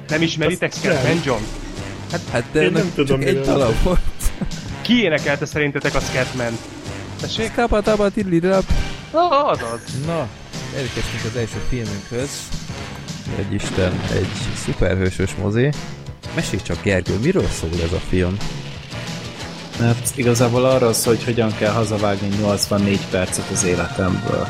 Nem ismeritek Scatman John? Hát de én nem tudom, csak egy dala volt. Ki énekelte szerintetek a Scatman? Tessék? Skapa-taba tidlidab. Azaz. Na, elkezdtünk az első filmünkhöz. Egy Isten, egy szuperhősös mozi. Mesélj csak, Gergő, miről szól ez a film? Hát igazából arról szól, hogy hogyan kell hazavágni 84 percet az életemből.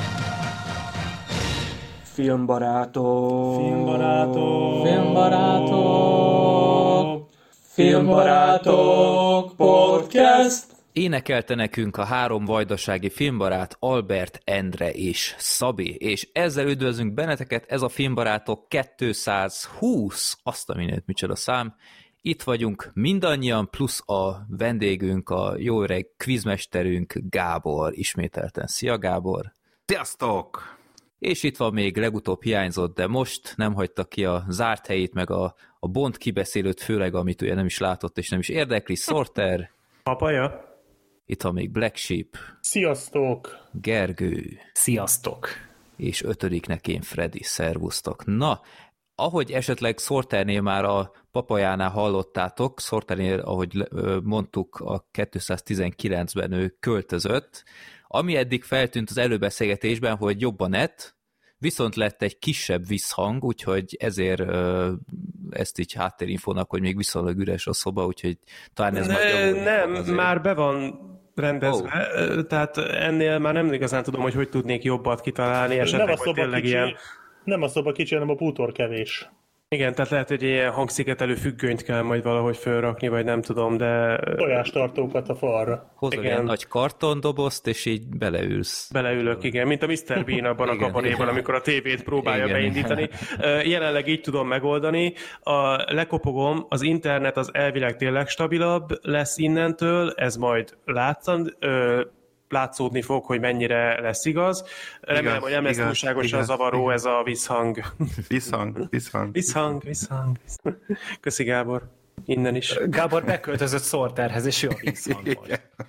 Filmbarátok. Filmbarátok. Filmbarátok. Filmbarátok podcast. Énekelte nekünk a három vajdasági filmbarát Albert, Endre és Szabi, és ezzel üdvözlünk benneteket, ez a Filmbarátok 220, azt a mindent, micsoda szám. Itt vagyunk mindannyian, plusz a vendégünk, a jó öreg quizmesterünk Gábor, ismételten. Szia Gábor! Sziasztok! És itt van még legutóbb hiányzott, de most nem hagyta ki a zárt helyét, meg a Bond kibeszélőt, főleg amit ugye nem is látott és nem is érdekli, Sorter. Papaja. Itt van még Black Sheep. Sziasztok! Gergő. Sziasztok! És ötödiknek én Freddy. Szervusztok. Na, ahogy esetleg Sorternél már a papajánál hallottátok, Sorternél, ahogy mondtuk, a 219-ben ő költözött, ami eddig feltűnt az előbeszélgetésben, hogy jobb a net, viszont lett egy kisebb visszhang, úgyhogy ezért ezt így háttérinfónak, hogy még viszonylag üres a szoba, úgyhogy talán ez majd... Nem, már be van rendezve, tehát ennél már nem igazán tudom, hogy tudnék jobbat kitalálni, esetleg, hogy tényleg ilyen... Nem a szoba kicsi, hanem a bútor kevés. Igen, tehát lehet, hogy ilyen hangszigetelő függönyt kell majd valahogy fölrakni, vagy nem tudom, de... Tojástartókat a falra. Hozol ilyen nagy kartondobozt, és így beleülsz. Beleülök, igen, mint a Mr. Bean abban a kabaréban, amikor a tévét próbálja beindítani. Jelenleg így tudom megoldani. Lekopogom, az internet az elvileg tényleg stabilabb lesz innentől, ez majd látszódni fog, hogy mennyire lesz igaz. Remélem, hogy nem lesz túlságosan zavaró ez a visszhang. Visszhang. Köszi, Gábor. Innen is. Gábor beköltözött Sorterhez, és ő a visszhang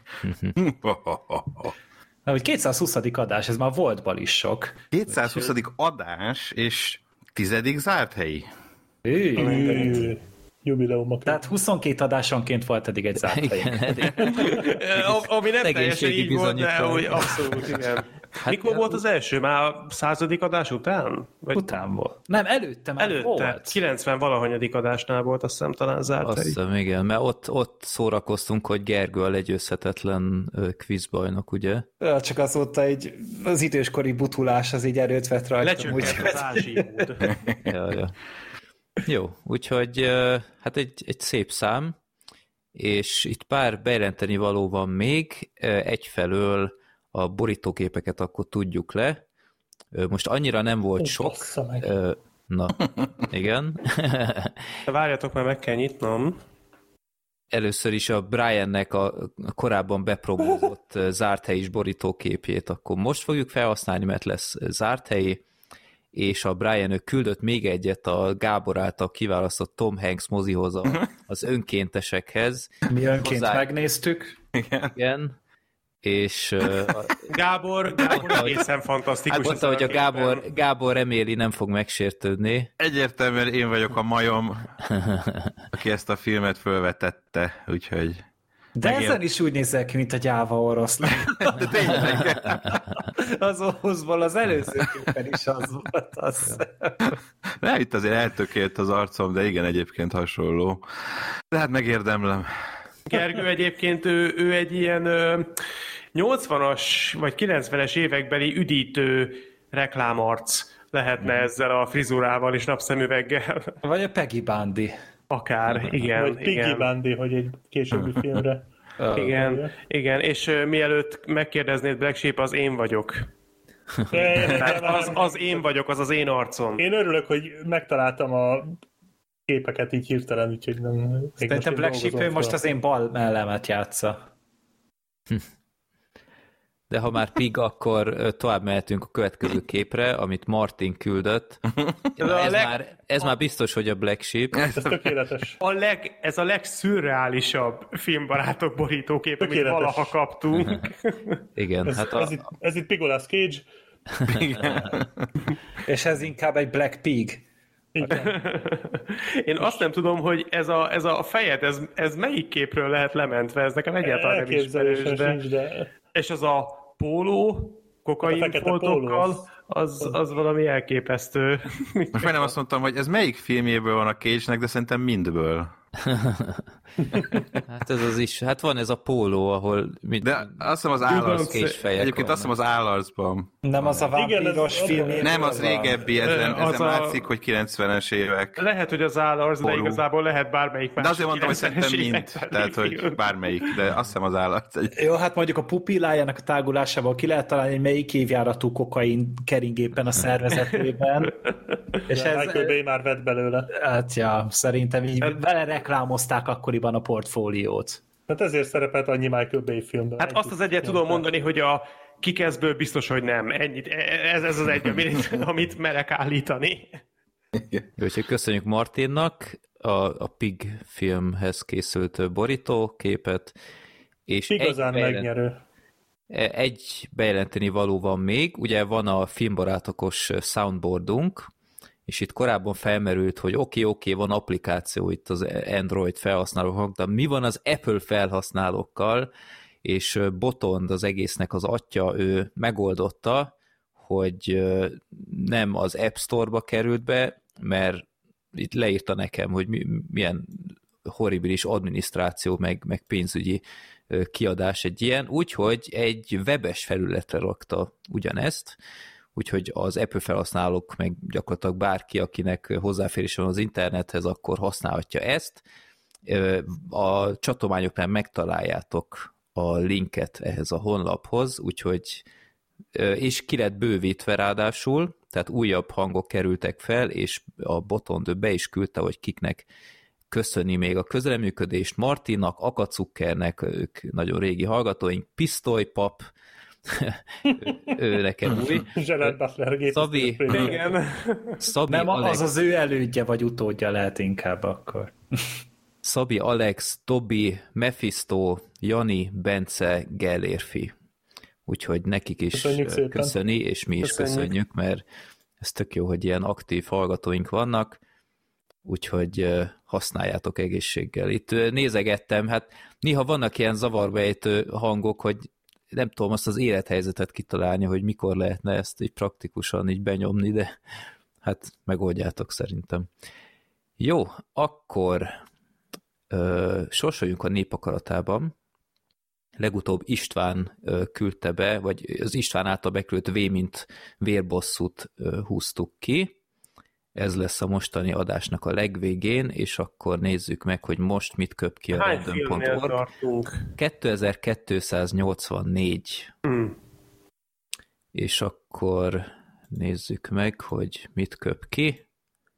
Na, hogy 220. adás, ez már voltból is sok. 220. adás, és 10. zárt helyi. Jubileumok. Tehát 22 adásonként volt eddig egy zárt hely. Ami nem teljesen így volt, de hogy abszolút, igen. Mikor volt az első? Már a 100. adás után? Vagy... Után volt. Nem, előtte volt. 90 valahanyadik adásnál volt, azt hiszem talán zárt Azt hiszem, igen, mert ott szórakoztunk, hogy Gergő a legyőzhetetlen quizbajnok, ugye? Ja, csak azóta az időskori butulás az így erőt vett rajtam. Lecsökkent az ázsiód. Ja. Jó, úgyhogy hát egy szép szám, és itt pár bejelenteni való van még, egyfelől a borítóképeket akkor tudjuk le. Most annyira nem volt sok. Na, igen. Várjatok, mert meg kell nyitnom. Először is a Briannek a korábban bepromózott zárt helyis borítóképjét akkor most fogjuk felhasználni, mert lesz zárt helyi, és a Brian küldött még egyet a Gábor által kiválasztott Tom Hanks mozihoz az önkéntesekhez. Mi önként megnéztük. Igen. És Gábor egészen fantasztikus. Mondta, hogy a Gábor reméli, nem fog megsértődni. Egyértelműen én vagyok a majom, aki ezt a filmet fölvetette, úgyhogy... De ezen is úgy nézel ki, mint a gyáva oroszlán. De tényleg. Az Oszból az előző képen is az volt. Nem, itt azért eltökélt az arcom, de igen, egyébként hasonló. De hát megérdemlem. Gergő egyébként ő egy ilyen 80-as vagy 90-es évekbeli üdítő reklámarc lehetne ezzel a frizurával és napszemüveggel. Vagy a Peggy Bundy. Akár, igen. Vagy Piggy Bundy, hogy egy későbbi filmre. Igen, és mielőtt megkérdeznéd Black Sheep, az én vagyok. Az én vagyok, az az én arcom. Én örülök, hogy megtaláltam a képeket így hirtelen, úgyhogy nem... Szerintem Black Sheep most az én bal mellemet játsza. De ha már Pig, akkor tovább mehetünk a következő képre, amit Martin küldött. Ez már biztos, hogy a Black Sheep. Ez tökéletes. Ez a legszürreálisabb filmbarátok borítókép, amit valaha kaptunk. Igen. Ez itt Pigolas Cage. És ez inkább egy Black Pig. Én azt nem tudom, hogy ez a fejed, ez melyik képről lehet lementve, ez nekem egyáltalán nem ismerős, de... És az a póló, kokainfoltokkal, az valami elképesztő. Most már nem azt mondtam, hogy ez melyik filmjéből van a Cage-nek, de szerintem mindből. Hát ez az is. Hát van ez a póló, ahol... De azt hiszem az Állarc. Egyébként azt hiszem az Állarcban. Nem az a vámpíros film. Nem, az régebbi, ezen látszik, hogy 90-es évek. Lehet, hogy az Állarc, de igazából lehet bármelyik más. De azért mondtam, hogy szerintem mind. Tehát, hogy bármelyik, de azt hiszem az Állarc. Jó, hát mondjuk a pupillájának a tágulásából ki lehet találni, hogy melyik évjáratú kokain kering éppen a szervezetében. És ez Michael Bay már vett belőle. Hát ja, szerintem így vele reklámozták akkoriban a portfóliót. Hát ezért szerepelt annyi Michael Bay filmben. Hát azt az egyet tudom mondani, hogy a Kick-Assből biztos, hogy nem. Ennyit, ez az egy, amit merek állítani. Úgyhogy köszönjük Martinnak a Pig filmhez készült borítóképet. És igazán megnyerő. Egy bejelenteni való van még. Ugye van a filmbarátokos soundboardunk, és itt korábban felmerült, hogy oké, van applikáció itt az Android felhasználóknak, de mi van az Apple felhasználókkal, és Botond az egésznek az atya, ő megoldotta, hogy nem az App Store-ba került be, mert itt leírta nekem, hogy milyen horribilis adminisztráció, meg pénzügyi kiadás egy ilyen, úgyhogy egy webes felületre rakta ugyanezt, úgyhogy az Apple felhasználók, meg gyakorlatilag bárki, akinek hozzáférése van az internethez, akkor használhatja ezt. A csatományoknál megtaláljátok a linket ehhez a honlaphoz, úgyhogy és ki lett bővítve ráadásul, tehát újabb hangok kerültek fel, és a Botond be is küldte, hogy kiknek köszöni még a közreműködést, Martinnak, Akacukkernek, ők nagyon régi hallgatóink, Pisztolypap, ő nekem új. Szabi nem, Alex, az ő elődje vagy utódja lehet inkább akkor. Szabi, Alex, Tobi, Mephisto, Jani, Bence, Gellérfi. Úgyhogy nekik is köszöni, és mi is köszönjük, mert ez tök jó, hogy ilyen aktív hallgatóink vannak, úgyhogy használjátok egészséggel. Itt nézegettem, hát néha vannak ilyen zavarba ejtő hangok, hogy nem tudom azt az élethelyzetet kitalálni, hogy mikor lehetne ezt így praktikusan így benyomni, de hát megoldjátok szerintem. Jó, akkor sorsoljunk a népakaratában. Legutóbb István küldte be, vagy az István által beküldött V mint vérbosszút húztuk ki. Ez lesz a mostani adásnak a legvégén, és akkor nézzük meg, hogy most mit köp ki a random.org. 2284. És akkor nézzük meg, hogy mit köp ki.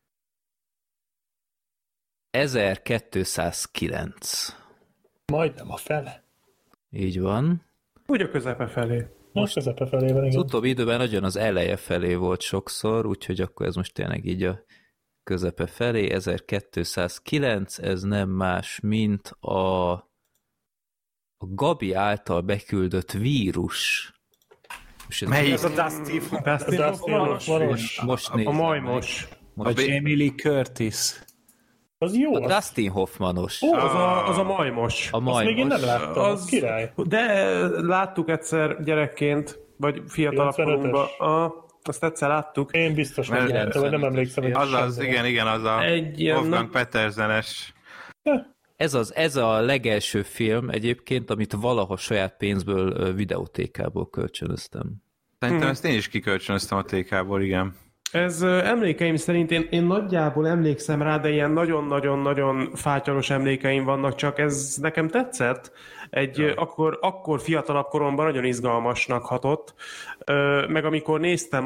1209. Majdnem a fele. Így van. Úgy a közepe felé. Most közepe felé van, igen. Az utóbbi időben nagyon az eleje felé volt sokszor, úgyhogy akkor ez most tényleg így a közepe felé. 1209, ez nem más, mint a Gabi által beküldött vírus. Melyik? Ez a Dusty Hoffmanos. Most a majmos. A Jamie Lee Curtis. Az jó. A Dustin Hoffmanos. Az a majmos. A majmos. Azt még én nem láttam, az király. De láttuk egyszer gyerekként, vagy fiatalabb korunkban. Azt egyszer láttuk. Én biztos nem láttam, vagy nem emlékszem. Hogy az, igen, az a Wolfgang Petersenes. Ez a legelső film egyébként, amit valaha saját pénzből videótékából kölcsönöztem. Szerintem ezt én is kikölcsönöztem a TK-ból, igen. Ez emlékeim szerint, én nagyjából emlékszem rá, de ilyen nagyon-nagyon-nagyon fátyolos emlékeim vannak, csak ez nekem tetszett. Akkor fiatalabb koromban nagyon izgalmasnak hatott. Meg amikor néztem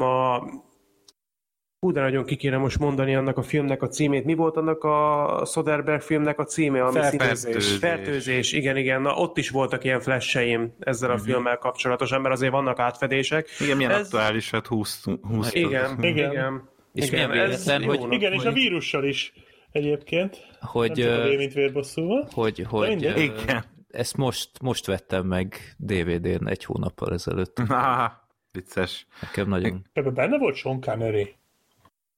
de nagyon ki kéne most mondani annak a filmnek a címét. Mi volt annak a Soderbergh filmnek a címe? Fertőzés. Igen. Na, ott is voltak ilyen flasheim ezzel a filmmel kapcsolatosan, mert azért vannak átfedések. Igen, milyen aktuálisat 20. Igen. És milyen véletlen, hogy... Igen, és a vírussal is egyébként. Hogy... Nem csak a mint vérbosszúval. Hogy ezt most vettem meg DVD-n 1 hónappal ezelőtt. Vicces. Nekem nagyon... Ebben benne volt Sean Connery.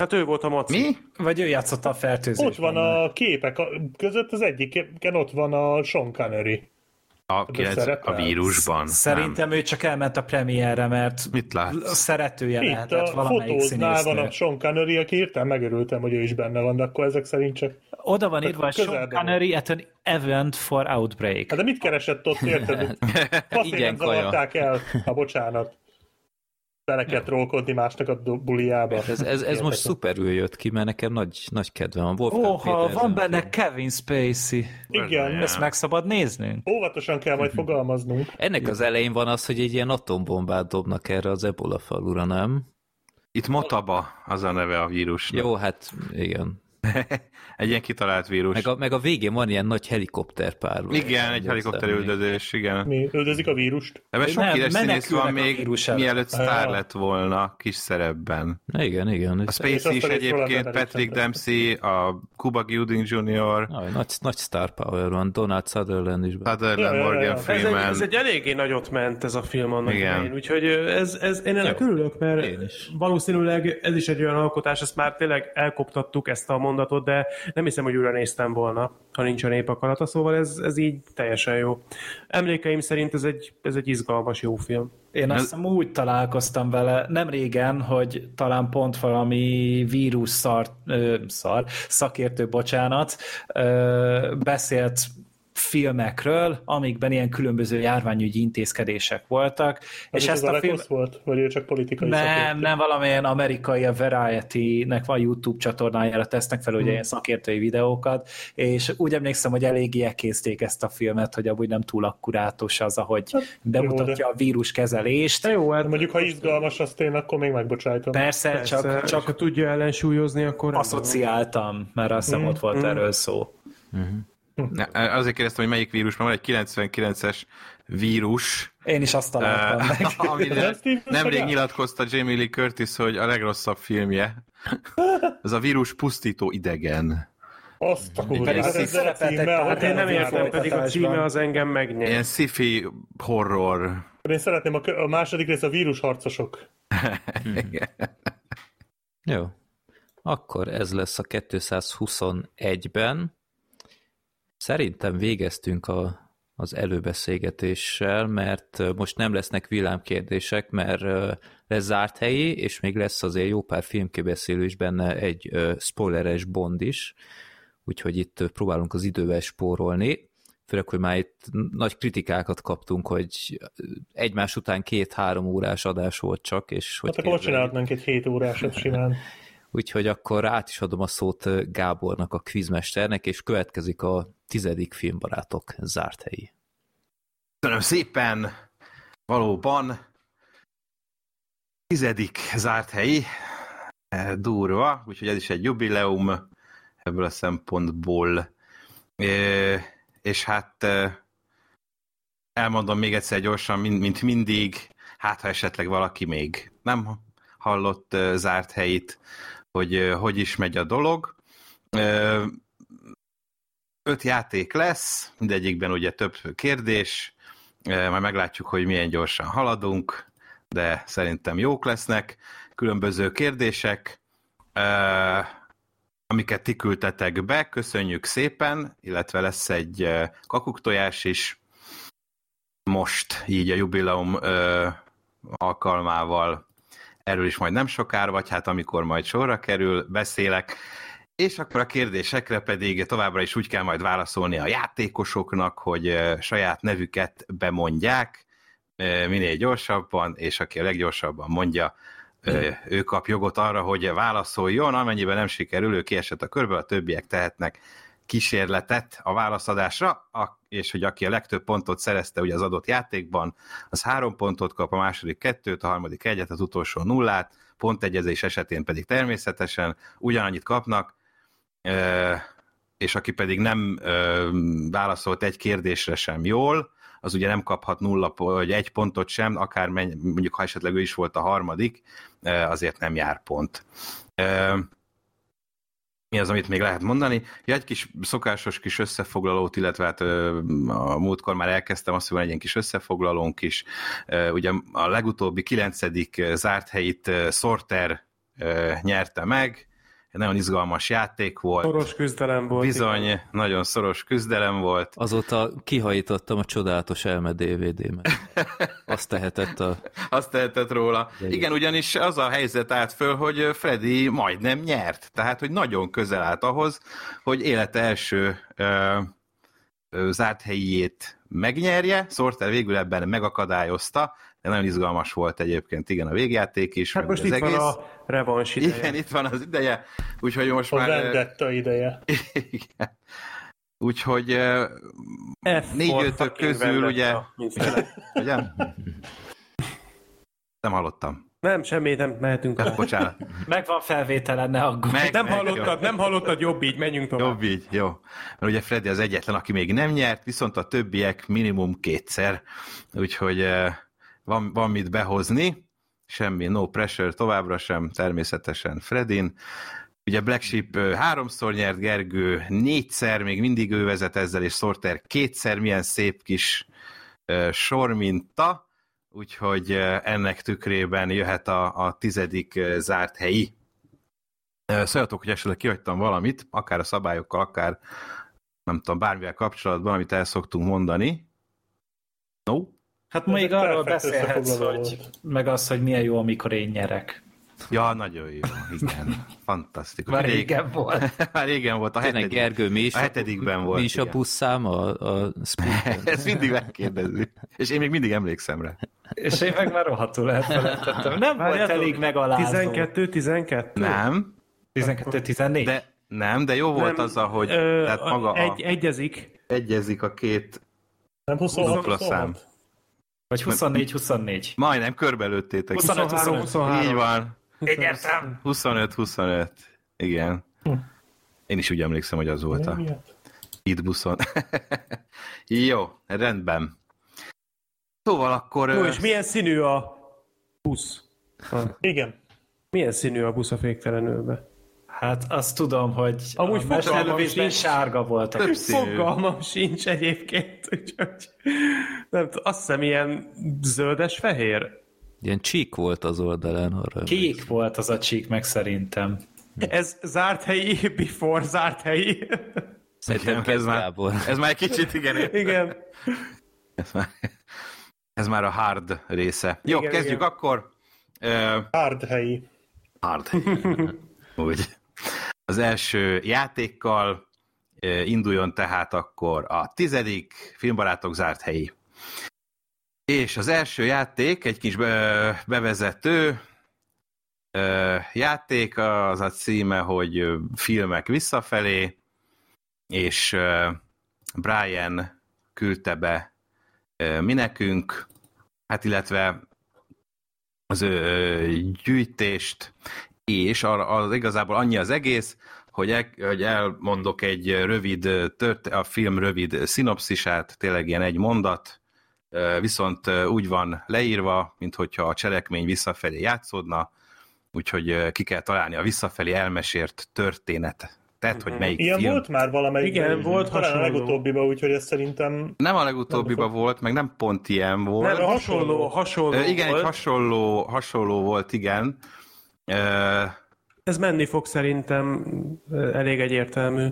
Hát ő volt a Maci. Mi? Vagy ő játszotta a fertőzést. Ott van a képek között, az egyiken ott van a Sean Connery. A vírusban. Szerintem ő csak elment a premierre, mert Mit látsz? szeretője Itt lehetett a valamelyik fotóznál van színésznő. a Sean Connery, aki hirtelen megörültem, hogy ő is benne van, de akkor ezek szerint csak... Oda van írva, hogy Sean közelben Connery at an event for outbreak. Hát de mit keresett ott, érted? Passzíven Igen, kaja. zavarták el, bocsánat. Bele kell trollkodni másnak a buliába. Ez most szuperül jött ki, mert nekem nagy kedvem van. Van benne Kevin Spacey. Igen. Ezt meg szabad néznünk? Óvatosan kell majd fogalmaznunk. Ennek az elején van az, hogy egy ilyen atombombát dobnak erre az ebola falura, nem? Itt Motaba az a neve a vírusnak. Jó, hát igen. Egy ilyen kitalált vírus. Meg a végén van ilyen nagy helikopterpár. Igen, egy helikopterüldözés, igen. Mi üldözik a vírust? Ebben sok Nem, híres színész menekülnek van a még, vírus előtt. mielőtt sztár lett volna kis szerepben. Igen. A Spacey is azt a részt egyébként, róla Patrick nem Dempsey, a Cuba Gooding Jr., Nagy star power van, Donald Sutherland is. Sutherland, Morgan Freeman. Ez egy eléggé nagyot ment ez a film annak Igen. idején, úgyhogy én ennek örülök, mert Én is. valószínűleg ez is egy olyan alkotás, ezt már tényleg elkoptattuk ezt a mondatot, de nem hiszem, hogy újra néztem volna, ha nincs a nép akarata, szóval ez így teljesen jó. Emlékeim szerint ez egy izgalmas, jó film. Én azt hiszem úgy találkoztam vele nem régen, hogy talán pont valami vírus szakértő, beszélt filmekről, amikben ilyen különböző járványügyi intézkedések voltak. És ezt a film volt? Vagy ő csak politikai szakértő? Nem, valamilyen amerikai, a Variety-nek van YouTube csatornájára tesznek fel ugye ilyen szakértői videókat, és úgy emlékszem, hogy eléggé elkészték ezt a filmet, hogy amúgy nem túl akkurátus az, ahogy bemutatja a víruskezelést. Jó, hát mondjuk, ha izgalmas, azt én akkor még megbocsájtom. Persze, csak ha tudja ellensúlyozni, akkor... Asszociáltam, mert azt hiszem ott volt erről szó. Azért kérdeztem, hogy melyik vírus, mert van egy 99-es vírus. Én is azt találtam meg. Amire nemrég nyilatkozta Jamie Lee Curtis, hogy a legrosszabb filmje. Ez a vírus pusztító idegen. Azt a kurva. Hát én nem értem, pedig a címe az engem megnyer. Ilyen sci-fi horror. Én szeretném a második rész a vírusharcosok. Jó. Akkor ez lesz a 221-ben. Szerintem végeztünk az előbeszélgetéssel, mert most nem lesznek villámkérdések, mert lesz zárt helyi, és még lesz azért jó pár filmkibeszélő is benne, egy spoileres Bond is, úgyhogy itt próbálunk az idővel spórolni, főleg, hogy már itt nagy kritikákat kaptunk, hogy egymás után 2-3 órás adás volt csak, és hogy... Hát akkor csinálhatnánk egy 7 órásat simán. Úgyhogy akkor át is adom a szót Gábornak, a quizmesternek, és következik a 10. Filmbarátok zárt helyi. Köszönöm szépen! Valóban 10. zárt helyi, durva, úgyhogy ez is egy jubileum ebből a szempontból. És hát elmondom még egyszer gyorsan, mint mindig, hát ha esetleg valaki még nem hallott zárt helyit, hogy is megy a dolog. 5 játék lesz, mindegyikben ugye több kérdés, majd meglátjuk, hogy milyen gyorsan haladunk, de szerintem jók lesznek. Különböző kérdések, amiket ti küldtetek be, köszönjük szépen, illetve lesz egy kakuktojás is most, így a jubileum alkalmával. Erről is majd nem sokára, vagy hát amikor majd sorra kerül, beszélek. És akkor a kérdésekre pedig továbbra is úgy kell majd válaszolni a játékosoknak, hogy saját nevüket bemondják minél gyorsabban, és aki a leggyorsabban mondja, ő kap jogot arra, hogy válaszoljon, amennyiben nem sikerül, ő kiesett a körből, a többiek tehetnek kísérletet a válaszadásra, és hogy aki a legtöbb pontot szerezte ugye az adott játékban, az 3 pontot kap, a második 2-t, a harmadik 1-et, az utolsó 0-át, pontegyezés esetén pedig természetesen ugyanannyit kapnak, és aki pedig nem válaszolt egy kérdésre sem jól, az ugye nem kaphat 0 vagy 1 pontot sem, akár mondjuk ha esetleg ő is volt a harmadik, azért nem jár pont. Mi az, amit még lehet mondani? Ja, egy kis szokásos kis összefoglalót, illetve hát a múltkor már elkezdtem, azt, hogy van egy ilyen kis összefoglalónk is. Ugye a legutóbbi 9. zárt helyit Sorter nyerte meg, egy nagyon izgalmas játék volt. Szoros küzdelem volt. Bizony, igen. nagyon szoros küzdelem volt. Azóta kihajítottam a csodálatos Elme DVD-met. Azt tehetett róla. Igen, ugyanis az a helyzet állt föl, hogy Freddy majdnem nyert. Tehát, hogy nagyon közel állt ahhoz, hogy élete első zárt helyét megnyerje. Sorter végül ebben megakadályozta, de nagyon izgalmas volt egyébként, igen, a végjáték is. Hát most itt egész. Van a revanш ideje. Igen, itt van az ideje, úgyhogy most A már... vendetta ideje. Igen. Úgyhogy 4-5 közül, ugye... Ugye? Nem hallottam. Nem, semmit, nem mehetünk. Bocsánat. Megvan felvételen, ne aggódj. Nem hallottad, jobb így, menjünk tovább. Jobb így, jó. Mert ugye Freddy az egyetlen, aki még nem nyert, viszont a többiek minimum 2-szer. Úgyhogy van mit behozni. Semmi, no pressure továbbra sem, természetesen Freddyn. Ugye Black Sheep 3-szor nyert, Gergő 4-szer, még mindig ő vezet ezzel, és Sorter 2-szer, milyen szép kis sorminta. Úgyhogy ennek tükrében jöhet a 10. zárt helyi. Szóljatok, hogy esetleg kihagytam valamit, akár a szabályokkal, akár nem tudom, bármivel kapcsolatban, amit el szoktunk mondani. No? Hát még arról beszélhetsz, hogy meg az, hogy milyen jó, amikor én nyerek. Ja, nagyon jó, igen. Fantasztikus. Már régen volt. Már régen volt. Tényleg, Gergő, mi is a 7-ben volt. Mi is a buszszám a Ezt mindig megkérdezi. És én még mindig emlékszem rá. És én meg már rohadtul elfelejtettem. Nem volt elég megalázó. 12-12? Nem. 12-14? De jó volt az, hogy tehát maga egyezik a két nem 26 szám. Vagy 24-24. Majdnem körbelőttétek. 25-23. Így van. Én nyertem. 25-25. Igen. Én is úgy emlékszem, hogy az volt a itt buszon. Jó, rendben. Szóval akkor... Jó, és milyen színű a busz? Igen. Milyen színű a busz a féktelenülbe? Hát azt tudom, hogy amúgy a mesterlövésben sárga volt. Fogalmam sincs egyébként, úgyhogy nem tudom, azt hiszem ilyen zöldes-fehér. Ilyen csík volt az oldalán. Arra Kék volt az a csík, meg szerintem. Ez zárt helyi, before zárt helyi. Szerintem ez már egy kicsit, igen. Igen. Ez már a hard része. Jó, igen, kezdjük igen. Akkor. Hard helyi. Hard. Úgy. Az első játékkal induljon tehát akkor a 10. Filmbarátok zárt helyi. És az első játék, egy kis bevezető játék, az a címe, hogy filmek visszafelé, és Brian küldte be mi nekünk, hát illetve az gyűjtést, és igazából annyi az egész, hogy elmondok egy rövid, a film rövid szinopszisát, tényleg ilyen egy mondat, viszont úgy van leírva, minthogyha a cselekmény visszafelé játszódna, úgyhogy ki kell találni a visszafelé elmesélt történetet, hogy melyik ilyen film. volt már valamelyik. Igen, volt talán hasonló. a legutóbbiba, úgyhogy ez szerintem... Nem a legutóbbiba volt, meg nem pont ilyen volt. Nem, hasonló igen, volt. egy hasonló volt, igen. Ez menni fog szerintem, elég egyértelmű.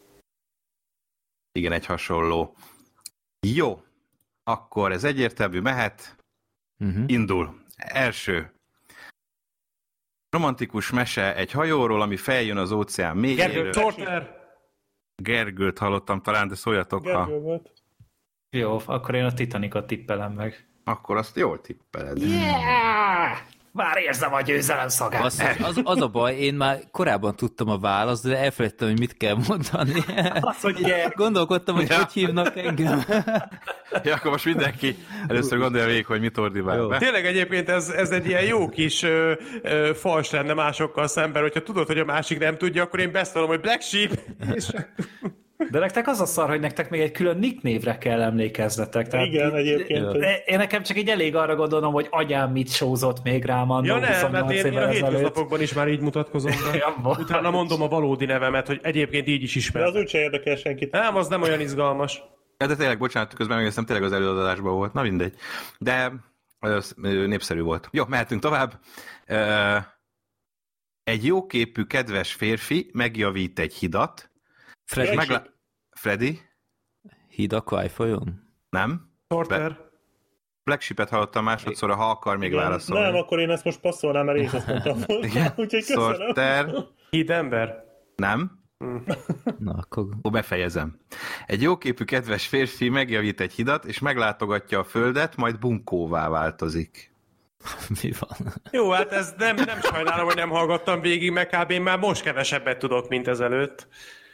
Igen, egy hasonló. Jó, akkor ez egyértelmű, mehet. Indul. Első. Romantikus mese egy hajóról, ami feljön az óceán mélyéről. Gergőt hallottam talán, de szóljatok, Gergő volt. Jó, akkor én a Titanicot tippelem meg. Akkor azt jól tippeled. Yeah! Már érzem a győzelem szagát. Az a baj, én már korábban tudtam a választ, de elfelejtettem, hogy mit kell mondani. Gondolkodtam, hogy hogy hívnak engem. Ja, akkor most mindenki először gondolja végig, hogy mit ordibál be. Tényleg egyébként ez egy ilyen jó kis fals lenne másokkal szemben, hogyha tudod, hogy a másik nem tudja, akkor én beszélom, hogy Black Sheep. De nektek az a szar, hogy nektek még egy külön nick névre kell emlékeznetek. Tehát igen, egyébként. Én nekem csak így elég arra gondolom, hogy agyám mit sózott még rám annól. Ja nem, mert én a hétköznapokban is már így mutatkozom. Utána mondom a valódi nevemet, hogy egyébként így is ismer. De az úgyse érdekel senkit. Nem, az nem olyan izgalmas. De tényleg, bocsánat, közben megnéztem, tényleg az előadásban volt. Na mindegy. De népszerű volt. Jó, mehetünk tovább. Egy jóképű, kedves férfi megjavít egy hidat. Freddy? Freddy? Híd a Kvájfolyon? Nem? Sorter. Black Sheep-et hallottam másodszorra, ha akar még Igen, válaszolni. nem, akkor én ezt most passzolnám, mert én is azt mondtam volna. Úgyhogy köszönöm. Sorter? Híd ember. Nem? Na, akkor Befejezem. Egy jóképű, kedves férfi megjavít egy hidat, és meglátogatja a földet, majd bunkóvá változik. mi van? Jó, hát ez nem sajnálom, hogy nem hallgattam végig, meg kb. Én már most kevesebbet tudok, mint ezelőtt.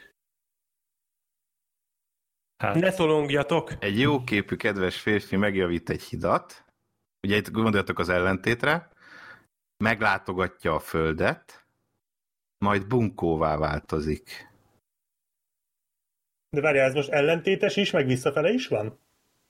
Hát. Ne tolongjatok. Egy jóképű, kedves férfi megjavít egy hidat, ugye itt gondoljatok az ellentétre, meglátogatja a földet, majd bunkóvá változik. De várjál, ez most ellentétes is, meg visszafele is van?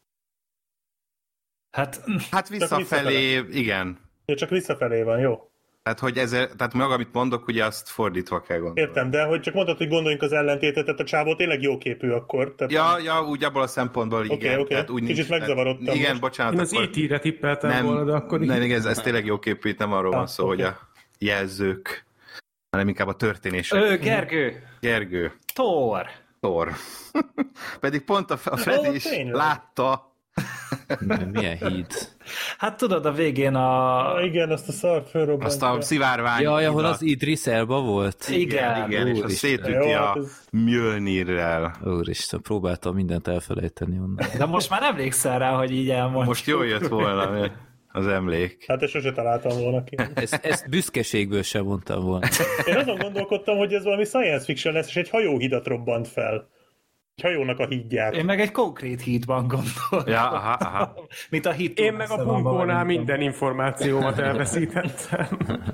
Hát visszafelé, igen. Ja, csak visszafelé van, jó. Tehát maga, amit mondok, ugye azt fordítva kell gondolni. Értem, de hogy csak mondtad, hogy gondoljunk az ellentétet, tehát a csávó tényleg jóképű akkor. Tehát Ja, úgy abból a szempontból igen. Oké. Tehát úgy Kicsit nincs, megzavarodtam tehát, igen, most. bocsánat. Én az akkor E.T.-re tippeltem volna, de akkor nem, ez tényleg jóképű, itt nem arról van szó, hogy a jelzők, hanem inkább a történések. Gergő. Thor. Pedig pont a Freddy is tényleg. látta. Milyen híd? Hát tudod, a végén Igen, azt a szart fölrobbantja. Azt a szivárvány. Jaj, ahol hidat. az Idris Elba volt? Igen, Igen, és azt úristen. szétüti Jó, hát a ez- Mjölnirrel. Úristen, próbáltam mindent elfelejteni onnan. De most már emlékszel rá, hogy így elmondjuk. Most jól jött volna az emlék. Hát ezt sose találtam volna ki. Ezt büszkeségből sem mondtam volna. Én azon gondolkodtam, hogy ez valami science fiction lesz, és egy hajóhidat robbant fel. Egy hajónak a hídját. Én meg egy konkrét hídban gondoltam. Ja, aha. Mint a híd. én meg a bunkónál minden információmat elveszítettem.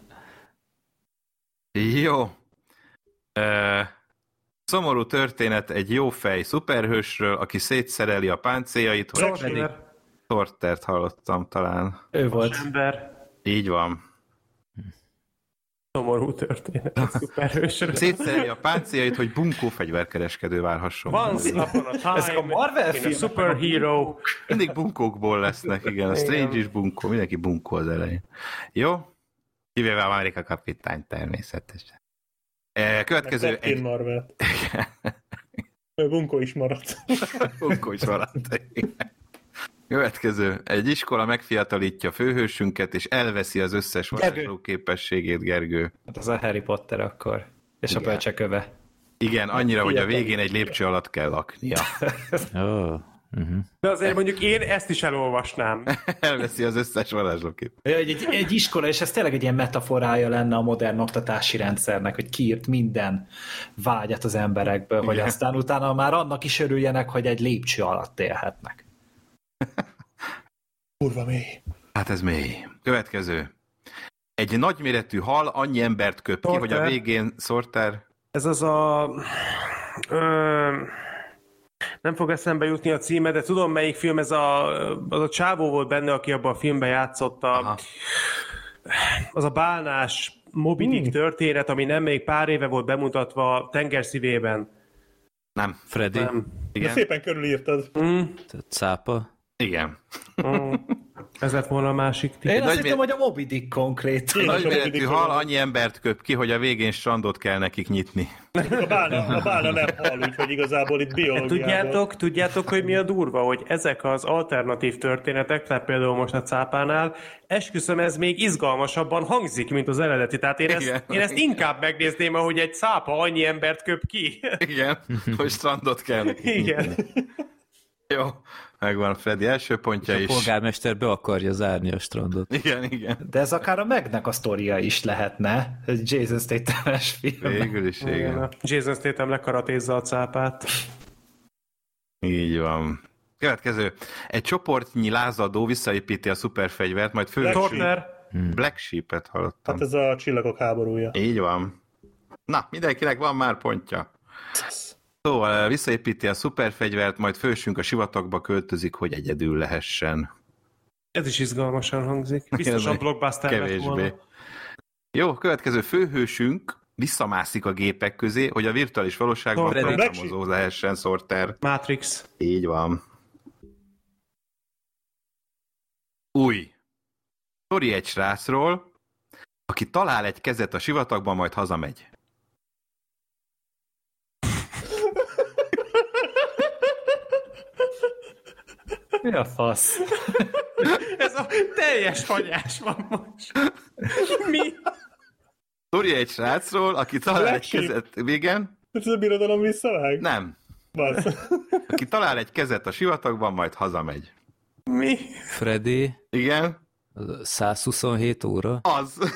Jó. Szomorú történet egy jó fej szuperhősről, aki szétszereli a páncéljait, hogy Sorter. Sortert hallottam talán. Ő volt. Ember. Így van. Szomorú történet. Szuperhősről. Szétszereli a páncéljait, hogy bunkó fegyverkereskedő válhasson. Once upon a time. Ezek a Marvel in a filmek. superhero. Mindig bunkókból lesznek, igen. A Strange is bunkó, mindenki bunkó az elején. Jó? Kivéve a Amerika kapitány természetesen. Következő Captain Marvel. Bunkó is maradt. Bunkó is maradt. Következő. Egy iskola megfiatalítja főhősünket, és elveszi az összes varázsló képességét, Gergő. Hát az a Harry Potter akkor. És Igen. a bölcseköve. Igen, annyira, hogy a végén egy lépcső alatt kell laknia. Oh. De azért mondjuk én ezt is elolvasnám. Elveszi az összes varázslókép. Egy iskola, és ez tényleg egy ilyen metaforája lenne a modern oktatási rendszernek, hogy kiírt minden vágyat az emberekből, hogy Igen. aztán utána már annak is örüljenek, hogy egy lépcső alatt élhetnek. Kurva mély. Hát ez mély. Következő. Egy nagyméretű hal annyi embert köp ki, hogy a végén Sorter... Ez az a... nem fog eszembe jutni a címe, de tudom melyik film, az a csávó volt benne, aki abban a filmben játszott. Az a bálnás Moby Dick történet, ami nem még pár éve volt bemutatva tengerszívében. Nem. Freddy? Nem. De Igen. szépen körülírtad. Cápa? Igen. Ez lett volna a másik tipp. Én azt nagy hittem, mér- hogy a Moby Dick konkrét. Nagyméretű hal annyi embert köp ki, hogy a végén strandot kell nekik nyitni. A bálna nem hal, úgyhogy igazából itt biológiából. Tudjátok, hogy mi a durva, hogy ezek az alternatív történetek, tehát például most a cápánál, esküszöm, ez még izgalmasabban hangzik, mint az eredeti. Tehát én ezt inkább megnézném, ahogy egy cápa annyi embert köp ki. Igen, hogy strandot kell nekik. Igen. Jó, megvan Freddy első pontja A is. polgármester be akarja zárni a strandot. Igen. De ez akár a Megnek a sztoria is lehetne. Ez Jason Statham-es film. Végül is, igen. Jason Statham lekaratézza a cápát. Így van. Következő. Egy csoportnyi lázadó visszaépíti a szuperfegyvert, majd fő... Tortner. Black Sheep-et hallottam. Hát ez a Csillagok háborúja. Így van. Na, mindenkinek van már pontja. Szóval visszaépíti a szuperfegyvert, majd fősünk a sivatagba költözik, hogy egyedül lehessen. Ez is izgalmasan hangzik. Biztosan blockbuster lett Kevésbé. volna. Jó, következő főhősünk visszamászik a gépek közé, hogy a virtuális valóságban Freddy. programozó lehessen, Sorter. Matrix. Így van. Új. Sztori egy srácról, Aki talál egy kezet a sivatagban, majd hazamegy. Mi a fasz? Ez a teljes hagyás van most. Mi? Sztori egy srácról, aki talál egy kezet... Igen? Ez a birodalom visszavág? Nem. Basz. Aki talál egy kezet a sivatagban, majd hazamegy. Mi? Freddy, Igen? 127 óra. Az.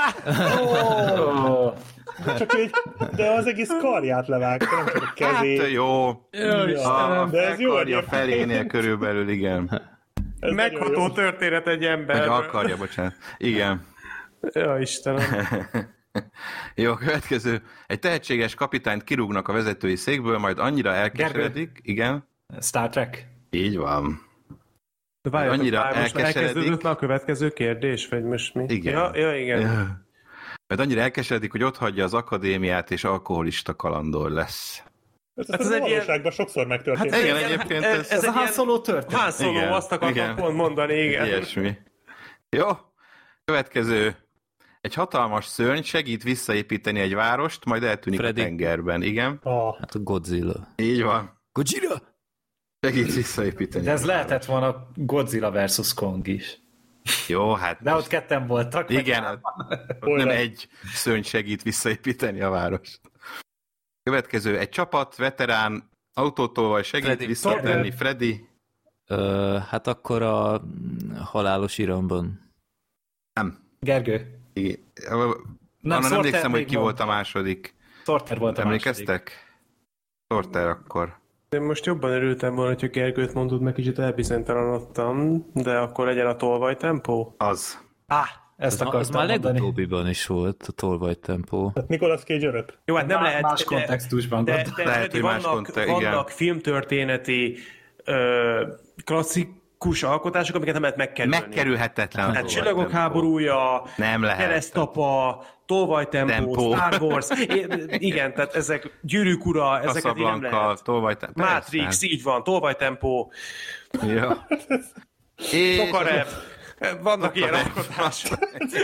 Oh. Csak egy, de az egész karját levágta, nem csak a kezét. Hát jó. A de ez jó felkarja egyébként. felénél körülbelül, igen. Ez Megható történet egy Egy ember. alkarja, bocsánat. Igen. Ja, Istenem. Jó, következő. Egy tehetséges kapitányt kirúgnak a vezetői székből, majd annyira elkeseredik. Igen. Star Trek. Így van. De várjatok, Annyira most elkeseredik. elkezdődött már a következő kérdés, vagy most mi? Igen. Ja, igen. Mert annyira elkeseredik, hogy otthagyja az akadémiát, és alkoholista kalandor lesz. Ez a valóságban sokszor megtörtént. Hát igen, egyébként Ez a Han Solo történet. Han Solo, Igen, azt akartam igen. pont mondani, igen. Ilyesmi. Jó. Következő. Egy hatalmas szörny segít visszaépíteni egy várost, majd eltűnik Freddy. a tengerben. Igen. Hát a Godzilla. Így van. Godzilla! Segít visszaépíteni. De ez egy lehetett volna Godzilla versus Kong is. várost. Jó, hát... De ott ketten voltak. Igen, ott nem egy szörny segít visszaépíteni a várost. Következő, egy csapat, veterán, autótól segít Freddy. visszatenni Freddy. Hát akkor a halálos iramban. Nem. Gergő. Igen. Nem, Nem Sorter emlékszem, hogy még ki mondta. volt a második. Sorter volt a második. Emlékeztek? Sorter akkor. Én most jobban örültem volna, hogyha Gergőt mondod, meg kicsit elbizonytalanodtam, de akkor legyen a tolvajtempó. Az. Ezt Az akartam már mondani. legutóbbiban is volt, a tolvajtempó. Tehát Nicolas Cage örök. Jó, hát nem lehet... Más kontextusban De gondoltam. Lehet, hogy más igen. vannak filmtörténeti klasszikus alkotások, amiket nem lehet megkerülni. Megkerülhetetlen a Hát Csillagok tolvajtempó. háborúja, Nem lehet. Keresztapa, Tolvajtempó, Tempó. Star Wars, igen, tehát ezek Gyűrűk ura, ezeket így nem Casablanca, lehet. tolvajtempó. Matrix, így van, Tolvajtempó, Ja. És Tokarev, vannak ilyen Tokarev. alkotások.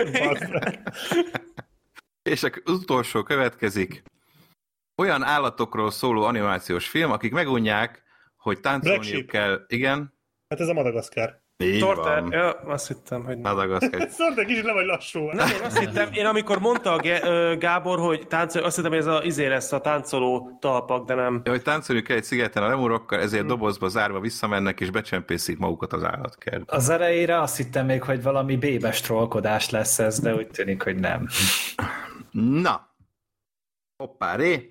És az utolsó következik. Olyan állatokról szóló animációs film, akik megunják, hogy Black táncolniuk Sheep. kell. Igen? Hát ez a Madagaszkár. Így Torter, van. ja, azt hittem, hogy nem. Madagaszkár. Szorda, kicsit le vagy lassú. Nem, én azt hittem, én amikor mondta a Gábor, hogy táncol, azt hittem, hogy ez az izé lesz a táncoló talpak, de nem. Ja, hogy táncolniuk kell egy szigeten a lemurokkal, ezért dobozba zárva visszamennek, és becsempészik magukat az állatkertbe. Az elejére azt hittem még, hogy valami bébes trollkodás lesz ez, de úgy tűnik, hogy nem. Na. Hoppáré.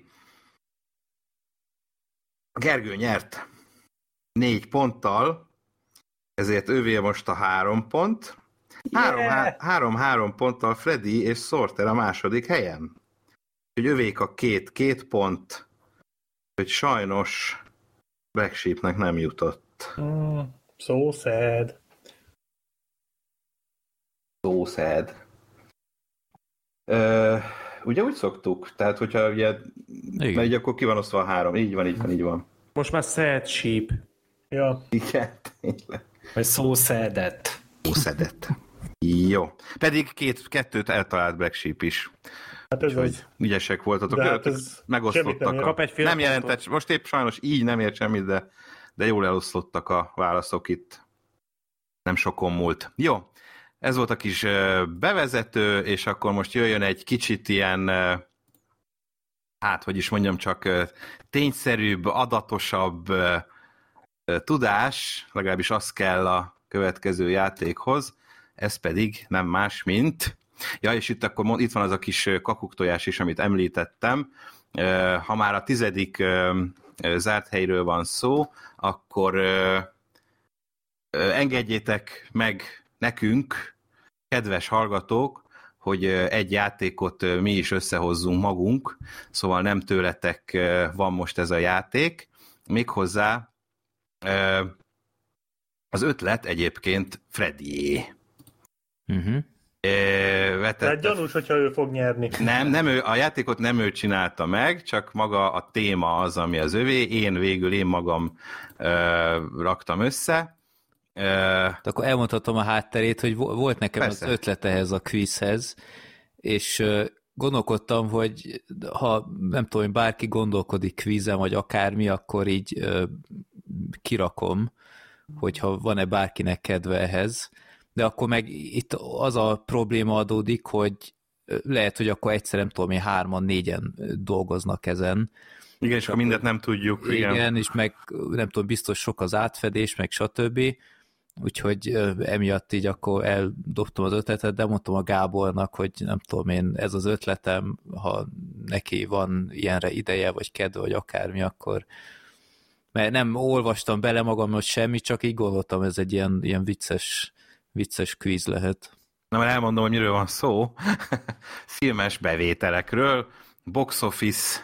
Gergő nyert 4 ponttal, ezért ővé most a 3 pont. 3 ponttal Freddy és Sorter a második helyen. Úgyhogy övék a két pont, hogy sajnos Black Sheepnek nem jutott. So sad. So sad. Ugye úgy szoktuk? Tehát, hogyha ugye, mert így akkor ki van osztva a 3. Így van. Most már sad sheep. Ja. Igen, tényleg. Vagy szó szedett. Szedett. Jó. Pedig kettőt eltalált Black Sheep is. Hát ez Úgyhogy az. ügyesek voltatok. De hát ez semmit Megosztottak. nem Kap egy fél Nem pontot. jelentett, most épp sajnos így nem ért semmit, de jól eloszlottak a válaszok itt. Nem sokon múlt. Jó. Ez volt a kis bevezető, és akkor most jöjjön egy kicsit ilyen, hát, hogy is mondjam, csak tényszerűbb, adatosabb tudás, legalábbis az kell a következő játékhoz, ez pedig nem más, mint... Ja, és itt akkor itt van az a kis kakuktojás is, amit említettem. Ha már a 10. zárt helyről van szó, akkor engedjétek meg nekünk, kedves hallgatók, hogy egy játékot mi is összehozzunk magunk, szóval nem tőletek van most ez a játék, méghozzá az ötlet egyébként Freddyé. Tehát gyanús, hogyha ő fog nyerni. Nem ő, a játékot nem ő csinálta meg, csak maga a téma az, ami az övé. Én magam raktam össze. Akkor elmondhatom a hátterét, hogy volt nekem Persze. az ötlet ehhez a quizhez, és gondolkodtam, hogy ha nem tudom, hogy bárki gondolkodik kvízen, vagy akármi, akkor így kirakom, hogyha van-e bárkinek kedve ehhez, de akkor meg itt az a probléma adódik, hogy lehet, hogy akkor egyszer nem tudom, 3-4 dolgoznak ezen. Igen, és akkor mindent nem tudjuk. Igen, és meg nem tudom, biztos sok az átfedés, meg stb. Úgyhogy emiatt így akkor eldobtam az ötletet, de mondtam a Gábornak, hogy nem tudom én, ez az ötletem, ha neki van ilyenre ideje, vagy kedve, vagy akármi, akkor mert nem olvastam bele magam, hogy semmi, csak így gondoltam, ez egy ilyen vicces kvíz lehet. Na, már elmondom, hogy miről van szó. Filmes bevételekről, box office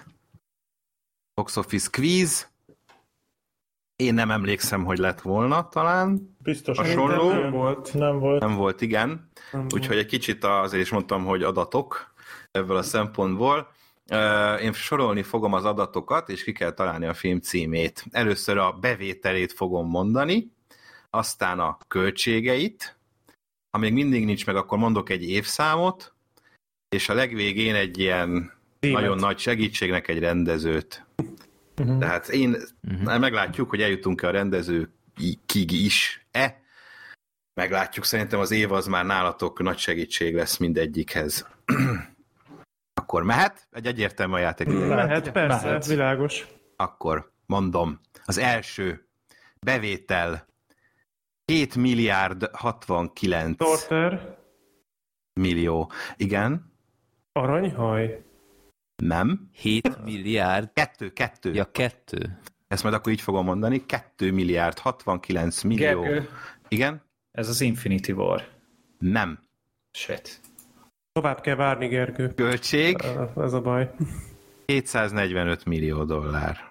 quiz. Én nem emlékszem, hogy lett volna talán. Biztos hasonló. Nem volt. Nem volt, igen. Úgyhogy egy kicsit azért is mondtam, hogy adatok ebből a szempontból. Én sorolni fogom az adatokat, és ki kell találni a film címét. Először a bevételét fogom mondani, aztán a költségeit. Ha még mindig nincs meg, akkor mondok egy évszámot, és a legvégén egy ilyen nagyon nagy segítségnek egy rendezőt. Tehát meglátjuk, hogy eljutunk-e a rendezőkig is-e. Meglátjuk, szerintem az év az már nálatok nagy segítség lesz mindegyikhez. Akkor mehet? Egy egyértelmű a játék. Mehet, persze, világos. Akkor mondom, az első bevétel 2 milliárd 69 Sorter. millió. Igen? Aranyhaj. Nem. 7 milliárd. 2. Ja, 2. Ezt majd akkor így fogom mondani. 2 milliárd 69 millió. Gergő. Igen? Ez az Infinity War. Nem. Shit. Tovább kell várni, Gergő. Költség? Ez a baj. 745 millió dollár.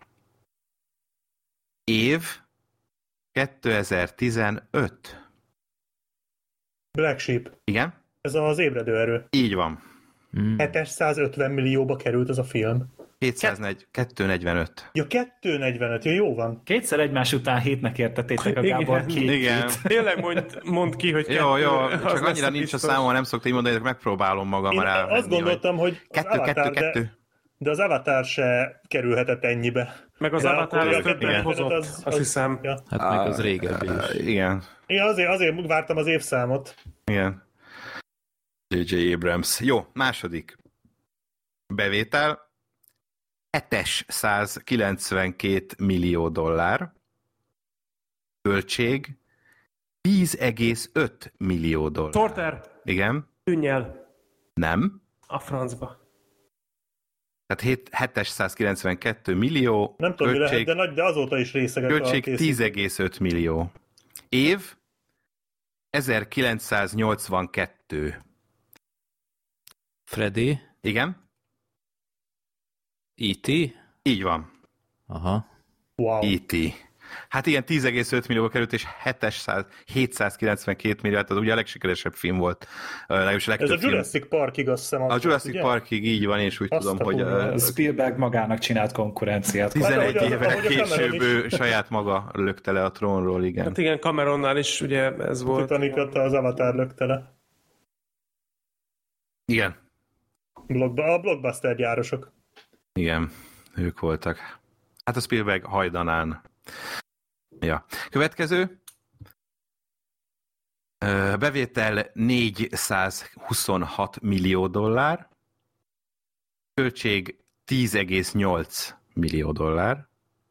Év? 2015. Black Sheep. Igen? Ez az ébredő erő. Így van. 750 millióba került ez a film. 245. Ja, 245, ja, jó van. Kétszer egymás után hétnek értettétek a Gábor Igen. Tényleg mondd ki, hogy Jó, az csak lesz annyira nincs biztos. a számom, nem szokta így mondani, hogy megpróbálom magam Én rá. azt gondoltam, hogy az Avatar, 2. de az Avatar se kerülhetett ennyibe. Meg az Ja, Avatar akkor az többet igen. hozott, azt hiszem. Ja. Hát meg az régebbi is. Igen. Igen, azért vártam az évszámot. Igen. J.J. Abrams. Jó, második bevétel 792 millió dollár. Költség 10,5 millió dollár. Sorter, Igen. tűnj el Nem. a francba. Tehát 792 millió. Nem tudom, mi költség, lehet, de azóta is részeget a költség készítők. 10,5 millió. Év 1982. Freddy? Igen? E.T.? Így van. Aha. Wow. E.T. Hát igen, 10,5 millióba került, és 792 millió, tehát ugye a legsikeresebb film volt. Ez a Jurassic Parkig, azt hiszem. A Jurassic Parkig így van, és úgy Azt tudom, a hogy kurva. Spielberg magának csinált konkurenciát. 11 ahogy évvel a Cameron később is. ő saját maga lökte le a trónról, igen. Hát igen, Cameronnál is ugye ez volt. Titanicot az Avatar lökte le. Igen, A blockbuster gyárosok. igen, ők voltak. Hát a Spielberg hajdanán. Ja. Következő. Bevétel 426 millió dollár. Költség 10,8 millió dollár.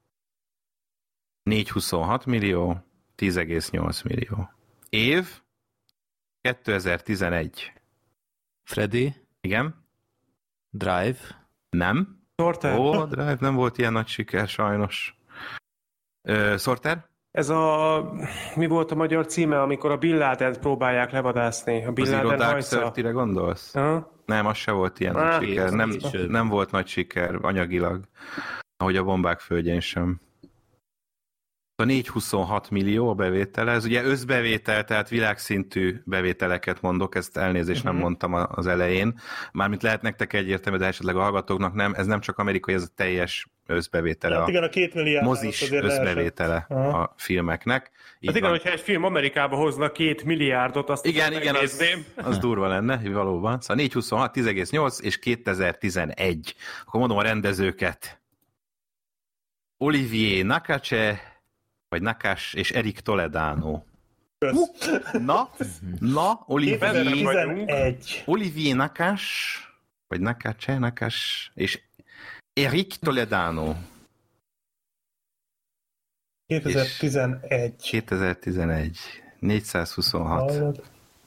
426 millió, 10,8 millió. Év 2011. Freddy? Igen? Drive? Nem? Sorter. Ó, Drive nem volt ilyen nagy siker, sajnos. Sorter? Ez mi volt a magyar címe, amikor a Bin Ladent próbálják levadászni? A Bin Az Zero Laden Dark hajsza. 30-re gondolsz? Aha. Nem, az se volt ilyen nagy siker. később. Nem volt nagy siker anyagilag, ahogy a Bombák földjén sem. A 426 millió a bevétele, ez ugye összbevétel, tehát világszintű bevételeket mondok, ezt elnézést nem mondtam az elején. Mármint lehet nektek egyértelmű, de esetleg a hallgatóknak nem, ez nem csak amerikai, ez a teljes összbevétele, Hát igen, a 2 milliárd mozis azért összbevétele Aha. a filmeknek. Így Hát igen, van. hogyha egy film Amerikába hozna 2 milliárdot, azt Igen, megnézném. az durva lenne, valóban. Szóval 426, 10,8 és 2011. Akkor mondom a rendezőket. Olivier Nakache, vagy Nakache és Eric Toledano. Na, Olivier Nakache, vagy Nakache, és Eric Toledano. 2011. 2011. 426.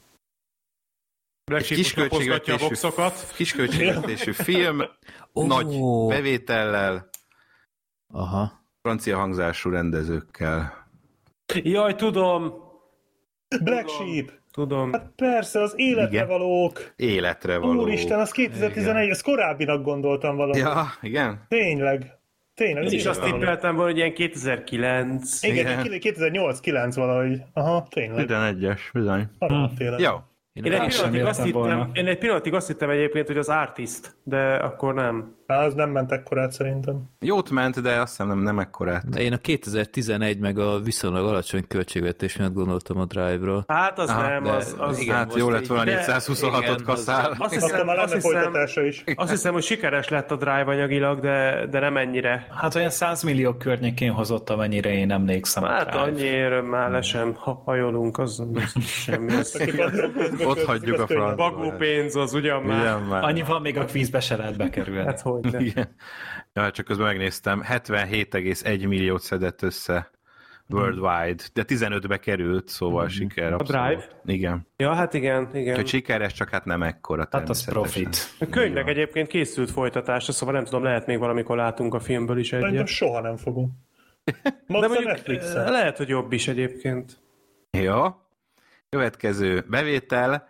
Black Sheep kapozgatja a boxokat. Kisköltségvetésű film, nagy bevétellel, francia hangzású rendezőkkel. Jaj, tudom! Black Sheep! Tudom. Hát persze, az életre valók. Életre valók. Úristen, az 2011, ezt korábbinak gondoltam valahogy. Ja, igen. Tényleg. Én is azt tippeltem volna, hogy ilyen 2009. Igen, 2008-9 valahogy. Aha, tényleg. 11-es, bizony. Jó. Én egy pillanatig azt hittem egyébként, hogy az Artist, de akkor nem. Az nem ment ekkorát szerintem. Jót ment, de azt hiszem nem ekkorát. De én a 2011 meg a viszonylag alacsony költségvetés miatt gondoltam a Drive-ra. Hát az nem, az igen, hát jó lett volna 426-ot kaszál. Aztán már lenne folytatása is. Azt hiszem, hogy sikeres lett a Drive anyagilag, de nem ennyire. Hát olyan 100 millió környékén hozott, amennyire én emlékszem. Hát annyi örömmel sem hajolunk, az semmi. Ott hagyjuk a francba. Bagó pénz az ugyan már. Annyival még a kvízbe se lehet bekerülni. Hát hogy Igen. Ja, csak közben megnéztem, 77,1 milliót szedett össze worldwide, de 15-be került, szóval siker. A abszolút. Drive? Igen. Ja, hát igen. Hogy sikeres, csak hát nem ekkora. Hát az profit. A könyvnek egyébként készült folytatása, szóval nem tudom, lehet még valamikor látunk a filmből is Szerintem egyet. soha nem fogunk. De Max a mondjuk Netflixen. lehet, hogy jobb is egyébként. Ja. Következő bevétel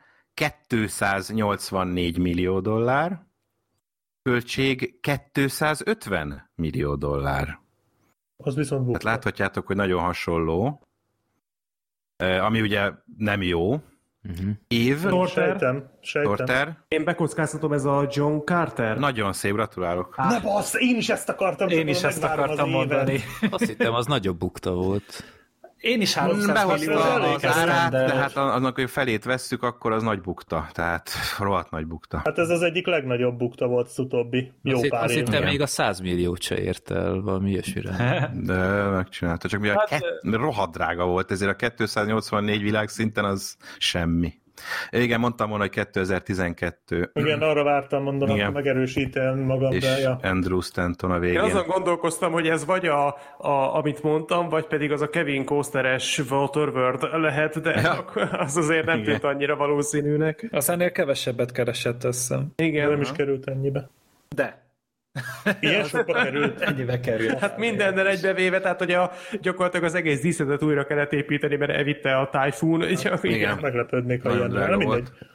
284 millió dollár, költség 250 millió dollár. Az viszont bukta. Tehát láthatjátok, hogy nagyon hasonló, ami ugye nem jó. Év, Sejtem. Torter, Én bekockáztatom, ez a John Carter. nagyon szép, gratulálok. Ne bassz, én is ezt akartam. Én is ezt akartam mondani. Azt hittem, az nagyobb bukta volt. Én is 300 Behozta millióra az árát, de... de hát annak, hogy felét vesszük, akkor az nagy bukta. Tehát rohadt nagy bukta. Hát ez az egyik legnagyobb bukta volt az utóbbi jó pár Azt hittem, évben. még a 100 milliót se ért el, valami ilyesmire. De megcsinálta. Csak mivel rohadt drága volt, ezért a 284 világszinten az semmi. Igen, mondtam volna, hogy 2012. Igen, arra vártam, mondom, Igen. akkor megerősítem magam, És de ja. Andrew Stanton a Én végén. azon gondolkoztam, hogy ez vagy amit mondtam, vagy pedig az a Kevin Costner-es Waterworld lehet, de Ja. az azért nem tűnt annyira valószínűnek. Az ennél kevesebbet keresett, azt hiszem. Igen. Nem is került ennyibe. De. Ilyen sokba került. Ennyibe került. Hát mindennel egybevéve, tehát hogy gyakorlatilag az egész díszletet újra kellett építeni, mert evitte a Typhoon. Igen. Meglepődnék, ha Nagyon ilyen. drága Nem mindegy. volt.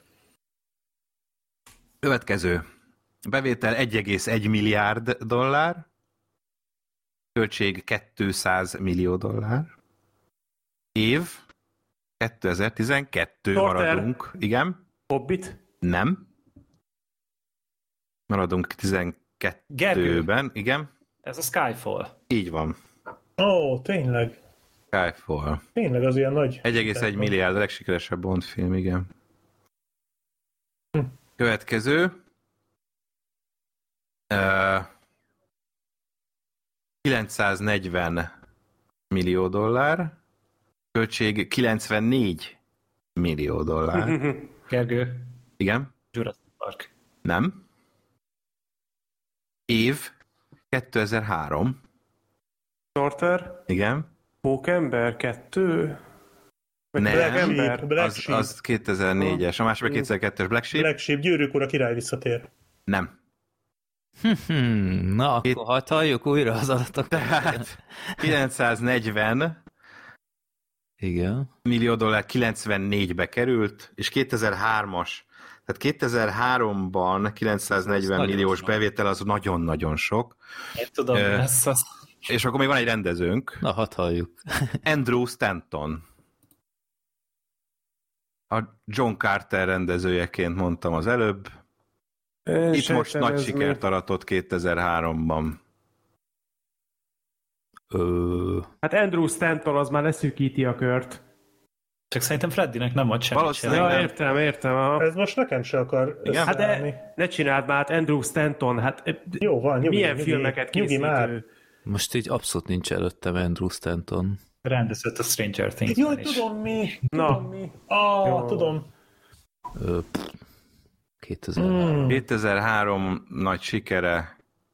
Következő. Bevétel 1,1 milliárd dollár. Költség 200 millió dollár. Év 2012 Torter. maradunk. Igen? Hobbit? Nem. Maradunk 12-ben. Igen? Ez a Skyfall. Így van. Ó, tényleg. Skyfall. Tényleg az ilyen nagy. 1,1 milliárd, a legsikeresebb Bond film, igen. Következő. 940 millió dollár. Költség 94 millió dollár. Gergő. Igen? Jurassic Park. Nem. Év 2003. Torter? Igen. Pókember 2? Vagy Nem. Black Ember? Black Sheep. Az 2004-es, a másik 2002-es Black Sheep. Black Sheep, Gyűrűk ura, király visszatér. Nem. Na, akkor hát halljuk újra az adatokat. Tehát 940 Igen. millió dollár 94-be került, és 2003-as, tehát 2003-ban 940 milliós bevétel az nagyon-nagyon sok. Én tudom, lesz az. És akkor még van egy rendezőnk, Na, hát halljuk. Andrew Stanton. A John Carter rendezőjeként mondtam az előbb. Itt most nagy sikert aratott 2003-ban. Hát Andrew Stanton az már leszűkíti a kört. Csak szerintem Freddynek nem ad semmit sem. Valószínűleg Ja, értem. Aha. Ez most nekem se akar Hát összeállni. ne csináld már, hát Andrew Stanton, hát Jó, van, nyugi, milyen nyugi, filmeket nyugi készít már. ő? Most így abszolút nincs előttem Andrew Stanton. Rendezett a Stranger Jaj, Things-ben is. tudom mi. Na. Tudom mi. Tudom. 2000. 2003 nagy sikere.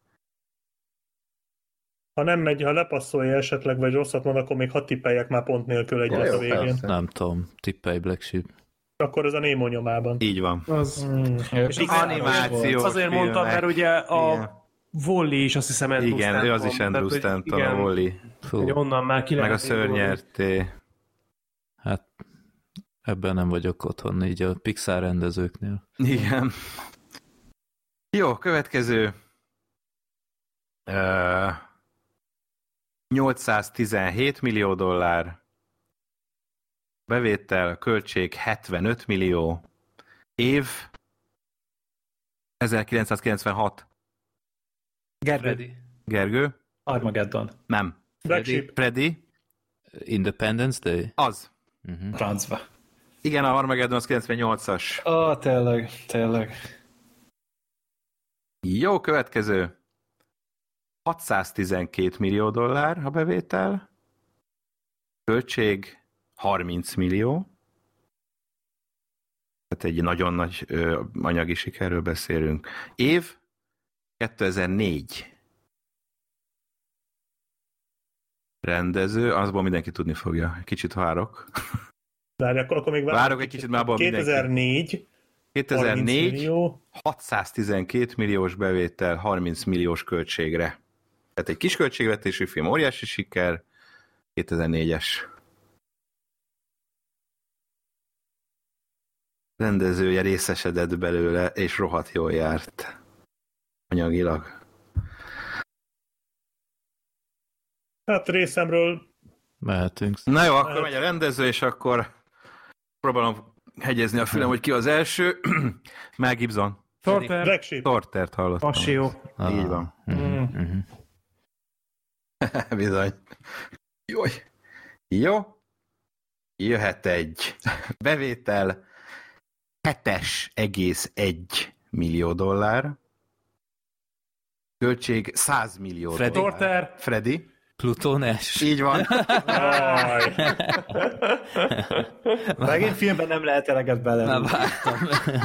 Ha nem megy, ha lepasszolja esetleg, vagy rosszat mond, akkor még hadd tippeljek már pont nélkül egyet a végén. persze. Nem tudom, tippelj Black Sheep. Akkor ez a Nemo nyomában. Így van. Az... És Pixar Animációs Azért mondtam, filmek. mert ugye a Igen. Wall-E is azt hiszem Andrew Igen, Stanton. ő az is Andrew Tehát, hogy Stanton, igen, a Wall-E. hogy onnan már ki Meg a lehet indulni. Szörnyerté. Hát ebben nem vagyok otthon, így a Pixar rendezőknél. Igen. Jó, következő. 817 millió dollár. Bevétel, költség 75 millió. Év 1996. Gergő. Gergő? Armageddon. Nem. Black Sheep. Freddy? Independence Day? Az. Francba. Igen, a Armageddon az 98-as. Tényleg. Jó, következő. 612 millió dollár a bevétel. Költség 30 millió. Tehát egy nagyon nagy anyagi sikerről beszélünk. Év 2004. Rendező, azból mindenki tudni fogja. Kicsit várok. Várj, akkor még Várok egy kicsit, már abból 2004. 2004, Millió. 612 milliós bevétel, 30 milliós költségre. Tehát egy kis költségvetésű film, óriási siker, 2004-es. Rendezője részesedett belőle, és rohadt jól járt. Anyagilag. Hát részemről Mehetünk. Na jó, akkor megy a rendező, és akkor próbálom hegyezni a fülem, hogy ki az első. Mel Gibson. Sorter, Black Sheep. Sortert hallottam. Passió. Így van. Bizony. Jó. Jöhet egy bevétel 7,1 millió dollár. Költség 100 millió Freddy. dollár. Sorter. Freddy. Pluton S. Így van. Aj. Megint filmben nem lehet eleget bele. Már vártam.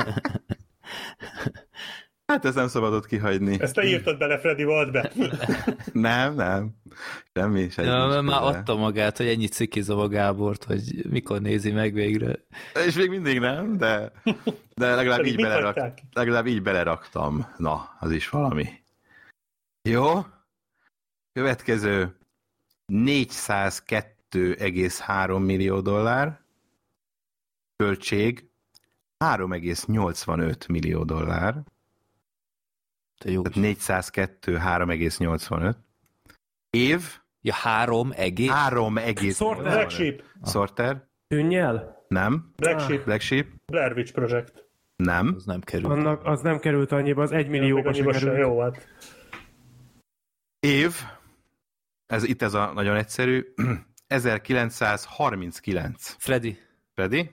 Hát ezt nem szabadott kihagyni. Ezt te írtad bele, Freddy, volt be. Nem. Semmi. Ja, már adta magát, hogy ennyit cikizom a Gábort, hogy mikor nézi meg végre. És még mindig nem, de legalább Pedig így, mit hagyták? legalább így beleraktam. Na, az is valami. Jó. Következő 402,3 millió dollár. Költség 3,85 millió dollár. Te jó. Tehát 402, 3,85. Év Ja, 3 egész? 3,85. Sorter. Black Sheep. Sorter? Tűnjel? Nem. Black Sheep. Black Sheep? Blair Witch Project. Nem. Az nem kerül. Annak az nem került annyiba, az 1 Még millióba se annyiba se, került. jó, hát. Év, ez a nagyon egyszerű, 1939. Freddy. Freddy?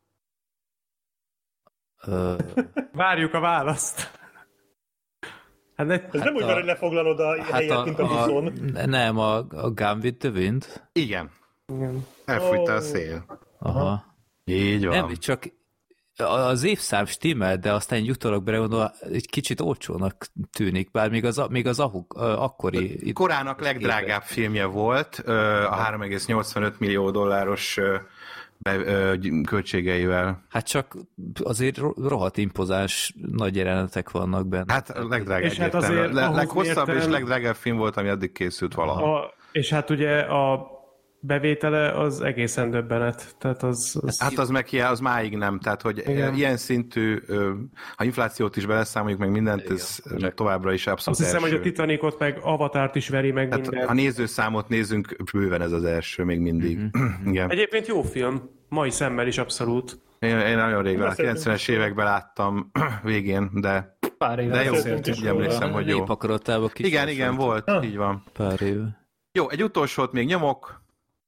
Várjuk a választ. Hát Ez nem úgy van, hogy lefoglalod a helyet, mint a buszon. Nem, a Gone with the Wind. Igen. igen. Elfújta a szél. Aha. Így van. Nem, csak az évszám stimmel, de aztán egy utólag belegondolva egy kicsit olcsónak tűnik, bár még az akkori... Korának legdrágább filmje volt, a 3,85 millió dolláros költségeivel. Hát csak azért rohadt impozáns nagy jelenetek vannak benne. Hát a legdrágább. És hát azért leghosszabb ahhoz és mérten- legdrágább film volt, ami addig készült valaha. És hát ugye a bevétele az egészen döbbenet. Tehát az... Hát az máig nem, tehát hogy Igen. ilyen szintű, ha inflációt is beleszámoljuk meg mindent, Igen. ez továbbra is abszolút Azt hiszem, első. hogy a Titanicot meg Avatárt is veri meg Tehát, minden. ha nézőszámot nézünk, bőven ez az első még mindig. Igen. Egyébként jó film. Mai szemmel is abszolút. Én nagyon régen, a Beszéltünk 90-es években láttam végén, Pár éve de jó, beszéltünk is úgy emlékszem, hogy jó. Népakaratában kis Igen, volt, így van. Pár éve. Jó, egy utolsót még nyomok.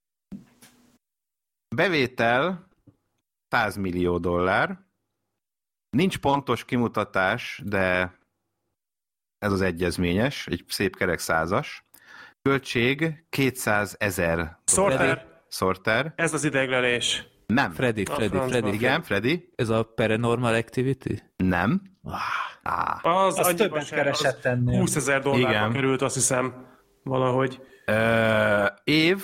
Bevétel $100 millió. Nincs pontos kimutatás, de ez az egyezményes, egy szép kerek 100-as. Költség $200,000. Sorter. Ez az ideglelés. Nem. Freddy. Igen, Freddy. Ez a Paranormal Activity? Nem. Az többet keresett ennél. $20,000 Igen. került, azt hiszem, valahogy. Év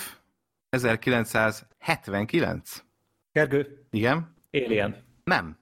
1979. Gergő, Igen. Alien. Nem.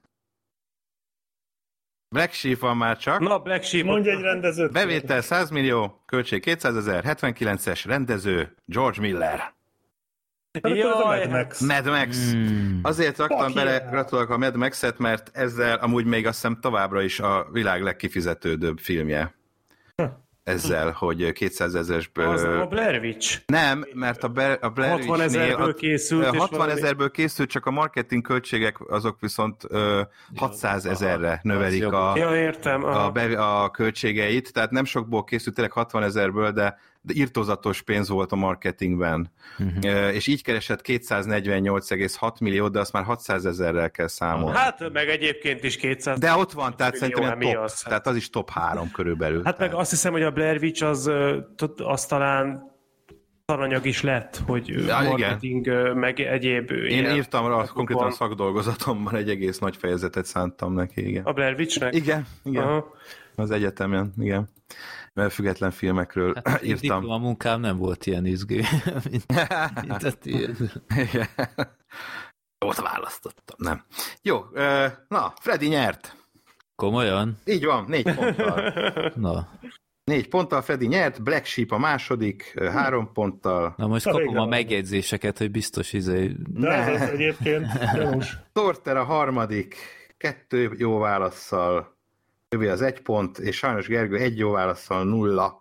Black Sheep van már csak. Na, Black Sheep. Mondj egy rendezőt. Bevétel 100 millió, költség 200,000, 79-es, rendező George Miller. Jaj, Mad Max. Azért raktam bele, gratulálok a Mad Max-et, mert ezzel amúgy még azt hiszem továbbra is a világ legkifizetődőbb filmje. Ezzel, hogy 200,000-esből... Az a Blair Witch. Nem, mert a Blair 60 000-ből készült. 60 000-ből készült, csak a marketing költségek azok viszont 600,000-re növelik értem. a költségeit, tehát nem sokból készült, tényleg 60 000-ből, de irtózatos pénz volt a marketingben. És így keresett 248,6 milliót, de azt már 600,000-rel kell számolni. Hát, meg egyébként is 200. De ott van, tehát szerintem millió, top, tehát az is top 3 körülbelül. Hát meg azt hiszem, hogy a Blair Witch az talán tananyag is lett, hogy marketing, meg egyéb... Én írtam rá konkrétan a szakdolgozatomban egy egész nagy fejezetet szántam neki, igen. A Blair Witchnek? Igen. Az egyetemen, igen. Mert független filmekről írtam. A munkám nem volt ilyen izgő, mint a tiéd. Igen. Ott választottam, nem. Jó, na, Freddy nyert. Komolyan? Így van, 4 ponttal. Na. 4 ponttal Freddy nyert, Black Sheep a második, 3 ponttal. Na most kapom a megjegyzéseket, hogy biztos De ez az egyébként gyanús. Sorter a harmadik, 2 jó válasszal, többi az 1 pont, és sajnos Gergő 1 jó válasszal 0.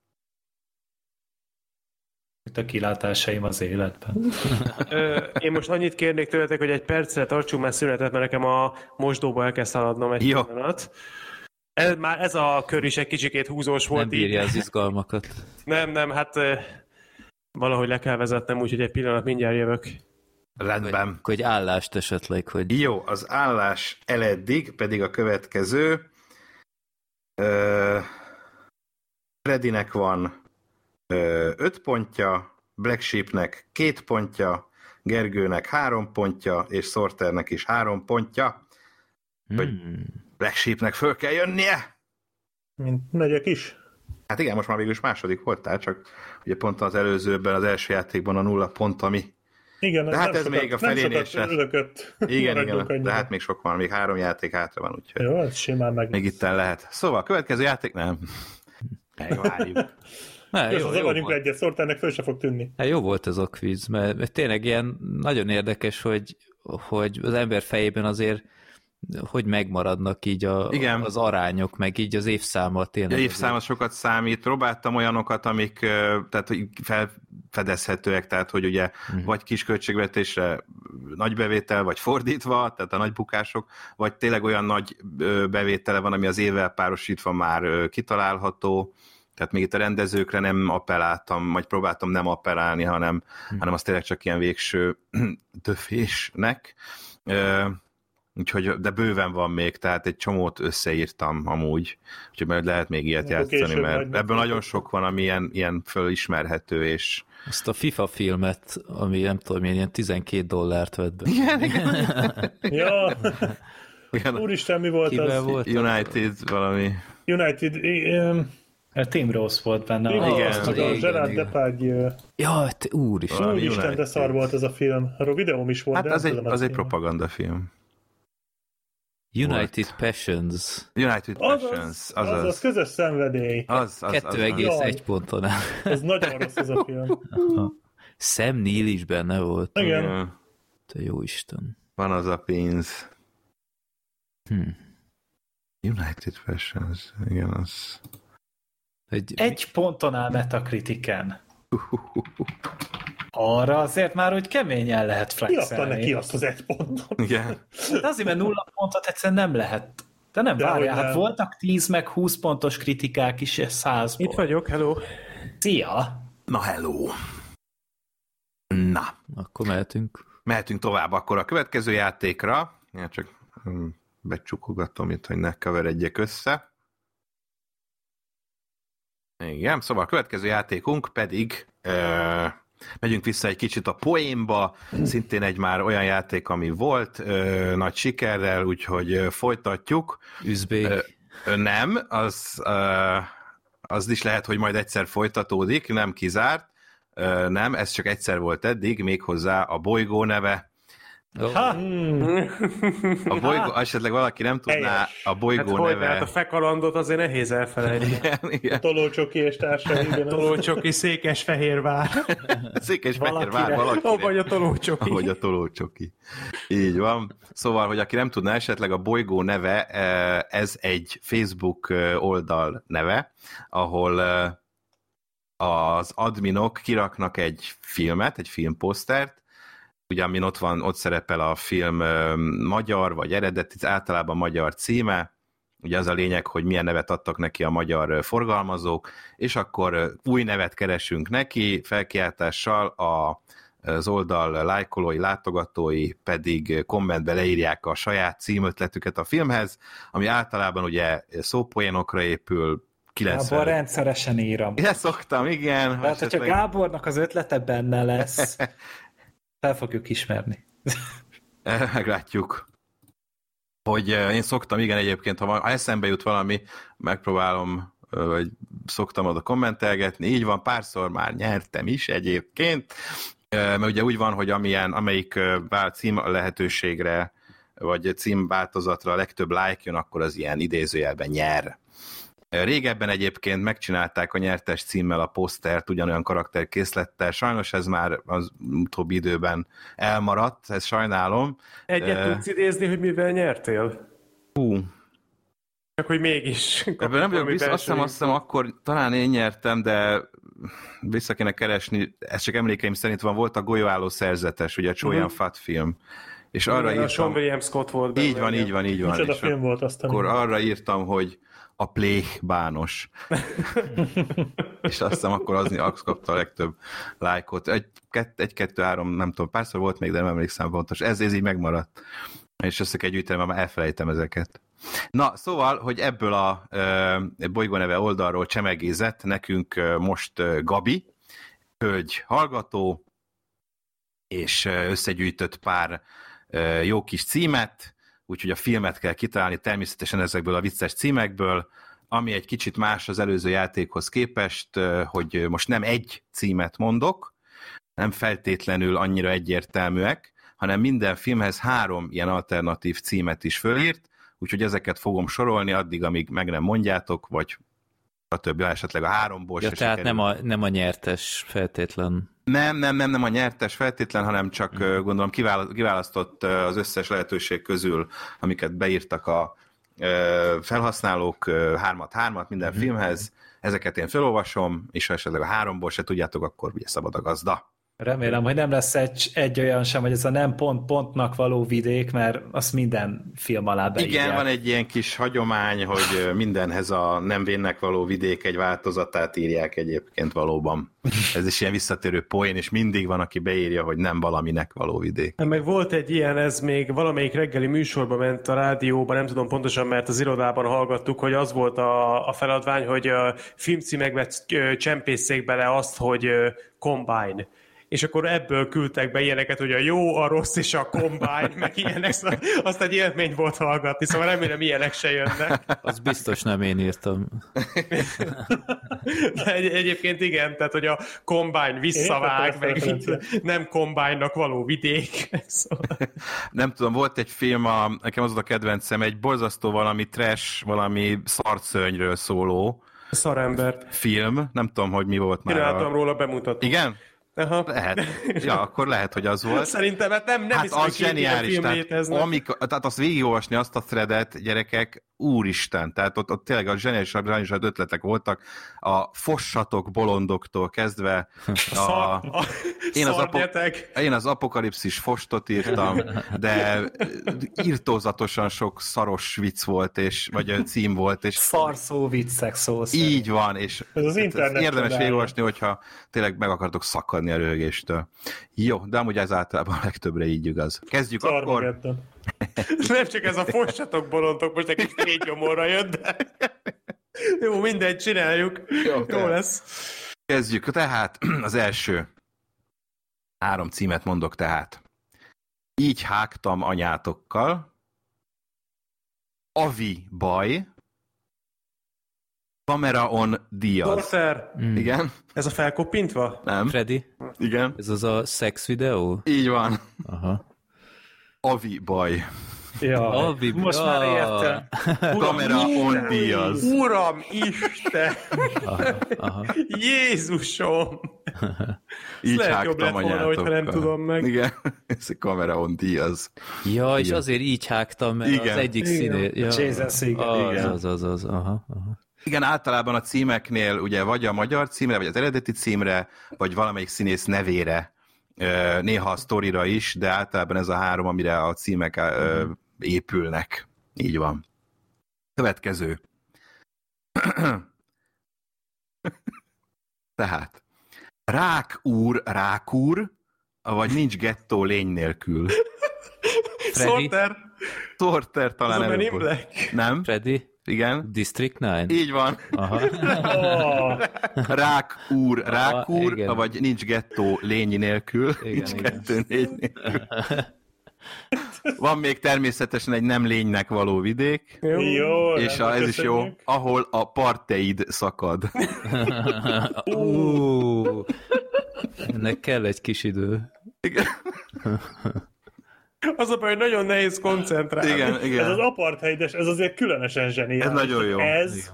Itt a kilátásaim az életben. Én most annyit kérnék tőletek, hogy egy percre tartsunk már szünetet, mert nekem a mosdóba el kell szaladnom egy pillanat. Ez a kör is egy kicsikét húzós volt. Nem bírja az izgalmakat. Nem, hát valahogy le kell vezetnem, úgyhogy egy pillanat mindjárt jövök. Rendben. Hogy állást esetleg, hogy... Jó, az állás eleddig, pedig a következő. Freddynek van 5 pontja, Black Sheepnek 2 pontja, Gergőnek 3 pontja, és Sorternek is 3 pontja. Hogy Black Sheepnek föl kell jönnie. Mint megyek is. Hát igen, most már végül is második voltál, csak ugye pont az előzőben, az első játékban a 0 pont, ami... Igen, de hát ez sokat, még a felénél sem. Igen, de hát még sok van, még 3 játék hátra van, úgyhogy... Jó, ez simán meg. Még itten lehet. Szóval a következő játék nem. Várjuk. Jó, zavarjunk egyet, Sorternek föl se fog tűnni. Hát jó volt ez a quiz, mert tényleg ilyen nagyon érdekes, hogy az ember fejében azért hogy megmaradnak így az arányok, meg így az évszámmal tényleg. Évszámmal sokat számít. Próbáltam olyanokat, amik tehát, felfedezhetőek, tehát hogy ugye vagy kis költségvetésre nagy bevétel, vagy fordítva, tehát a nagy bukások, vagy tényleg olyan nagy bevétele van, ami az évvel párosítva már kitalálható. Tehát még itt a rendezőkre nem appelláltam, vagy próbáltam nem appellálni, hanem az tényleg csak ilyen végső döfésnek. Úgyhogy, de bőven van még, tehát egy csomót összeírtam amúgy, úgyhogy majd lehet még ilyet játszani, mert ebből nagyon sok van, ami ilyen fölismerhető, és... Azt a FIFA filmet, ami nem tudom, ilyen $12 vett be. Igen. Ja. Úristen, mi volt Kivel az? volt United valami. United... Tim Rose volt benne. Igen, Gerard Depardieu. Ja, úristen. Úristen, de szar volt ez a film. Arról videóm is volt. Hát de az egy propagandafilm. United Passions. United Passions. Az közös szenvedély. 2,1 ponton áll. Ez nagyon rossz ez a film. Sam Neill is benne volt. Igen. Te jó Isten. Van az a pénz. United Passions. Igen, az... 1 ponton áll Metacritiken. Arra azért már, hogy keményen lehet flexelni. Kiadta neki azt az 1 pontot. Igen. De azért, mert 0 pontot egyszerűen nem lehet. De nem, várjál, hát voltak 10 meg 20 pontos kritikák is, és 100 pont. Itt vagyok, hello. Szia! Na, hello! Na. Akkor Mehetünk tovább akkor a következő játékra. Ja, csak becsukogatom itt, hogy ne keveredjek össze. Igen, szóval a következő játékunk pedig megyünk vissza egy kicsit a poénba, szintén egy már olyan játék, ami volt nagy sikerrel, úgyhogy folytatjuk. Üzbék. Nem, az is lehet, hogy majd egyszer folytatódik, nem kizárt. Nem, ez csak egyszer volt eddig, méghozzá a bolygó neve. Ha! A bolygó, esetleg valaki nem tudná, a bolygó neve... Hát a fekalandot azért nehéz elfelejteni. Igen. Tolócsoki és társai. Tolócsoki, Székesfehérvár. Székesfehérvár valakire. Ahogy a Tolócsoki. Ahogy a Tolócsoki. Így van. Szóval, hogy aki nem tudná, esetleg a bolygó neve, ez egy Facebook oldal neve, ahol az adminok kiraknak egy filmet, egy filmposztert, ugye amin ott szerepel a film magyar, vagy eredeti, általában magyar címe, ugye az a lényeg, hogy milyen nevet adtak neki a magyar forgalmazók, és akkor új nevet keresünk neki, felkiáltással az oldal lájkolói, látogatói pedig kommentbe leírják a saját címötletüket a filmhez, ami általában ugye szópoénokra épül, 90. Gábor rendszeresen írom. Igen, szoktam, igen. Tehát, hogyha Gábornak az ötlete benne lesz, fel fogjuk ismerni. Meglátjuk. Hogy én szoktam, igen, egyébként, ha eszembe jut valami, megpróbálom, vagy szoktam oda kommentelgetni, így van, párszor már nyertem is egyébként, mert ugye úgy van, hogy amelyik cím lehetőségre, vagy címváltozatra a legtöbb like jön, akkor az ilyen idézőjelben nyer. Régebben egyébként megcsinálták a nyertes címmel a posztert, ugyanolyan karakterkészlettel. Sajnos ez már az utóbbi időben elmaradt, ezt sajnálom. Egyet tudsz idézni, hogy mivel nyertél? Csak hogy mégis. Ebből nem vagyok biztos, azt hiszem, akkor talán én nyertem, de vissza kéne keresni, ez csak emlékeim szerint volt a Golyóálló szerzetes, ugye a Choyan Fat film. És arra írtam, a Sean William Scott volt benne. Így van. Micsoda film volt aztán. Akkor arra írtam, hogy a plébános. És azt hiszem, akkor az kapta a legtöbb lájkot. Egy-kettő-három, nem tudom, párszor volt még, de nem emlékszem pontos. Ez így megmaradt. És össze kell gyűjteni, már elfelejtem ezeket. Na, szóval, hogy ebből a bolygóneve oldalról csemegézett nekünk most Gabi, hölgy hallgató, és összegyűjtött pár jó kis címet, úgyhogy a filmet kell kitalálni természetesen ezekből a vicces címekből, ami egy kicsit más az előző játékhoz képest, hogy most nem egy címet mondok, nem feltétlenül annyira egyértelműek, hanem minden filmhez 3 ilyen alternatív címet is fölírt, úgyhogy ezeket fogom sorolni addig, amíg meg nem mondjátok, vagy a többi, esetleg a 3-ból se tehát sikerül. nem a nyertes feltétlen. Nem a nyertes feltétlen, hanem csak gondolom kiválasztott az összes lehetőség közül, amiket beírtak a felhasználók, 3-3 minden filmhez, ezeket én felolvasom, és ha esetleg a 3-ból se tudjátok, akkor ugye szabad a gazda. Remélem, hogy nem lesz egy olyan sem, hogy ez a nem pontnak való vidék, mert azt minden film alá beírják. Igen, van egy ilyen kis hagyomány, hogy mindenhez a nem vénnek való vidék egy változatát írják egyébként valóban. Ez is ilyen visszatérő poén, és mindig van, aki beírja, hogy nem valaminek való vidék. Meg volt egy ilyen, ez még valamelyik reggeli műsorban ment a rádióban, nem tudom pontosan, mert az irodában hallgattuk, hogy az volt a feladvány, hogy a filmcímekbe csempészék bele azt, hogy Combine. És akkor ebből küldtek be ilyeneket, hogy a jó, a rossz és a Combine, meg ilyenek, azt egy élmény volt hallgatni, szóval remélem ilyenek se jönnek. Az biztos nem én írtam. De egyébként igen, tehát hogy a Combine visszavág, meg így, nem Combine-nak való vidék. Szóval. Nem tudom, volt egy film, nekem az a kedvencem, egy borzasztó valami trash, valami szarszörnyről szóló Szarember. film, nem tudom, hogy mi volt már. Csináltam róla bemutatom. Igen? Aha. Lehet. Ja, akkor lehet, hogy az volt. Szerintem nem Hát hiszem, az hogy két ilyen zseniális, film tehát, létezne. tehát azt végigolvasni azt a threadet, gyerekek, úristen, tehát ott tényleg a zseniális ötletek voltak, a fossatok bolondoktól kezdve, én az apokalipszis fostot írtam, de írtózatosan sok szaros vicc volt, vagy cím volt, és Szarszó viccek szó szerint. így van, és Ez az internet érdemes csodája. végigolvasni, hogyha tényleg meg akartok szakadni a röhögéstől. Jó, de amúgy ez általában a legtöbbre így igaz. Kezdjük akkor. Szarmageddon. Nem csak ez a fossatok bolondok, most egy kis trégyomorra jött, de... Jó, mindegy, csináljuk. Jó lesz. Kezdjük tehát az első 3 címet mondok tehát. Így hágtam anyátokkal, Avi baj, Cameron Diaz. Porter, Igen? ez a felkoppintva? Nem? Freddy, Igen? ez az a szex videó? Így van. Aha. Avi baj. Ja, most már értem. Cameron Diaz. Uram Isten! Aha. Jézusom! Így lehet jobb lett hágtam volna, hogyha nem anyátokkal. tudom meg. Igen, ez a Cameron Diaz. Ja, és Igen. azért így hágtam, mert Igen. az egyik színé... Ja, Jason Segel, igen. az. Aha. Igen, általában a címeknél ugye vagy a magyar címre, vagy az eredeti címre, vagy valamelyik színész nevére, néha a sztorira is, de általában ez a 3, amire a címek épülnek. Így van. Következő. Tehát, Rák úr, vagy nincs gettó lény nélkül. Freddy, Sorter, Sorter talán az a Men in előbb volt. Black. Nem? Freddy, Igen? District 9? Így van. Aha. Oh, Rák úr, igen. vagy nincs gettó lényi nélkül, Igen, nincs igen. kettő lény nélkül. Van még természetesen egy nem lénynek való vidék, jó, és ez is jó, ahol a parteid szakad. Ennek kell egy kis idő. Igen, Az a baj, hogy nagyon nehéz koncentrálni. igen. Ez az igen. apartheides, ez azért különösen zseniális. Ez nagyon jó. Ez...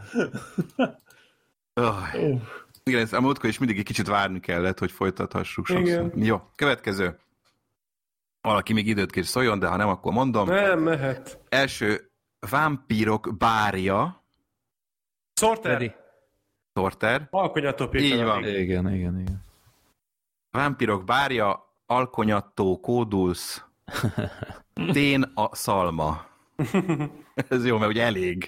Igen, ez a múltkor is mindig egy kicsit várni kellett, hogy folytathassuk sokszor. Igen. Jó, következő. Valaki még időt kér szóljon, de ha nem, akkor mondom. Nem, mehet. Első, vámpírok bárja, Sorter, Freddy. Sorter. alkonyattól Így van. Igen. Vámpírok bárja, alkonyattó kódulsz, tén a szalma. Ez jó, mert ugye elég.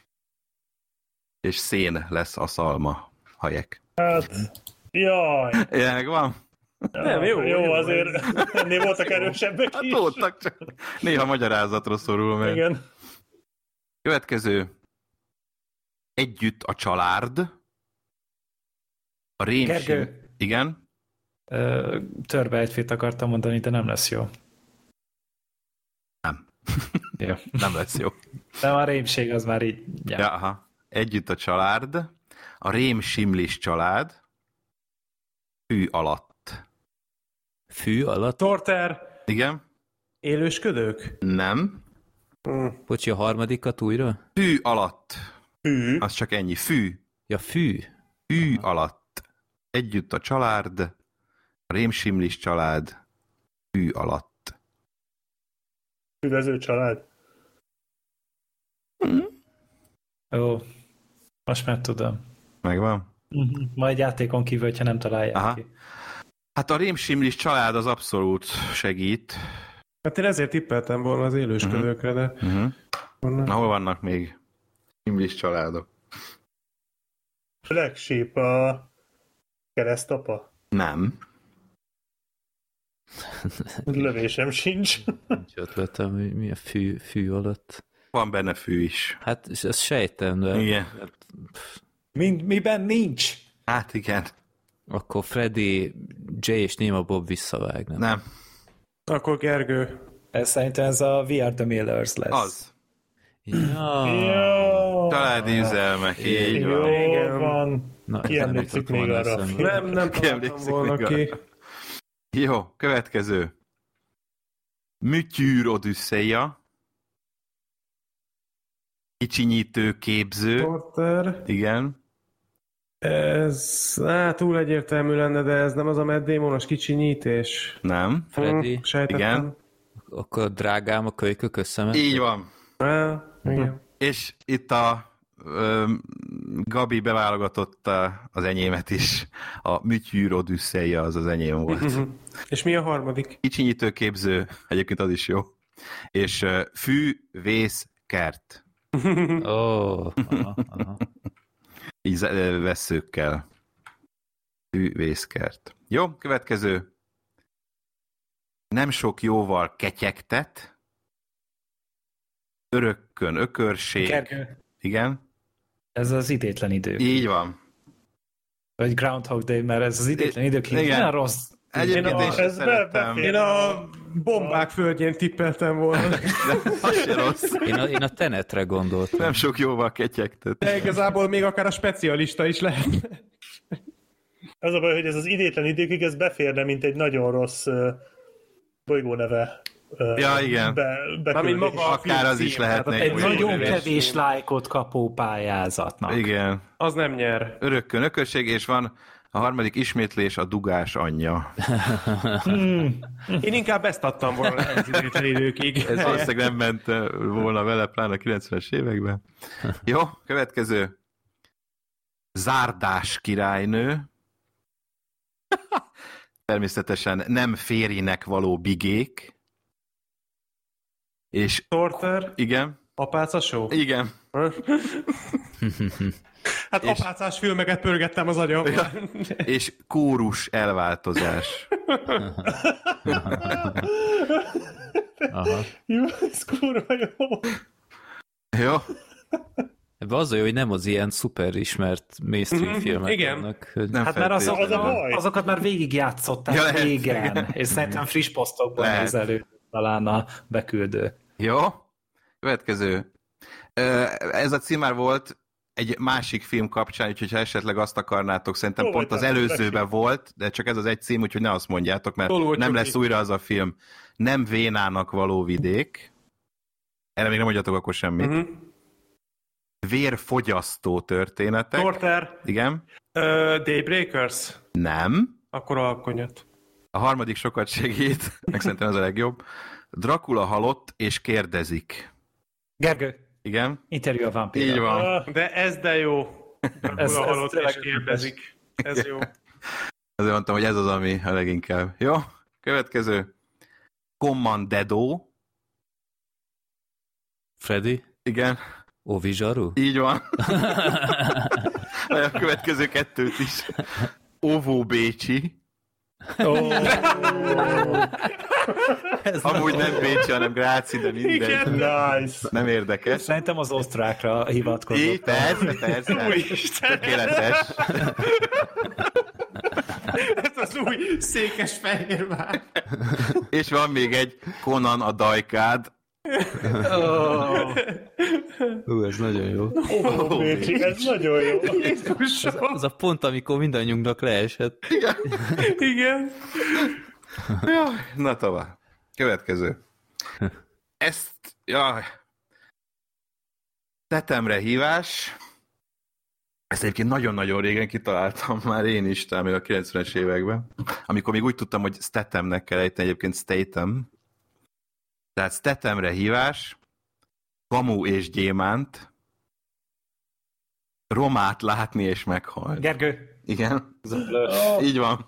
És szén lesz a szalma. Hajek. Hát, jaj. Ilyenek van? Nem, jó, Jó, azért ennél voltak erősebbek Hát is. voltak, csak néha magyarázatra szorul meg. Igen. Következő. Együtt a család. A rémség. Gergő. Igen? Törbe egyfét akartam mondani, de nem lesz jó. Nem. Jó. Nem lesz jó. De a rémség az már így... Ja, aha. Együtt a család. A rémsimlis család. Fű alatt. Fű alatt? Sorter, Igen? élősködők? Nem. Bocsi, a harmadikat újra? Fű alatt. Hű. Az csak ennyi. Fű. Ja, fű. Fű alatt. Együtt a család. A rémsimlis család. Fű alatt. Üdvözlő család. Jó. Most már tudom. Megvan? Majd játékon kívül, hogyha nem találják Aha. ki. Hát a rémsimlis család az abszolút segít. Hát én ezért tippeltem volna az élősködőkre, de... Na, hol vannak még simlis családok? Black Sheep a keresztapa. Nem. Lövésem sincs. Nincs ötletem, hogy mi a fű alatt. Van benne fű is. Hát ezt sejtem, de... Igen. Miben nincs? Hát igen. Akkor Freddy, Jay és Néma Bob visszavág, nem? Nem. Akkor Gergő. Szerintem ez a We Are The Millers lesz. Az. Ja. Jó. Családi üzelmek, így Jó van. Igen. van. Na, Ki nem emlékszik jutott még volna arra a eszembe. filmre? Nem Ki találtam emlékszik volna még ki. arra? Jó, következő. Műtyűr Odüsszeja. Kicsinyítő képző. Sorter, Igen. Ez túl egyértelmű lenne, de ez nem az a Matt Damonos kicsinyítés. Nem. Freddy, Sejtettem. akkor drágám a kölykök összement. Így van. Igen. És itt a Gabi beválogatott az enyémet is. A Műtyűr Odüsszeia az enyém volt. És mi a harmadik? Kicsinyítőképző, egyébként az is jó. És fű, vész, kert. Aha. Így vesszőkkel. Fű, vész, kert. Jó, következő. Nem sok jóval ketyegtet. Örökkön ökörség. Gergő, Igen. ez az idétlen idő. Így van. Vagy Groundhog Day, mert ez az idétlen idők Igen. ilyen rossz. Egyébként én sem szerettem. Én a bombák földjén tippeltem volna. De az se rossz. Én a Tenetre gondoltam. Nem sok jóval ketyegtet. De igazából még akár a specialista is lehet. Az a baj, hogy ez az idétlen időkig ez beférne, mint egy nagyon rossz bolygóneve. Ja, igen. Amint maga a Akár az film is cím, lehetne tehát egy Egy az nagyon bolygóneve. kevés lájkot kapó pályázatnak. Igen. Az nem nyer. Örökkön ökörség, és van a harmadik ismétlés, a dugás anyja. Én inkább ezt adtam volna az idétlen időkig. Ez valószínűleg nem ment volna vele, pláne a 90-es években. Jó, következő. Zárdás királynő. Természetesen nem férjnek való bigék. És Sorter, igen, apáca show? igen. Hát És- apácás filmeket pörgettem az agyamban. És kórus elváltozás. Aha. Jó, ez kurva jó. Jó? Ebben az a jó, hogy nem az ilyen szuper ismert mainstream filmek igen. vannak. Hogy... Nem Hát már Az a baj. azokat már végigjátszották Ja, lehet, régen, igen. és szerintem friss posztokban Lehet. néz elő talán a beküldő. Jó? Következő. Ez a címár volt egy másik film kapcsán, úgyhogy ha esetleg azt akarnátok, szerintem Jó, pont az vagy előzőben volt, de csak ez az egy cím, úgyhogy ne azt mondjátok, mert Tolócsoki. nem lesz újra az a film. Nem Vénának való vidék. Erre még nem mondjatok akkor semmit. Mhm. Vérfogyasztó történetek. Sorter, Igen. Daybreakers? Nem. Akkor alkonyat. A harmadik sokat segít, meg szerintem ez a legjobb. Dracula halott és kérdezik. Gergő, Igen. interjú a vámpírral. Így van. De jó. Ez Dracula halott tényleg és kérdezik. Ez jó. Azért mondtam, hogy ez az, ami a leginkább. Jó, következő. Commandado. Freddy? Igen, Ovi Zsaru? így van. A következő kettőt is. Óvó Bécsi. Amúgy nem Bécsi, hanem Gráci, de mindegy. Igen. Nice. Nem érdekes. Szerintem az osztrákra hivatkozott. Így, persze. Úristen. Tökéletes. Ez az új Székesfehérvár. És van még egy Conan a dajkád. Ez nagyon jó. Ó, Bécsi, ez nagyon jó. Jézusom. Az a pont, amikor mindannyiunknak leesett. Igen. Jaj, na tovább. Következő. Ezt, jaj. Tetemre hívás. Ezt egyébként nagyon-nagyon régen kitaláltam már én is, talán még a 90-es években. Amikor még úgy tudtam, hogy Stathemnek kell ejteni, egyébként Statham. Tehát Stathamre hívás, Kamu és Gyémánt, Romát látni és meghalni. Gergő. Igen? Így van.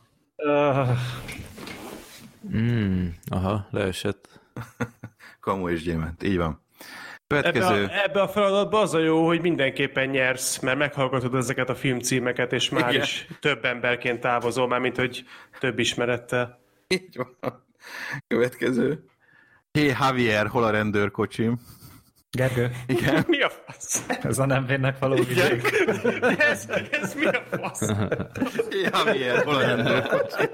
Aha, leesett. Kamu és Gyémánt, így van. Következő. Ebbe a feladatban az a jó, hogy mindenképpen nyersz, mert meghallgatod ezeket a filmcímeket, és már Igen. is több emberként távozol, már mint hogy több ismerettel. Így van. Következő. Hé, Javier, hol a rendőrkocsim? Gergő. Igen. Mi a fasz? Ez a nem vénnek való vidék. Ez mi a fasz? Hé, Javier, hol a rendőrkocsim?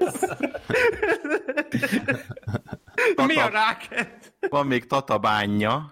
Mi a ráket? Van még Tatabánya.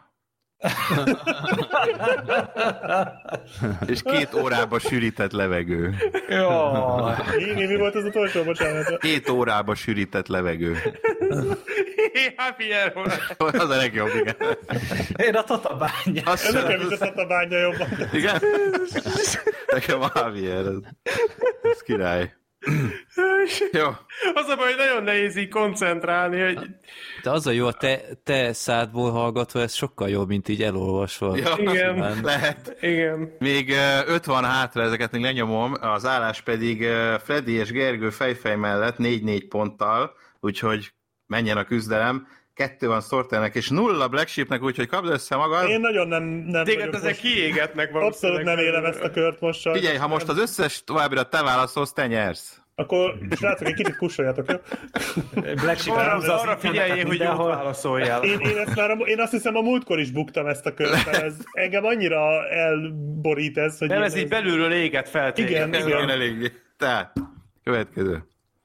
És 2 órába sűrített levegő. Mi volt az utolsó, bocsánat? 2 órába sűrített levegő. Javier, hol Az a legjobb, igen. Én a tatabánya. Azt Ez sem- nekem is a tatabánya jobban. Igen? Nekem a Javier, ez király. Jó. Az a baj, hogy nagyon nehéz így koncentrálni, hogy... De az a jó, a te szádból hallgatva, ez sokkal jobb, mint így elolvasva. Ja, Igen. lehet. Igen. Még 5 van hátra, ezeket még lenyomom, az állás pedig Freddy és Gergő fejfej mellett 4-4 ponttal, úgyhogy menjen a küzdelem. 2 van Sorternek és 0 Black Sheepnek, úgyhogy kapd össze magad. Én nagyon nem Téged ezek kiégetnek valószínűleg. Abszolút nem élem ezt a kört most. Figyelj, ha most az összes továbbira te válaszolsz, te nyersz. Akkor srácok, egy kicsit kussoljatok, jó? Black Sheep Arra figyeljél, hogy jót válaszoljál. Én azt hiszem a múltkor is buktam ezt a kört, mert ez engem annyira elborít ez, hogy... Nem, ez így belülről éget fel téged. Igen. Eléggé. Tehát, következő.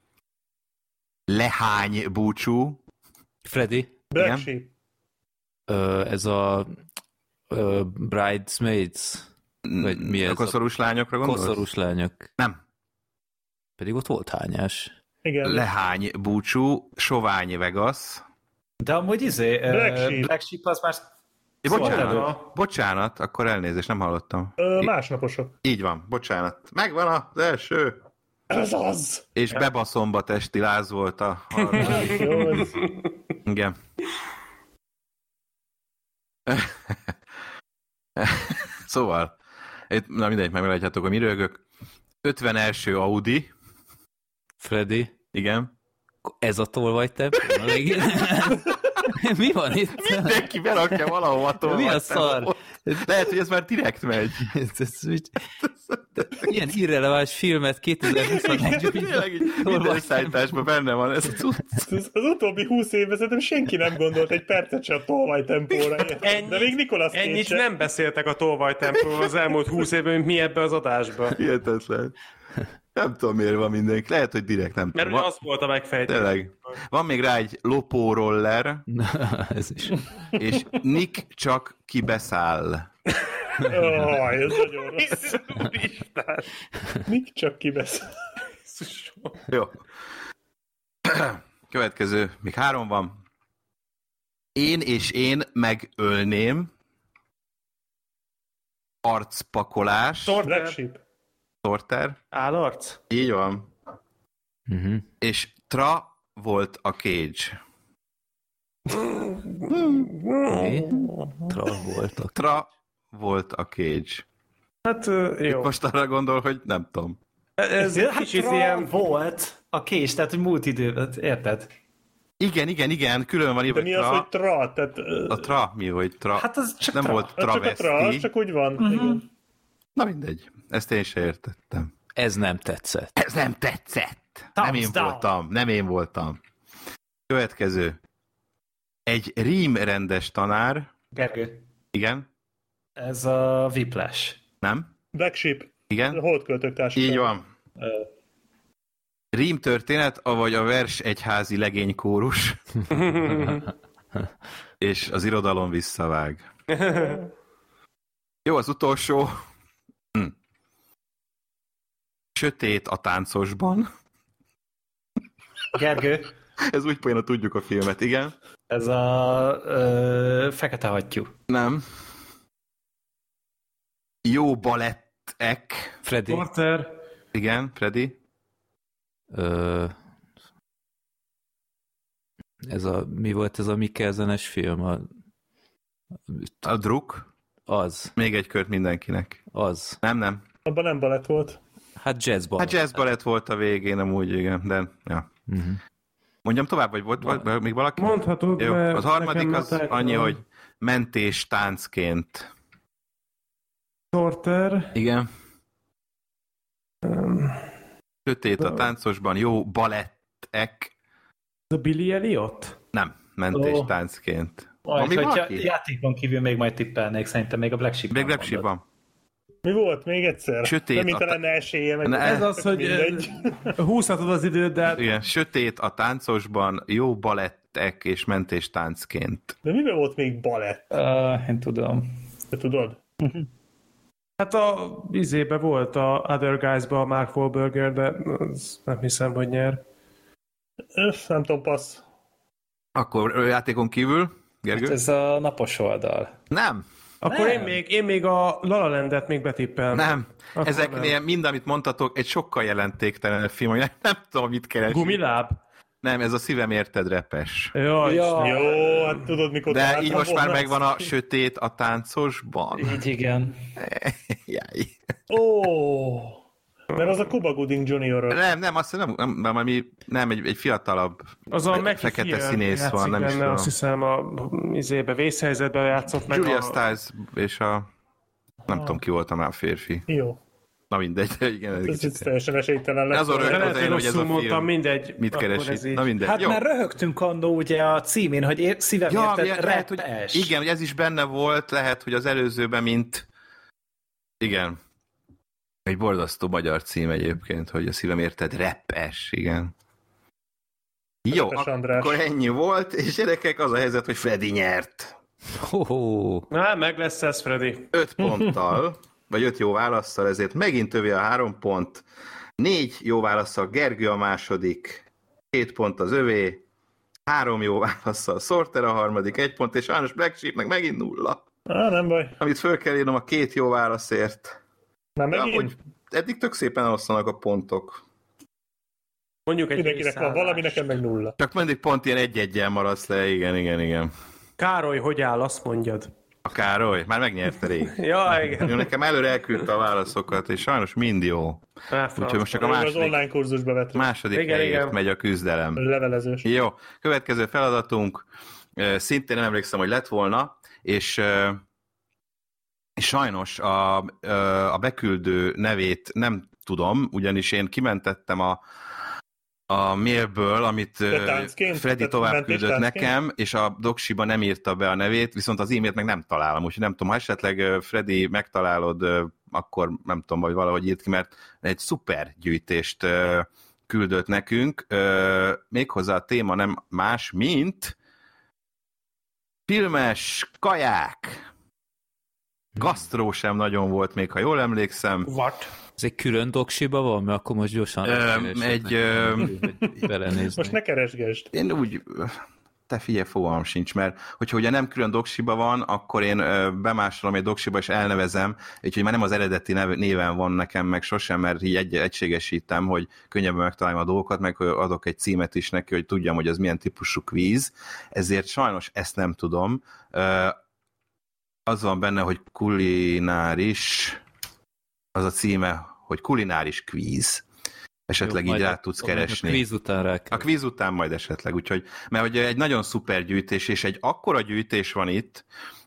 Lehány búcsú. Freddy, Black Sheep. ez a Bridesmaids, vagy mi ez? A koszorús lányokra gondolsz? Koszorús lányok. Nem. Pedig ott volt hányás. Igen. Lehány búcsú, sovány Vegas. De amúgy Black Sheep az már... Bocsánat, akkor elnézést, nem hallottam. Másnaposok. Így van, bocsánat. Megvan az első. Ez az! És bebaszomba testi láz volt a Jó, igen. Szóval, na mindegy, meglátjátok, hogy mi rögök. 51. Audi. Freddy, Igen. ez a tolvajtempó a végén. Mi van itt? Mindenki berakja valahova tovább. Mi a szar? Lehet, hogy ez már direkt megy. Ilyen irreleváns filmet 2021-ben. Tényleg így minden szállításban benne van ez a cucc. Az utóbbi 20 évben szerintem senki nem gondolt egy percet se a tolvajtempóra. De még Nicolas Cage Ennyit sem. nem beszéltek a tolvajtempóról az elmúlt 20 évben, mint mi ebbe az adásba. Hihetetlen. Nem tudom, miért van mindenki. Lehet, hogy direkt nem Mert tudom. ugye az volt a megfejtés. Tényleg. Van még rá egy lopóroller, Na, ez is. és Nick csak kibeszáll. Ez nagyon rossz. Úristen. Nick csak kibesz. Jó. Következő. Még 3 van. Én és én megölném. Arcpakolás. Black Sheep. Sorter. Állarc? Így van. Uh-huh. És Tra volt a Cage. Tra voltak. Tra volt a Cage. Hát jó. Itt most arra gondol, hogy nem tudom. Ez kicsit ilyen... volt a kés, tehát hogy múlt időben, érted? Igen, külön van írva, De mi az, hogy tra? Tehát, a Tra, mi, hogy Tra? Hát az csak nem tra. volt csak a tra, travesti. csak úgy van. Igen. Na mindegy, ezt én se értettem. Ez nem tetszett. Ez nem tetszett. Nem én voltam. Következő. Egy rímrendes tanár. Gergő, Igen? ez a Whiplash. Nem? Black Sheep. Igen? Holdköltők társaság. Így van. Rímtörténet, avagy a vers egyházi legénykórus. És az irodalom visszavág. Jó, az utolsó. Sötét a táncosban. Gergő, Ez úgy poén, tudjuk a filmet, igen? ez a Fekete hattyú. Nem. Jó balettek. Freddy, Porter. Igen, Freddy. Mi volt ez a Mikkelsenes film? A Druk. Az. Még egy kört mindenkinek. Az. Nem. Abban nem balett volt. Hát jazzban. Hát jazz balett volt a végén, amúgy, igen, de ja. Uh-huh. Mondjam tovább, vagy volt még valaki? Mondhatod, Jó, mert az harmadik nekem az lehetett annyi, volna. hogy mentés táncként. Porter. Igen. Sötét a táncosban, jó balettek. Ez a Billy Elliot? Nem, mentés táncként. Van Majd, még hogyha valaki? játékon kívül még majd tippelnék, szerintem még a Black Sheep. Még Black Sheep van. Mi volt még egyszer? Sötét Nem, mint a- lenne esélye. Meg Ne- Ez az, hogy mindegy. húzhatod az időt, de Igen, sötét a táncosban, jó balettek és mentés táncként. De miben volt még balett? Én tudom. Te tudod? hát a izébe volt a Other Guys-ba a Mark Wahlberger, de az nem hiszem, hogy nyer. Nem tudom, passz. Akkor játékon kívül, Gergő? Hát ez a napos oldal. Nem. Akkor én még a La La Landet még betippelem. Nem. Akkor Ezeknél mind, amit mondtatok, egy sokkal jelentéktelenebb film, hogy nem tudom, mit keresni. Gumiláb? Nem, ez a Szívem érted repes. Jaj, Ja. Jó, hát tudod, mikor... De találtam így most már volna megvan a sötét a táncosban. Így igen. Jaj. Ó, mert az a Cuba Gooding Jr. Nem, azt nem, egy fiatalabb, az a fekete színész van, nem is benne, tudom. azt hiszem a vészhelyzetben játszott meg. Julia Stiles és nem tudom ki volt már a férfi. Jó. Na mindegy, de igen. Ez teljesen esélytelen lesz. Az a Lehet, hogy hogy ez a rosszul mondtam, film mindegy. mit Akkor keres ez itt. így. Na mindegy. Hát Jó. már röhögtünk annó ugye a címén, hogy szívem érted lehet, hogy repes. igen, hogy ez is benne volt, lehet, hogy az előzőben, mint igen. Egy borzasztó magyar cím egyébként, hogy a Szívem érted repes, igen. Jó, Repes András. akkor ennyi volt, és gyerekek, az a helyzet, hogy Freddy nyert. Na, meg lesz ez, Freddy. 5 ponttal, vagy 5 jó válasszal, ezért megint övé a 3 pont. 4 jó válasszal Gergő a második, 2 pont az övé, 3 jó válasszal Sorter a harmadik, 1 pont, és sajnos Black Sheepnek megint 0. Nem baj. Amit föl kell írnom a 2 jó válaszért. Már De megint? amúgy eddig tök szépen elosztanak a pontok. Mondjuk egy Mindenkinek van valami, nekem meg 0. Csak mindig pont ilyen egy-egyen maradsz le, igen. Károly, hogy áll, azt mondjad. A Károly, már megnyerte rég. Ja, igen. Ő nekem előre elküldte a válaszokat, és sajnos mind jó. Úgyhogy most csak a Az online kurzusba vettünk. második Igen, helyért igen. megy a küzdelem. Levelezős. Jó, következő feladatunk, szintén nem emlékszem, hogy lett volna, és sajnos a beküldő nevét nem tudom, ugyanis én kimentettem a mailből, amit Freddy tovább küldött nekem, és a doksiba nem írta be a nevét, viszont az e-mailt meg nem találom, úgyhogy nem tudom, ha esetleg Freddy megtalálod, akkor nem tudom, vagy valahogy írt ki, mert egy szuper gyűjtést küldött nekünk, méghozzá a téma nem más, mint filmes kaják. Gasztró sem nagyon volt még, ha jól emlékszem. What? Ez egy külön doksiba van, mert akkor most gyorsan belenézni. Most ne keresgesd. Én úgy, te figyelj, fogalmam sincs, mert hogyha ugye nem külön doksiba van, akkor én bemásolom egy doksiba és elnevezem, úgyhogy már nem az eredeti néven van nekem meg sosem, mert így egységesítem, hogy könnyebben megtaláljam a dolgokat, meg adok egy címet is neki, hogy tudjam, hogy az milyen típusú kvíz, ezért sajnos ezt nem tudom. Az van benne, hogy kulináris, az a címe, hogy kulináris kvíz. Esetleg jó, így rá tudsz keresni. A kvíz után rá kell. A kvíz után majd esetleg, úgyhogy, mert hogy egy nagyon szuper gyűjtés, és egy akkora gyűjtés van itt,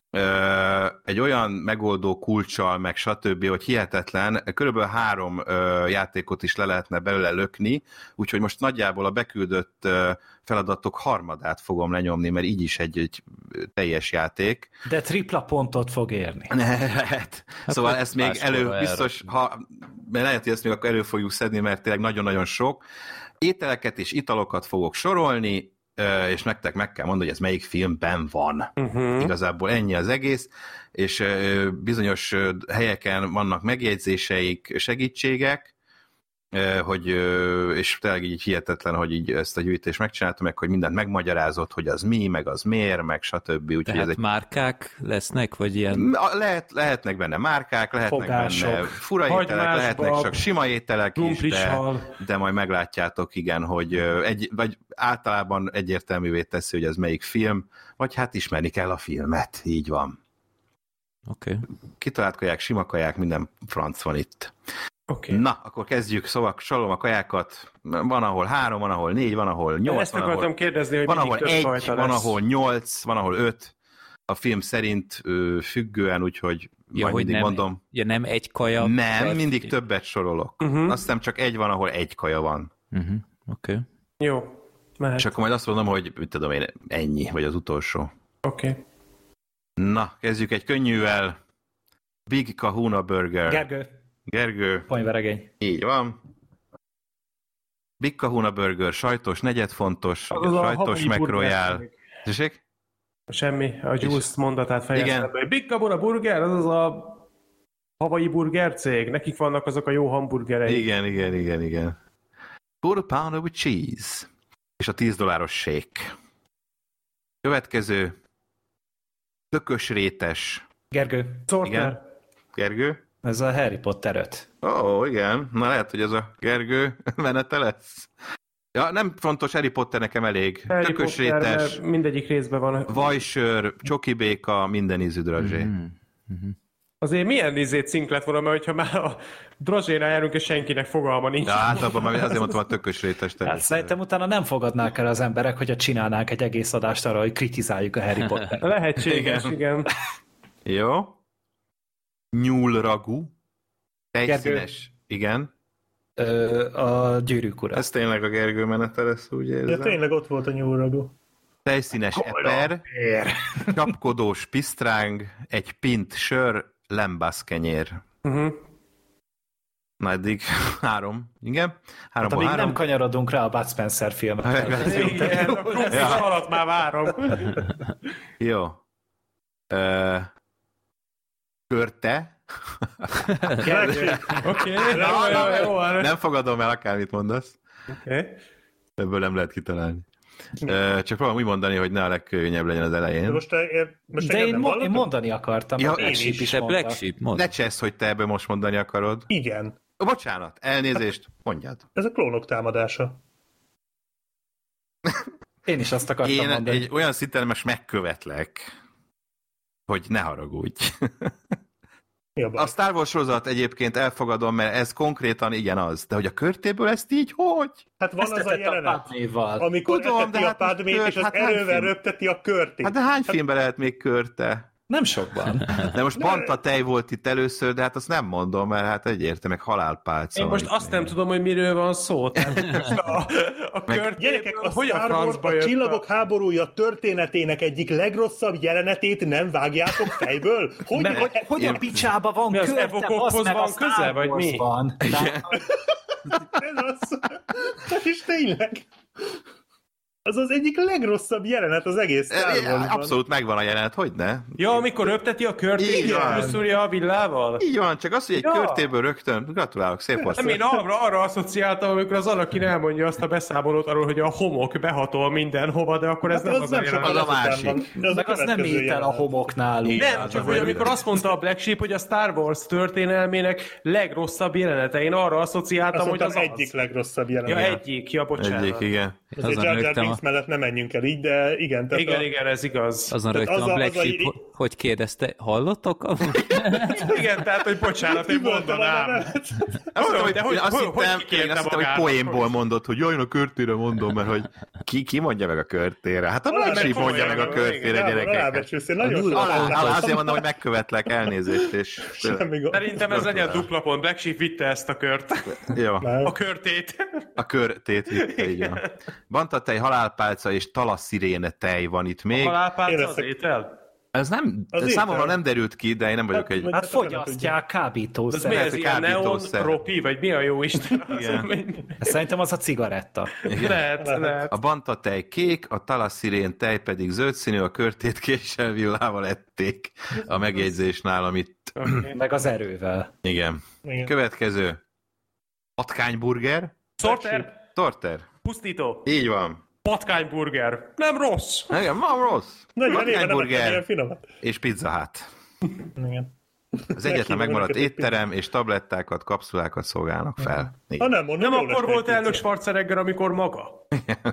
egy olyan megoldó kulccsal, meg stb., hogy hihetetlen, körülbelül 3 játékot is le lehetne belőle lökni, úgyhogy most nagyjából a beküldött feladatok harmadát fogom lenyomni, mert így is egy teljes játék. De tripla pontot fog érni. Lehet. Szóval ezt még biztos, lehet, hogy ezt még akkor elő fogjuk szedni, mert tényleg nagyon-nagyon sok. Ételeket és italokat fogok sorolni, és nektek meg kell mondani, hogy ez melyik filmben van. Igazából ennyi az egész, és bizonyos helyeken vannak megjegyzéseik, segítségek, hogy, és tényleg így hihetetlen, hogy így ezt a gyűjtést megcsináltam, meg hogy mindent megmagyarázott, hogy az mi, meg az miért, meg stb. Tehát ez egy... márkák lesznek, vagy ilyen? Lehetnek benne márkák, lehetnek fogások, benne fura ételek, lehetnek csak sima ételek is, de majd meglátjátok, igen, hogy vagy általában egyértelművé teszi, hogy ez melyik film, vagy hát ismerni kell a filmet, így van. Oké. Kitalált kaják, sima kaják, minden franc van itt. Okay. Na, akkor kezdjük, szóval sorolom a kajákat. Van, ahol 3, van, ahol 4, van, ahol 8, ezt akartam kérdezni, hogy van, ahol 1, van, lesz. ahol 8, van, ahol 5. A film szerint függően, úgyhogy majd mindig nem, mondom. Ja, nem egy kaja. Nem, mindig többet sorolok. Azt hiszem csak 1 van, ahol 1 kaja van. Oké. Jó. Mehet. És akkor majd azt mondom, hogy mit tudom én, ennyi, vagy az utolsó. Oké. Na, kezdjük egy könnyűvel. Big Kahuna Burger. Gergő. Ponyveregény. Így van. Big Kahuna Burger, sajtos, negyedfontos, sajtos McRoyal. Tessék? Semmi, a Juice mondatát fejeztem be. Big Kahuna Burger, az a havai burger cég. Nekik vannak azok a jó hamburgerei. Igen. Quarter pounder with cheese. És a $10 shake. Következő. Tökös rétes. Gergő, Sorter. Gergő? ez a Harry Potter 5. Igen. Na lehet, hogy ez a Gergő menete lesz. Ja, nem fontos, Harry Potter nekem elég. Harry Tökösrétes, Potter, mindegyik részben van. vajsör, csokibéka, minden ízű dradzsé. Azért milyen cink lett volna, mert hogyha már a drazsénál járunk, és senkinek fogalma nincs. Ja, általában már azért mondtam a tökösrétes Hát terület. szerintem utána nem fogadnák el az emberek, hogyha csinálnánk egy egész adást arra, hogy kritizáljuk a Harry Pottert. Lehetséges, igen. Jó. Nyúlragú. Tejszínes. Igen. A Gyűrűk ura. Ez tényleg a Gergő menete lesz, úgy Ja, érzem. tényleg ott volt a nyúlragú. Tejszínes eper, csapkodós pisztráng, egy pint sör, lembászkenyér. Na eddig 3. Igen? 3 Amíg nem kanyarodunk rá a Bud Spencer filmet. Igen, a krumplis alatt már várom. Jó. Körte. Oké, jó. Nem fogadom el, akármit mondasz. Oké. Ebből nem lehet kitalálni. Csak próbálom úgy mondani, hogy ne a legkönnyebb legyen az De elején. most De én mondani akartam. Ja, a Black Sheep is Te mondta. Black Sheep, mondd. Ne csesz, hogy te ebből most mondani akarod. Igen. Bocsánat, elnézést, mondjad. Ez a klónok támadása. Én is azt akartam Én mondani. egy olyan szinten most megkövetlek, hogy ne haragudj. Mi a baj? A Star Wars sorozat egyébként elfogadom, mert ez konkrétan igen az. De hogy a körtéből ezt így hogy? Hát van Ezt az a tetett a jelenet, Padméval. amikor Tudom, eteti de a hát most Padmét, kört, és az hát hány erővel film? röpteti a körtét. Hát de hány filmben lehet még körte? Nem sokban. De most Banta tej volt itt először, de hát azt nem mondom, mert hát egyértelműen halálpálca. Én most azt nem tudom, hogy miről van szó. Tehát most a Gyerekek, a hogy a Star Wars, francba a jött Csillagok háborúja történetének egyik legrosszabb jelenetét nem vágjátok fejből? Hogy a picsába van Mi az körte, Evokokhoz basz meg, van a Star köze, vagy Wars mi? van. Ez az. És tényleg. Az az egyik legrosszabb jelenet az egész Star Warsban. Abszolút megvan a jelenet, hogy ne? Ja, amikor röpteti a körtét, és Igen. elszúrja a villával? Így van, csak az, hogy egy Ja. körtéből rögtön, gratulálok, szép volt. Nem, én arra asszociáltam, amikor az Anakin elmondja azt a beszámolót arról, hogy a homok behatol mindenhova, de akkor ez nem az a sokkal jelenet. Az a ezután másik. van. De az Meg a az nem következő étel a jelenet. homok nálunk. Nem, csak hogy amikor azt mondta a Black Sheep, hogy a Star Wars történelmének legrosszabb jelenete, én arra asszociáltam, Azt hogy mondtam, az egyik az. leggrosszabb Ja, jelenet. egyik, bocsánat. Egyik, igen. Azért Azon Jar Jar rögtem Binks mellett nem menjünk el így, de igen. Tehát Igen, ez igaz. Azon Tehát rögtön az a a- Black az a- Sheep, hogy kérdezte, hallottok? Igen, tehát, hogy bocsánat, én mondanám. Azt hittem, de hogy- azt hogy hittem, kikérte én azt hittem, hogy magának, poénból hogy- mondott, hogy jaj, én a körtére mondom, mert hogy ki mondja meg a körtére? Hát a Black mert Sheep mondja meg a komolyan, körtére, igen, gyerekek. Alábecsülsz, én nagyon Azért mondom, hogy megkövetlek, elnézést, és... Semmi gond. Szerintem ez legyen dupla pont. Black Sheep vitte ezt a kört. Jó, A körtét. a körtét vitte, így van. Bantatej, halálpálca és talasziréne tej van itt még. Halálpálca az étel? Ez nem, Az számomra étel. nem derült ki, de én nem vagyok egy... Hát fogyasztják Ez kábítószer. mi ez, hogy ilyen neon kábítószer. ropi, vagy mi a jó Isten? Igen. Szerintem az a cigaretta. Lehet. A bantatej kék, a talasszirén tej pedig zöld színű, a körtét késsel violával ették a megjegyzés nálam itt. Meg az erővel. Igen. Igen. Következő. Patkányburger. Sorter, Torter. pusztító, Így van. patkányburger. Nem rossz. Igen, van rossz. 40 éve nem ettem ilyen Patkányburger finomat. és Pizza Hut. Igen. Az egyetlen megmaradt étterem, és tablettákat, kapszulákat szolgálnak fel. Így. Ha nem mondom, Nem jó akkor lesz volt egy elnök pizza. Schwarzenegger, amikor maga.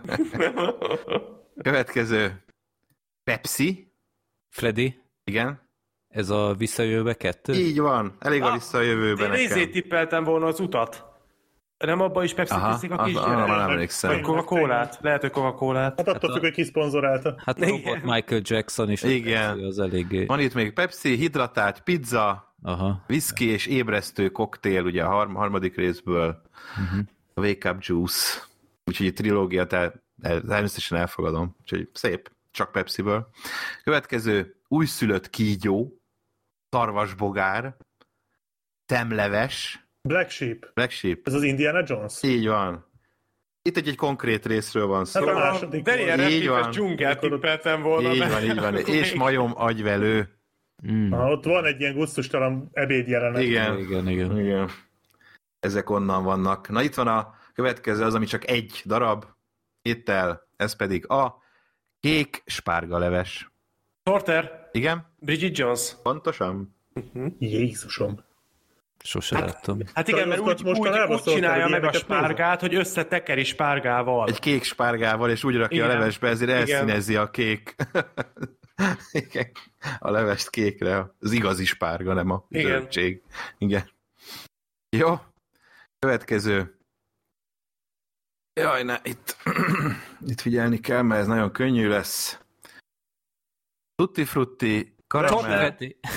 Következő. Pepsi. Freddy, Igen. ez a Visszajövőbe 2? Így van. Elég a vissza a jövőben Én nekem. nézét tippeltem volna az utat. Nem abba is Pepsi Aha, tiszik a arra kisgyerek? már emlékszem. Vagy Coca-Colát. Lehet, hogy Coca-Colát. Hát attól függ, hogy ki szponzorálta. Hát robot Michael Jackson is. Igen. Az eléggé. Van itt még Pepsi, hidratált pizza, Aha. whisky és ébresztő koktél, ugye a harmadik részből, a Wake Up Juice, úgyhogy egy trilógiát természetesen elfogadom, úgyhogy szép, csak Pepsiből. Következő, újszülött kígyó, szarvasbogár, szemleves, Black Sheep. Black Sheep, Ez az Indiana Jones. így van. Itt egy konkrét részről van szó. Hát a második Daniel volt. Így Radcliffe-es van. dzsungelt tippeltem volna. Így van. És majom agyvelő. Ha, ott van egy ilyen gusztustalan ebédjelenet. Igen. Igen. Igen. Ezek onnan vannak. Na itt van a következő, az, ami csak egy darab étel, ez pedig a kék spárgaleves. Sorter. Igen? Bridget Jones. Pontosan? Jézusom. Sose láttam. Hát igen, mert úgy csinálja meg a spárgát, hogy összetekeri spárgával. Egy kék spárgával, és úgy rakja a levesbe, ezért elszínezi a kék. Igen. A levest kékre. Az igazi spárga, nem a zöldség. Igen. Jó. Következő. Jaj, ne, itt figyelni kell, mert ez nagyon könnyű lesz. Tutti frutti, karamell.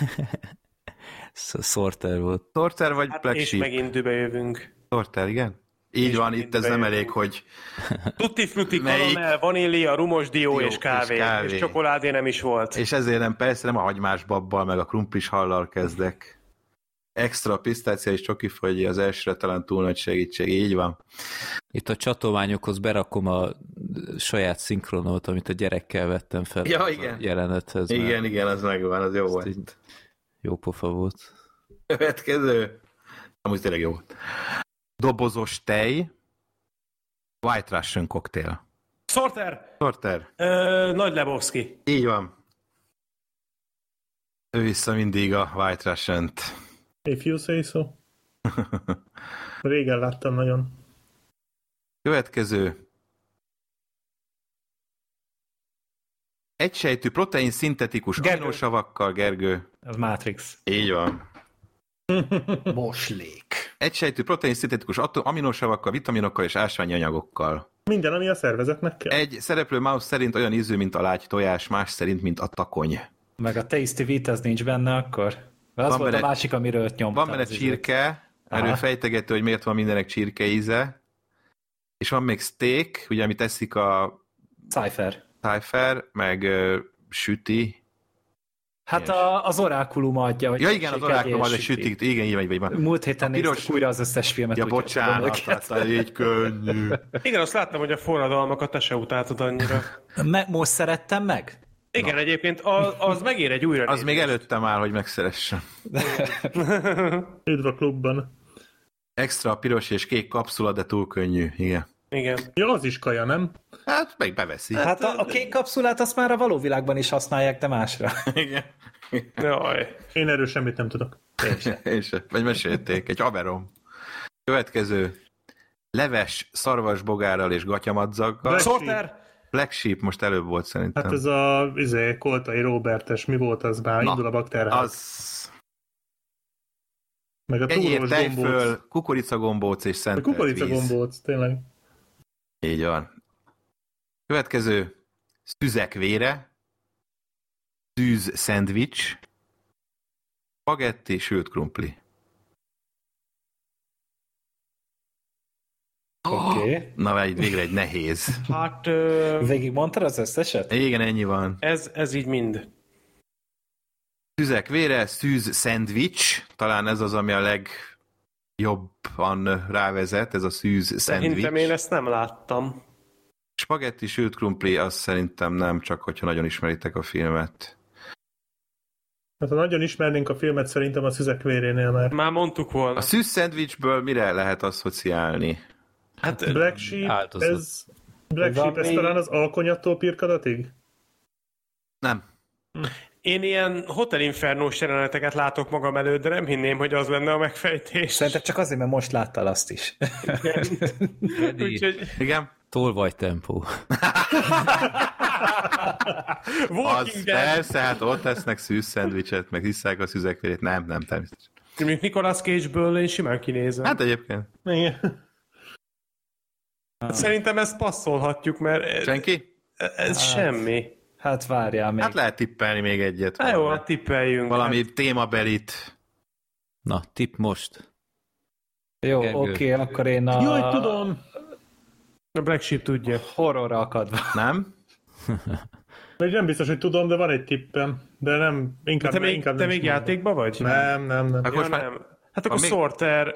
Sorter volt. Sorter vagy hát Black és Sheep? megint dübe jövünk. Sorter, igen? Így és van, itt ez nem elég, hogy... Tutti frutti, karamell, vanília, rumos dió és kávé. kávé. És csokoládé nem is volt. És ezért nem, persze nem a hagymás babbal, meg a krumplis hallal kezdek. Extra pisztácia és csokifagyi az elsőre talán túl nagy segítség, így van. Itt a csatolmányokhoz berakom a saját szinkronot, amit a gyerekkel vettem fel ja, igen. A jelenethez. Igen, az megvan, az jó volt. Jó pofa volt. Következő. Amúgy tényleg jó volt. Dobozos tej, White Russian cocktail. Sorter. Nagy Lebowski. Így van. Ő vissza mindig a White Russian-t. If you say so. Régen láttam nagyon. Következő. Egysejtű protein szintetikus aminosavakkal, Gergő. Az Matrix. Így van. Moslék. Egysejtű protein szintetikus aminosavakkal, vitaminokkal és ásványi anyagokkal. Minden, ami a szervezetnek kell. Egy szereplő mouse szerint olyan ízű, mint a lágy tojás, más szerint, mint a takony. Meg a Tasty Wheat, az nincs benne akkor? Az van volt benne, a másik, amiről nyomtam. Van benne csirke, erről fejtegető, hogy miért van mindenek csirke íze. És van még steak, ugye, amit teszik a... Cypher, meg süti. Hát az orákulum adja. Hogy ja igen, az orákulum adja, sütik. Igen, így van. Múlt héten néztük újra az összes filmet. Ja, bocsánat, hát így könnyű. Igen, azt láttam, hogy a forradalmakat te se utáltad annyira. Most szerettem meg? Igen, na. Egyébként az megér egy újra. Az még előttem áll, hogy megszeressem. Üdv a klubban. Extra piros és kék kapszula, de túl könnyű, igen. Igen. Ja, az is kaja, nem? Hát meg beveszi. Hát a kék kapszulát azt már a való világban is használják, de másra. Igen. Jaj. Én erről semmit nem tudok. Én se. Vagy mesélték, egy haverom. Következő. Leves szarvasbogárral és gatyamadzaggal. Sorter! Black Sheep most előbb volt szerintem. Hát ez a Koltai Robertes, mi volt az bár? Indul a bakterház. Az... Meg a túrós gombóc. Kukoricagombóc és szentelt víz. Kukoricagombóc, tényleg. Így van. Következő. Szüzek vére. Szűz szendvics. Spagetti, sült krumpli. Oké. Na, végre egy nehéz. Hát... Végig mondtad az összeset? Igen, ennyi van. Ez így mind. Szüzek vére, szűz szendvics. Talán ez az, ami a legjobban rávezet, ez a szűz szendvics. Szerintem én ezt nem láttam. Spagetti, sült krumpli, azt szerintem nem, csak hogyha nagyon ismeritek a filmet. Hát ha nagyon ismernénk a filmet, szerintem a szüzek vérénél már. Már mondtuk volna. A szűz szendvicsből mire lehet asszociálni? Hát Black Sheep, ez talán az alkonyattól pirkadatig? Nem. Én ilyen Hotel Infernós jeleneteket látok magam előtt, de nem hinném, hogy az lenne a megfejtés. Szerintem csak azért, mert most láttál azt is. Úgyhogy... Igen. Tolvaj tempó. Az persze, hát ott tesznek szűz szendvicset, meg hiszák a szüzekvérét. Nem, természetesen. Mint Nicolas Cage-ből én simán kinézem. Hát egyébként. Igen. Szerintem ezt passzolhatjuk, mert... Senki? Ez semmi. Hát várjál még. Hát lehet tippelni még egyet. Hát jó, hát tippeljünk. Valami témabelit. Na, tipp most. Jó, oké, akkor én a... Jaj, tudom! A Black Sheep tudja. Horrorra akadva. Nem? Még nem biztos, hogy tudom, de van egy tippem. De nem, inkább te nem még játékban vagy? Nem. Akkor ja, nem. Hát akkor Sorter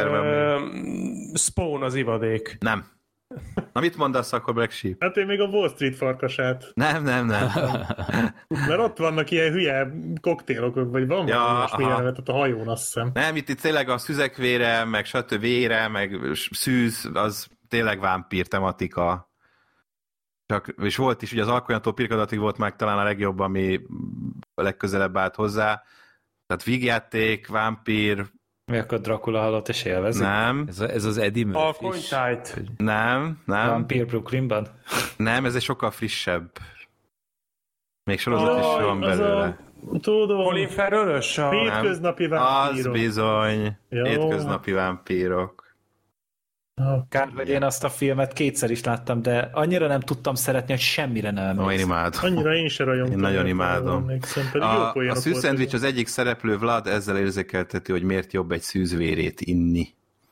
Spawn az ivadék. Nem. Na mit mondasz akkor Black Sheep? Hát én még a Wall Street farkasát. Nem. Mert ott vannak ilyen hülye koktélok, vagy van valami jelenet a hajón, azt hiszem. Nem, itt tényleg a szüzekvére, meg stb. Vére, meg szűz, az tényleg vámpír tematika. és volt is, ugye az Alkolyantól Pirkadatig volt meg talán a legjobb, ami a legközelebb állt hozzá. Tehát vígjáték, vámpír... Mi akkor Dracula halott és élvezik? Nem. Ez az Eddie Murphy. Alkonytájt. Nem. Vampír Brooklynban? Nem, ez egy sokkal frissebb. Még sorozat is van belőle. Tudom. Colin Farrell-ös? Hétköznapi vámpírok. Az bizony. Jó. Hétköznapi vámpírok. Kár, hogy én azt a filmet kétszer is láttam, de annyira nem tudtam szeretni, hogy semmire nem emlékszem. Én imádom. Annyira én se rajongtam. Én nagyon imádom. A szűzszendvics az egyik szereplő, Vlad, ezzel érzékelteti, hogy miért jobb egy szűzvérét inni.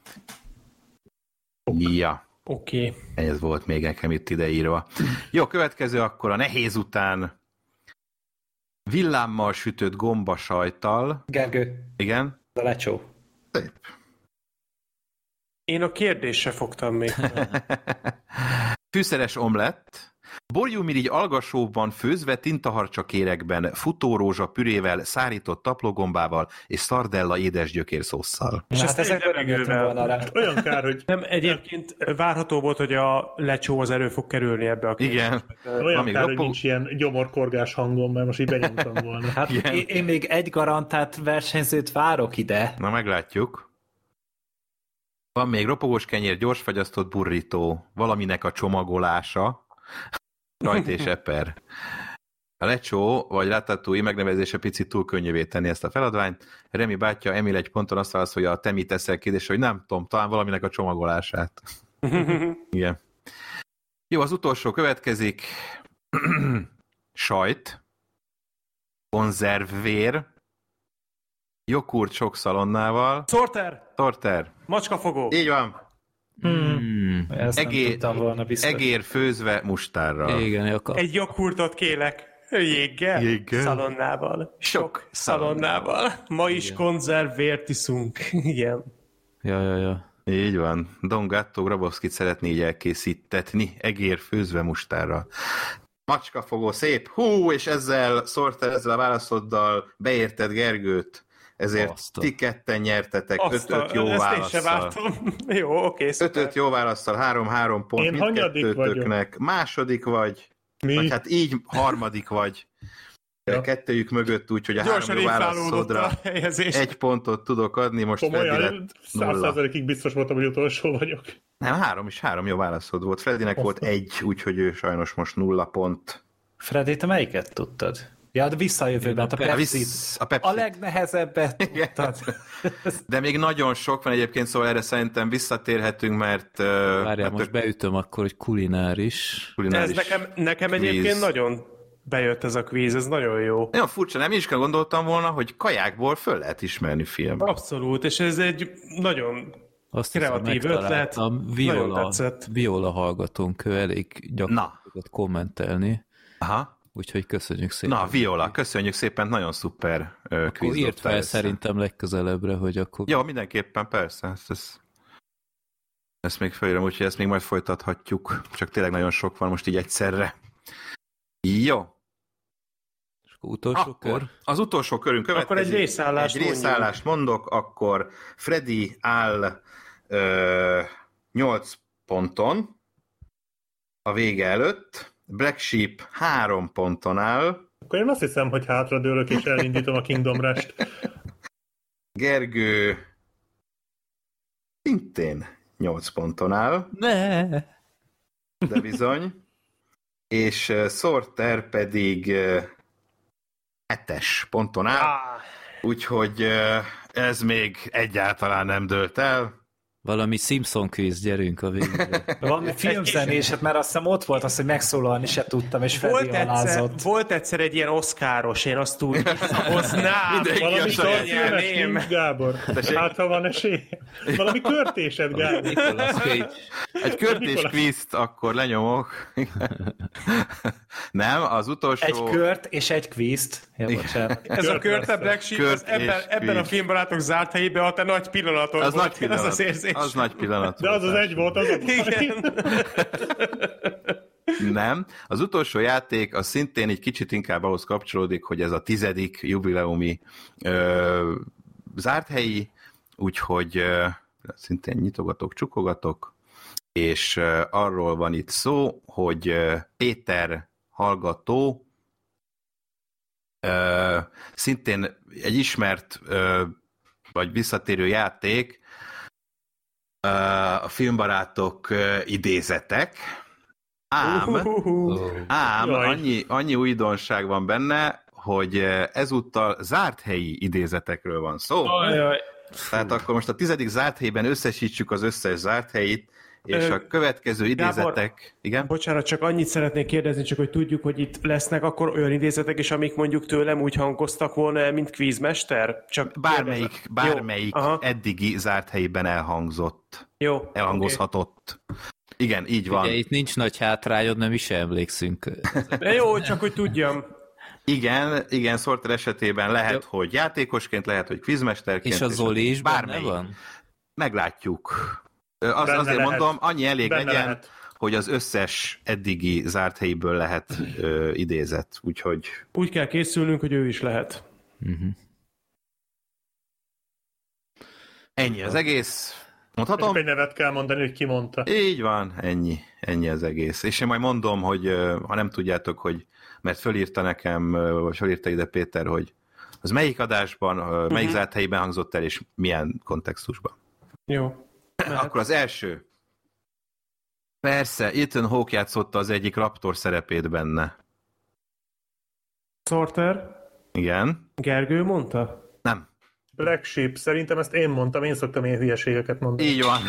Ja. Oké. Ez volt még nekem itt ideírva. Jó, következő akkor a nehéz után villámmal sütött gombasajttal. Gergő. Igen? A lecsó. Szép. Én a kérdésre fogtam még. Fűszeres omlett, borjúmirigy algasóban főzve tintaharcsakérekben, futórózsa pürével, szárított taplogombával és szardella édesgyökérszósszal. És ezt ezekben nem jöttem volna rá. Olyan kár, hogy... Nem, egyébként várható volt, hogy a lecsó az elő fog kerülni ebbe a Igen. Olyan kár, hogy nincs ilyen gyomorkorgás hangom, mert most így benyomtam volna. Hát én még egy garantált versenyzőt várok ide. Na, meglátjuk. Van még ropogós kenyér, gyorsfagyasztott burrito, valaminek a csomagolása, rajt és eper. A lecsó vagy ratatouille megnevezése picit túl könnyűvé tenni ezt a feladványt. Remi bátyja Emil egy ponton azt válaszolja, a te mit teszel kérdésre, hogy nem tudom, talán valaminek a csomagolását. Igen. Jó, az utolsó következik. Sajt, konzervvér, joghurt sok szalonnával. Sorter. Macskafogó. Így van. Ezt nem tudtam volna biztos. Egér főzve mustárral. Igen, Egy joghurtot kélek. Jéggel. Szalonnával. Sok szalonnával. Ma is konzervvért iszunk. Igen. Ja. Így van. Don Gatto Grabowskit szeretné így elkészítetni. Egér főzve mustárral. Macskafogó, szép. Hú, és ezzel Sorter, ezzel a válaszoddal beérted Gergőt. Ezért ti ketten nyertetek 5-5 jó válasszal. Ezt én se vártam. Jó, oké, szuper. 5-5 jó válasszal, 3-3 pont én mindkettőtöknek. Második vagy. Mi? Vagy hát így harmadik vagy. Ja. Kettőjük mögött úgy, hogy a gyorsan 3 jó válaszodra 1 pontot tudok adni. Most komolyan, 100%-ig biztos voltam, hogy utolsó vagyok. Nem, 3 jó válaszod volt. Fredinek volt 1, úgyhogy ő sajnos most 0 pont. Freddy, te melyiket tudtad? Ja, de visszajövőben, a Pepsi-t. A legnehezebbet tudtad. De még nagyon sok van egyébként, szóval erre szerintem visszatérhetünk, mert... Várjál, most beütöm akkor, hogy kulináris. Ez nekem egyébként nagyon bejött ez a kvíz, ez nagyon jó. Nagyon furcsa, nem is gondoltam volna, hogy kajákból föl lehet ismerni film. Abszolút, és ez egy nagyon azt kreatív ötlet. Viola hallgatónk, ő elég gyakran tudott kommentelni. Aha. Úgyhogy köszönjük szépen. Na, Viola, köszönjük szépen, nagyon szuper kvíz. Akkor írt fel szerintem legközelebbre, hogy akkor... Ja, mindenképpen, persze. Ezt még felírom, úgyhogy ezt még majd folytathatjuk. Csak tényleg nagyon sok van most így egyszerre. Jó. És akkor utolsó kör? Az utolsó körünk következik. Akkor egy részállást mondok, akkor Freddy áll 8 ponton a vége előtt. Black Sheep 3 ponton áll. Akkor én azt hiszem, hogy hátradőlök és elindítom a Kingdom Rush-t. Gergő szintén 8 ponton áll. Ne! De bizony. És Sorter pedig 7-es ponton áll. Úgyhogy ez még egyáltalán nem dőlt el. Valami Simpson quiz, gyerünk a végre. Valami filmzenésed, mert azt hiszem ott volt az, hogy megszólalni se tudtam, és Freddy alázott. Volt egyszer egy ilyen oszkáros, én azt úgy visszahoznám. Valami történet, Gábor. Hát, ha van esély. Valami körtésed, Gábor. Egy körtés quizt akkor lenyomok. Nem, az utolsó... Egy kört és egy quizt. Ez a kört a Black Sheep, ebben a filmben látok zárt helyébe, a te nagy pillanatod az volt. Nagy pillanat. Az az érzés. Az nagy pillanat. De az egy volt, az a igen. Nem. Az utolsó játék az szintén egy kicsit inkább ahhoz kapcsolódik, hogy ez a 10. jubileumi zárt helyi, úgyhogy szintén nyitogatok, csukogatok. és arról van itt szó, hogy Péter hallgató szintén egy ismert vagy visszatérő játék, a filmbarátok idézetek, ám annyi újdonság van benne, hogy ezúttal zárt helyi idézetekről van szó. Tehát akkor most a 10. zárt helyben összesítsük az összes zárt helyit, és a következő idézetek... Gábor, igen? Bocsánat, csak annyit szeretnék kérdezni, csak hogy tudjuk, hogy itt lesznek akkor olyan idézetek is, amik mondjuk tőlem úgy hangoztak volna, mint kvízmester? Csak bármelyik eddigi zárt helyben elhangozhatott. Okay. Igen, így van. Ugye, itt nincs nagy hátrányod, nem is emlékszünk. De jó, csak hogy tudjam. Igen, Sorter esetében lehet, hogy játékosként, lehet, hogy quizmesterként. És a Zoli is benne van? Meglátjuk. Azért mondom, annyi elég legyen, hogy az összes eddigi zárt helyiből lehet idézet. Úgyhogy... Úgy kell készülnünk, hogy ő is lehet. Ennyi az egész. Mondhatom? Egy nevet kell mondani, hogy ki mondta. Így van, ennyi az egész. És én majd mondom, hogy ha nem tudjátok, hogy mert fölírta nekem, vagy fölírta ide Péter, hogy az melyik adásban, melyik zárt helyben hangzott el, és milyen kontextusban. Jó. Akkor az első. Persze, Ethan Hawke játszotta az egyik Raptor szerepét benne. Sorter? Igen. Gergő mondta? Nem. Black Sheep, szerintem ezt én mondtam, én szoktam ilyen hülyeségeket mondani. Így van.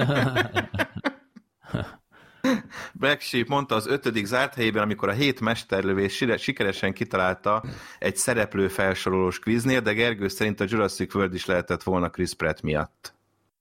Black Sheep mondta az 5. zárt helyében, amikor a 7 mesterlövés sikeresen kitalálta egy szereplő felsorolós kvíznél, de Gergő szerint a Jurassic World is lehetett volna Chris Pratt miatt.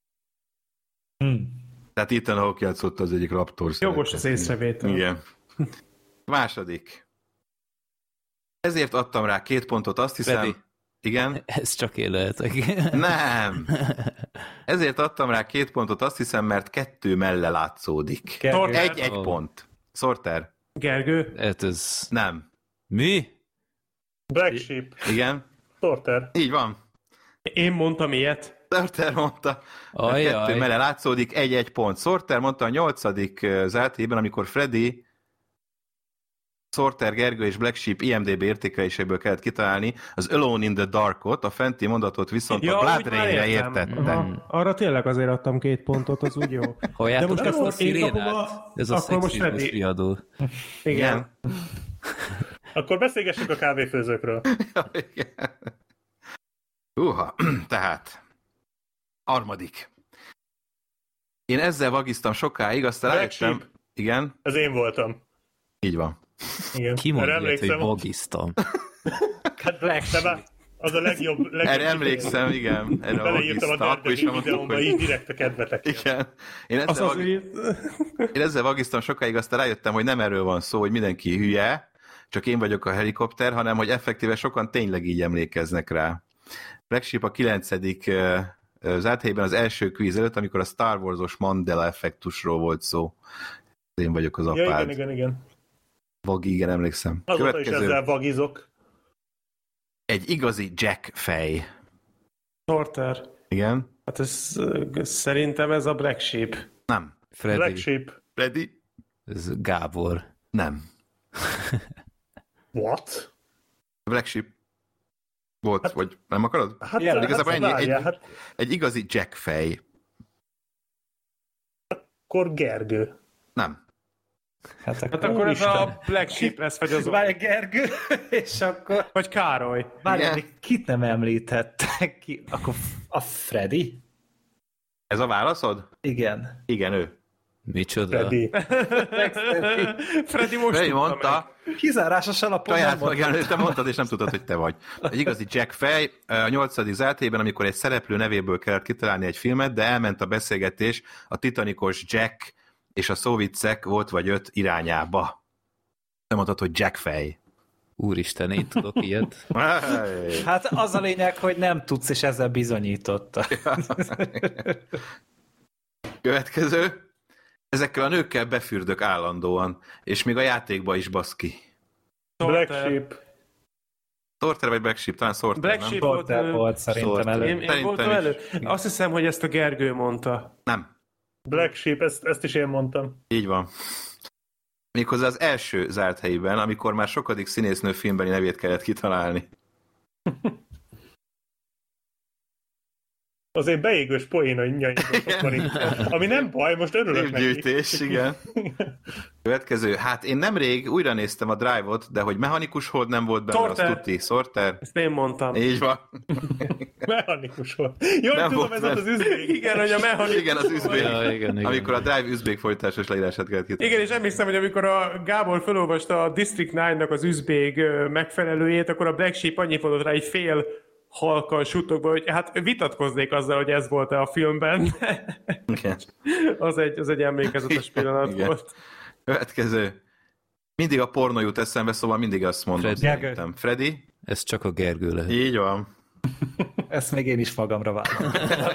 Tehát Ethan Hawke játszott az egyik Raptor szerepet. Jogos az észrevétel. Igen. Második. Ezért adtam rá 2 pontot, azt hiszem... Freddy. Igen? Ez csak én lehetek. Nem. Ezért adtam rá 2 pontot, azt hiszem, mert 2 melle látszódik. Egy pont. Sorter. Gergő? Ez... Nem. Mi? Black Sheep. Igen? Sorter. Így van. Én mondtam ilyet. Sorter mondta, 2 melle látszódik, 1 pont. Sorter mondta a 8. zárt helyben, amikor Freddy, Sorter, Gergő és Black Sheep IMDb értékeléséből kellett kitalálni az Alone in the Darkot, a fenti mondatot viszont a Blood Rain-re értette. Arra tényleg azért adtam 2 pontot, az úgy jó. Halljátok, de most ezt a szirénát? Ez a szexizmus riadó. Igen. Akkor beszélgessünk a kávéfőzőkről. Tehát harmadik. Én ezzel vagiztam sokáig, aztán rájöttem... Igen? Ez én voltam. Így van. Igen. Ki mondja, hogy vagiztam? Az a legjobb... Erre emlékszem, igen. Erre beleírtam a Daredevil videómba, így direkt a kedvetek. Igen. Én ezzel vagiztam sokáig, aztán rájöttem, hogy nem erről van szó, hogy mindenki hülye, csak én vagyok a helikopter, hanem hogy effektíve sokan tényleg így emlékeznek rá. Black Sheep a 9. zárt helyben az első kvíz előtt, amikor a Star Wars-os Mandela effektusról volt szó. Én vagyok az apád. Ja, igen. Vagi, igen, emlékszem. Azóta is ezzel vagizok. Egy igazi Jack fej. Sorter. Igen? Hát szerintem ez a Black Sheep. Nem. Freddy. Black Sheep. Freddy? Ez Gábor. Nem. What? Black Sheep. Volt, hát, vagy nem akarod? Hát, igazából ennyi, egy igazi Jack fej. Akkor Gergő. Nem. Hát akkor ez a Black Sheep lesz, vagy az... Várj, Gergő, és akkor... Vagy Károly. Várj, kit nem említettek ki? Akkor a Freddy? Ez a válaszod? Igen. Igen, ő. Micsoda? Freddy. Freddy most mondta. Kizárásos alapon saját magán, te mondtad, és nem tudtad, hogy te vagy. Egy igazi Jack fej, a 8. zártében, amikor egy szereplő nevéből kellett kitalálni egy filmet, de elment a beszélgetés a titanikos Jack és a szóviccek volt vagy 5 irányába. Nem mondtad, hogy Jack fej. Úristen, én tudok ilyet. Hát az a lényeg, hogy nem tudsz, és ezzel bizonyította. Következő. Ezekkel a nőkkel befürdök állandóan, és még a játékba is baszki. Black Sheep. Sorter vagy Black Sheep? Talán Sorter, Black nem? Sheep volt szerintem elő. Én voltam elő. Azt hiszem, hogy ezt a Gergő mondta. Nem. Black Sheep, ezt is én mondtam. Így van. Méghozzá az első zárt helyben, amikor már sokadik színésznő filmbeli nevét kellett kitalálni. Azért beégős poénai ami nem baj, most örülök neki. Évgyűjtés, igen. Következő. Hát én nemrég újra néztem a Drive-ot, de hogy mechanikus hold nem volt benne, Sorter. az tuti. Sorter. Ezt én mondtam. Így van. Mechanikus volt. Jól Nem tudom, volt ez benne. az üzbék. Igen, hogy a mechanikus. Igen, az üzbék. Ja, igen. Amikor a Drive üzbék folytásos leírását kellett kitalálni. Igen, és emlékszem, hogy amikor a Gábor felolvasta a District 9-nak az üzbég megfelelőjét, akkor a Black Sheep annyit mondott rá egy fél halkan suttogva, hogy hát vitatkoznék azzal, hogy ez volt-e a filmben. Igen. az egy emlékezetes pillanat Igen. volt. Következő. Mindig a pornó jut eszembe, szóval mindig azt mondom. Freddy. Szerintem. Freddy? Ez csak a Gergő lehet. Így van. Ezt még én is magamra vágom.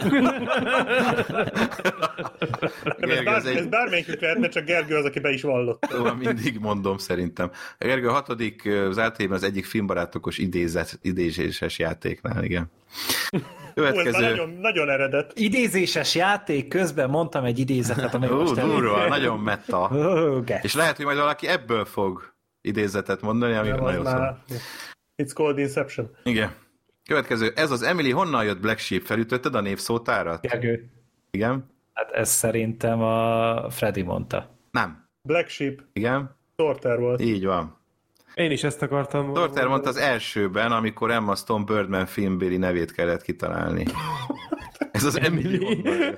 Gergő, ez Ez egy... bármelyikük lehetne, csak Gergő az, aki be is vallott. Szóval mindig mondom szerintem. Gergő, a 6. az általában az egyik filmbarátokos idézéses játéknál, igen. Ez Következő. már nagyon, nagyon eredet. Idézéses játék közben mondtam egy idézetet, amely most Durva, nagyon meta. Get. És lehet, hogy majd valaki ebből fog idézetet mondani, ami Nem, az nagyon szó. már... It's called Inception. Igen. Következő. Ez az Emily, honnan jött Black Sheep? Felütötted a névszótárat? Gergő. Igen. Hát ez szerintem a Freddy mondta. Nem. Black Sheep, Igen. Sorter volt. Így van. Én is ezt akartam. Sorter mondta az elsőben, amikor Emma Stone Birdman filmbéli nevét kellett kitalálni. Ez az Emily honnan jött.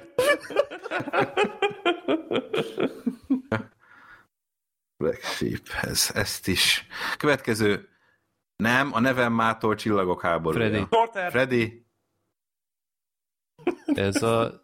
Black Sheep, ezt is. Következő. Nem, a nevem mától csillagok háborúja. Freddy. Sorter. Freddy. Ez a...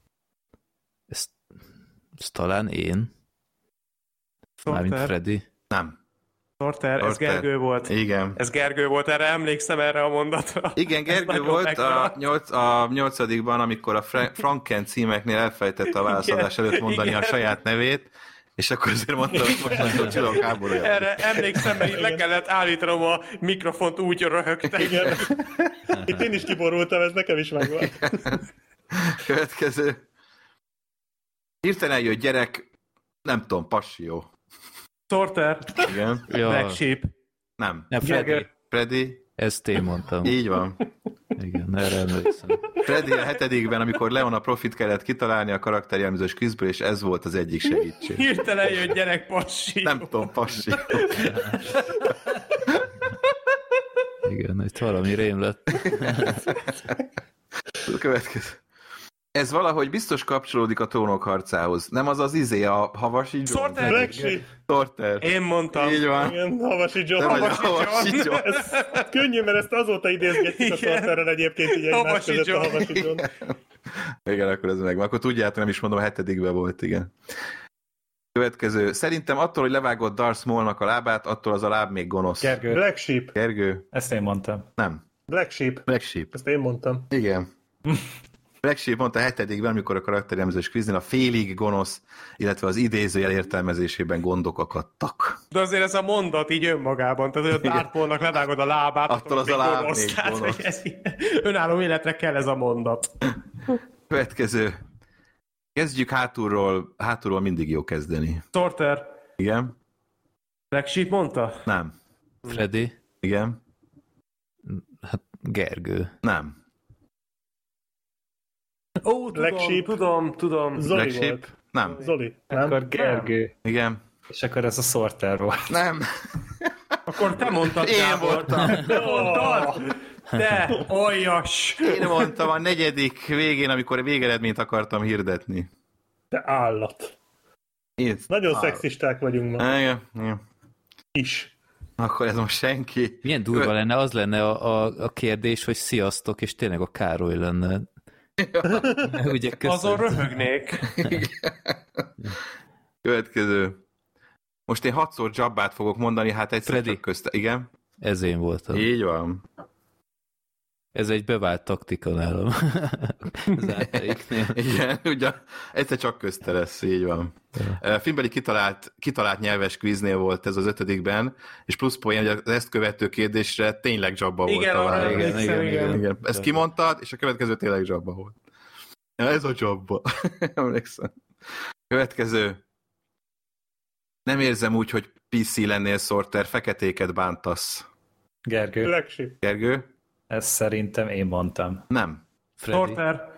Ez talán én. Mármint Sorter. Freddy. Nem. Sorter, ez Sorter. Gergő volt. Igen. Ez Gergő volt, erre emlékszem, erre a mondatra. Igen, Ez Gergő nagyon volt megmaradt. a 8-ban, amikor a Franken címeknél elfejtette a válaszadás előtt mondani Igen. a saját nevét, és akkor azért mondta, hogy mostantól csillagok háborúja. Erre emlékszem, mert itt le kellett állítanom a mikrofont, úgy röhögtem. Igen. Itt én is kiborultam, ez nekem is megvan. Következő. Hirtelen jött gyerek, nem tudom, passió. Sorter, Igen. Ja, Black Sheep. Nem. nem, Freddy. Gergő. Freddy. Ezt én mondtam. Így van. Igen, erre emlékszem. Freddy a 7-ben, amikor Leon a Profit kellett kitalálni a karakterjelmzős quizből, és ez volt az egyik segítség. Hirtelen jött gyerek passi. Nem tudom, passió. Igen, itt valami rém lett. Következő. Ez valahogy biztos kapcsolódik a Trónok harcához. Nem az az a Havasi John? Sorter. Black Sheep. Sorter. Én mondtam. Így van. Igen, Havasi John. Nem vagy a Havasi Havasi John. Ez könnyű, mert ezt azóta idézgetjük a Igen. Sorterrel egyébként így egymás Havasi között a John. Havasi John. Igen, akkor ez megvan. Akkor tudjátok, nem is mondom, a 7-ben volt, igen. Következő. Szerintem attól, hogy levágott Darth Maulnak a lábát, attól az a láb még gonosz. Gergő. Black Sheep. Gergő? Ezt én mondtam. Nem. Black Sheep. Black Sheep. Ezt én mondtam. Igen. Black Sheep mondta a 7-ben, amikor a karakterjelmzős quiznél a félig gonosz, illetve az idézőjel értelmezésében gondok akadtak. De azért ez a mondat így önmagában, tehát hogy a Darth Maulnak levágod a lábát, Attól az még a láb gonosz. még Tehát, gonosz. hogy ez önálló életre kell ez a mondat. Következő. Kezdjük hátulról mindig jó kezdeni. Sorter, Igen? Black Sheep mondta? Nem. Freddy? Igen? Hát Gergő. Nem. Ó, Black Sheep. tudom. Zoli Black Sheep? volt. Nem. Zoli. Nem? Akkor Gergő. Igen? És akkor ez a Sorter volt. Nem. Akkor te mondtad, Én Gábor. voltam. Te mondtad? Te, aljas! Én mondtam a 4. végén, amikor végeredményt akartam hirdetni. Te állat. Itt. Nagyon szexisták vagyunk ma. Igen. Is. Akkor ez most senki. Milyen durva lenne, az lenne a kérdés, hogy sziasztok, és tényleg a Károly lenne. Ugye, Azon köszönöm. röhögnék. Következő. Most én 6-szor Jabbát fogok mondani, hát egyszer Freddy. csak közte. Igen? Ez én voltam. Így van. Ez egy bevált taktika nálam. Az átaiknél. Igen, ugye egyszer csak közte lesz, így van. Filmbeli kitalált nyelves quiznél volt ez az 5-ben, és plusz poén, hogy az ezt követő kérdésre tényleg Jabba volt Igen, a arra válasz. emlékszem, igen. Igen. Ezt kimondtad, és a következő tényleg Jabba volt. Ja, ez a Jabba. Emlékszem. Következő. Nem érzem úgy, hogy PC lennél, Sorter, feketéket bántasz. Gergő. Black Sheep. Gergő? Ezt szerintem én mondtam. Nem. Freddy. Sorter.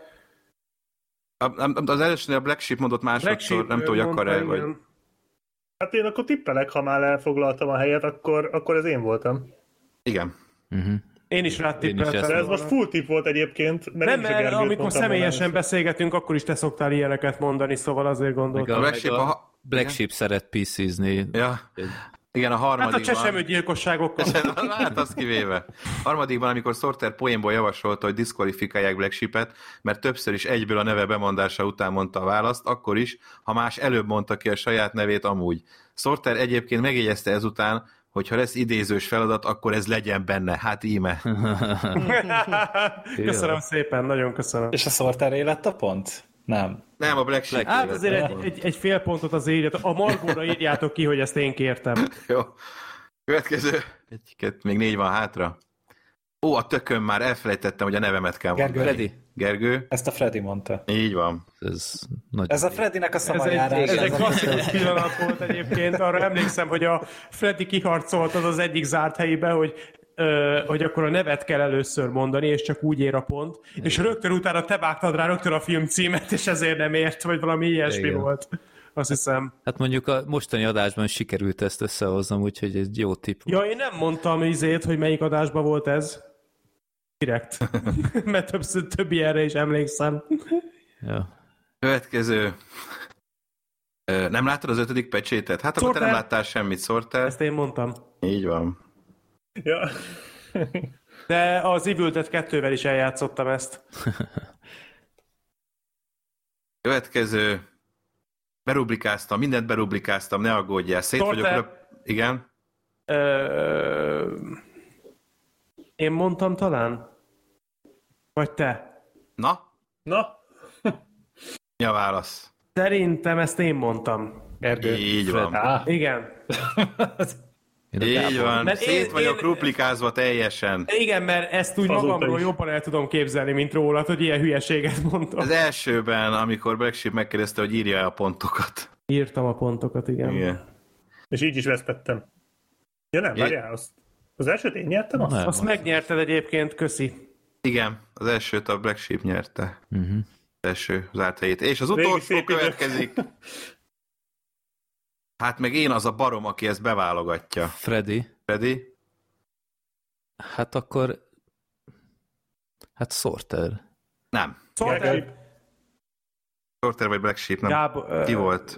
Az elsőnél a Black Sheep mondott másodszor, nem tudom, hogy akar-e, vagy... Hát én akkor tippelek, ha már elfoglaltam a helyet, akkor ez én voltam. Igen. Uh-huh. Én is rád tippeltem. De ez most full tipp volt egyébként, mert Nem, én is a mert Gergőt amikor mondtam személyesen volna. beszélgetünk, akkor is te szoktál ilyeneket mondani, szóval azért gondoltam. A Black Sheep Black Sheep szeret PC-zni. Ja. Igen, a Hát a harmadikban... csesemő gyilkosságokkal. Hát azt kivéve. Harmadikban, amikor Sorter poénból javasolta, hogy diszkvalifikálják Black Sheep-et, mert többször is egyből a neve bemondása után mondta a választ, akkor is, ha más előbb mondta ki a saját nevét amúgy. Sorter egyébként megjegyezte ezután, hogy ha lesz idézős feladat, akkor ez legyen benne. Hát íme. Köszönöm szépen, nagyon köszönöm. És a Sorteré lett a pont? Nem. Nem, a Black Sheep. Hát azért egy fél pontot azért írjátok. A Margóra írjátok ki, hogy ezt én kértem. Jó. Következő. Még 4 van hátra. Ó, a tököm, már elfelejtettem, hogy a nevemet kell mondani. Gergő. Freddy. Gergő. Ezt a Freddy mondta. Így van. Ez nagy... Ez a Freddynek a Ez szavajárás. egy klasszikus pillanat volt egyébként. Arra emlékszem, hogy a Freddy kiharcolt az egyik zárt helyébe, hogy akkor a nevet kell először mondani, és csak úgy ér a pont. És rögtön utána te vágtad rá rögtön a film címet, és ezért nem ért, vagy valami ilyesmi Igen. volt. Azt hiszem. Hát mondjuk a mostani adásban sikerült ezt összehoznom, úgyhogy egy jó tipp. Ja, én nem mondtam hogy melyik adásban volt ez. Direkt. Mert több ilyenre is emlékszem. Ja. Következő. Nem láttad az 5. pecsétet? Hát akkor te nem láttál semmit, Sorter. Ezt én mondtam. Így van. Ja. De az Evil 2-vel is eljátszottam ezt. Következő. Berubrikáztam, mindent berubrikáztam, ne aggódjál. Szét vagyok. Igen. Én mondtam talán? Vagy te? Na? Mi a válasz? Szerintem ezt én mondtam. Gergő. Így van. Igen. Így van. Mert Szét én- vagyok ruplikázva teljesen. Igen, mert ezt úgy Azóta magamról is. jobban el tudom képzelni, mint rólad, hogy ilyen hülyeséget mondtam. Az elsőben, amikor Black Sheep megkérdezte, hogy írja a pontokat. Írtam a pontokat, igen. Igen. És így is vesztettem. Ja nem, várjál, az elsőt én nyertem azt? Nem. Azt megnyerted egyébként, köszi. Igen, az elsőt a Black Sheep nyerte. Uh-huh. Az első zárt helyét. És az Régi utolsó szép idők. következik. Hát meg én az a barom, aki ezt beválogatja. Freddy. Freddy? Hát akkor... Hát Sorter. Nem. Sorter, Sorter vagy Black Sheep, nem. Gábor, Ki volt?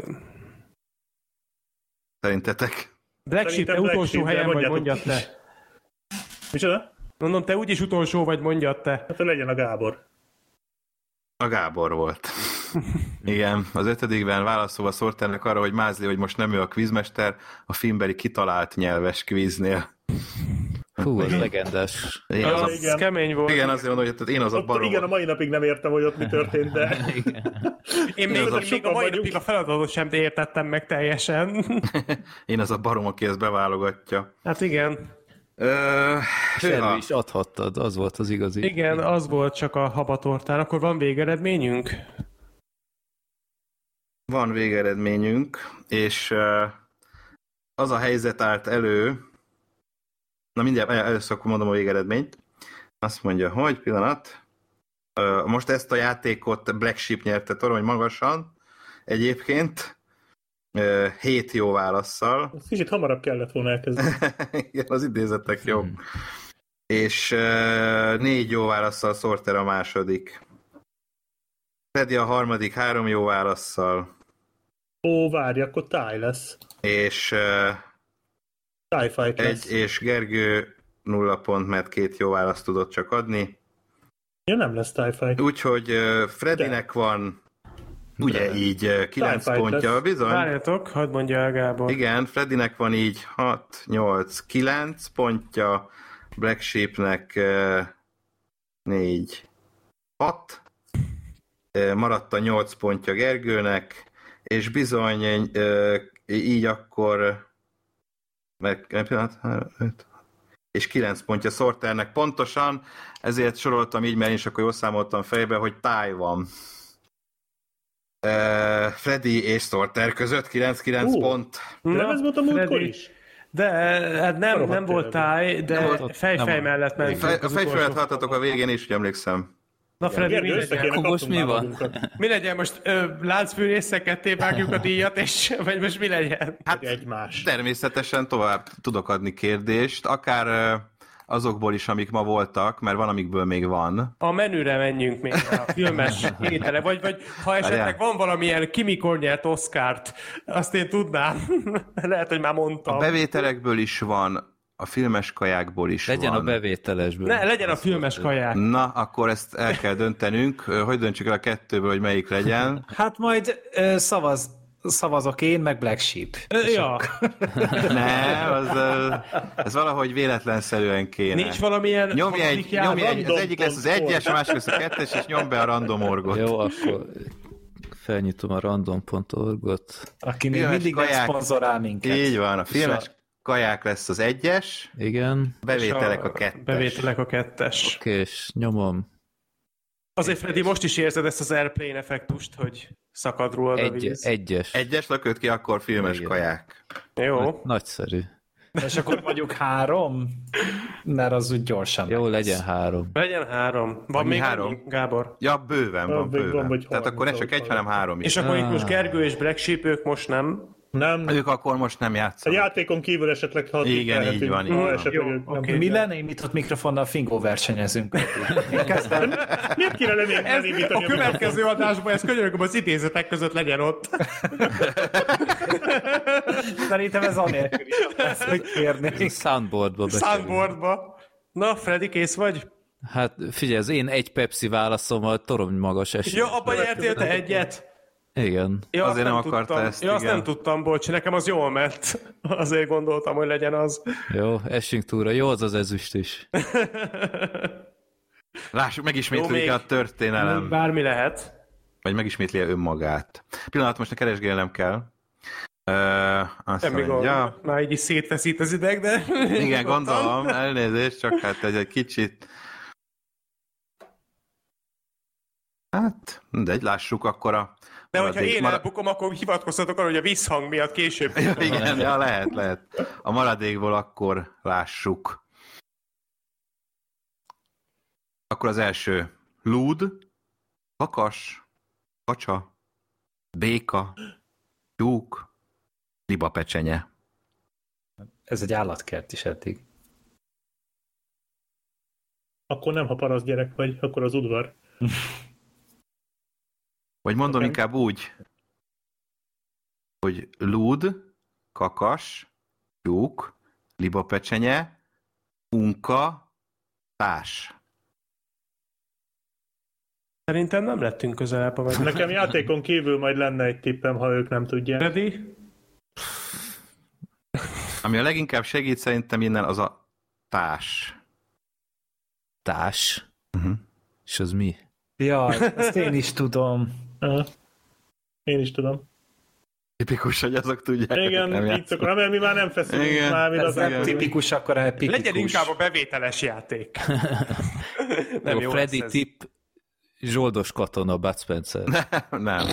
Szerintetek? Black Sheep, te Szerintem Black utolsó Sheep, de helyen vagy, mondjátok. mondjad te. Micsoda? Mondom, te úgyis utolsó vagy, mondjad te. Hát legyen a Gábor. A Gábor volt. Igen, az 5-ben válaszolva Sorternek arra, hogy mázli, hogy most nem ő a quizmester, a filmbeli kitalált nyelves quiznél. Hú, az legendás. Én Ja, az a... Az igen. kemény volt. Igen, azért mondom, hogy tehát én az a Ott, barom. igen, a mai napig nem értem, hogy ott mi történt, de Én még, az a még a sokan mai vagyunk. napig a feladatot sem értettem meg teljesen. Én az a barom, aki ezt beválogatja. Hát igen. És elő is adhattad, az volt az igazi. Igen, az volt csak a habatortán. Akkor van végeredményünk? Van végeredményünk, és az a helyzet állt elő, na mindjárt először akkor mondom a végeredményt, azt mondja, hogy pillanat, most ezt a játékot Black Sheep nyerte torony magasan, egyébként 7 jó válasszal. kicsit hamarabb kellett volna elkezdeni. Igen, az idézetek jó. És 4 jó válasszal Sorter a második. Freddy a harmadik 3 jó válasszal. Ó, várj, akkor táj lesz. És Tie fight lesz. és Gergő 0 pont, mert 2 jó választ tudott csak adni. Ja, nem lesz tie fight. Úgyhogy Freddynek van ugye így 9 Tie fight pontja, lesz. bizony. Várjatok, hadd mondja el Gábor. Igen, Freddynek van így 6, 8, 9 pontja, Black Sheepnek 4, 6, maradt a 8 pontja Gergőnek, és bizony így akkor pillanat, 5, és 9 pontja Sorternek pontosan, ezért soroltam így, mert én is akkor jól számoltam fejbe, hogy táj van. Freddy és Sorter között 9-9 pont. Nem ez volt a múltkor is? De hát nem volt táj, de fej mellett ment. A fejfőlet haltatok a végén is, úgy emlékszem. Na Freddy, mi legyen? Most mi van? Mi legyen most? Láncfűrészek ketté vágjuk a díjat, és vagy most mi legyen? Hát egymás. Természetesen tovább tudok adni kérdést, akár azokból is, amik ma voltak, mert van, amikből még van. A menüre menjünk még, a filmes étele, vagy ha esetleg van valamilyen ki mikor nyert Oscart, azt én tudnám. Lehet, hogy már mondtam. A bevételekből is van, a filmes kajákból is legyen van. a bevételesből. Legyen a filmes kaják. Na, akkor ezt el kell döntenünk. Hogy döntsük el a kettőből, hogy melyik legyen? Hát majd szavazok én, meg Black Sheep. Ja. Nem, ez valahogy véletlenszerűen kéne. Nincs valamilyen... Nyomj egy, az egyik lesz az 1-es, a másik lesz a 2-es, és nyomj be a random orgot. Jó, akkor felnyitom a random.org-ot. Aki még mindig nem szponzorál minket. Így van, a filmes kaják lesz az 1-es. Igen. Bevételek a 2-es. Bevételek a 2-es. Oké, és nyomom. Azért, Freddy, most is érzed ezt az airplane effektust, hogy szakad róla a víz. 1-es. 1-es lökött ki, akkor filmes kaják. Jó. Nagyszerű. És akkor mondjuk 3, mert az úgy gyorsan. Jó, legyen 3. Legyen 3. Van annyi még 3? annyi, Gábor? Ja, bőven van, bőven. Tehát akkor ne csak 1, hanem 3 is. És akkor itt most Gergő és Black Sheep, ők most nem. Nem. Ők akkor most nem A játszanak. játékon kívül esetleg ha Igen, így van, így van. Okay. Mi lenne, nyitott mikrofonnal fingó versenyezünk. Miért kéne lenémítani A következő adásban ez könyörgöm az idézetek között legyen ott. Szerintem ez anélkül is lesz, hogy kérnék. Soundboardba beszélünk. Soundboardba. Na, Freddy, kész vagy? Hát figyelj, az én egy Pepsi válaszom a torony magas esély. Ja, abban nyertél te egyet. Igen. Ja, Azért nem akarta tudtam. ezt, Ja, azt igen. nem tudtam, bocs, nekem az jól ment. Azért gondoltam, hogy legyen az. Jó, essünk túlra. Jó az ezüst is. Lássuk, megismétlődik a történelem. Bármi lehet. Vagy megismétli önmagát. Pillanat, most ne keresgélnem kell. Azt Semmi gond. mondja. Már így is szétfeszít az ideg, de... Igen, gondolom, elnézést, csak hát ez egy kicsit... Hát, mindegy, lássuk akkor a... De hogyha én elbukom, akkor hivatkoztatok arra, hogy a visszhang miatt később... Ja, igen, ja, lehet. A maradékból akkor lássuk. Akkor az első. Lúd, kakas, kacsa, béka, tyúk, libapecsenye. Ez egy állatkert is eddig. Akkor nem, ha parasz gyerek vagy, akkor az udvar. Vagy mondom inkább úgy, hogy lúd, kakas, tyúk, libapecsenye, unka, tás. Szerintem nem lettünk közelebb a meg. Nekem játékon kívül majd lenne egy tippem, ha ők nem tudják. Freddy? Ami a leginkább segít szerintem innen az a tás. Tás? És az mi? Jaj, ezt én is tudom. Én is tudom. Tipikus, hogy azok tudják. Igen, így szokott, mert mi már nem feszülünk. Igen, már, Ez nem tipikus, akkor epikus. Legyen inkább a bevételes játék. Nem jó, Freddy tipp, zsoldos katona, Bud Spencer. Nem.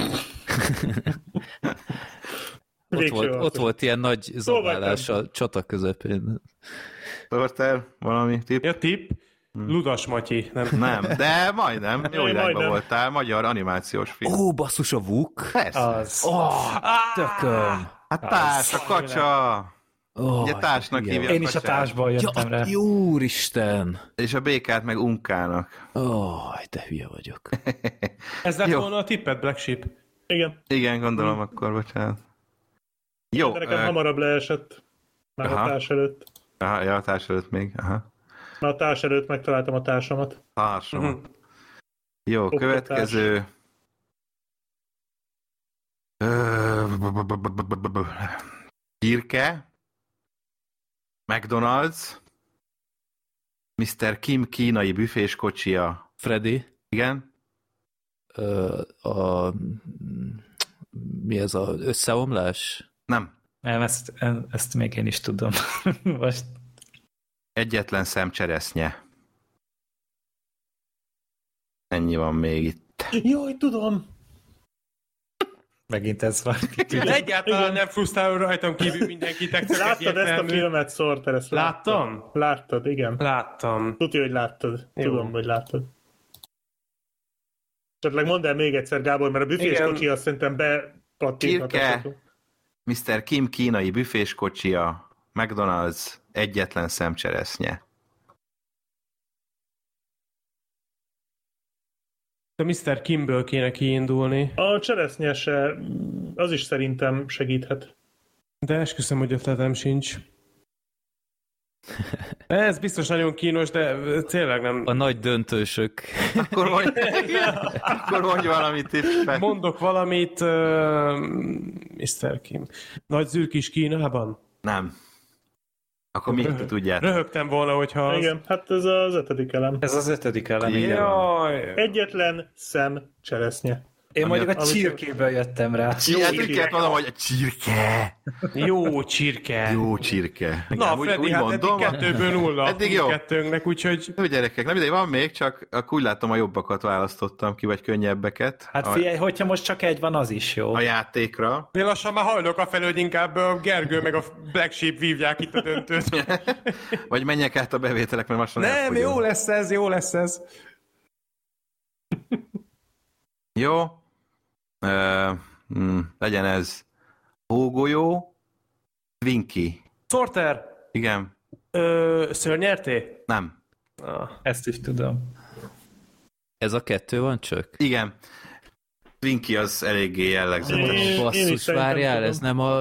Ott volt ilyen nagy zabálás a csata közepén. Sorter, valami tipp? Ja, tipp? Ludas Matyi. Nem, de majdnem. Jó irányba voltál. Magyar animációs film. Ó, basszus, a Vuk? Persze. Az. Tököm. Hát társ, a kacsa. Ugye társnak hívják. Én is a társból jöttem rá. Ja, úristen! És a békát meg unkának. De hülye vagyok. Ez lett Jó. volna a tippet, Black Sheep? Igen. Igen, gondolom akkor, bocsánat. Jó. De nekem hamarabb leesett. Már a társ előtt. Ja, a társ előtt még. Aha. Már a társ előtt megtaláltam a társamat. Társamat. Jó, következő. Kirke. McDonald's. Mr. Kim kínai büfés kocsia. Freddy? Igen? Mi ez az összeomlás? Nem. Nem, ezt még én is tudom. Most. Egyetlen szemcseresznye. Ennyi van még itt. Jaj, tudom! Megint ez van. Egyáltalán nem frusztráló rajtam kívül mindenkitek. Láttad ezt a filmet, Sorter? Ezt Láttam? Láttad, igen. Láttam. Tudja, hogy láttad. Jó. Tudom, hogy láttad. Esetleg mondd el még egyszer, Gábor, mert a büféskocsi azt szerintem Csirke, Mr. Kim kínai büféskocsia, McDonald's, egyetlen szemcseresznye. A Mr. Kimből kéne kiindulni. A cseresznyese, az is szerintem segíthet. De esküszöm, hogy ötletem sincs. Ez biztos nagyon kínos, de tényleg nem... A nagy döntősök. Akkor mondj valamit, tippet. Mondok valamit, Mr. Kim. Nagy zürkis Kínában? Nem. Akkor még ti tudjátok. Röhögtem volna, hogyha... Az... Igen, hát ez az 5. elem. Ez az 5. elem. Jaj. Egyetlen szem cseresznye. Én mondjuk a csirkéből jöttem rá. Csirke, mondom, hogy a csirke. Jó csirke. Jó csirke. Na, Igen, Freddy, hát mondom, eddig 2-0. Eddig jó. Kettőnknek, úgyhogy... Jó, gyerekek, nem ideig van még, csak akkor úgy látom, a jobbakat választottam ki, vagy könnyebbeket. Hát figyelj, hogyha most csak egy van, az is jó. A játékra. Én lassan már hajlok a felől, hogy inkább a Gergő meg a Black Sheep vívják itt a döntőt. Vagy menjek át a bevételek, mert lassan Nem, elfogyom. jó lesz ez. Jó. Legyen ez hógolyó, Twinkie. Sorter, Igen. szörnyerté? Nem. Ezt is tudom. Ez a 2 van csak? Igen. Twinkie az eléggé jellegzetes. Én is Basszus, szerintem várjál, tudom. ez nem a...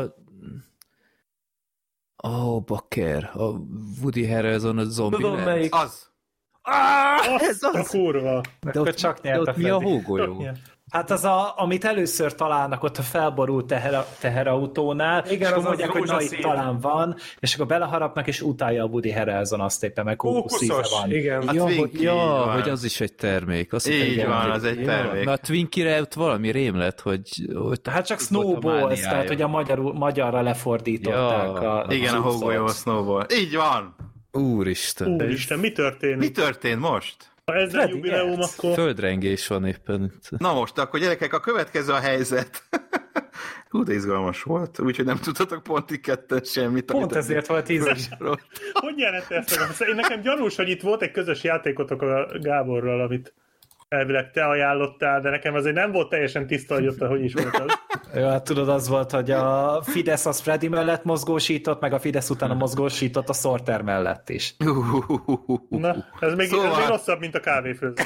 Bakker, a Woody Harrelson a zombi Tudom lett. melyik. Az. Ez az! A kurva! De ott, csak de nyert ott a mi a Freddy. hógolyó? Hát az, amit először találnak ott a felborult teherautónál, Igen, és az akkor mondják, az hogy na itt rózsaszín. talán van, és akkor beleharapnak, és utálja a Woody Harrelson azt éppen, meg kókuszíze Kókuszos, van. igen. Hát Ja, Twinkie, ja, van. hogy az is egy termék. Azt Így hittem, van, igen. az egy Ja. termék. Na a Twinkie-re ott valami rém lett, hogy Hát csak volt a Snowballs, mániája. tehát hogy a magyarra lefordították. Ja. Igen, a cuccot. hógolyó, a snowball. Így van. Úristen. Úristen, mi történik? Mi történt most? Ha ez nem Freddy jubileum, nyert. akkor... Földrengés van éppen itt. Na most, akkor gyerekek, a következő a helyzet. Hú, de izgalmas volt, úgyhogy nem tudtatok pont így ketten semmit. Pont ezért volt 10. Hogy nyerette ezt meg? Én nekem gyanús, hogy itt volt egy közös játékotok a Gáborral, amit elvileg te ajánlottál, de nekem azért nem volt teljesen tiszta, hogy ott hogy is volt az. Jó, hát tudod, az volt, hogy a Fidesz az Freddy mellett mozgósított, meg a Fidesz utána mozgósított a Sorter mellett is. Na, ez még rosszabb, mint a kávéfőző.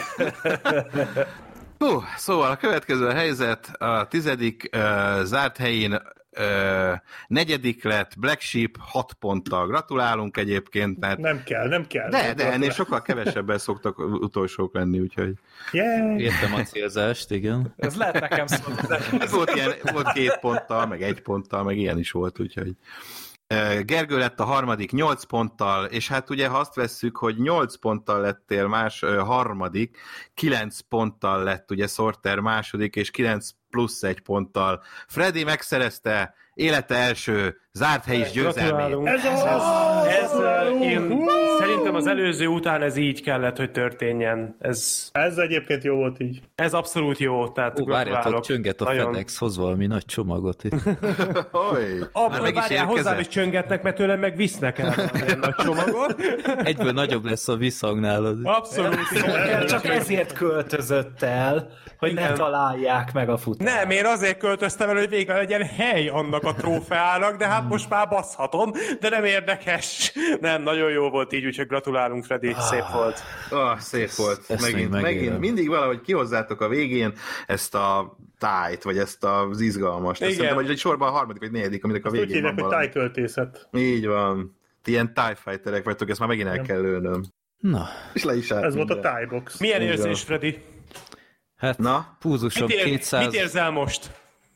Szóval a következő helyzet, a 10. zárt helyén 4. lett Black Sheep 6 ponttal. Gratulálunk egyébként, mert... Nem kell. De ennél sokkal kevesebben szoktak utolsók lenni, úgyhogy... Yeah. Értem a célzást, igen. Ez lehet nekem szólni. Ez volt 2 ponttal, meg 1 ponttal, meg ilyen is volt, úgyhogy... Gergő lett a 3. 8 ponttal, és hát ugye ha azt vesszük, hogy 8 ponttal lettél harmadik, 9 ponttal lett ugye Sorter második, és 9 plusz 1 ponttal. Freddy megszerezte élete első zárt helyis győzelmét. Gratulálunk. Ez Én szerintem az előző után ez így kellett, hogy történjen. Ez egyébként jó volt így. Ez abszolút jó, tehát Várjátok, gratulálok. csönget a Nagyon. FedEx, hoz valami nagy csomagot itt. Abból meg is várjál, hozzám érkezett? is csöngetnek, mert tőlem meg visznek el valamilyen nagy csomagot. Egyből nagyobb lesz a visszhang nálad. Abszolút. Csak ezért költözött el, hogy ne Igen. találják meg a futást. Nem, én azért költöztem el, hogy végre legyen hely annak a trófeának, de hát most már baszhatom, de nem érdekes. Nem, nagyon jó volt így, úgyhogy gratulálunk, Freddy, szép volt. Szép volt. Ezt még Megint megélem. mindig valahogy kihozzátok a végén ezt a tájt, vagy ezt az izgalmast. Igen. Szerintem, hogy egy sorban a 3. vagy 4. aminek a Úgy végén hívják, van hogy valami. tájköltészet. Így van. Ti ilyen TIE fighterek vagytok, ezt már megint el kell lőnöm. Na, És le is állt Ez volt a minden. tájbox. Milyen Így érzés, van. Freddy? hát Na? púzusom 200... Mit érzel most?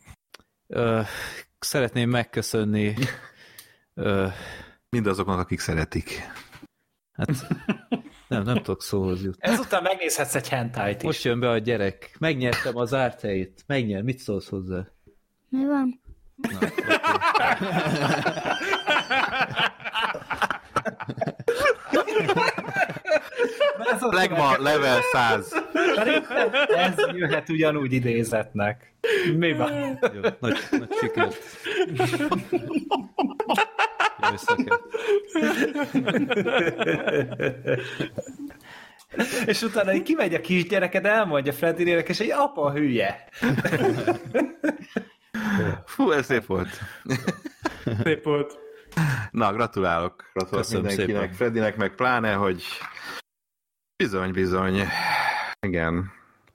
Szeretném megköszönni Mindazoknak, akik szeretik. hát nem tudok szóhoz jutni. Ezután megnézhetsz egy hentájt is. Most jön be a gyerek. Megnyertem az zárt helyét. Mit szólsz hozzá? Mi van? Legma level 100. Ez jöhet ugyanúgy idézetnek. Mi van? Jó, nagy sikert. Jó éjszakát. És utána így kimegy a kisgyereked, elmondja Freddynek, és egy apa hülye. Fú, ez szép volt. Szép volt. Na, gratulálok Köszönöm mindenkinek, szépen. Freddynek, meg pláne, hogy bizony. Igen.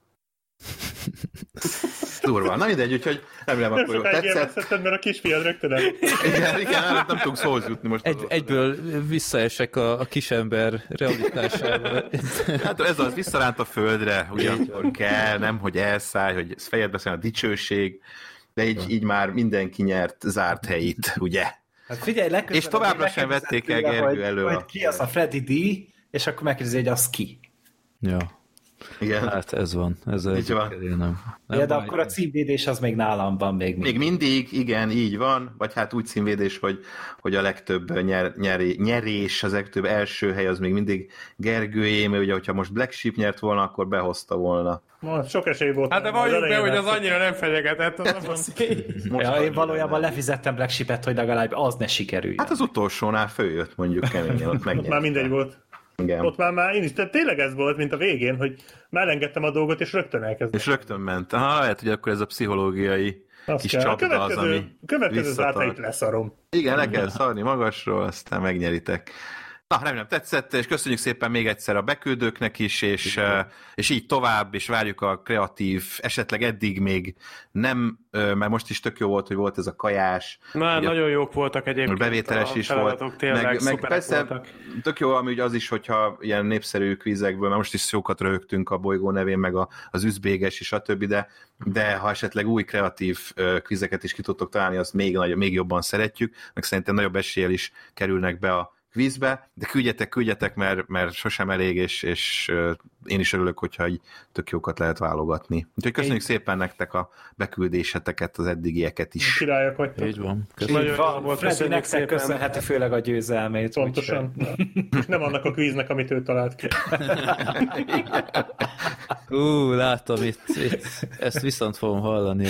Durva. Na mindegy, úgyhogy remélem Nem akkor jól sokáig tetszett. élvezheted, mert a kisfiad rögtön el. Igen, nem tudunk szóhoz jutni most. Egyből visszaesek a kisember realitásába. Hát ez az, visszaránt a földre, ugyanakkor kell, nem, hogy elszállj, hogy ez fejedbe száll a dicsőség, de így már mindenki nyert zárt helyit, ugye? Hát figyelj, legközelebb... És továbbra sem vették el Gergő elő hogy ki az a Freddy D, és akkor megkérdezi, hogy az ki. Ja, Igen. hát ez van. Ez Így van. nem Ja, de baj. akkor a címvédés az még nálam van Még mindig, igen, így van, vagy hát úgy címvédés, hogy a legtöbb nyerés, az legtöbb első hely az még mindig Gergőjé, mert ugye, hogyha most Black Sheep nyert volna, akkor behozta volna. Sok esély volt. Hát de valljuk be, hogy az annyira nem fenyegetett. Ja, én valójában lefizettem Black Sheep-et, hogy legalább az ne sikerüljön. Hát az utolsónál följött mondjuk keményen, ott megnyert. Már mindegy volt. Igen. Ott már én is, tehát tényleg ez volt, mint a végén, hogy már engedtem a dolgot, és rögtön elkezdtem. És rögtön ment. Aha, lehet, hogy akkor ez a pszichológiai kis csapda az, ami következő visszatart. zártáit leszarom. Igen, le kell szarni magasról, aztán megnyeritek. Na, remélem tetszett, és köszönjük szépen még egyszer a beküldőknek is, és így tovább, és várjuk a kreatív, esetleg eddig még nem, mert most is tök jó volt, hogy volt ez a kajás. Na, nagyon jók voltak egyébként. Bevételes is volt. Tényleg meg persze voltak. tök jó, ami az is, hogyha ilyen népszerű kvízekből, mert most is jókat röhögtünk a bolygó nevén, meg az üzbéges és a többi, de ha esetleg új kreatív kvízeket is ki tudtok találni, azt még jobban szeretjük, meg szerintem nagyobb eséllyel is kerülnek be a kvízbe, de küldjetek, mert sosem elég, és én is örülök, hogyha így tök jókat lehet válogatni. Úgyhogy köszönjük szépen nektek a beküldéseteket, az eddigieket is. Királyok vagytok. Így van. Nagyon jó volt, Freddy köszönjük nektek szépen. köszönheti főleg a győzelmét. Pontosan. És nem annak a kvíznek, amit ő talált ki. Látom itt. Ezt viszont fogom hallani.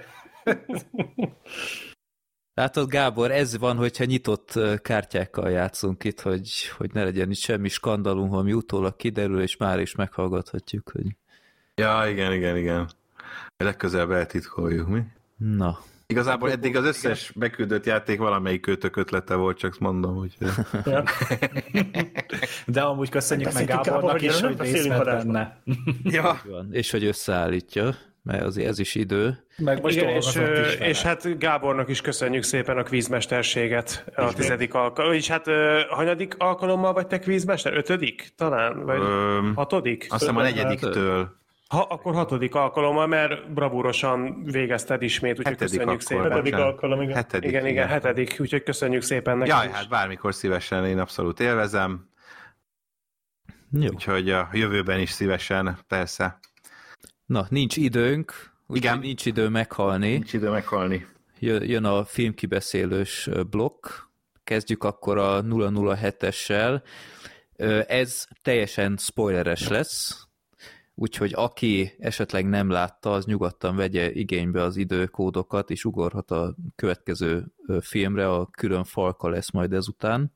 Látod, Gábor, ez van, hogyha nyitott kártyákkal játszunk itt, hogy ne legyen itt semmi skandalum, ami utólag kiderül, és már is meghallgathatjuk, hogy... Ja, igen. Legközelebb eltitkoljuk, mi? Na. Igazából eddig az összes beküldött játék valamelyik kötök ötlete volt, csak mondom, hogy... Ja. De amúgy köszönjük meg Beszéltük Gábornak Gábor, is, hogy hogy beszélünk részt vett adásban. benne. Ja. Van. És hogy összeállítja, mert azért ez is idő. Meg most Igen, és, dolgozott is vele. és hát Gábornak is köszönjük szépen a kvízmesterséget a 10. alkalommal. És hát hanyadik alkalommal vagy te kvízmester? 5. talán? Vagy 6? Azt hiszem a 4-től. Akkor 6. alkalommal, mert bravúrosan végezted ismét, úgyhogy 7. köszönjük akkor, szépen. Hetedik bocsánat. alkalom, igen. 7. Igen, 7. Úgyhogy köszönjük szépen neked Jaj, is. hát bármikor szívesen, én abszolút élvezem. Jó. Úgyhogy a jövőben is szívesen, persze. Na, nincs időnk, úgyhogy Igen. nincs idő meghalni. Nincs idő meghalni. Jön a filmkibeszélős blokk. Kezdjük akkor a 007-essel. Ez teljesen spoileres lesz, úgyhogy aki esetleg nem látta, az nyugodtan vegye igénybe az időkódokat, és ugorhat a következő filmre, a Külön Falka lesz majd ezután.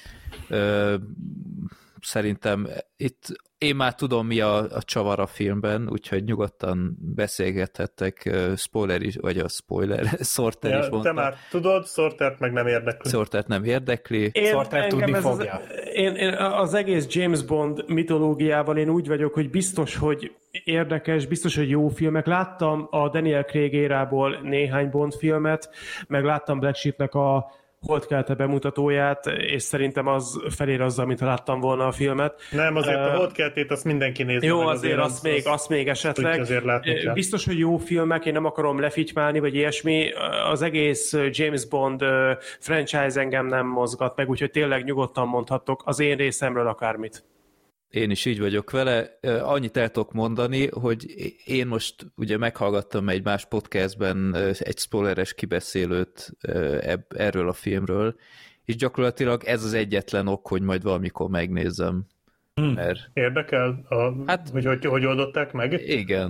Szerintem itt én már tudom, mi a csavar a filmben, úgyhogy nyugodtan beszélgethettek, spoiler is, vagy a spoiler, Sorter is mondta. Te már tudod, Sortert meg nem érdekli. Sortert nem érdekli. Sorter tudni fogja. Én az egész James Bond mitológiával én úgy vagyok, hogy biztos, hogy érdekes, biztos, hogy jó filmek. Láttam a Daniel Craig érából néhány Bond filmet, meg láttam Black Sheepnek a Holdkelte bemutatóját, és szerintem az felér azzal, mintha láttam volna a filmet. Nem, azért a Holdkeltét azt mindenki nézi. Jó, meg, azért azt még esetleg. azért látni kell. Biztos, hogy jó filmek, én nem akarom lefitymálni, vagy ilyesmi. Az egész James Bond franchise engem nem mozgat meg, úgyhogy tényleg nyugodtan mondhattok az én részemről akármit. Én is így vagyok vele. Annyit el tudok mondani, hogy én most ugye meghallgattam egy más podcastben egy spoileres kibeszélőt erről a filmről, és gyakorlatilag ez az egyetlen ok, hogy majd valamikor megnézzem. Mert... Érdekel, hogy oldották meg? Igen.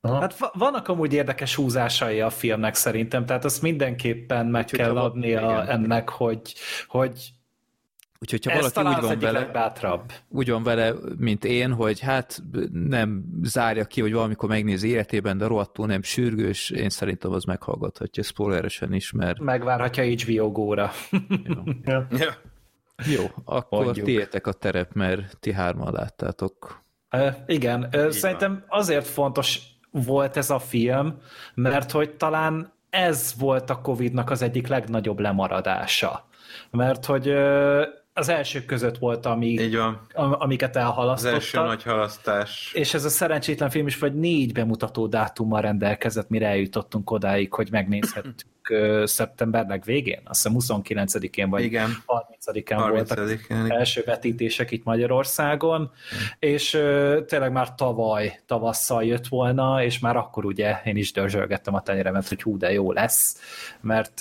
Aha. Hát vannak amúgy érdekes húzásai a filmnek szerintem, tehát azt mindenképpen meg Úgyhogy kell ha- adnia igen. ennek, hogy Úgyhogy ha ez valaki talán úgy az van egyik vele, legbátrabb. úgy van vele, mint én, hogy hát nem zárja ki, hogy valamikor megnézi életében, de rohadtul nem sürgős, én szerintem az meghallgathatja spoileresen is, mert Megvárhatja HBO Go-ra. Ja. Ja. jó, akkor Mondjuk. tiétek a terep, mert ti hárman láttátok. Igen, szerintem azért fontos volt ez a film, mert hogy talán ez volt a Covid-nak az egyik legnagyobb lemaradása. Mert hogy az elsők között volt, Így van. amiket Az elhalasztottak. első nagy halasztás. És ez a szerencsétlen film is vagy 4 bemutató dátummal rendelkezett, mire eljutottunk odáig, hogy megnézhettük szeptembernek végén. Azt hiszem 29-én vagy Igen. 30-án voltak 30-án. első vetítések itt Magyarországon, és tényleg már tavasszal jött volna, és már akkor ugye én is dörzsölgettem a tenyeremet, hogy hú, de jó lesz, mert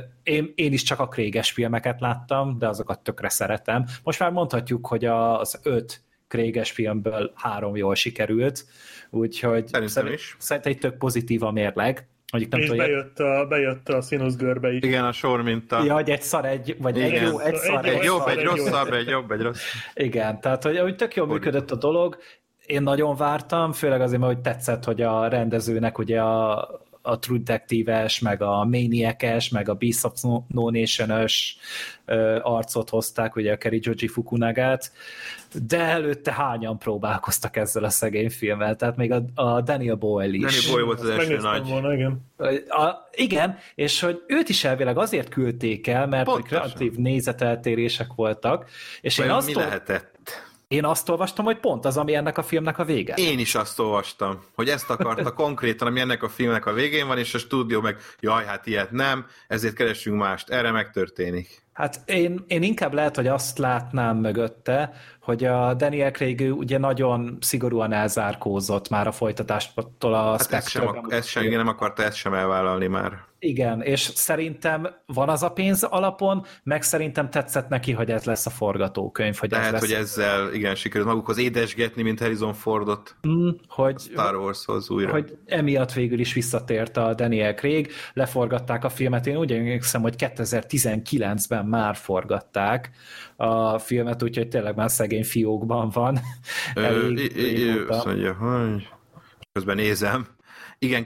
én is csak a Craig-es filmeket láttam, de azokat tökre szeretem. Most már mondhatjuk, hogy az 5 Craig-es filmből 3 jól sikerült, úgyhogy szerintem egy tök pozitív a mérleg. Mondjuk nem És tudom, bejött a színuszgörbe is. Igen, a sor minta. ja, hogy egy szar, vagy egy Igen. jó, egy szar, Egy jobb, szar, egy egy jó. rosszabb, egy jobb, egy rossz. Igen, tehát hogy tök jól működött a dolog. Én nagyon vártam, főleg azért, mert hogy tetszett, hogy a rendezőnek ugye a True Detective-es, meg a Maniac-es, meg a Beast of No Nation-ös arcot hozták, ugye a Keri Joji Fukunagát, de előtte hányan próbálkoztak ezzel a szegény filmmel, tehát még a Daniel Boyle is. Danny Boyle volt az első Megnéztem nagy. volna, igen. Igen, és hogy őt is elvileg azért küldték el, mert hogy Pontosan. kreatív nézeteltérések voltak, és Vajon mi lehetett? én azt olvastam, hogy pont az, ami ennek a filmnek a vége. Én is azt olvastam, hogy ezt akarta konkrétan, ami ennek a filmnek a végén van, és a stúdió meg, jaj, hát ilyet nem, ezért keresünk mást. Erre megtörténik. Hát én inkább lehet, hogy azt látnám mögötte, hogy a Daniel Craig ugye nagyon szigorúan elzárkózott már a folytatástól a Hát ezt sem, nem akarta ezt sem elvállalni már. Igen, és szerintem van az a pénz alapon, meg szerintem tetszett neki, hogy ez lesz a forgatókönyv. Hogy Tehát, ez lesz, hogy ezzel igen, sikerült magukhoz édesgetni, mint Harrison Fordot hogy, Star Warshoz újra. hogy emiatt végül is visszatért a Daniel Craig, leforgatták a filmet, én úgy emlékszem, hogy 2019-ben már forgatták a filmet, úgyhogy tényleg már szegény fiókban van. Azt mondja, hogy közben nézem. Igen,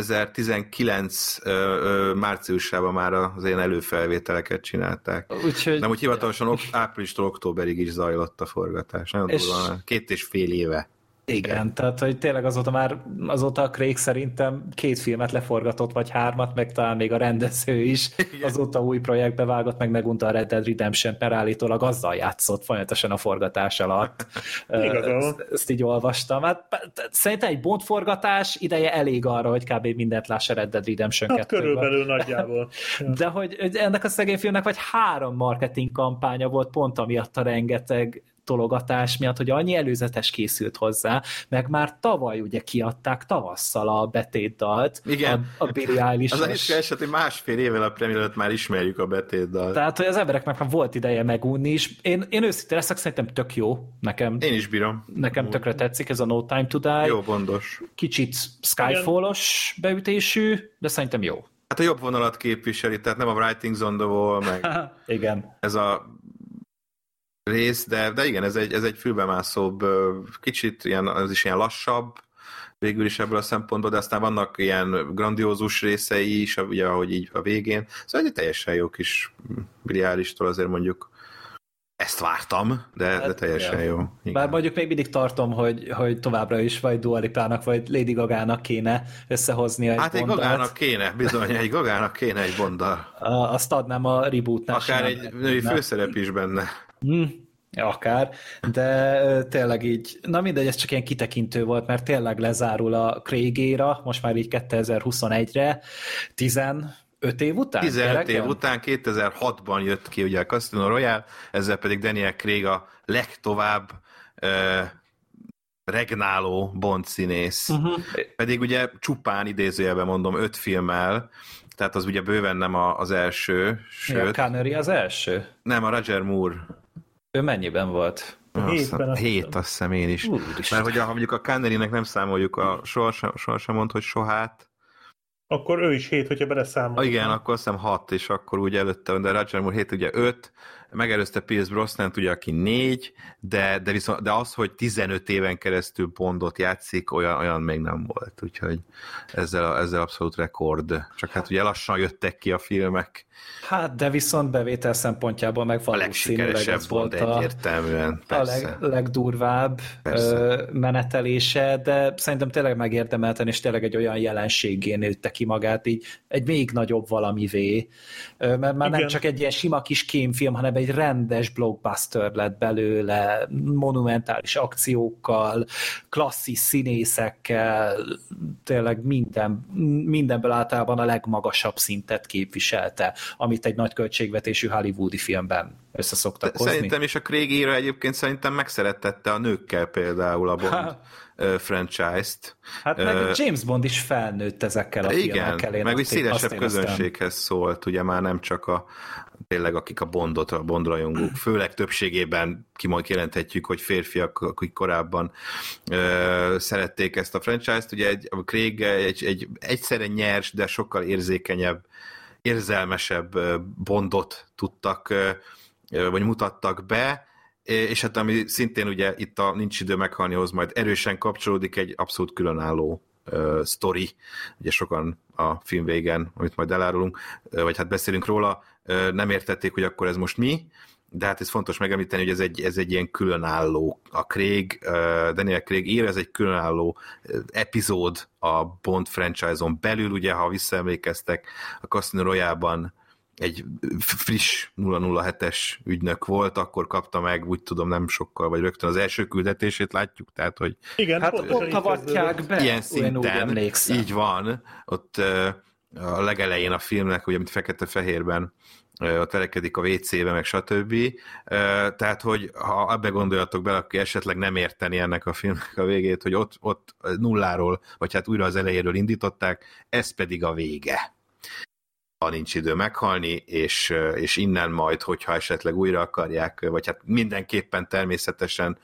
2019 márciusában már az ilyen előfelvételeket csinálták. Úgyhogy, nem úgy hivatalosan áprilistól októberig is zajlott a forgatás. Nagyon durva, 2,5 éve. Igen, tehát hogy tényleg azóta a Craig szerintem 2 filmet leforgatott, vagy 3, meg talán még a rendező is. Igen. Azóta új projektbe vágott, megunta a Red Dead Redemption, mert állítólag azzal játszott folyamatosan a forgatás alatt. Ezt így olvastam. Hát, szerintem egy Bond forgatás ideje elég arra, hogy kb. Mindent lássa Red Dead Redemption 2-ben. Hát körülbelül nagyjából. De hogy ennek a szegény filmnek vagy 3 marketing kampánya volt pont amiatt a rengeteg tologatás miatt, hogy annyi előzetes készült hozzá, meg már tavaly ugye kiadták tavasszal a betétdalt, igen. A Billie Eilish-es. Az is eset, hogy 1,5 évvel a premier előtt már ismerjük a betétdalt. Tehát, hogy az embereknek már volt ideje megunni is. Én őszintén leszek, szerintem tök jó. Én is bírom. Nekem tökre tetszik ez a No Time to Die. Jó, bondos. Kicsit Skyfall-os beütésű, de szerintem jó. Hát a jobb vonalat képviseli, tehát nem a Writings on the Wall, meg igen. Ez a rész, de igen, ez egy fülbemászóbb, kicsit ilyen, az is ilyen lassabb, végül is ebből a szempontból, de aztán vannak ilyen grandiózus részei is, ugye, ahogy így a végén. Szóval egy teljesen jó kis Billie Eilish-től azért mondjuk ezt vártam, de teljesen jó. Igen. Bár mondjuk még mindig tartom, hogy továbbra is vagy Dua Lipának, vagy Lady Gagának kéne összehozni egy Hát egy Bonddalt. Gagának kéne, bizony, egy Gagának kéne egy Bonddal. Azt adnám a rebootnál. Akár egy női főszerep is benne. Akár, de tényleg így, na mindegy, ez csak ilyen kitekintő volt, mert tényleg lezárul a Craig-éra, most már így 2021-re, 15 év után? 15 év után, 2006-ban jött ki ugye a Casino Royale, ezzel pedig Daniel Craig a legtovább regnáló Bond színész. Pedig ugye csupán idézőjelben mondom 5 filmmel, tehát az ugye bőven nem az első. Sőt, a Connery az első? Nem, a Roger Moore. Ő mennyiben volt? Hét, azt hiszem én is. Mert hogy ha mondjuk a Connerynek nem számoljuk sohasem mond, hogy sohát. Akkor ő is 7, hogyha beleszámoljuk. Igen, akkor azt hiszem 6, és akkor úgy előtte van, de Roger Moore 7, ugye 5, megelőzte Pierce Brosnant, ugye, aki 4, de az, hogy 15 éven keresztül Bondot játszik, olyan még nem volt, úgyhogy ezzel abszolút rekord. Csak hát ugye lassan jöttek ki a filmek. Hát, de viszont bevétel szempontjából meg valószínűleg ez volt egyértelműen, a legdurvább menetelése, de szerintem tényleg megérdemelten, és tényleg egy olyan jelenségé nőtte ki magát, így egy még nagyobb valamivé, mert már nem csak egy ilyen sima kis kémfilm, hanem egy rendes blockbuster lett belőle, monumentális akciókkal, klasszis színészekkel, tényleg mindenből általában a legmagasabb szintet képviselte, amit egy nagy költségvetésű hollywoodi filmben összeszoktak hozni. Szerintem is a Craig éra egyébként szerintem megszerettette a nőkkel például a Bond franchise-t. Hát meg James Bond is felnőtt ezekkel a filmekkel. Igen, meg úgy szélesebb közönséghez szólt, ugye már nem csak tényleg akik a Bond-rajongók, főleg többségében kijelenthetjük, hogy férfiak, akik korábban szerették ezt a franchise-t, ugye a Craig egy egyszerre nyers, de sokkal érzékenyebb, érzelmesebb Bondot tudtak, vagy mutattak be, és hát ami szintén ugye itt a Nincs idő meghalnihoz majd erősen kapcsolódik, egy abszolút különálló sztori, ugye sokan a film végén, amit majd elárulunk, vagy hát beszélünk róla, nem értették, hogy akkor ez most mi, de hát ez fontos megemlíteni, hogy ez egy ilyen különálló, a Craig, Daniel Craig ír, ez egy különálló epizód a Bond franchise-on belül, ugye, ha visszaemlékeztek, a Casino Royale-ban egy friss 007-es ügynök volt, akkor kapta meg, úgy tudom, nem sokkal, vagy rögtön az első küldetését látjuk, tehát, hogy igen, hát ott avatják be, ilyen szinten, így van, ott a legelején a filmnek, ugye, mint fekete-fehérben ott verekedik a WC-be, meg stb. Tehát, hogy ha ebbe gondoljatok bele, akkor esetleg nem érteni ennek a filmnek a végét, hogy ott nulláról, vagy hát újra az elejéről indították, ez pedig a vége. Ha nincs idő meghalni, és innen majd, hogyha esetleg újra akarják, vagy hát mindenképpen természetesen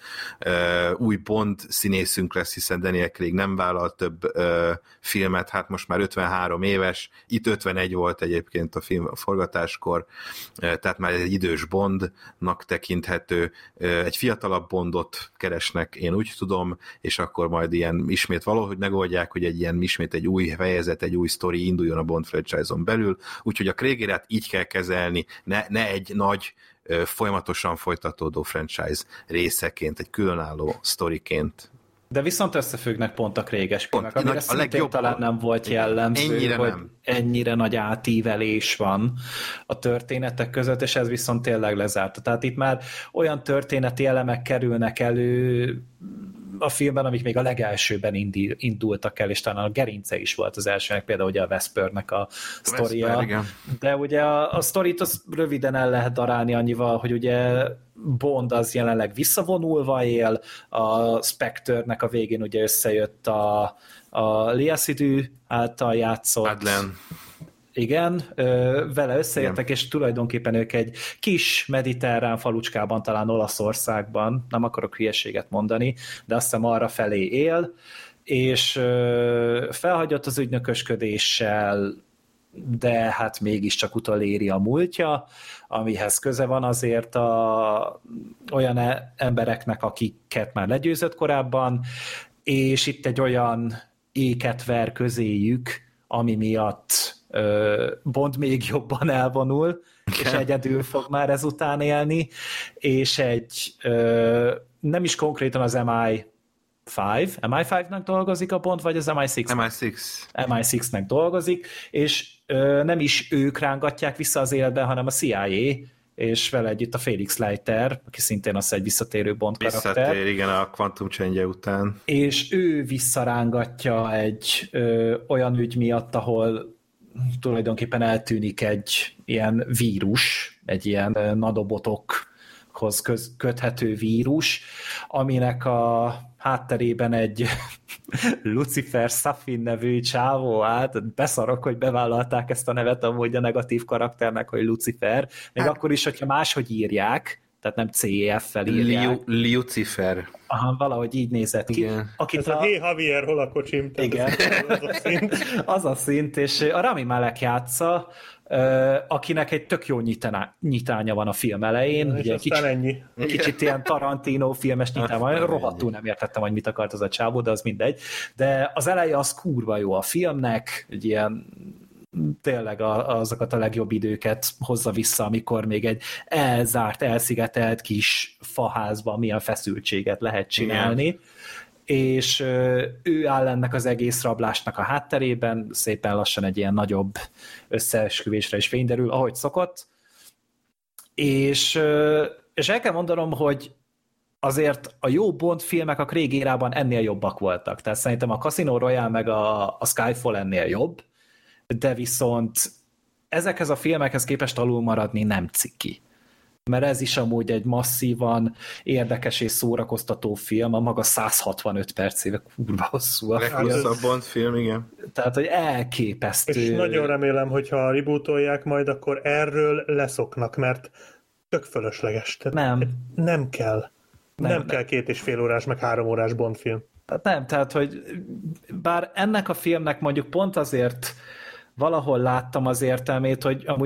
új Bond színészünk lesz, hiszen Daniel Craig nem vállal több filmet, hát most már 53 éves, itt 51 volt egyébként a film a forgatáskor, tehát már egy idős Bondnak tekinthető, egy fiatalabb Bondot keresnek, én úgy tudom, és akkor majd ilyen ismét valahogy megoldják, hogy ismét egy új fejezet, egy új sztori induljon a Bond franchise-on belül, úgyhogy a Craig-érát így kell kezelni, ne egy nagy, folyamatosan folytatódó franchise részeként, egy különálló sztoriként. De viszont összefüggnek pont a Craig-es filmek, amire szintén talán nem volt jellemző, hogy ennyire nagy átívelés van a történetek között, és ez viszont tényleg lezárta. Tehát itt már olyan történeti elemek kerülnek elő a filmben, amik még a legelsőben indultak el, és talán a gerince is volt az elsőnek, például ugye a Vespernek a sztoria. De ugye a sztorit az röviden el lehet darálni annyival, hogy ugye Bond az jelenleg visszavonulva él, a Spectre-nek a végén ugye összejött a Léa Seydoux által játszott Madeleine. Igen, vele összeértek, és tulajdonképpen ők egy kis mediterrán falucskában, talán Olaszországban, nem akarok hülyeséget mondani, de azt hiszem arra felé él, és felhagyott az ügynökösködéssel, de hát mégiscsak utoléri a múltja, amihez köze van azért olyan embereknek, akiket már legyőzött korábban, és itt egy olyan éket ver közéjük, ami miatt Bond még jobban elvonul, és egyedül fog már ezután élni, és egy nem is konkrétan az MI5-nek dolgozik a Bond, vagy az MI6? MI6-nek dolgozik, és nem is ők rángatják vissza az életbe, hanem a CIA, és vele együtt a Felix Leiter, aki szintén az egy visszatérő Bond karakter. Visszatér, igen, a Quantum Change után. És ő visszarángatja egy olyan ügy miatt, ahol tulajdonképpen eltűnik egy ilyen vírus, egy ilyen nanobotokhoz köthető vírus, aminek a hátterében egy Lucifer Safin nevű csávó állt, beszarok, hogy bevállalták ezt a nevet amúgy a negatív karakternek, hogy Lucifer, még akkor is, hogyha máshogy írják, tehát nem CEF-fel írják. Lucifer. Aha, valahogy így nézett ki. Igen. Ez a Hey Javier, hol a kocsim? Igen. Az a szint. Az a szint, és a Rami Malek játsza, akinek egy tök jó nyitánya van a film elején. És aztán ennyi. Kicsit ilyen Tarantino filmes nyitánya, rohadtul nem értettem, hogy mit akart az a csávó, de az mindegy. De az eleje az kurva jó a filmnek, egy ilyen tényleg azokat a legjobb időket hozza vissza, amikor még egy elzárt, elszigetelt kis faházban milyen feszültséget lehet csinálni. Igen. És ő áll ennek az egész rablásnak a hátterében, szépen lassan egy ilyen nagyobb összeesküvésre is fényderül, ahogy szokott. És el kell mondanom, hogy azért a jó Bond filmek a Craig érában ennél jobbak voltak. Tehát szerintem a Casino Royale meg a Skyfall ennél jobb, de viszont ezekhez a filmekhez képest alul maradni nem ciki. Mert ez is amúgy egy masszívan érdekes és szórakoztató film, a maga 165 percével kurva hosszú a film. Leghosszabb Bond film, igen. Tehát, hogy elképesztő. És nagyon remélem, hogyha rebootolják majd, akkor erről leszoknak, mert tök fölösleges. Tehát nem kell. Nem kell 2,5 órás, meg 3 órás Bond film. Tehát, hogy bár ennek a filmnek mondjuk pont azért valahol láttam az értelmét, hogy amúgy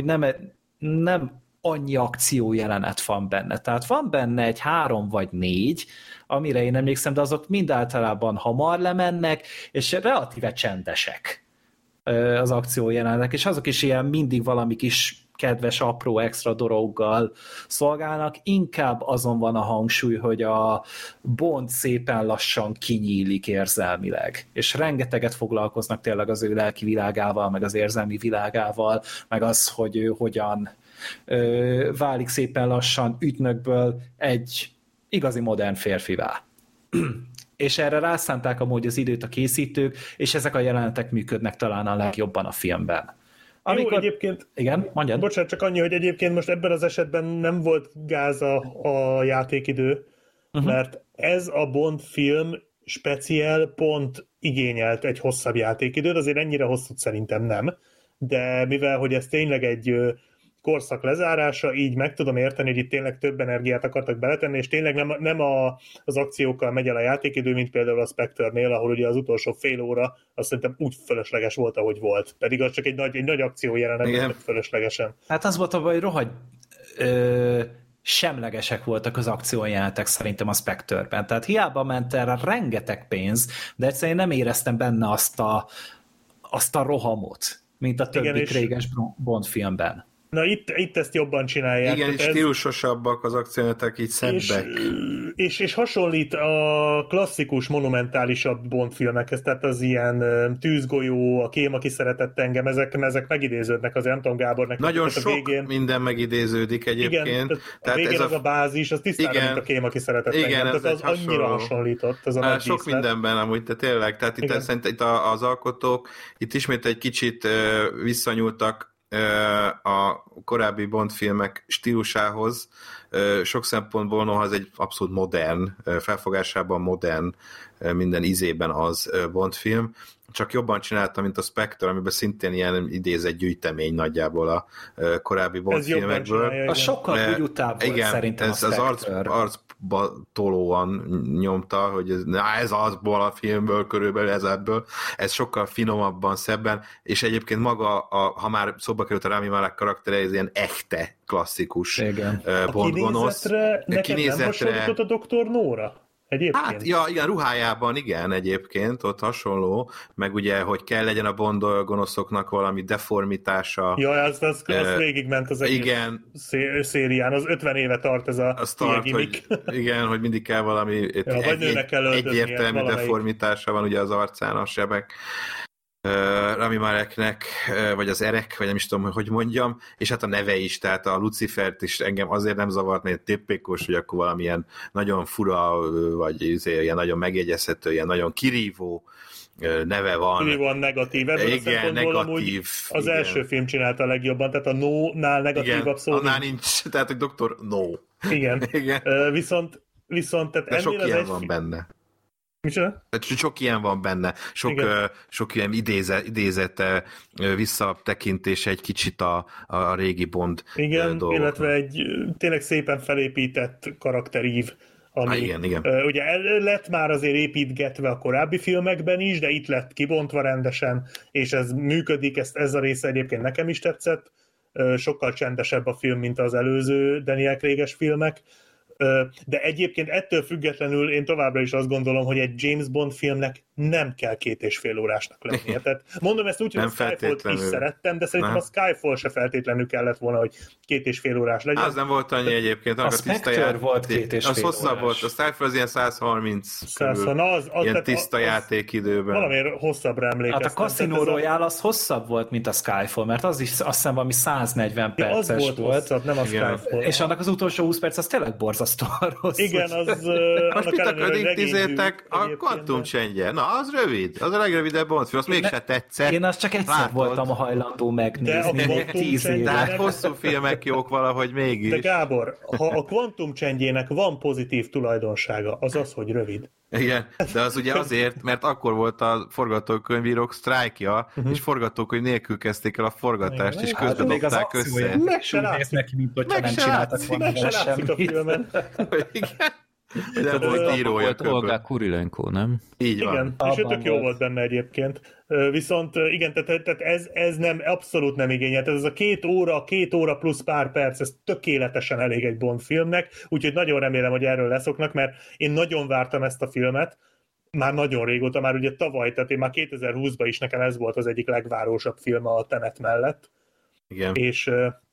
nem annyi akciójelenet van benne. Tehát van benne egy 3 vagy 4, amire én emlékszem, de azok mind általában hamar lemennek, és relatíve csendesek az akciójelenetek, és azok is ilyen mindig valami kis kedves, apró, extra dologgal szolgálnak, inkább azon van a hangsúly, hogy a Bond szépen lassan kinyílik érzelmileg, és rengeteget foglalkoznak tényleg az ő lelki világával, meg az érzelmi világával, meg az, hogy ő hogyan válik szépen lassan ügynökből egy igazi modern férfivá. És erre rászánták amúgy az időt a készítők, és ezek a jelenetek működnek talán a legjobban a filmben. Amikor... Jó, egyébként... Igen, mondjad. Bocsánat, csak annyi, hogy egyébként most ebben az esetben nem volt gáz a játékidő, mert ez a Bond film speciál pont igényelt egy hosszabb játékidőt, azért ennyire hosszút szerintem nem, de mivel, hogy ez tényleg egy korszak lezárása, így meg tudom érteni, hogy itt tényleg több energiát akartak beletenni, és tényleg nem az akciókkal megy el a játékidő, mint például a Spectre-nél, ahol ugye az utolsó fél óra, azt szerintem úgy fölösleges volt, ahogy volt. Pedig az csak egy nagy akció jelenet, fölöslegesen. Hát az volt, hogy rohagy semlegesek voltak az akciójelenetek szerintem a Spectre-ben. Tehát hiába ment erre rengeteg pénz, de egyszerűen nem éreztem benne azt a rohamot, mint a többi Craig-es Bond filmben. Na itt ezt jobban csinálják. Igen, és stílusosabbak az akciójelenetek, így szebbek. És hasonlít a klasszikus, monumentálisabb Bond filmekhez, tehát az ilyen Tűzgolyó, a Kém, aki szeretett engem, ezek megidéződnek, azért nem tudom, Gábornak. Nagyon sok végén... minden megidéződik egyébként. Igen, tehát végén az a bázis, az tisztára, mint a Kém, aki szeretett engem. Tehát az annyira hasonlított. Az a sok mindenben amúgy, de tényleg. Tehát itt szerintem az alkotók itt ismét egy kicsit visszanyúltak a korábbi Bond filmek stílusához, sok szempontból noha ez egy abszolút modern, felfogásában modern, minden ízében az Bond film, csak jobban csinálta, mint a Spectre, amiben szintén ilyen idézett gyűjtemény nagyjából a korábbi Bond filmekből. A sokkal úgy utább volt szerintem ez a Spectre. Az arcba tolóan nyomta, hogy ez azból a filmből, körülbelül ez ebből. Ez sokkal finomabban, szebben, és egyébként maga, ha már szóba került a Rami Malek karaktere, ez ilyen echte, klasszikus Bond gonosz. Neked nem hasonlított a Dr. Nóra? Egyébként? Hát, igen, ruhájában igen, egyébként, ott hasonló, meg ugye, hogy kell legyen a Bond gonoszoknak valami deformitása. Ja, az végigment az egész szérián, az 50 éve tart ez a gimmick. Igen, hogy mindig kell valami egyértelmű deformitása van ugye az arcán, a sebek. Rami Maleknek, vagy az Erek, vagy nem is tudom, hogy mondjam, és hát a neve is, tehát a Lucifert is engem azért nem zavart, mert tippékos, hogy akkor valamilyen nagyon fura, vagy ilyen nagyon megjegyezhető, ilyen nagyon kirívó neve van. Kirívóan negatív. Ebből igen, negatív. Az első film csinálta a legjobban, tehát a No-nál negatívabb szó. Annál nincs, tehát hogy Dr. No. Igen. Viszont tehát de sok ilyen van benne. Sok ilyen van benne, sok ilyen idézett visszatekintés egy kicsit a régi Bond dolgoknak. Illetve egy tényleg szépen felépített karakterív, ami igen. Ugye lett már azért építgetve a korábbi filmekben is, de itt lett kibontva rendesen, és ez működik, ez a része egyébként nekem is tetszett, sokkal csendesebb a film, mint az előző Daniel Craig-es filmek, de egyébként ettől függetlenül én továbbra is azt gondolom, hogy egy James Bond filmnek nem kell 2,5 órásnak lennie. Tehát mondom ezt úgy, hogy a Skyfall-t is szerettem, de szerintem a Skyfall se feltétlenül kellett volna, hogy 2,5 órás legyen. Az nem volt annyi egyébként. A Spectre volt 2,5 órás. Az hosszabb volt, a Skyfall az ilyen 130 körül, ilyen tiszta játékidőben. Valamiért hosszabbra emlékeztem. Hát a Casino Royale az hosszabb volt, mint a Skyfall, mert az is azt hiszem valami 140 perces az volt. Hosszabb, nem a Skyfall. És annak az utolsó 20 perc az tényleg borzasztóan rossz. Igen, az... Most mit akarnék tízétek? A Quantum Change. Na, az rövid. Az a legrövidebb Bondfilm, azt mégse tetszett. Én azt csak egyszer voltam a hajlandó megnézni. 10 éve. De hosszú filmek jók valahogy mégis. De Gábor, ha a Quantum Change-jének van pozitív tulajdonsága, az az, hogy rövid. Igen, de az ugye azért, mert akkor volt a forgatókönyvírók sztrájkja, és forgatókönyv nélkül kezdték el a forgatást, és közben dobták össze. Meg se látszik a filmen. Igen. De volt írója volt Olga Kurilenko, nem? Így van. Igen, és ő tök jó volt benne egyébként. Viszont igen, tehát ez nem, abszolút nem igényelt. Ez a 2 óra plusz pár perc, ez tökéletesen elég egy Bond filmnek, úgyhogy nagyon remélem, hogy erről leszoknak, mert én nagyon vártam ezt a filmet, már nagyon régóta, már ugye tavaly, tehát én már 2020-ban is nekem ez volt az egyik legvárósabb film a Tenet mellett. Igen. És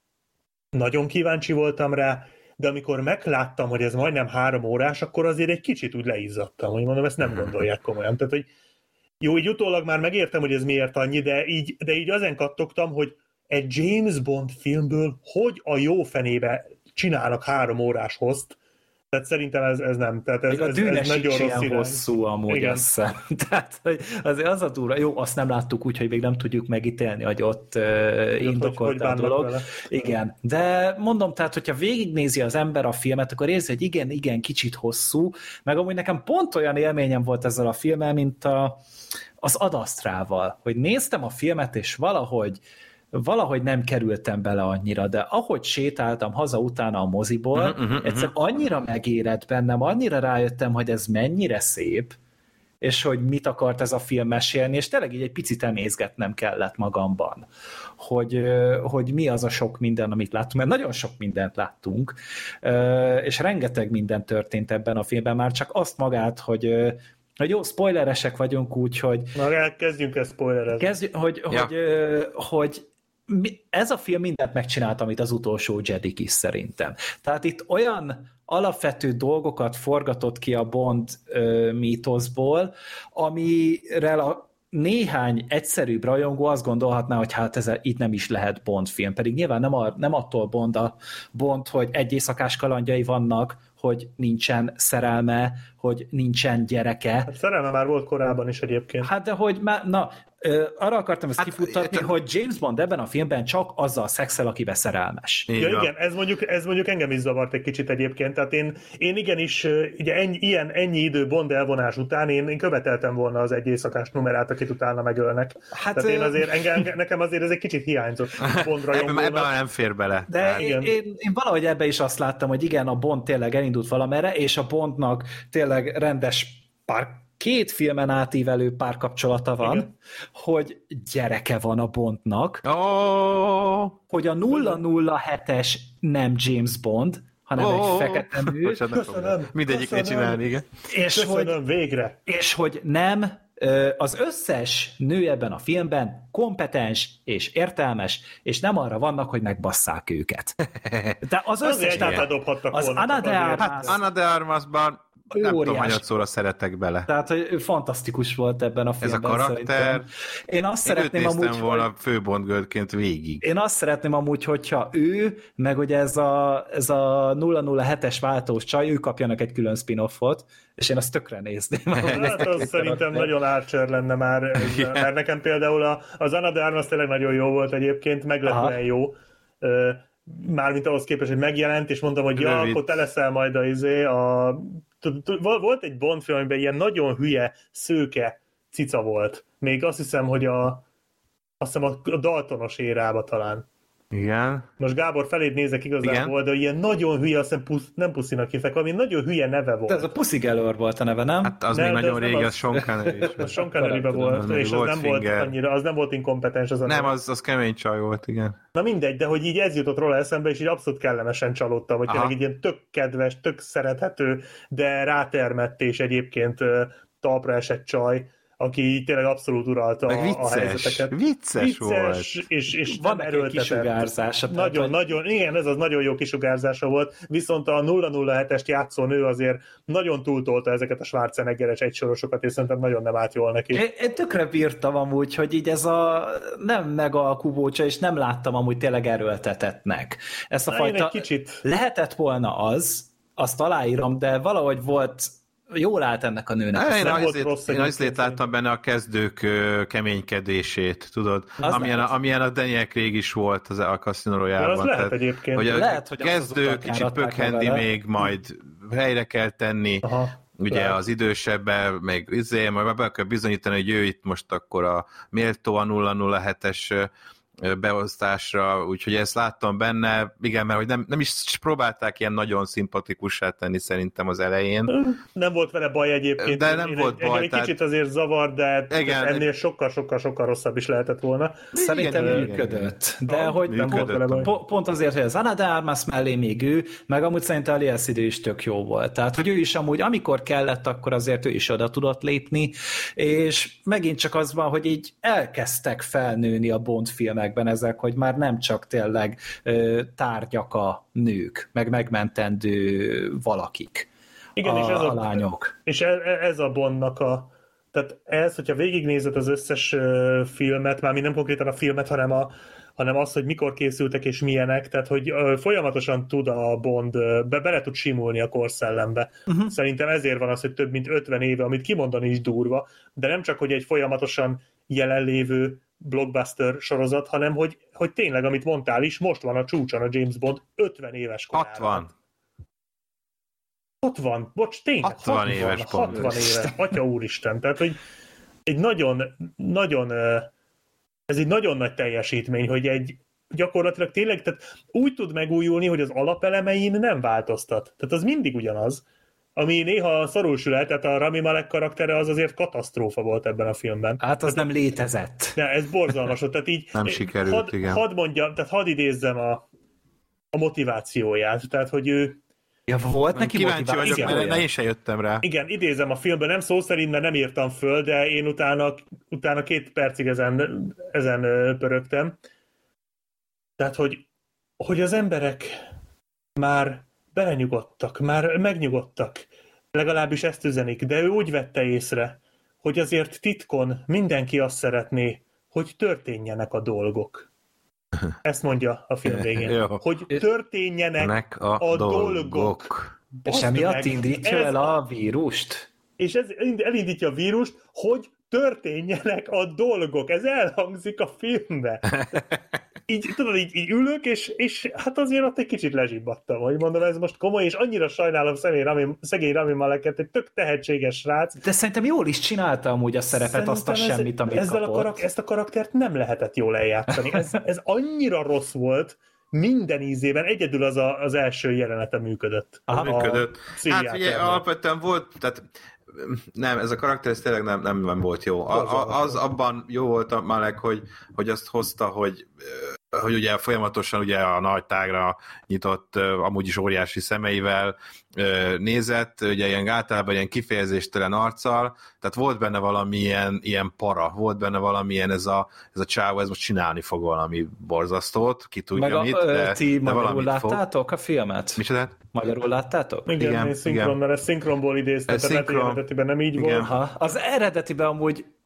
nagyon kíváncsi voltam rá, de amikor megláttam, hogy ez majdnem 3 órás, akkor azért egy kicsit úgy leizzadtam, hogy mondom, ezt nem gondolják komolyan. Tehát, hogy jó, így utólag már megértem, hogy ez miért annyi, de így ezen kattogtam, hogy egy James Bond filmből hogy a jó fenébe csinálnak 3 órás host. Tehát szerintem ez nem. Tehát ez nagyon rossz ilyen hosszú amúgy össze. Tehát azért az a durva. Jó, azt nem láttuk úgy, hogy még nem tudjuk megítélni, hogy ott indokolt a dolog. Vele. Igen. De mondom, tehát, hogyha végignézi az ember a filmet, akkor érzi, hogy igen, kicsit hosszú. Meg amúgy nekem pont olyan élményem volt ezzel a filmmel, mint az Ad Astrával, hogy néztem a filmet, és valahogy nem kerültem bele annyira, de ahogy sétáltam haza utána a moziból, egyszer annyira megérett bennem, annyira rájöttem, hogy ez mennyire szép, és hogy mit akart ez a film mesélni, és tényleg így egy picit emészgetnem kellett magamban, hogy mi az a sok minden, amit láttunk, mert nagyon sok mindent láttunk, és rengeteg minden történt ebben a filmben, már csak azt magát, hogy jó, spoileresek vagyunk, úgyhogy... Na, kezdjünk el spoilerezni. Hogy ez a film mindent megcsinált, amit az utolsó Jedik is szerintem. Tehát itt olyan alapvető dolgokat forgatott ki a Bond mítoszból, amire a néhány egyszerűbb rajongó azt gondolhatná, hogy hát itt nem is lehet Bond film, pedig nyilván nem attól Bond, hogy egy éjszakás kalandjai vannak, hogy nincsen szerelme, hogy nincsen gyereke. Hát szerelme már volt korábban is egyébként. Hát de hogy már, arra akartam ezt kifuttatni, hogy James Bond ebben a filmben csak azzal szexel, akiben szerelmes. Ja, igen, ez mondjuk engem is zavart egy kicsit egyébként, tehát én igenis, ugye ennyi idő Bond elvonás után én követeltem volna az egy éjszakás numerát, akit utána megölnek. Hát, tehát én azért, nekem azért ez egy kicsit hiányzott Bond rajongónak. Ebben nem fér bele. De én valahogy ebbe is azt láttam, hogy igen, a Bond tényleg elindult valamerre, és a Bondnak tényleg rendes 2 filmen átívelő párkapcsolata van, igen, hogy gyereke van a Bondnak, hogy a 007-es nem James Bond, hanem egy fekete nő. Mindegyiknél csinálni, igen. Végre. És hogy nem, az összes nő ebben a filmben kompetens és értelmes, és nem arra vannak, hogy megbasszák őket. De az összes, az Ana de Armasban nem tudom, hanyatszóra szeretek bele. Tehát, hogy fantasztikus volt ebben a filmben. Ez a karakter. Szerintem. Én azt szeretném amúgy, volna főbondgöldként végig. Én azt szeretném amúgy, hogyha ő, meg ugye ez a 007-es váltós csaj, ő kapjanak egy külön spin-offot, és én azt tökre nézném. Hát az szerintem nagyon Archer lenne már. Mert nekem például az Ana de Armas tényleg nagyon jó volt egyébként, meglepően jó. mármint ahhoz képest, hogy megjelent, és mondtam, hogy ja, akkor te leszel majd volt egy Bond film, amiben ilyen nagyon hülye, szőke cica volt. Még azt hiszem, hogy a Daltonos érába talán. Igen. Most Gábor feléd nézek igazából, de ilyen nagyon hülye, azt hiszem nem Puszinak hívták, valami nagyon hülye neve volt. De ez a Pussy Galore volt a neve, nem? Hát az még nagyon régi, az Sean Connery is. Az Sean Connery-ben volt, és az nem volt annyira, az nem volt inkompetens. Nem, az kemény csaj volt, igen. Na mindegy, de hogy így ez jutott róla eszembe, és így abszolút kellemesen csalódtam, hogy tényleg egy ilyen tök kedves, tök szerethető, de rátermett és egyébként talpra esett csaj, aki tényleg abszolút uralta a helyzeteket. Vicces volt. És van egy kisugárzása. Nagyon, igen, ez az nagyon jó kisugárzása volt, viszont a 007-est játszó nő azért nagyon túltolta ezeket a Schwarzeneggeres egysorosokat, és szerintem nagyon nem állt jól neki. Én tökre bírtam amúgy, hogy így ez a nem megalkuvócsa, és nem láttam amúgy tényleg erőltetetnek. Ezt a fajta kicsit... lehetett volna azt aláírom, de valahogy volt jól állt ennek a nőnek. Én azért láttam benne a kezdők keménykedését, tudod? Amilyen a Daniel Craig is volt a Casino Royale-ban. Az lehet egyébként. Hogy a kezdők kicsit pökhendi még, majd helyre kell tenni. Aha, ugye az idősebben, meg majd be kell bizonyítani, hogy ő itt most akkor a méltó a 007-es beosztásra, úgyhogy ezt láttam benne, igen, mert hogy nem is próbálták ilyen nagyon szimpatikussá tenni szerintem az elején. Nem volt vele baj egyébként. De nem volt baj. Egy kicsit azért zavar, de igen, ennél sokkal rosszabb is lehetett volna. Szerintem működött. De hogy pont azért, hogy az Ana de Armas mellé még ő, meg amúgy szerintem a Idő is tök jó volt. Tehát, hogy ő is amúgy, amikor kellett, akkor azért ő is oda tudott lépni, és megint csak az van, hogy így elkezdtek felnőni a Bond filmek ezek, hogy már nem csak tényleg tárgyak a nők, meg megmentendő valakik. Igen, és a lányok. És ez a Bondnak tehát ez, hogyha végignézed az összes filmet, már nem konkrétan a filmet, hanem az, hogy mikor készültek és milyenek, tehát hogy folyamatosan tud a Bond, bele tud simulni a korszellembe. Szerintem ezért van az, hogy több mint 50 éve, amit kimondani is durva, de nem csak, hogy egy folyamatosan jelenlévő blockbuster sorozat, hanem hogy tényleg, amit mondtál is, most van a csúcson a James Bond 50 éves korában. 60. Bocs, tényleg. 60 éves Bond. 60 éves. Atya úristen. Tehát, hogy egy nagyon ez egy nagyon nagy teljesítmény, hogy egy gyakorlatilag tényleg, tehát úgy tud megújulni, hogy az alapelemein nem változtat. Tehát az mindig ugyanaz. Ami néha szarul sül el, tehát a Rami Malek karaktere az azért katasztrófa volt ebben a filmben. Hát az nem létezett. Ne, ez borzalmas volt. Tehát így, nem sikerült, igen. Hadd idézzem a motivációját. Tehát, hogy ő... Ja, volt neki kíváncsi vagyok, mert én sem jöttem rá. Igen, idézem a filmben, nem szó szerint, mert nem írtam föl, de én utána 2 percig ezen pörögtem. Tehát, hogy az emberek már belenyugodtak, már megnyugodtak. Legalábbis ezt üzenik, de ő úgy vette észre, hogy azért titkon mindenki azt szeretné, hogy történjenek a dolgok. Ezt mondja a film végén. Hogy történjenek a dolgok. És emiatt indítja el a vírust? És ez elindítja a vírust, hogy történjenek a dolgok. Ez elhangzik a filmbe. Így, tudod, így ülök, és hát azért ott egy kicsit lezsibbadtam, hogy mondom, ez most komoly, és annyira sajnálom szegény Rami Maleket, egy tök tehetséges srác. De szerintem jól is csinálta amúgy a szerepet, szerintem azt a semmit, amit kapott. Ezt a karaktert nem lehetett jól eljátszani. Ez annyira rossz volt, minden ízében, egyedül az első jelenete működött. Működött. Hát ugye alapvetően volt, tehát nem, ez a karakter ez tényleg nem volt jó. Az abban jó volt a Malek, hogy azt hozta, hogy ugye folyamatosan ugye a nagy tágra nyitott, amúgy is óriási szemeivel nézett, ugye ilyen általában ilyen kifejezéstelen arccal, tehát volt benne valami ilyen para, volt benne valamilyen ez a csávó, ez most csinálni fog valami borzasztót, ki tudja mit, ti magyarul láttátok a filmet? Micsoda? Magyarul láttátok? Igen, szinkron, mert ez szinkronból idéztem, tehát eredetiben nem így volt. Az eredetiben amúgy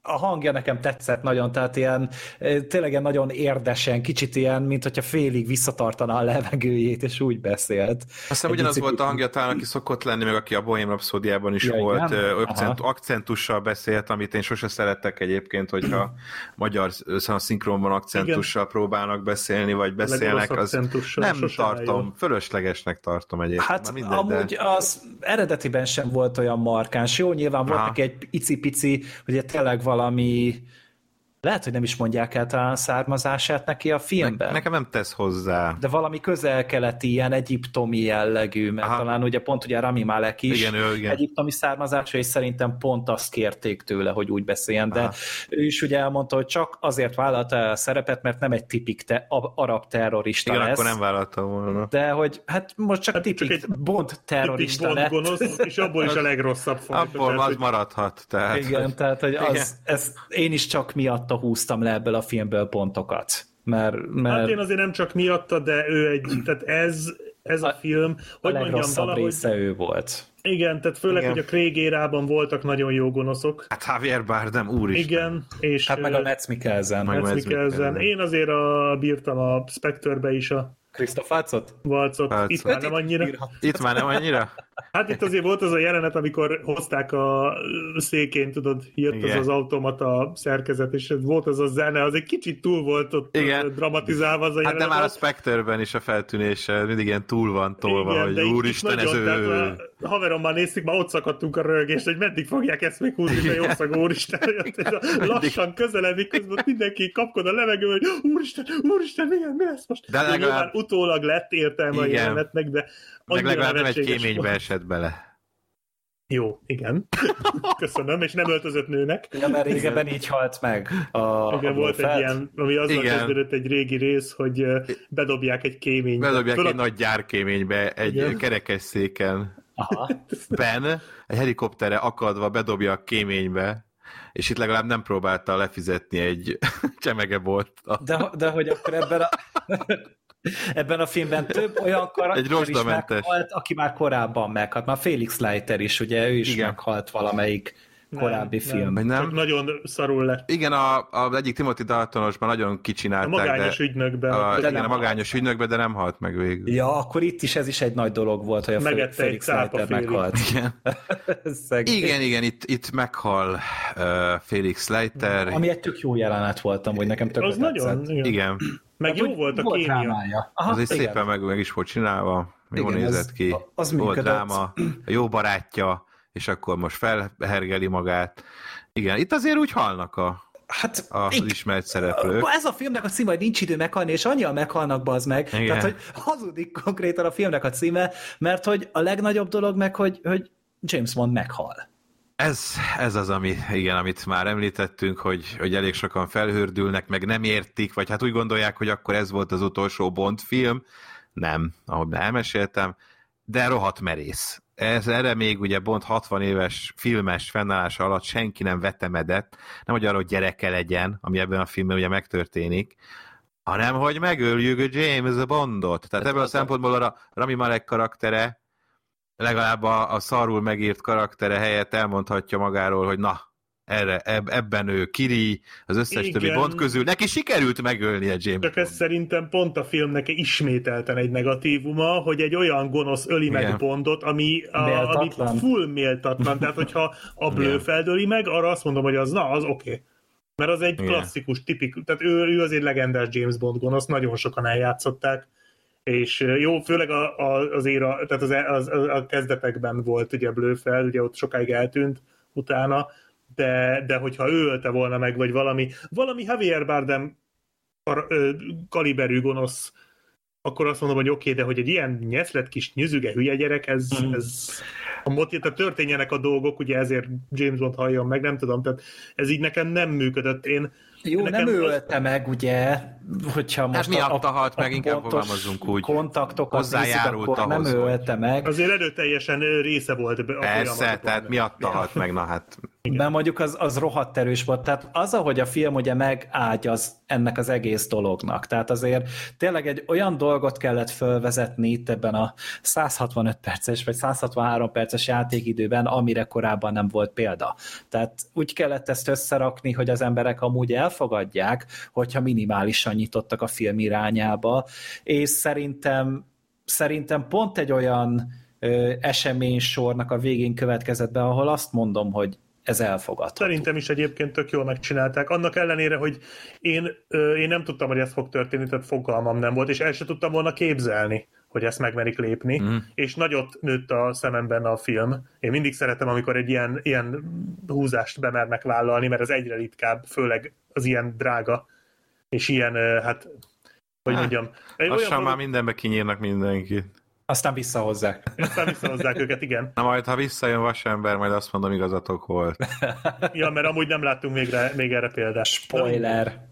a hangja nekem tetszett nagyon, tehát ilyen tényleg nagyon érdesen, kicsit ilyen, mint hogyha félig visszatartaná a levegőjét, és úgy beszélt. Aztán ugyanaz volt a hangja talán, aki szokott lenni, meg aki a Bohém Rhapsódiában is volt, akcentussal beszélt, amit én sose szerettek egyébként, hogyha magyar szinkronban akcentussal próbálnak beszélni, vagy beszélnek, az nem tartom, fölöslegesnek tartom egyébként. Hát amúgy az eredetiben sem volt olyan markáns. Jó, nyilván volt neki egy icipici, ugye tényleg valami, lehet, hogy nem is mondják el talán a származását neki a filmben. Nekem nem tesz hozzá. De valami közel-keleti, ilyen egyiptomi jellegű, mert talán ugye pont ugye Rami Malek is igen. Egyiptomi származásra, és szerintem pont azt kérték tőle, hogy úgy beszéljen, de ő is ugye elmondta, hogy csak azért vállalta el a szerepet, mert nem egy tipik arab terrorista igen, lesz. Igen, akkor nem vállalta volna. De hogy hát most csak tipik Bond terrorista lett. Gonosz, és abból is a legrosszabb fajta. Abból az maradhat. Tehát, igen, tehát hogy én is csak miatta húztam le ebből a filmből pontokat. Mert... Hát én azért nem csak miatta, de ő tehát ez a film, hogy a legrosszabb része ő volt. Igen, tehát főleg, hogy a Craig érában voltak nagyon jó gonoszok. Hát Javier Bardem, úristen. Igen, és... Hát meg a Mads Mikkelsen. Én azért bírtam a Spectre-be is a Christoph Waltzot? Itt már nem annyira. Itt már nem annyira? Hát itt azért volt az a jelenet, amikor hozták a székén, tudod, jött az automata szerkezet, és volt az a zene, az egy kicsit túl volt ott dramatizálva az a jelenet. Hát de már a Spectre-ben is a feltűnése mindig ilyen túl van tolva, igen, hogy úristen, ez ő... Haverommal néztük, már ott szakadtunk a röhögést, hogy meddig fogják ezt még húzni, hogy jószag úristen, lassan közeledik, közben mindenki kapkod a levegő, hogy úristen, mi lesz most? De legalább utólag lett értelme a jelenetnek, de meg legalább nem egy kéménybe esett bele. Jó, igen. Köszönöm, és nem öltözött nőnek. Ja, mert régebben így halt meg. Igen, volt egy ilyen, ami azzal kezdődött egy régi rész, hogy bedobják egy kéménybe. Bedobják egy nagy gyárkéménybe, egy kerekesszéken. Ben egy helikopterre akadva bedobja a kéménybe, és itt legalább nem próbálta lefizetni egy csemegebolttal. De hogy akkor ebben a filmben több olyan karakter is meghalt, aki már korábban meghalt. Már Felix Leiter is, ugye ő is meghalt valamelyik korábbi film. Nem? Nagyon szarul lett. Igen, az egyik Timothy Daltonosban nagyon kicsinálták. A magányos ügynökben. A magányos ügynökben, de nem halt meg végül. Ja, akkor itt is ez is egy nagy dolog volt, hogy a Felix Leiter meghalt. Igen, itt meghal Felix Leiter. Ami egy tök jó jelenet voltam, hogy nekem tök tetszett. Nagyon, igen. Meg jó volt a kémia. Az egy szépen meg is volt csinálva, jól nézett ki, volt dráma, a jó barátja, és akkor most felhergeli magát. Igen, itt azért úgy halnak az ismert szereplők. Ez a filmnek a címe, hogy nincs idő meghalni, és annyian meghalnak, bazd meg. Igen. Tehát, hogy hazudik konkrétan a filmnek a címe, mert hogy a legnagyobb dolog meg, hogy James Bond meghal. Ez az, amit már említettünk, hogy elég sokan felhördülnek, meg nem értik, vagy hát úgy gondolják, hogy akkor ez volt az utolsó Bond film. Nem, ahogy elmeséltem, de rohadt merész. Erre még ugye Bond 60 éves filmes fennállása alatt senki nem vetemedett, nem hogy arra, hogy gyereke legyen, ami ebben a filmben ugye megtörténik, hanem hogy megöljük a James Bondot. Tehát ebből a szempontból a Rami Malek karaktere legalább a szarul megírt karaktere helyett elmondhatja magáról, hogy na, ebben ő Kiri, az összes többi Bond közül, neki sikerült megölni a James Csak ez szerintem pont a filmnek ismételten egy negatívuma, hogy egy olyan gonosz öli meg Bondot, ami full méltatlan. Tehát, hogyha a Blofeld öli meg, arra azt mondom, hogy az oké. Mert az egy klasszikus, tipikus, tehát ő az egy legendás James Bond gonosz, nagyon sokan eljátszották, és jó, főleg az éra, tehát a kezdetekben volt ugye Blofeld, ugye ott sokáig eltűnt utána, de hogyha ő ölte volna meg, vagy valami Javier Bardem kaliberű gonosz, akkor azt mondom, hogy oké, de hogy egy ilyen nyeszlet kis nyüzüge hülye gyerek, ez tehát történjenek a dolgok, ugye ezért James Bond halljon meg, nem tudom, tehát ez így nekem nem működött. Jó, nem ölte meg, ugye, hogyha most miatta halt meg, inkább fogalmazzunk úgy. Kontaktokat nézzük, akkor nem ölte meg. Azért erőteljesen része volt a persze, tehát miatta halt meg, na hát. De mondjuk az rohadt erős volt, tehát az, ahogy a film ugye megágyaz ennek az egész dolognak, tehát azért tényleg egy olyan dolgot kellett fölvezetni itt ebben a 165 perces vagy 163 perces perces játékidőben, amire korábban nem volt példa. Tehát úgy kellett ezt összerakni, hogy az emberek amúgy elfogadják, hogyha minimálisan nyitottak a film irányába, és szerintem pont egy olyan eseménysornak a végén következett be, ahol azt mondom, hogy ez elfogadható. Szerintem is egyébként tök jól megcsinálták. Annak ellenére, hogy én nem tudtam, hogy ez fog történni, tehát fogalmam nem volt, és el sem tudtam volna képzelni, hogy ezt megmerik lépni, és nagyot nőtt a szememben a film. Én mindig szeretem, amikor egy ilyen húzást bemernek vállalni, mert ez egyre ritkább, főleg az ilyen drága, és ilyen, hogy mondjam. Lassan már mindenbe kinyírnak mindenkit. Aztán visszahozzák. Őket, igen. Na majd, ha visszajön Vasember, majd azt mondom, igazatok volt. Ja, mert amúgy nem láttunk még erre példát. Spoiler!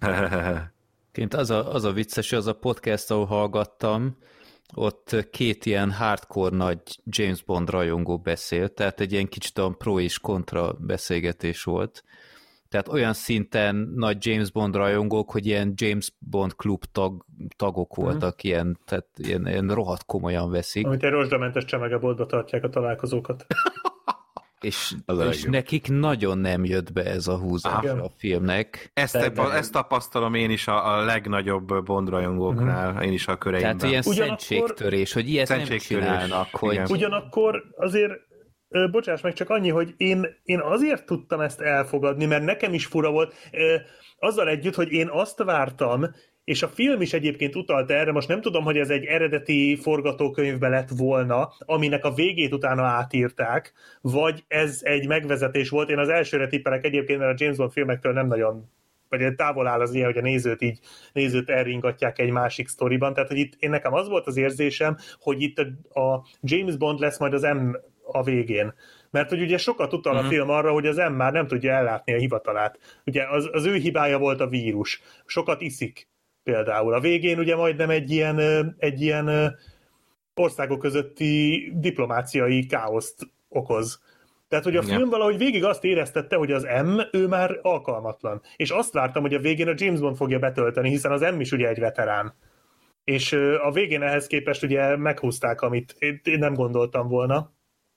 Az a vicces, az a podcast, ahol hallgattam, ott két ilyen hardcore nagy James Bond rajongó beszélt, tehát egy ilyen kicsit olyan pro és kontra beszélgetés volt. Tehát olyan szinten nagy James Bond rajongók, hogy ilyen James Bond klub tagok voltak, tehát ilyen rohadt komolyan veszik. Amit egy rozsdamentes csemegeboltba tartják a találkozókat. És nekik nagyon nem jött be ez a húzás a filmnek. Ezt tapasztalom én is a legnagyobb Bond rajongóknál, én is a köreimben. Tehát ilyen szentségtörés, hogy ilyet nem csinálnak. Hogy... Ugyanakkor azért bocsáss meg, csak annyi, hogy én azért tudtam ezt elfogadni, mert nekem is fura volt, azzal együtt, hogy én azt vártam, és a film is egyébként utalta erre, most nem tudom, hogy ez egy eredeti forgatókönyvbe lett volna, aminek a végét utána átírták, vagy ez egy megvezetés volt. Én az elsőre tippelek egyébként, mert a James Bond filmektől nem nagyon, vagy távol áll az ilyen, hogy a nézőt elringatják egy másik sztoriban. Tehát, hogy itt nekem az volt az érzésem, hogy itt a James Bond lesz majd az M a végén. Mert hogy ugye sokat utal a film arra, hogy az M már nem tudja ellátni a hivatalát. Ugye az ő hibája volt a vírus. Sokat iszik például. A végén ugye majdnem egy ilyen országok közötti diplomáciai káoszt okoz. Tehát, hogy a film valahogy végig azt éreztette, hogy az M, ő már alkalmatlan. És azt vártam, hogy a végén a James Bond fogja betölteni, hiszen az M is ugye egy veterán. És a végén ehhez képest ugye meghúzták, amit én nem gondoltam volna.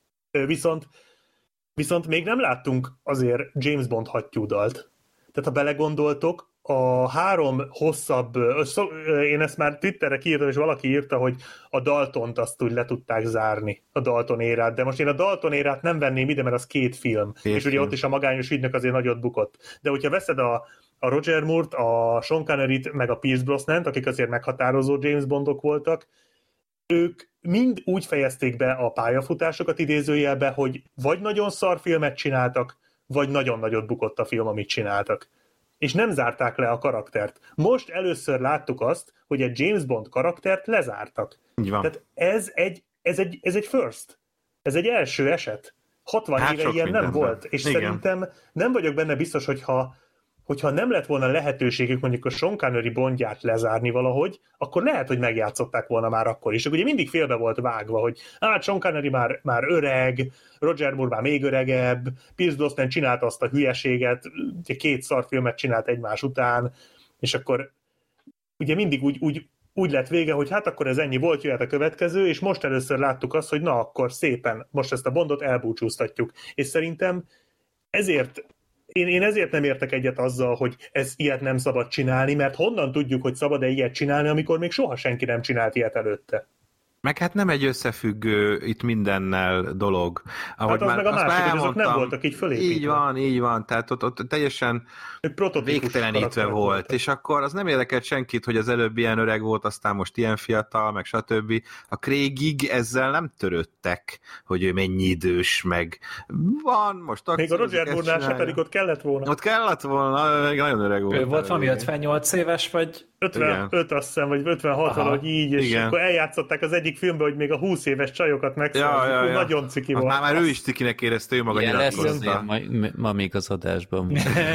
Viszont még nem láttunk azért James Bond hattyúdalt. Tehát ha belegondoltok, a 3 hosszabb, én ezt már Twitterre kiírtam, és valaki írta, hogy a Daltont azt úgy le tudták zárni, a Dalton érát, de most én a Dalton érát nem venném ide, mert az 2 film, és ugye ott is a magányos ügynök azért nagyot bukott. De hogyha veszed a Roger Moore-t, a Sean Conneryt, meg a Pierce Brosnant, akik azért meghatározó James Bondok voltak, ők mind úgy fejezték be a pályafutásokat idézőjelbe, hogy vagy nagyon szar filmet csináltak, vagy nagyon nagyot bukott a film, amit csináltak. És nem zárták le a karaktert. Most először láttuk azt, hogy egy James Bond karaktert lezártak. Így van. Tehát ez egy first. Ez egy első eset. 60 éve ilyen nem volt. És szerintem nem vagyok benne biztos, hogyha nem lett volna lehetőségük mondjuk a Sean Connery Bondját lezárni valahogy, akkor lehet, hogy megjátszották volna már akkor is. Ugye mindig félbe volt vágva, hogy Sean Connery már öreg, Roger Moore már még öregebb, Pierce Brosnan csinálta azt a hülyeséget, 2 szarfilmet csinált egymás után, és akkor ugye mindig úgy lett vége, hogy hát akkor ez ennyi volt, jöhet a következő, és most először láttuk azt, hogy na akkor szépen, most ezt a Bondot elbúcsúztatjuk. És szerintem én ezért nem értek egyet azzal, hogy ilyet nem szabad csinálni, mert honnan tudjuk, hogy szabad-e ilyet csinálni, amikor még soha senki nem csinált ilyet előtte. Meg hát nem egy összefüggő itt mindennel dolog. Ahogy hát az már, meg a másik, hogy azok nem voltak így fölépítve. Így van, tehát ott teljesen végtelenítve volt, és akkor az nem érdekelt senkit, hogy az előbb ilyen öreg volt, aztán most ilyen fiatal, meg stb. A Craigig ezzel nem törődtek, hogy ő mennyi idős, meg van, most még a Roger Moore-nál se, pedig ott kellett volna. Ott kellett volna, még nagyon öreg volt. Ő volt valami 58 éves, vagy 55 azt hiszem, vagy 56 valahogy így, és akkor eljátszották az egyik filmben, hogy még a 20 éves csajokat megszólalt, nagyon ciki volt. Már ő is cikinek érezte, ő maga nyilatkozta. Ma még az adásban.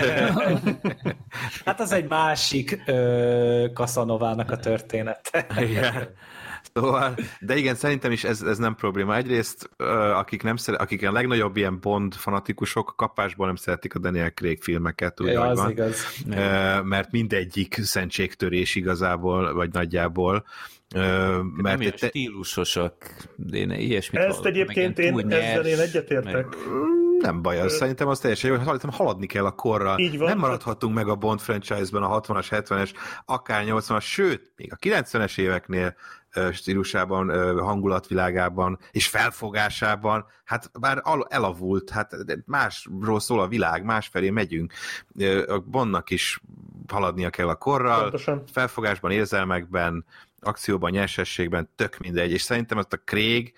Hát az egy másik Casanovának a története. Igen. Szóval, de igen, szerintem is ez nem probléma. Egyrészt, akik a legnagyobb ilyen Bond fanatikusok, kapásból nem szeretik a Daniel Craig filmeket, úgy az van. Igaz. Mert mindegyik szentségtörés igazából, vagy nagyjából. Nem ilyen stílusosak, én ilyesmit ezt hallottam, egyébként ezzel én egyetértek. Nem baj, az szerintem az teljesen jó, hogy haladni kell a korral. Nem maradhatunk meg a Bond franchise-ban a 60-as, 70-es, akár 80-as, sőt, még a 90-es éveknél stílusában, hangulatvilágában és felfogásában, hát bár elavult, hát másról szól a világ, másfelé megyünk. A Bondnak is haladnia kell a korral, pontosan. Felfogásban, érzelmekben, akcióban, nyersességben, tök mindegy, és szerintem ezt a Craig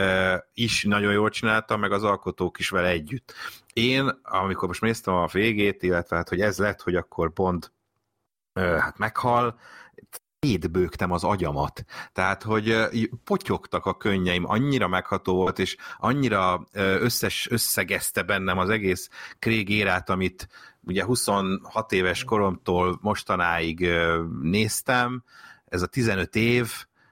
is nagyon jól csinálta, meg az alkotók is vele együtt. Én, amikor most néztem a végét, illetve hát, hogy ez lett, hogy akkor Bond hát meghal, szétbőgtem az agyamat. Tehát, hogy potyogtak a könnyeim, annyira megható volt, és annyira összegezte bennem az egész Craig érát, amit ugye 26 éves koromtól mostanáig néztem, ez a 15 év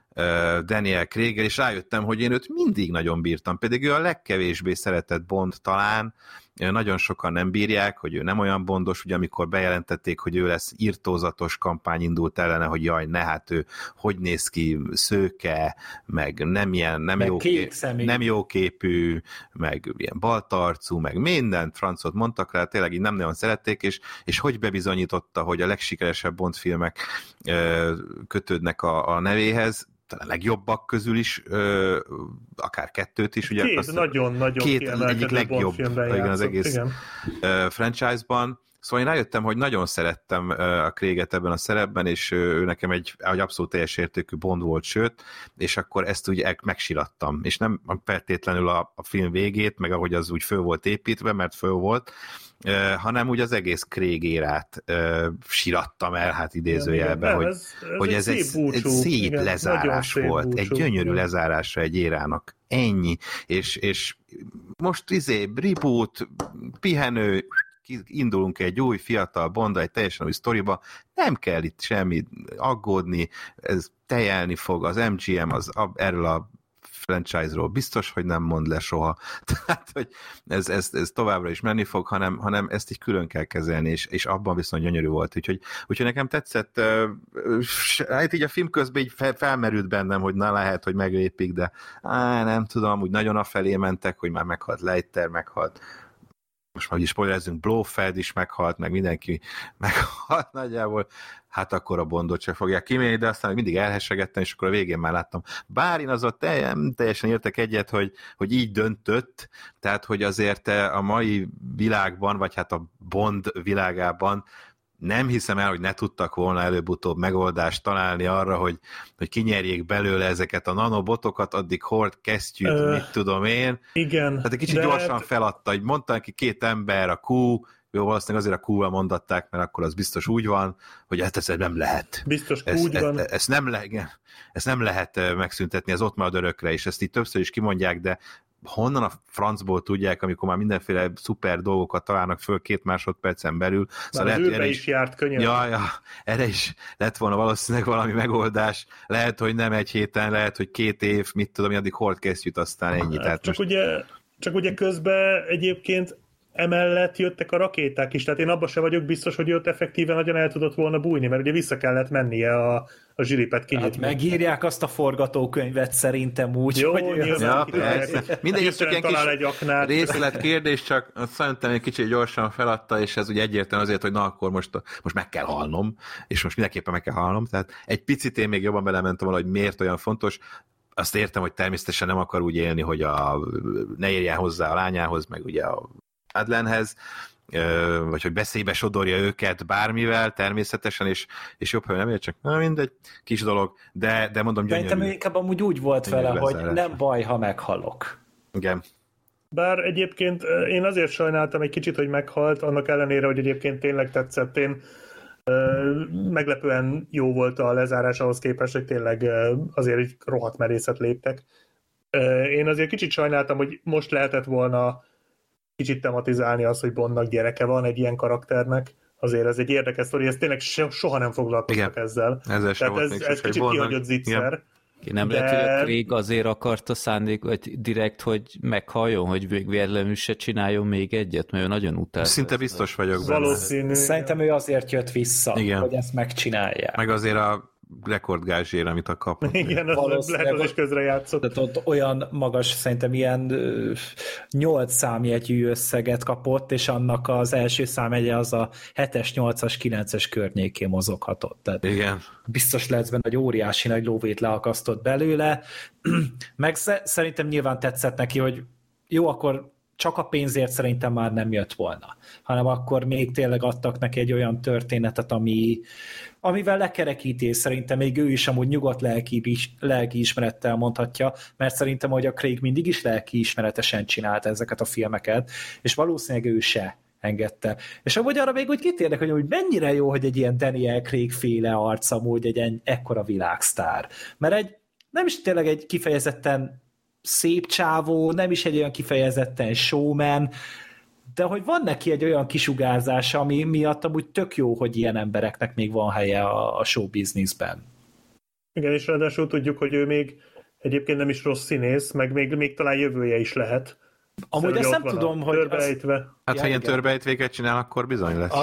Daniel Craig-el, és rájöttem, hogy én őt mindig nagyon bírtam. Pedig ő a legkevésbé szeretett Bond talán, nagyon sokan nem bírják, hogy ő nem olyan bondos, ugye amikor bejelentették, hogy ő lesz, irtózatos kampány indult ellene, hogy jaj, ne, hát ő hogy néz ki, szőke, meg nem ilyen, nem jóképű, meg ilyen baltarcú, meg mindent francot mondtak rá, tényleg így nem nagyon szerették, és hogy bebizonyította, hogy a legsikeresebb Bond filmek kötődnek a nevéhez, a legjobbak közül is, akár kettőt is. Ugye két egyik legjobb igen, az egész franchise-ban. Szóval én rájöttem, hogy nagyon szerettem a Craig-et ebben a szerepben, és ő nekem egy abszolút teljes értékű Bond volt, sőt, és akkor ezt úgy megsirattam. És nem feltétlenül a film végét, meg ahogy az úgy föl volt építve, mert föl volt, hanem úgy az egész Craig érát sirattam el, hát idézőjelben, hogy ez egy szép igen, lezárás volt, búcsú, egy gyönyörű lezárásra egy érának. Ennyi. És most reboot, pihenő, indulunk egy új fiatal Bond, egy teljesen új sztoriba, nem kell itt semmi aggódni, ez tejelni fog, az MGM erről a franchise-ról biztos, hogy nem mond le soha. Tehát, hogy ez továbbra is menni fog, hanem ezt így külön kell kezelni, és abban viszont gyönyörű volt. Úgyhogy nekem tetszett, hát így a film közben így felmerült bennem, hogy na lehet, hogy meglépik, de nem tudom, úgy nagyon afelé mentek, hogy már meghalt Leiter, meghalt most már spoilerezzünk, Blofeld is meghalt, meg mindenki meghalt nagyjából, hát akkor a Bondot se fogják kimélni, de aztán mindig elhessegettem, és akkor a végén már láttam. Bár én azzal teljesen értek egyet, hogy így döntött, tehát, hogy azért a mai világban, vagy hát a Bond világában nem hiszem el, hogy ne tudtak volna előbb-utóbb megoldást találni arra, hogy kinyerjék belőle ezeket a nanobotokat, addig hord kesztyűt, mit tudom én. Igen. Tehát egy kicsit gyorsan feladta, hogy mondta neki két ember, a Q, jó, valószínűleg azért a Q-val mondatták, mert akkor az biztos úgy van, hogy hát ez nem lehet. Biztos úgy van. Ezt nem lehet megszüntetni, ez ott marad örökre, és ezt így többször is kimondják, de honnan a francból tudják, amikor már mindenféle szuper dolgokat találnak föl 2 másodpercen belül. Szóval lehet, erre is járt könnyen. Ja, erre is lett volna valószínűleg valami megoldás. Lehet, hogy nem egy héten, lehet, hogy 2 év, mit tudom, addig hordkesztyűt, aztán ennyi. Hát, csak ugye közben egyébként emellett jöttek a rakéták is, tehát én abban se vagyok biztos, hogy ott effektíven nagyon el tudott volna bújni, mert ugye vissza kellett mennie a zsilipet kinyitni. Hát megírják azt a forgatókönyvet szerintem úgy, jó, hogy... Mindegy, ez csak ilyen kis részletkérdés, csak szerintem egy kicsit gyorsan feladta, és ez ugye egyértelműen azért, hogy na akkor most meg kell halnom, és most mindenképpen meg kell halnom, tehát egy picit én még jobban belementem volna, hogy miért olyan fontos. Azt értem, hogy természetesen nem akar úgy élni, hogy ne érjen hozzá a lányához, meg ugye a Madeleine-hez, vagy hogy beszélybe sodorja őket bármivel, természetesen, és jobb, hogy nem ér, csak mindegy, kis dolog, de mondom gyönyörű. Szerintem inkább amúgy úgy volt vele, hogy nem baj, ha meghalok. Igen. Bár egyébként én azért sajnáltam egy kicsit, hogy meghalt, annak ellenére, hogy egyébként tényleg tetszett. Én meglepően jó volt a lezárás ahhoz képest, hogy tényleg azért egy rohadt merészet léptek. Én azért kicsit sajnáltam, hogy most lehetett volna kicsit tematizálni az, hogy Bondnak gyereke van egy ilyen karakternek. Azért ez egy érdekes sztori, ez tényleg soha nem foglalkoztak ezzel. Tehát ez kicsit kihagyott zicser. Nem lehet, hogy a Craig azért akarta szándék, vagy direkt, hogy meghalljon, hogy véletlenül se csináljon még egyet, mert ő nagyon utálta. Szinte biztos vagyok benne. Valószínű. Szerintem ő azért jött vissza, igen, hogy ezt megcsinálják. Meg azért rekordgázsér, amit a kapott. Igen, az lehet, az is közrejátszott. Tehát ott olyan magas, szerintem ilyen 8 számjegyű összeget kapott, és annak az első számjegye az a 7-es, 8-as, 9-es környékén mozoghatott. Tehát igen. Biztos lehetsz benne, hogy óriási nagy lóvét leakasztott belőle. Meg szerintem nyilván tetszett neki, hogy jó, akkor csak a pénzért szerintem már nem jött volna, hanem akkor még tényleg adtak neki egy olyan történetet, amivel lekerekíti, és szerintem még ő is amúgy nyugodt lelkiismerettel mondhatja, mert szerintem, hogy a Craig mindig is lelkiismeretesen csinált ezeket a filmeket, és valószínűleg ő se engedte. És amúgy arra még úgy kitérnek, hogy mennyire jó, hogy egy ilyen Daniel Craig féle arc amúgy egy ekkora világsztár. Mert nem is tényleg egy kifejezetten szép csávó, nem is egy olyan kifejezetten showman, de hogy van neki egy olyan kisugárzása, ami miatt amúgy tök jó, hogy ilyen embereknek még van helye a show businessben. Igen, és ráadásul tudjuk, hogy ő még egyébként nem is rossz színész, meg még talán jövője is lehet. Amúgy azt nem tudom, hogy... Hát ha ilyen törbeejtvéket csinál, akkor bizony lesz.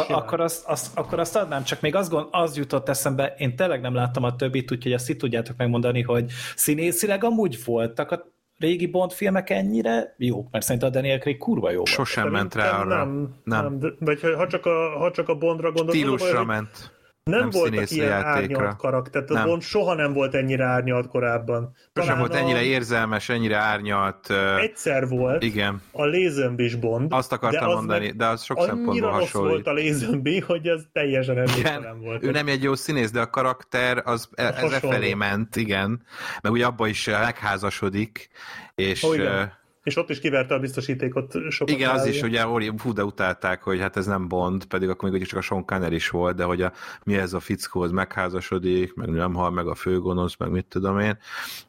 Akkor azt adnám, csak még az jutott eszembe, én tényleg nem láttam a többit, úgyhogy azt itt tudjátok megmondani, hogy színészileg amúgy voltak a régi Bond filmek ennyire jók, mert szerintem a Daniel Craig kurva jó. Sosem ment rá arra. Nem. Vagy ha csak a Bondra gondolom. Stílusra ment. Nem voltak ilyen árnyalt karakter, tehát a Bond soha nem volt ennyire árnyalt korábban. Sosem volt ennyire érzelmes, ennyire árnyalt. Egyszer volt igen. a Lazenby-s Bond. Azt akartam mondani, de az sok szempontból hasonlít. Annyira volt a Lazenby, hogy ez teljesen emlékszem volt. Ő nem egy jó színész, de a karakter az lefelé ment, igen. Mert ugye abban is megházasodik, és... És ott is kiverte a biztosítékot sokat. Igen, az is, ugye, de utálták, hogy hát ez nem Bond, pedig akkor még csak a Sean Connery is volt, de hogy mi ez a fickó, az megházasodik, meg nem hal meg a főgonosz, meg mit tudom én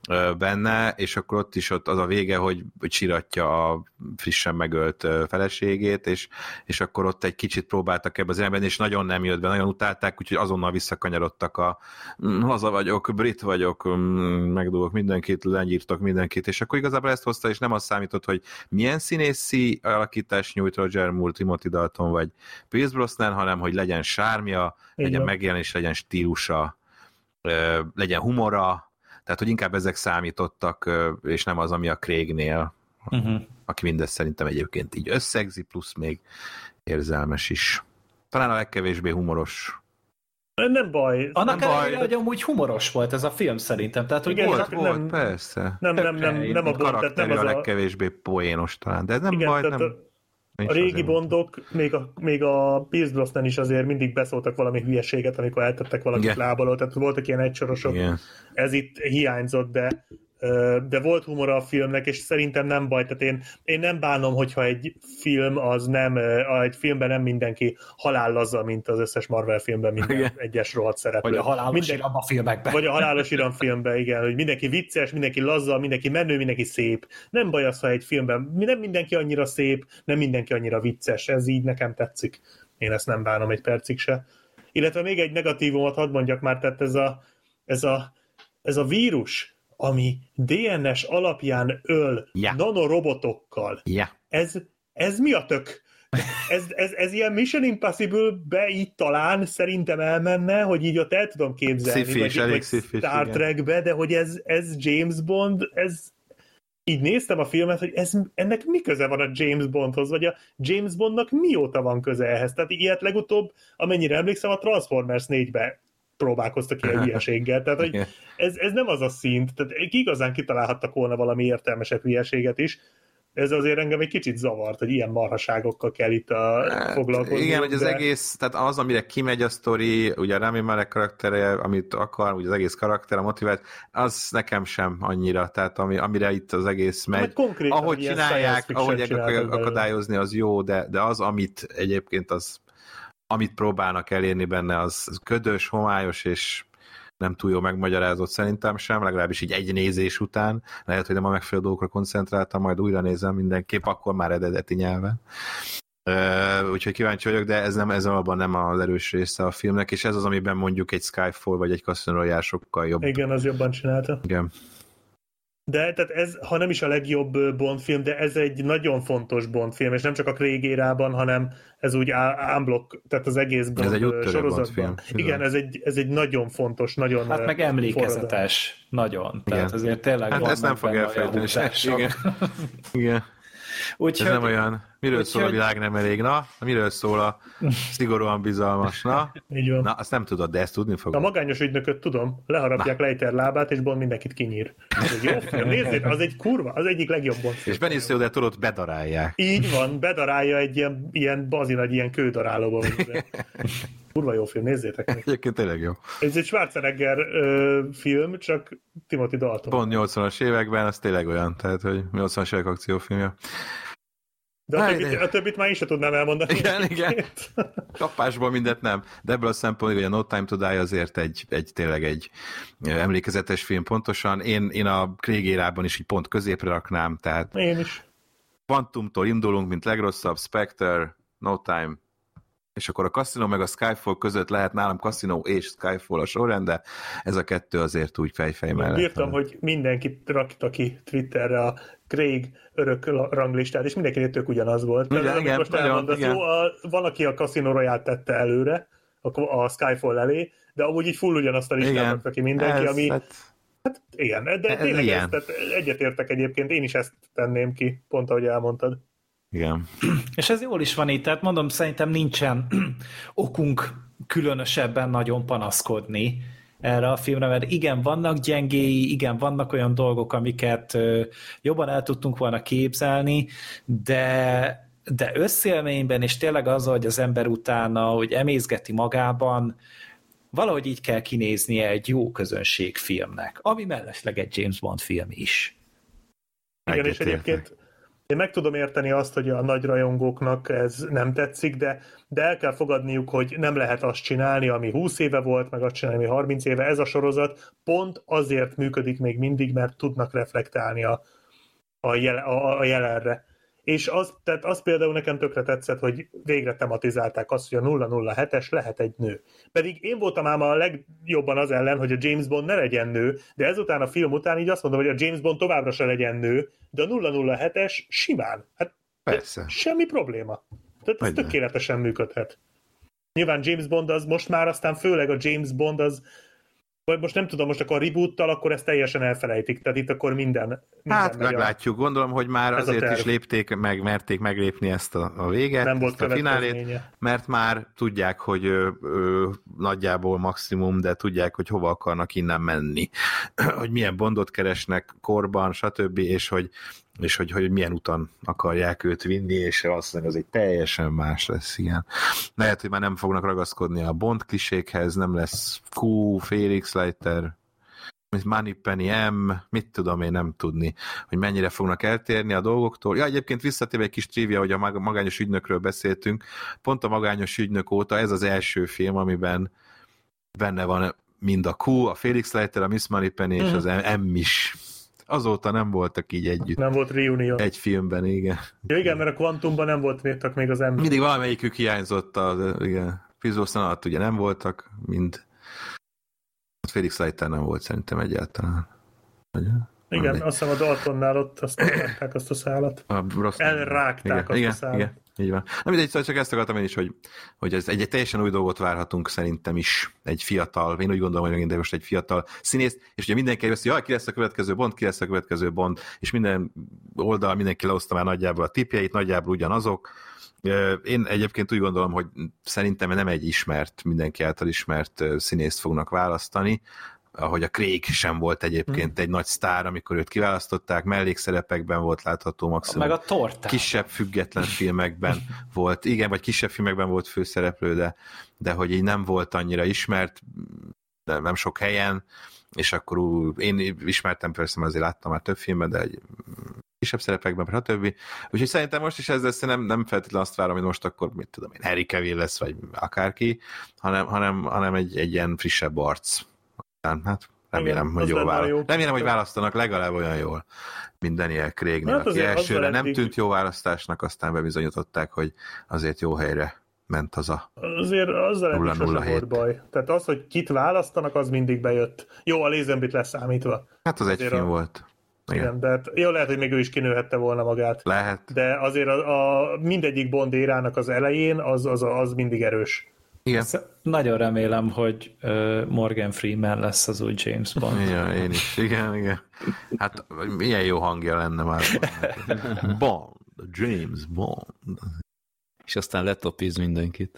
benne, és akkor ott is az a vége, hogy csiratja a frissen megölt feleségét, és akkor ott egy kicsit próbáltak ebbe az irányban, és nagyon nem jött be, nagyon utálták, úgyhogy azonnal visszakanyarodtak haza vagyok, brit vagyok, megdugok mindenkit, lenyírtak mindenkit, és akkor igazából ezt hozta, és nem az számított, hogy milyen színészi alakítást nyújt Roger Moore, Timothy Dalton vagy Pierce Brosnan, hanem hogy legyen sármja, legyen megjelenés, legyen stílusa, legyen humora, tehát hogy inkább ezek számítottak, és nem az, ami a Craignél, aki mindezt szerintem egyébként így összegzi, plusz még érzelmes is. Talán a legkevésbé humoros. Nem baj. Annak ellenére, hogy amúgy humoros volt ez a film szerintem. Tehát, hogy volt, persze. Nem a Bond, karakter nem a legkevésbé poénos talán, de ez nem baj, nem... A régi Bondok, még a Pierce Brosnan is azért mindig beszóltak valami hülyeséget, amikor eltettek valamit lábalól, tehát voltak ilyen egysorosok. Ez itt hiányzott, de volt humora a filmnek, és szerintem nem baj, tehát én nem bánom, hogyha egy film az nem, egy filmben nem mindenki halállazza, mint az összes Marvel filmben minden egyes rohadt szereplő. Vagy a halálos iramfilmekben. Vagy a halálos iramfilmben, igen, hogy mindenki vicces, mindenki lazza, mindenki menő, mindenki szép. Nem baj az, ha egy filmben nem mindenki annyira szép, nem mindenki annyira vicces, ez így nekem tetszik. Én ezt nem bánom egy percig se. Illetve még egy negatívumot hadd mondjak már, tehát ez a vírus, ami DNS alapján öl nanorobotokkal. Ez mi a tök? Ez ilyen Mission Impossible-be így talán szerintem elmenne, hogy így ott el tudom képzelni, vagy Star Trekbe, de hogy ez James Bond, így néztem a filmet, hogy ennek mi köze van a James Bondhoz, vagy a James Bondnak mióta van köze ehhez. Tehát ilyet legutóbb, amennyire emlékszem, a Transformers 4-be próbálkoztak ilyen hülyeséggel. Tehát, hogy ez nem az a szint. Tehát igazán kitalálhattak volna valami értelmesebb hülyeséget is. Ez azért engem egy kicsit zavart, hogy ilyen marhaságokkal kell itt foglalkozni. Igen, hogy az egész, tehát az, amire kimegy a sztori, ugye a Rami Malek karaktere, amit akar, ugye az egész karakter, a motivált, az nekem sem annyira, tehát amire itt az egész megy. Ahogy csinálják, ahogy akadályozni, az jó, de az, amit egyébként amit próbálnak elérni benne, az ködös, homályos, és nem túl jó megmagyarázott szerintem sem, legalábbis így egy nézés után. Lehet, hogy nem a megfelelő dolgokra koncentráltam, majd újra nézem mindenképp, akkor már eredeti nyelven. Úgyhogy kíváncsi vagyok, de ez valóban nem az erős része a filmnek, és ez az, amiben mondjuk egy Skyfall vagy egy Casino Royale sokkal jobb. Igen, az jobban csinálta. Igen. De tehát ez, ha nem is a legjobb Bond film, de ez egy nagyon fontos Bond film, és nem csak a Craig érában, hanem ez úgy unblock, tehát az egész Bond ez egy sorozatban. Igen, ez egy nagyon fontos, nagyon hát meg emlékezetes, nagyon. Tehát igen. azért tényleg hát ezt nem fog elfelejteni. Igen. Úgyhogy, ez nem olyan, miről szól a világ nem elég, na, miről szól a szigorúan bizalmas, na, na, azt nem tudod, de ezt tudni fogod. A magányos ügynököt tudom, leharapják Leiter lábát, és Bond mindenkit kinyír. Ez egy jó film, nézzék, az egy kurva, az egyik legjobb Bond film. És Benicio del Torot bedarálják. Így van, bedarálja egy ilyen bazinagy, ilyen kődarálóba. Kurva jó film, nézzétek meg. Egyébként tényleg jó. Ez egy Schwarzenegger film, csak Timothy Dalton. Pont 80-as években, az tényleg olyan, tehát, hogy 80-as évek akciófilmje. De a többit már én sem tudnám elmondani. Igen. Kapásból mindent nem. De ebből a szempontból, hogy a No Time to Die azért tényleg egy emlékezetes film pontosan. Én a Craig érában is így pont középre raknám, tehát én is. Quantumtól indulunk, mint legrosszabb, Spectre, No Time, és akkor a Casino meg a Skyfall között lehet nálam Casino és Skyfall a sorrend, de ez a kettő azért úgy fejfej mellett. Bírtam, hogy mindenkit rakta ki Twitterre a Craig örök ranglistát, és mindenkinek tök ugyanaz volt. Igen, most elmondasz, jó, van, aki a Casino Royale tette előre, a Skyfall elé, de amúgy így full ugyanazt a listát rakta ki mindenki, ami... Hát igen, de tényleg egyetértek egyébként, én is ezt tenném ki, pont ahogy elmondtad. Igen. És ez jól is van itt, tehát mondom, szerintem nincsen okunk különösebben nagyon panaszkodni erre a filmre, mert igen, vannak gyengéi, igen, vannak olyan dolgok, amiket jobban el tudtunk volna képzelni, de összélményben, és tényleg az, hogy az ember utána, hogy emészgeti magában, valahogy így kell kinéznie egy jó közönségfilmnek, ami mellesleg egy James Bond film is. Igen, és egyébként én meg tudom érteni azt, hogy a nagy rajongóknak ez nem tetszik, de el kell fogadniuk, hogy nem lehet azt csinálni, ami 20 éve volt, meg azt csinálni, ami 30 éve. Ez a sorozat pont azért működik még mindig, mert tudnak reflektálni a jelenre. És az például nekem tökre tetszett, hogy végre tematizálták azt, hogy a 007-es lehet egy nő. Pedig én voltam ám a legjobban az ellen, hogy a James Bond ne legyen nő, de ezután a film után így azt mondom, hogy a James Bond továbbra se legyen nő, de a 007-es simán. Hát persze. Semmi probléma. Tehát ez tökéletesen működhet. Nyilván James Bond az most már, aztán főleg a James Bond az, vagy most nem tudom, most akkor a reboottal, akkor ezt teljesen elfelejtik, tehát itt akkor minden hát meglátjuk, gondolom, hogy már azért is lépték meg, merték meglépni ezt a véget, nem volt ezt a finálét, mert már tudják, hogy nagyjából maximum, de tudják, hogy hova akarnak innen menni, hogy milyen Bondot keresnek korban, stb., és hogy milyen úton akarják őt vinni, és valószínűleg az egy teljesen más lesz, igen. Lehet, hogy már nem fognak ragaszkodni a Bond klisékhez, nem lesz Q, Felix Leiter, Moneypenny M, mit tudom én nem tudni, hogy mennyire fognak eltérni a dolgoktól. Ja, egyébként visszatérve egy kis trivia, hogy a magányos ügynökről beszéltünk, pont a magányos ügynök óta ez az első film, amiben benne van mind a Q, a Felix Leiter, a Miss Moneypenny és az M is. Azóta nem voltak így együtt. Nem volt reunion. Egy filmben, igen. Ja, igen, mert a Quantumban nem voltak még az ember. Mindig valamelyikük hiányzott, igen. Pizószan alatt ugye nem voltak, mind. Felix Leiter nem volt szerintem egyáltalán. Igen, azt hiszem a Daltonnál ott azt elrágták azt a szálat. Elrágták azt a szálat. Igen, így van. Nem mindegy, szóval csak ezt akartam én is, hogy ez egy teljesen új dolgot várhatunk szerintem is egy fiatal, én úgy gondolom, hogy megint most egy fiatal színész, és ugye mindenki veszi, hogy ki lesz a következő Bond, és minden oldal mindenki lehozta már nagyjából a tippjeit, nagyjából ugyanazok. Én egyébként úgy gondolom, hogy szerintem nem egy mindenki által ismert színészt fognak választani, ahogy a Craig sem volt egyébként egy nagy sztár, amikor őt kiválasztották, mellékszerepekben volt látható maximum. Meg a tortán. Kisebb független filmekben volt, igen, vagy kisebb filmekben volt főszereplő, de hogy így nem volt annyira ismert, de nem sok helyen, és akkor én ismertem, persze, azért láttam már több filmben, de egy kisebb szerepekben, stb. Úgyhogy szerintem most is ez lesz, nem feltétlenül azt várom, hogy most akkor, mit tudom én, Harry Cavill lesz, vagy akárki, hanem egy ilyen frissebb arc. Hát remélem, igen, hogy jól választanak. Remélem, hogy választanak legalább olyan jól, mint Daniel Craignél, hát aki elsőre nem tűnt jó választásnak, aztán bebizonyították, hogy azért jó helyre ment az a 007. Azért azzal eddig sosem volt baj. Tehát az, hogy kit választanak, az mindig bejött. Jó, a Lazenbyt leszámítva. Hát az egy film volt. Igen, de hát, jó, lehet, hogy még ő is kinőhette volna magát. Lehet. De azért mindegyik Bond érának az elején az mindig erős. Igen. Nagyon remélem, hogy Morgan Freeman lesz az új James Bond. Ja, én is. Igen. Hát milyen jó hangja lenne már. Bond, James Bond. És aztán letopiz mindenkit.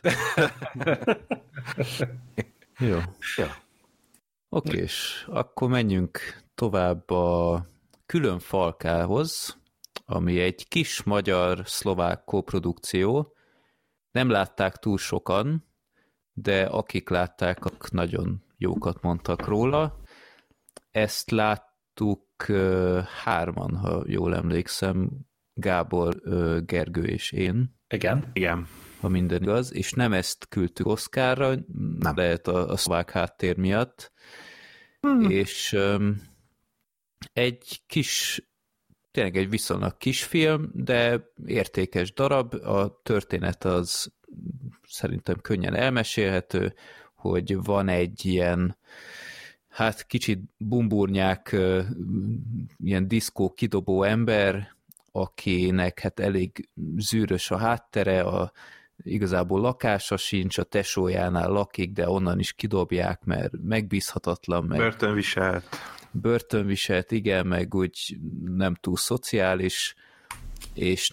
Jó. Ja. Oké, és akkor menjünk tovább a Külön Falkához, ami egy kis magyar-szlovák koprodukció. Nem látták túl sokan, de akik látták, nagyon jókat mondtak róla. Ezt láttuk hárman, ha jól emlékszem, Gábor, Gergő és én. Igen. Ha minden igaz, és nem ezt küldtük Oscarra, lehet a szlovák háttér miatt. És egy kis, tényleg egy viszonylag kis film, de értékes darab. A történet az szerintem könnyen elmesélhető, hogy van egy ilyen, hát kicsit bumburnyák, ilyen diszkó kidobó ember, akinek hát elég zűrös a háttere, igazából lakása sincs, a tesójánál lakik, de onnan is kidobják, mert megbízhatatlan. Meg börtönviselt, igen, meg úgy nem túl szociális, és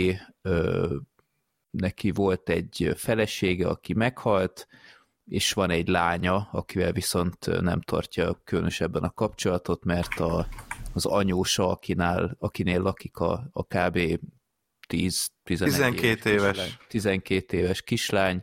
neki volt egy felesége, aki meghalt, és van egy lánya, akivel viszont nem tartja különösebben a kapcsolatot, mert az anyósa, akinél lakik a kb. 12 éves kislány,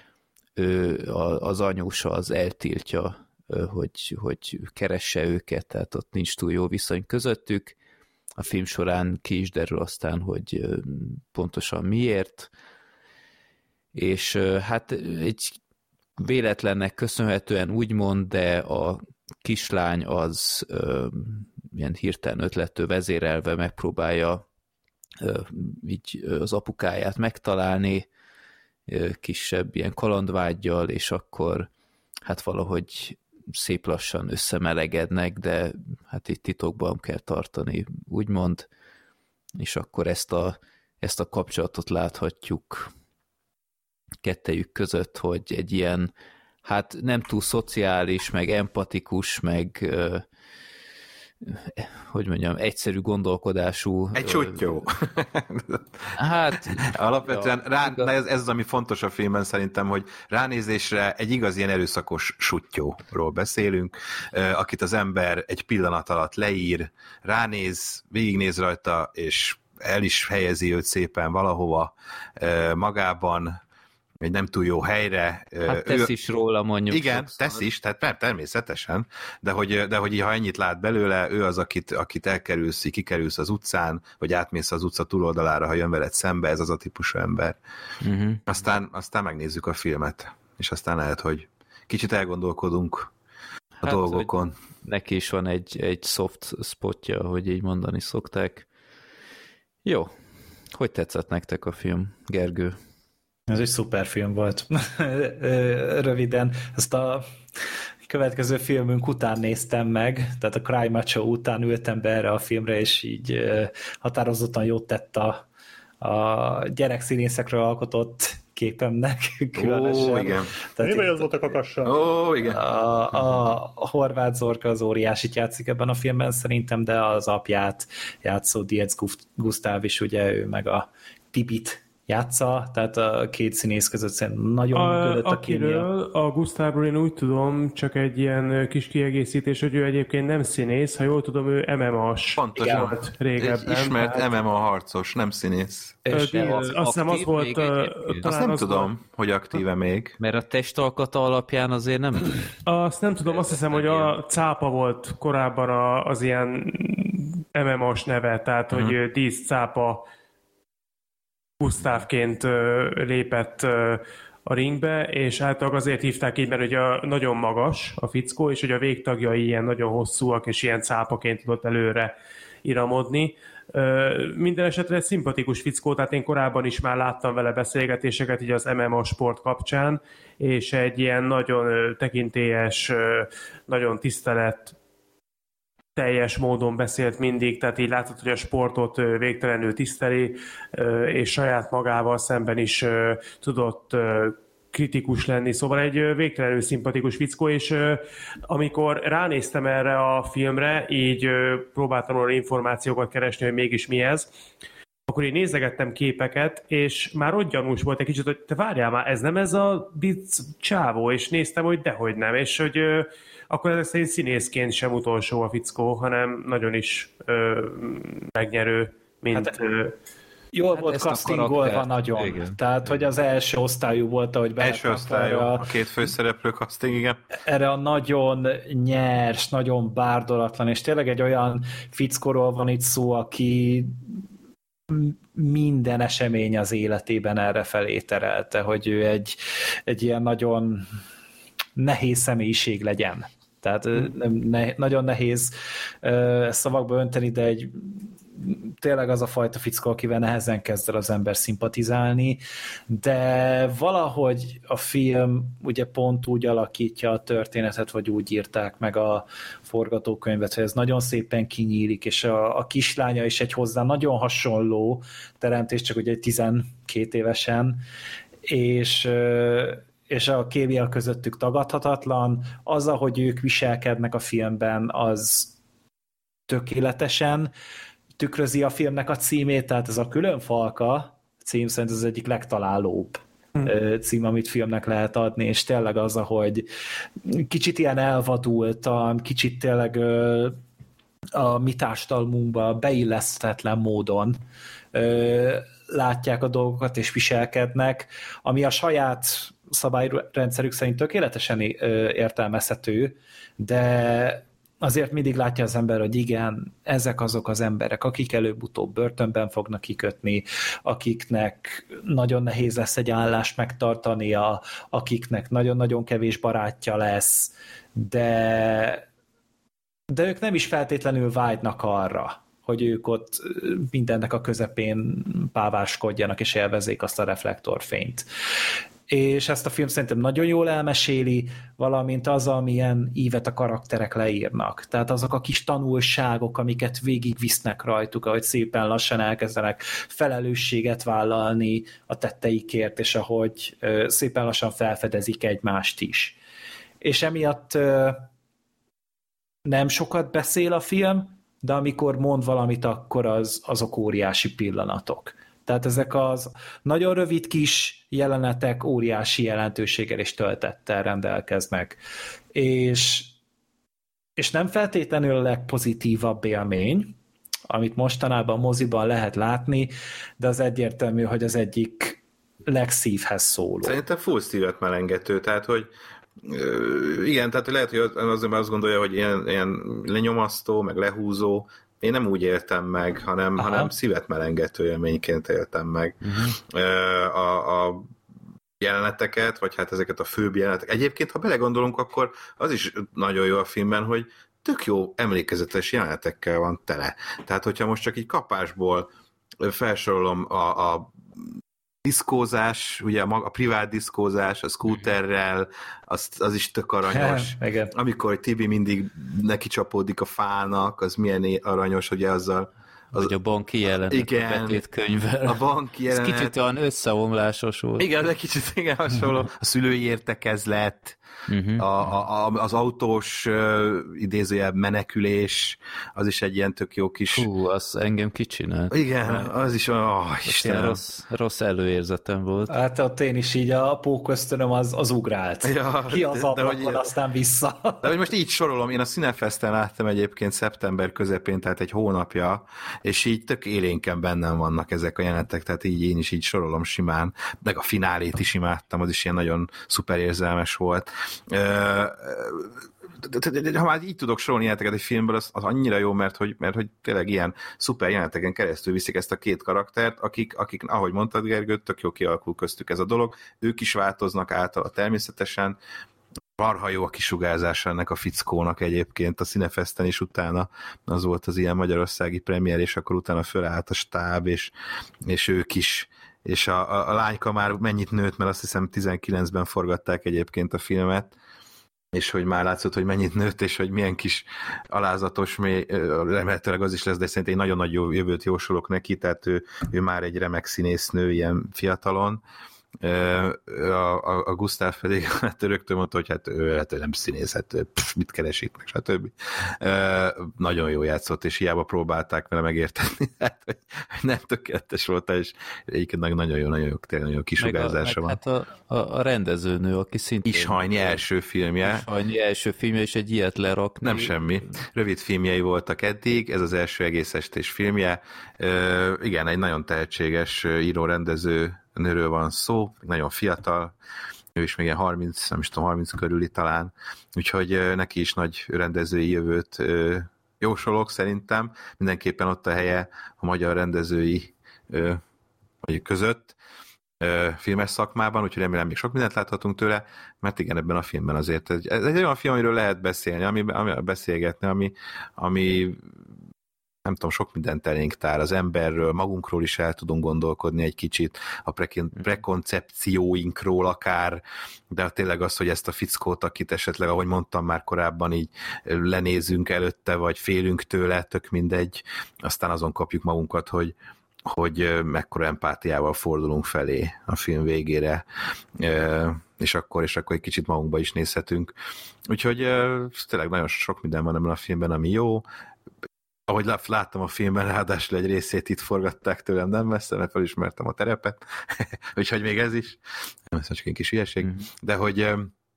az anyósa az eltiltja, hogy keresse őket, tehát ott nincs túl jó viszony közöttük. A film során ki is derül aztán, hogy pontosan miért. És hát egy véletlennek köszönhetően úgymond, de a kislány az ilyen hirtelen ötlettől vezérelve megpróbálja így az apukáját megtalálni, kisebb ilyen kalandvággyal, és akkor hát valahogy szép lassan összemelegednek, de hát itt titokban kell tartani, úgymond, és akkor ezt a kapcsolatot láthatjuk kettejük között, hogy egy ilyen, hát nem túl szociális, meg empatikus, meg hogy mondjam, egyszerű gondolkodású. Egy sutyó. Hát alapvetően ez az, ami fontos a filmben szerintem, hogy ránézésre egy igaz ilyen erőszakos sutyóról beszélünk, akit az ember egy pillanat alatt leír, ránéz, végignéz rajta, és el is helyezi őt szépen valahova magában, egy nem túl jó helyre. Hát tesz is róla, mondjuk. Igen, sokszor. tesz is, tehát természetesen, de hogy ha ennyit lát belőle, ő az, akit elkerülsz, kikerülsz az utcán, vagy átmész az utca túloldalára, ha jön veled szembe, ez az a típusú ember. Uh-huh. Aztán megnézzük a filmet, és aztán lehet, hogy kicsit elgondolkodunk a dolgokon. Neki is van egy soft spotja, hogy így mondani szokták. Jó. Hogy tetszett nektek a film, Gergő? Ez egy szuper film volt. Röviden, ezt a következő filmünk után néztem meg, tehát a Cry Macho után ültem be erre a filmre, és így határozottan jót tett a gyerekszínészekről alkotott képemnek. Ó, igen. Mi vagy az volt a kakassal? Ó, igen. A Horváth Zorka az óriásit játszik ebben a filmben szerintem, de az apját játszó Dietz Gusztáv is, ugye ő meg a Pipit játsza, tehát a két színész között szerintem nagyon működött a kémia. A Gusztávról én úgy tudom, csak egy ilyen kis kiegészítés, hogy ő egyébként nem színész, ha jól tudom, ő MMA-s. Pontosan. Volt régebben. Egy ismert MMA harcos, nem színész. Azt hiszem az volt... Azt nem tudom, hogy aktíve még. Mert a testalkata alapján azért nem... Azt nem tudom, azt hiszem, hogy a cápa volt korábban az ilyen MMA-s neve, tehát hogy Dísz cápa Gusztávként lépett a ringbe, és általában azért hívták így, mert ugye nagyon magas a fickó, és hogy a végtagjai ilyen nagyon hosszúak, és ilyen cápaként tudott előre iramodni. Minden esetre egy szimpatikus fickó, tehát én korábban is már láttam vele beszélgetéseket így az MMA sport kapcsán, és egy ilyen nagyon tekintélyes, nagyon tisztelet teljes módon beszélt mindig, tehát így látod, hogy a sportot végtelenül tiszteli, és saját magával szemben is tudott kritikus lenni, szóval egy végtelenül szimpatikus fickó, és amikor ránéztem erre a filmre, így próbáltam róla információkat keresni, hogy mégis mi ez, akkor én nézegettem képeket, és már ott gyanús volt egy kicsit, hogy te várjál már, ez nem ez a Bitz csávó, és néztem, hogy dehogy nem, és hogy akkor ez szerint színészként sem utolsó a fickó, hanem nagyon is megnyerő, mint... Hát, jól volt castingolva nagyon. Igen. Tehát, hogy az első osztályú volt, ahogy első osztályú, a két főszereplő casting, igen. Erre a nagyon nyers, nagyon bárdolatlan, és tényleg egy olyan fickóról van itt szó, aki minden esemény az életében erre felé terelte, hogy ő egy ilyen nagyon nehéz személyiség legyen. Tehát nagyon nehéz szavakba önteni, de tényleg az a fajta fickó, akivel nehezen kezd el az ember szimpatizálni, de valahogy a film ugye pont úgy alakítja a történetet, vagy úgy írták meg a forgatókönyvet, hogy ez nagyon szépen kinyílik, és a kislánya is egy hozzá nagyon hasonló teremtés, csak ugye 12 évesen, és a kémia közöttük tagadhatatlan, az, ahogy ők viselkednek a filmben, az tökéletesen tükrözi a filmnek a címét, tehát ez a Különfalka cím szerint az egyik legtalálóbb cím, amit filmnek lehet adni, és tényleg az, ahogy kicsit ilyen elvadultan, kicsit tényleg a mi társadalmunkba beillesztetlen módon látják a dolgokat és viselkednek, ami a saját szabályrendszerük szerint tökéletesen értelmezhető, de azért mindig látja az ember, hogy igen, ezek azok az emberek, akik előbb-utóbb börtönben fognak kikötni, akiknek nagyon nehéz lesz egy állást megtartania, akiknek nagyon-nagyon kevés barátja lesz, de ők nem is feltétlenül vágynak arra, hogy ők ott mindennek a közepén páváskodjanak és élvezzék azt a reflektorfényt. És ezt a film szerintem nagyon jól elmeséli, valamint az, amilyen ívet a karakterek leírnak. Tehát azok a kis tanulságok, amiket végigvisznek rajtuk, ahogy szépen lassan elkezdenek felelősséget vállalni a tetteikért, és ahogy szépen lassan felfedezik egymást is. És emiatt nem sokat beszél a film, de amikor mond valamit, akkor azok óriási pillanatok. Tehát ezek az nagyon rövid kis jelenetek óriási jelentőséggel és töltettel rendelkeznek. És nem feltétlenül a legpozitívabb élmény, amit mostanában moziban lehet látni, de az egyértelmű, hogy az egyik legszívhez szóló. Szerintem full szívet melengető, tehát hogy igen, tehát lehet, hogy az azt gondolja, hogy ilyen lenyomasztó, meg lehúzó. Én nem úgy éltem meg, hanem szívet melengető élményként éltem meg a jeleneteket, vagy hát ezeket a főbb jeleneteket. Egyébként, ha belegondolunk, akkor az is nagyon jó a filmben, hogy tök jó emlékezetes jelenetekkel van tele. Tehát, hogyha most csak így kapásból felsorolom a diszkózás, ugye a privát diszkózás, a scooterrel, az is tök aranyos. Amikor Tibi mindig neki csapódik a fának, az milyen aranyos, ugye azzal. Vagy a banki jelenet, a betétkönyvvel. A banki jelenet. Ez kicsit olyan összeomlásos volt. Igen, de kicsit hasonló. A szülői értekezlet, az autós idézőjel menekülés, az is egy ilyen tök jó kis... az engem kicsinált. Igen, az is Istenem. Rossz előérzetem volt. Hát ott én is így a póköztönöm az ugrált. Ja, ki az ablakon, aztán vissza. De hogy most így sorolom, én a Cinefesten láttam egyébként szeptember közepén, tehát egy hónapja, és így tök élénken bennem vannak ezek a jelenetek, tehát így én is így sorolom simán, meg a finálét is imádtam, az is ilyen nagyon szuper érzelmes volt. Ha már így tudok sorolni jeleneteket egy filmből, az annyira jó, mert hogy tényleg ilyen szuper jeleneteken keresztül viszik ezt a két karaktert, akik ahogy mondtad, Gergő, tök jó kialakul köztük ez a dolog, ők is változnak általa természetesen, marha jó a kisugárzása ennek a fickónak egyébként, a Cinefesten is utána az volt az ilyen magyarországi premier, és akkor utána fölállt a stáb, és ők is, és a lányka már mennyit nőtt, mert azt hiszem 19-ben forgatták egyébként a filmet, és hogy már látszott, hogy mennyit nőtt, és hogy milyen kis alázatos, remélhetőleg az is lesz, de szerintem egy nagyon nagy jövőt jósolok neki, tehát ő már egy remek színésznő ilyen fiatalon. A Gustav pedig hát rögtön mondta, hogy hát ő nem színész, hát mit keresik meg, stb. Nagyon jó játszott, és hiába próbálták vele megértetni, hát, hogy nem tökéletes volt, és egyébként nagyon jó, tényleg nagyon jó kisugárzása van. Hát a rendezőnő, aki szintén... Ishajnyi első filmje. És egy ilyet lerakni. Nem semmi. Rövid filmjei voltak eddig, ez az első egész estés filmje. Igen, egy nagyon tehetséges író-rendező nőről van szó, nagyon fiatal, ő is még ilyen 30 körüli talán, úgyhogy neki is nagy rendezői jövőt jósolok szerintem, mindenképpen ott a helye a magyar rendezői között filmes szakmában, úgyhogy remélem még sok mindent láthatunk tőle, mert igen, ebben a filmben azért ez egy olyan film, amiről lehet beszélni, ami beszélgetni, ami nem tudom, sok mindent elénk tár az emberről, magunkról is el tudunk gondolkodni egy kicsit, a prekoncepcióinkról akár, de tényleg az, hogy ezt a fickót, akit esetleg, ahogy mondtam már korábban, így lenézünk előtte, vagy félünk tőle, tök mindegy, aztán azon kapjuk magunkat, hogy mekkora empátiával fordulunk felé a film végére, és akkor egy kicsit magunkba is nézhetünk. Úgyhogy tényleg nagyon sok minden van ebben a filmben, ami jó. Ahogy láttam a filmben, ráadásul egy részét itt forgatták tőlem nem messze, mert felismertem a terepet, úgyhogy még ez is, nem, ez csak egy kis hülyeség, de hogy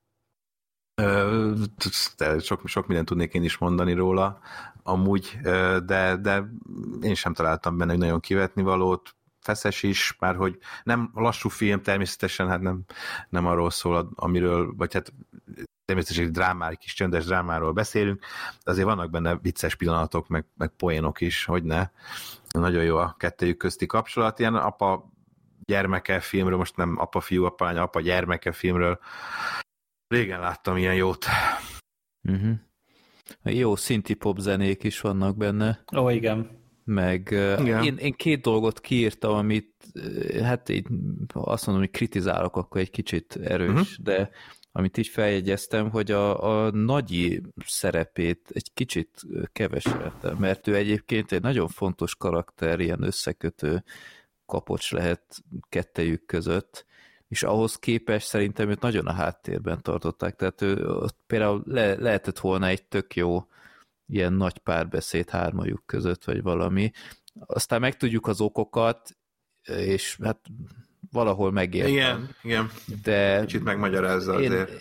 sok mindent tudnék én is mondani róla, amúgy, de én sem találtam benne nagyon kivetni valót, feszes is, már hogy nem lassú film, természetesen hát nem arról szól, amiről, vagy hát természetesen egy kis csöndes drámáról beszélünk, de azért vannak benne vicces pillanatok, meg poénok is, hogy ne. Nagyon jó a kettőjük közti kapcsolat, ilyen apa-gyermeke filmről, most nem apa-fiú, apa-lány, apa-gyermeke filmről. Régen láttam ilyen jót. Uh-huh. Jó szinti-pop zenék is vannak benne. Ó, igen. Meg én két dolgot kiírtam, amit hát így azt mondom, hogy kritizálok, akkor egy kicsit erős, de amit így feljegyeztem, hogy a Nagyi szerepét egy kicsit keveseltem, mert ő egyébként egy nagyon fontos karakter, ilyen összekötő kapocs lehet kettejük között, és ahhoz képest szerintem őt nagyon a háttérben tartották, tehát ő például lehetett volna egy tök jó ilyen nagy párbeszéd hármajuk között, vagy valami. Aztán megtudjuk az okokat, és hát valahol megértem. Igen. De kicsit megmagyarázza azért.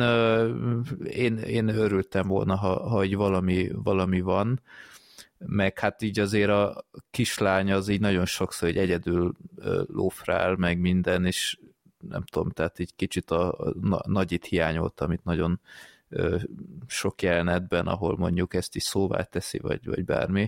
Én örültem volna, ha így valami van, meg hát így azért a kislány az így nagyon sokszor egy egyedül lófrál, meg minden, és nem tudom, tehát így kicsit a Nagyit hiányoltam itt nagyon sok jelenetben, ahol mondjuk ezt is szóvá teszi, vagy bármi.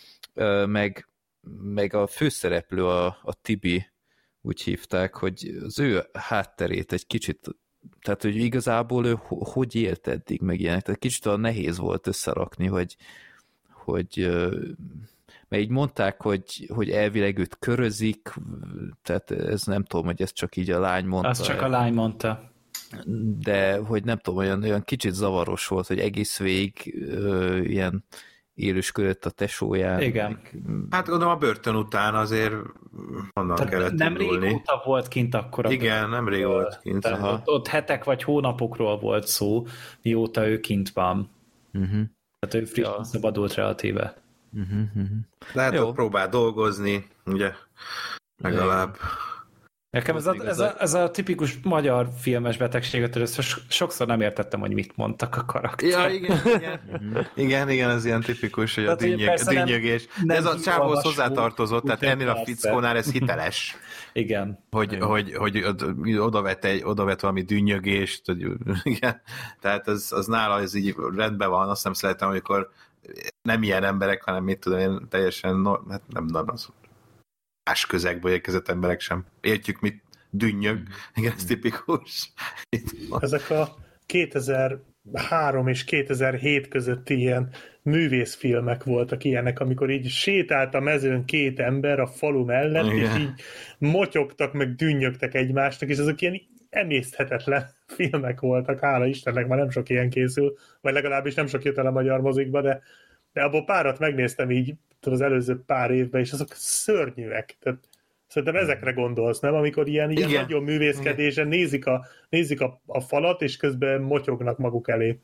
Meg a főszereplő, a Tibi, úgy hívták, hogy az ő hátterét egy kicsit, tehát hogy igazából ő hogy élt eddig, meg ilyenek, tehát kicsit olyan nehéz volt összerakni, hogy mert így mondták, hogy elvileg őt körözik, tehát ez nem tudom, hogy ez csak így a lány mondta. Az csak a lány mondta. De hogy nem tudom, olyan kicsit zavaros volt, hogy egész végig ilyen élősködött a tesóján. Igen. Hát gondolom a börtön után azért onnan kellett nem indulni. régóta volt kint akkor. Igen, nem rég volt kint. Ott hetek vagy hónapokról volt szó, mióta ő kint van. Tehát ő frissen szabadult relatíve. Lehet, hogy próbál dolgozni, ugye, legalább. Nekem ez a tipikus magyar filmes betegség, hogy sokszor nem értettem, hogy mit mondtak a karakterek. Ja, igen, ez ilyen tipikus, hogy a dünnyögés. De ez a csávóhoz hozzátartozott, tehát ennél a fickónál ez hiteles. Igen. Hogy odavet valami dünnyögést, igen. Tehát az nála ez így rendben van, azt nem szeretem, amikor nem ilyen emberek, hanem mit tudom én, teljesen, hát nem az más közegből érkezett emberek sem. Értjük, mit dünnyög. Igen, ez tipikus. Ezek a 2003 és 2007 közötti ilyen művészfilmek voltak ilyenek, amikor így sétált a mezőn két ember a falu mellett, és így motyogtak, meg dünnyögtek egymásnak, és azok ilyen emészthetetlen filmek voltak, hála Istennek, már nem sok ilyen készül, vagy legalábbis nem sok jött el a magyar mozikba, de abból párat megnéztem így az előző pár évben, és azok szörnyűek. Tehát szerintem ezekre gondolsz, nem? Amikor ilyen nagyon művészkedésen nézik a falat, és közben motyognak maguk elé.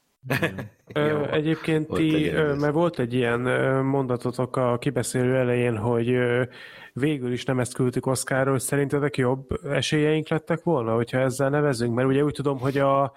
Egyébként mert volt egy ilyen mondatotok a kibeszélő elején, hogy végül is nem ezt küldtük Oscarról, szerintetek jobb esélyeink lettek volna, hogyha ezzel nevezünk? Mert ugye úgy tudom, hogy a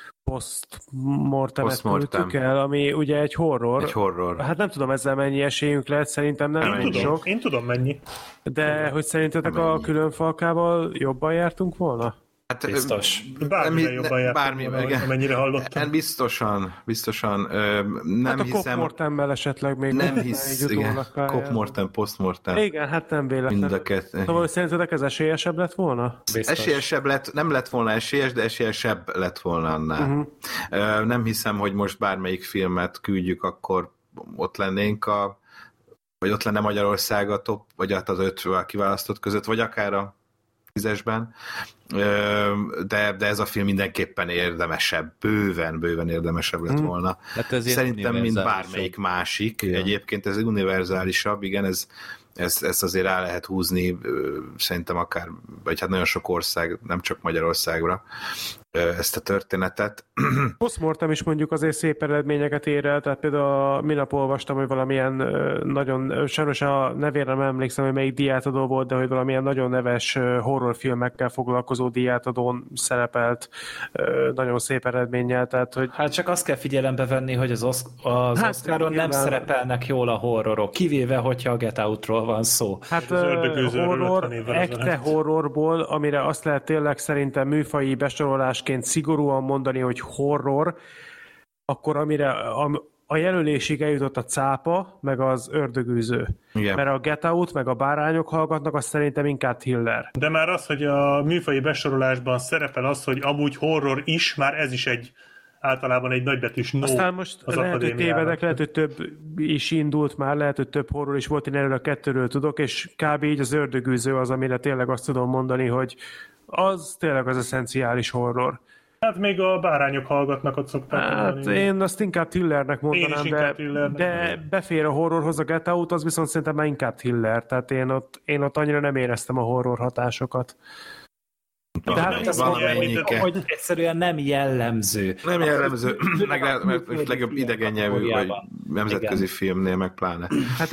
Postmortemet küldtük el, ami ugye egy horror. Egy horror. Hát nem tudom, ezzel mennyi esélyünk lehet, szerintem nem sok. Én tudom mennyi. De hogy szerintetek a különfalkával jobban jártunk volna? Hát, biztos. Bármire jobban jártunk volna, amennyire hallottam. Biztosan. Nem hát a hiszem... Cop-Mortemmel esetleg még nem hisz, igen. Cop-Mortem, Post-Mortem. Igen, hát nem véletlen. Szóval szerintetek ez esélyesebb lett volna? Biztos. Esélyesebb lett, nem lett volna esélyes, de esélyesebb lett volna annál. Nem hiszem, hogy most bármelyik filmet küldjük, akkor ott lennénk vagy ott lenne Magyarország a top, vagy hát az 5 kiválasztott között, vagy akár a 10-esben, de ez a film mindenképpen érdemesebb, bőven érdemesebb lett volna. Hát szerintem, mint bármelyik másik. Igen. Egyébként ez univerzálisabb, igen, ezt azért rá lehet húzni, szerintem akár, vagy hát nagyon sok ország, nem csak Magyarországra ezt a történetet. Postmortem is mondjuk azért szép eredményeket ér el, tehát például minap olvastam, hogy valamilyen nagyon, sajnos a nevére nem emlékszem, hogy melyik díjátadó volt, de hogy valamilyen nagyon neves horrorfilmekkel foglalkozó díjátadón szerepelt nagyon szép eredménnyel, tehát hogy... Hát csak azt kell figyelembe venni, hogy az Oscaron nem szerepelnek jól a horrorok, kivéve, hogyha a Get Outról van szó. Hát horror, ekte horrorból, amire azt lehet tényleg szerintem műfaji besorolásként szigorúan mondani, hogy horror, akkor amire a jelölésig eljutott a Cápa, meg az Ördögűző. Igen. Mert a Get Out, meg a Bárányok hallgatnak, azt szerintem inkább thriller. De már az, hogy a műfaji besorolásban szerepel az, hogy amúgy horror is, már ez is általában egy nagybetűs no. Aztán most lehet, hogy tévedek, lehet, hogy több is indult már, lehet, hogy több horror is volt, én erről a 2-ről tudok, és kb. Így az Ördögűző az, amire tényleg azt tudom mondani, hogy az tényleg az eszenciális horror. Hát még a Bárányok hallgatnak, ott szokták mondani. Én azt inkább thrillernek mondanám, de befér a horrorhoz, a Get Out, az viszont szerintem már inkább thriller, tehát én ott annyira nem éreztem a horror hatásokat. De hát ez hogy egyszerűen nem jellemző. Nem jellemző, mert legjobb idegen nyelvű, vagy nemzetközi filmnél meg pláne. Hát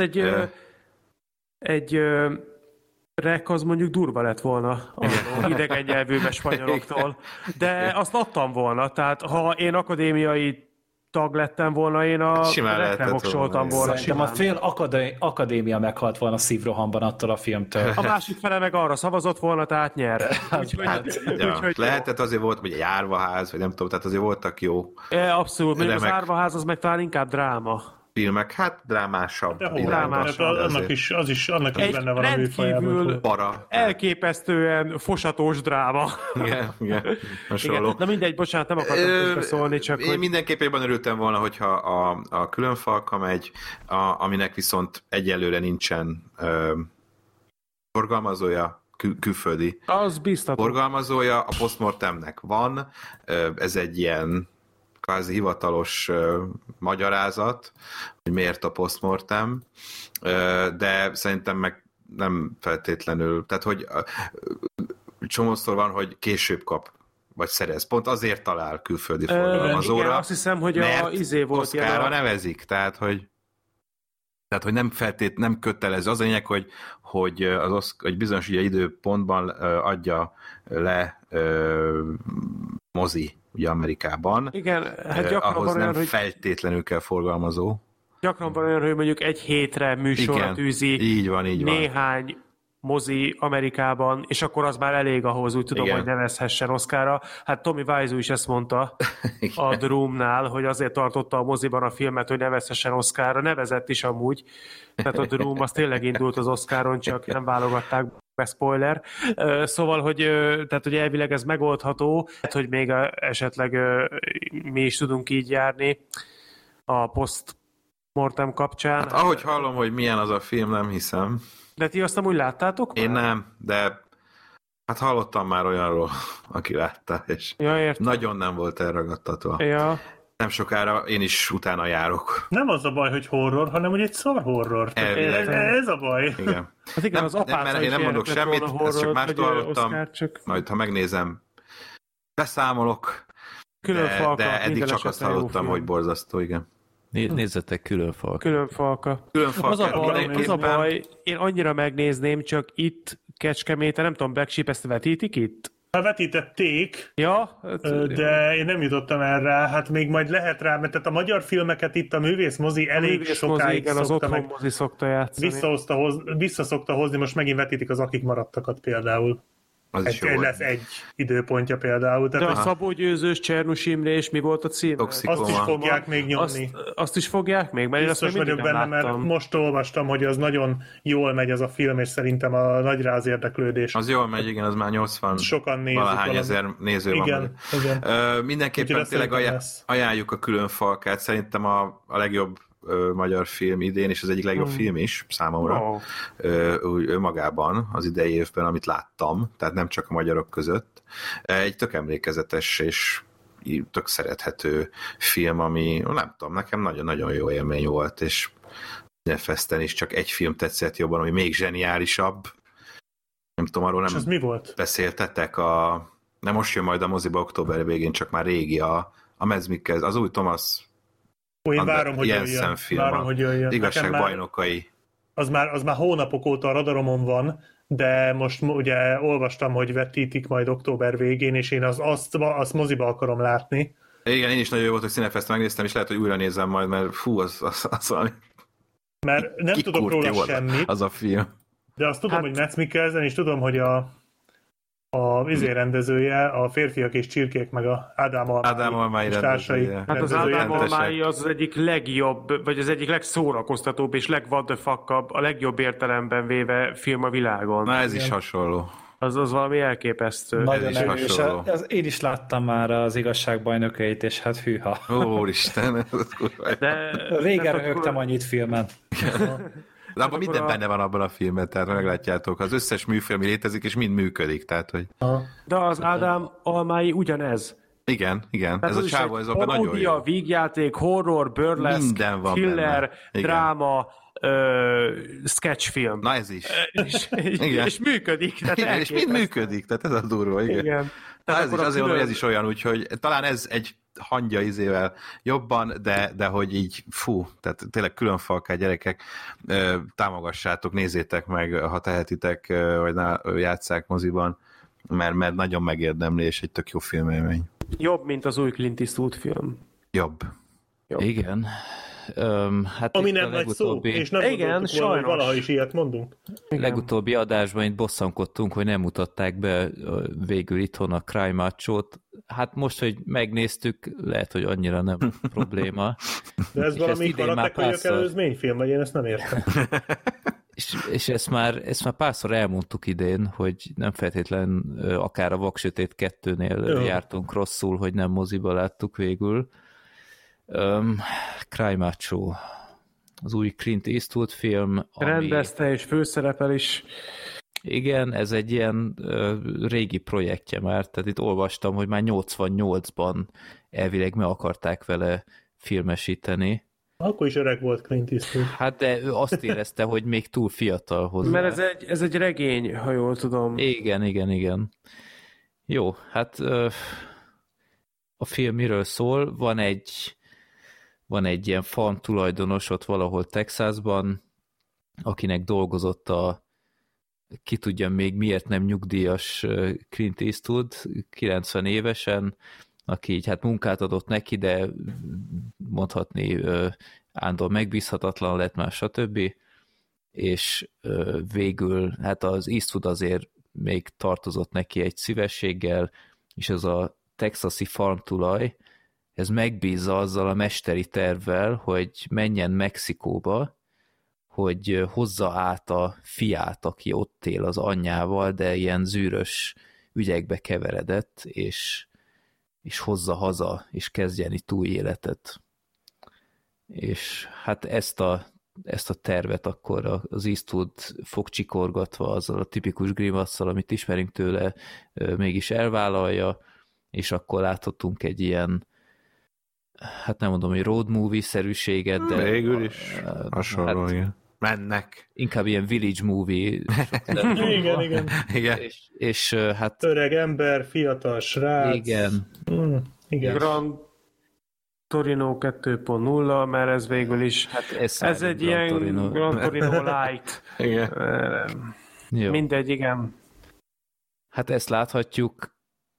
egy Rek az mondjuk durva lett volna idegen nyelvűbe spanyoloktól, de azt adtam volna, tehát ha én akadémiai tag lettem volna, én a Rekre voksoltam volna. Szerintem a fél akadémia meghalt volna szívrohamban attól a filmtől. A másik fele meg arra szavazott volna, tehát nyer. Lehetett azért volt, hogy egy árvaház, vagy nem tudom, tehát azért voltak jó. Abszolút, mert az árvaház az meg talán inkább dráma. Filmek, hát drámásabb. Annak is benne van a műfajában. Elképesztően fosatós dráma. Igen. Na mindegy, bocsánat, nem akartam szólni, csak én mindenképpen örültem volna, hogyha a Különfalka megy, aminek viszont egyelőre nincsen forgalmazója, külföldi forgalmazója, a Postmortemnek van, ez egy ilyen kvázi hivatalos magyarázat, hogy miért a Postmortem, de szerintem meg nem feltétlenül, tehát hogy csomószor van, hogy később kap, vagy szerez. Pont azért talál külföldi forgalmazóra, igen, azt hiszem, hogy mert Oscarra nevezik, tehát hogy nem kötelező. Az a lényeg, hogy bizonyos ugye, időpontban adja le mozi, ugye Amerikában. Igen, hát gyakran ahhoz van nem olyan, feltétlenül kell forgalmazó. Gyakran van olyan, hogy mondjuk egy hétre műsorra tűzi így van. néhány mozi Amerikában, és akkor az már elég ahhoz, úgy tudom, hogy nevezhessen Oscarra. Hát Tommy Wiseau is ezt mondta a The Room-nál, hogy azért tartotta a moziban a filmet, hogy nevezhessen Oscarra. Nevezett is amúgy. Tehát a The Room az tényleg indult az Oscaron, csak nem válogatták be, spoiler. Szóval, hogy elvileg ez megoldható, hogy még esetleg mi is tudunk így járni a Postmortem kapcsán. Hát ahogy hallom, hogy milyen az a film, nem hiszem. De ti azt nem úgy láttátok? Én nem, de Hát hallottam már olyanról, aki látta, és nagyon nem volt elragadtatva. Ja. Nem sokára én is utána járok. Nem az a baj, hogy horror, hanem hogy egy szar horror. Ez a baj. Igen. Hát igen, az apáca én nem mondok semmit, ezt csak mástól hallottam. Majd, ha megnézem, beszámolok. De eddig csak azt hallottam, hogy borzasztó, igen. Nézzetek Különfalka. Különfalka. Az a baj, én annyira megnézném, csak itt Kecskeméten, nem tudom, Black Sheep, ezt vetítik itt? Vetítették, ja, de én nem jutottam erre, hát még majd lehet rá, mert tehát a magyar filmeket itt a művészmozi elég sokáig igen, az otthonmozi szokta játszani. Vissza szokta hozni, most megint vetítik az Akik maradtakat például. Lesz egy időpontja például. Tehát, de a Szabó Győzős, Csernus Imre, és mi volt a cím? Azt is fogják még nyomni. Azt is fogják még? Mert biztos vagyok benne, mert most olvastam, hogy az nagyon jól megy az a film, és szerintem a nagy rá az érdeklődés. Az jól megy, igen, az már 80 sokan nézik valahány ezer néző igen, van. Igen. Mindenképpen tényleg ajánljuk a Különfalkát, szerintem a legjobb magyar film idén, és az egyik legjobb film is számomra, önmagában az idei évben, amit láttam, tehát nem csak a magyarok között. Egy tök emlékezetes és tök szerethető film, ami nem tudom, nekem nagyon-nagyon jó élmény volt, és Cinefesten is csak egy film tetszett jobban, ami még zseniálisabb. Nem tudom, arról nem mi volt? Beszéltetek nem most jön majd a moziba október végén, csak már régi a Mads Mikkelsen, az új Thomas én várom, hogy jöjjön. Várom, hogy jöjjön. Igazság bajnokai. Az már hónapok óta a radaromon van, de most ugye olvastam, hogy vetítik majd október végén, és én azt moziba akarom látni. Igen, én is nagyon jó volt, hogy Cinefest megnéztem, és lehet, hogy újra nézem majd, mert fú, az valami... Mert nem tudok róla semmit. Az a film. De azt tudom, hogy Mads Mikkelsen, és tudom, hogy a rendezője, a Férfiak és Csirkék, meg a Ádám Almái társai. Hát az Ádám Almái az egyik legjobb, vagy az egyik legszórakoztatóbb és legwhat the fuck-abb, a legjobb értelemben véve film a világon. Na ez is hasonló. Az valami elképesztő. Nagyon erős. Én is láttam már az Igazság bajnokait, és hát hűha. Úristen. Régen röhögtem annyit filmen. De abban minden benne van abban a filmben, tehát meglátjátok, az összes műfilm létezik, és mind működik, tehát hogy... De az Ádám Almái ugyanez. Igen, tehát ez a csávó, ez abban nagyon jó. Vígjáték, horror, burlesque, thriller, dráma, sketchfilm. Na ez is. És működik. Igen, és mind működik, tehát ez a durva, igen. Ez is azért mondom, hogy ez is olyan, úgyhogy talán ez egy hangya izével jobban, de hogy így tehát tényleg Különfalkát, gyerekek, támogassátok, nézzétek meg, ha tehetitek, vagy játsszák moziban, mert nagyon megérdemli, és egy tök jó filmélmény. Jobb, mint az új Clint Eastwood film. Jobb. Igen. Hát ami nem nagy szó, és nem gondoltuk volna, hogy valaha is ilyet mondunk. Legutóbbi adásban itt bosszankodtunk, hogy nem mutatták be végül itthon a Cry Macho-t. Hát most, hogy megnéztük, lehet, hogy annyira nem probléma. De ez valami Karatekölyök előzményfilm, vagy én ezt nem értem. És ezt már párszor elmondtuk idén, hogy nem feltétlen akár a Vaksötét 2-nél jártunk rosszul, hogy nem moziba láttuk végül. Cry Macho, az új Clint Eastwood film. Rendezte és főszerepel is. Igen, ez egy ilyen régi projektje már, tehát itt olvastam, hogy már 88-ban elvileg meg akarták vele filmesíteni. Akkor is öreg volt Clint Eastwood. Hát de ő azt érezte, hogy még túl fiatal hozzá. Mert ez egy regény, ha jól tudom. Igen. Jó, hát a film miről szól? Van egy ilyen farm tulajdonos ott valahol Texasban, akinek dolgozott ki tudja még miért nem nyugdíjas Clint Eastwood, 90 évesen, aki így hát munkát adott neki, de mondhatni Ándor megbízhatatlan lett már, stb. És végül hát az Eastwood azért még tartozott neki egy szívességgel, és ez a texasi farmtulaj, ez megbízza azzal a mesteri tervvel, hogy menjen Mexikóba, hogy hozza át a fiát, aki ott él az anyjával, de ilyen zűrös ügyekbe keveredett, és hozza haza, és kezdjen itt új életet. És hát ezt a ezt a tervet akkor az Eastwood fogcsikorgatva azzal a tipikus grimasszal, amit ismerünk tőle, mégis elvállalja, és akkor láthatunk egy ilyen, hát nem mondom, hogy road movie-szerűséget, de... Végül is hasonló, hát, igen. Mennek. Inkább ilyen village movie. Igen. És hát... Öreg ember, fiatal srác. Igen. Igen. Grand Torino 2.0, mert ez végül is... Hát ez egy ilyen Torino. Grand Torino Light. Igen. Mindegy, igen. Hát ezt láthatjuk.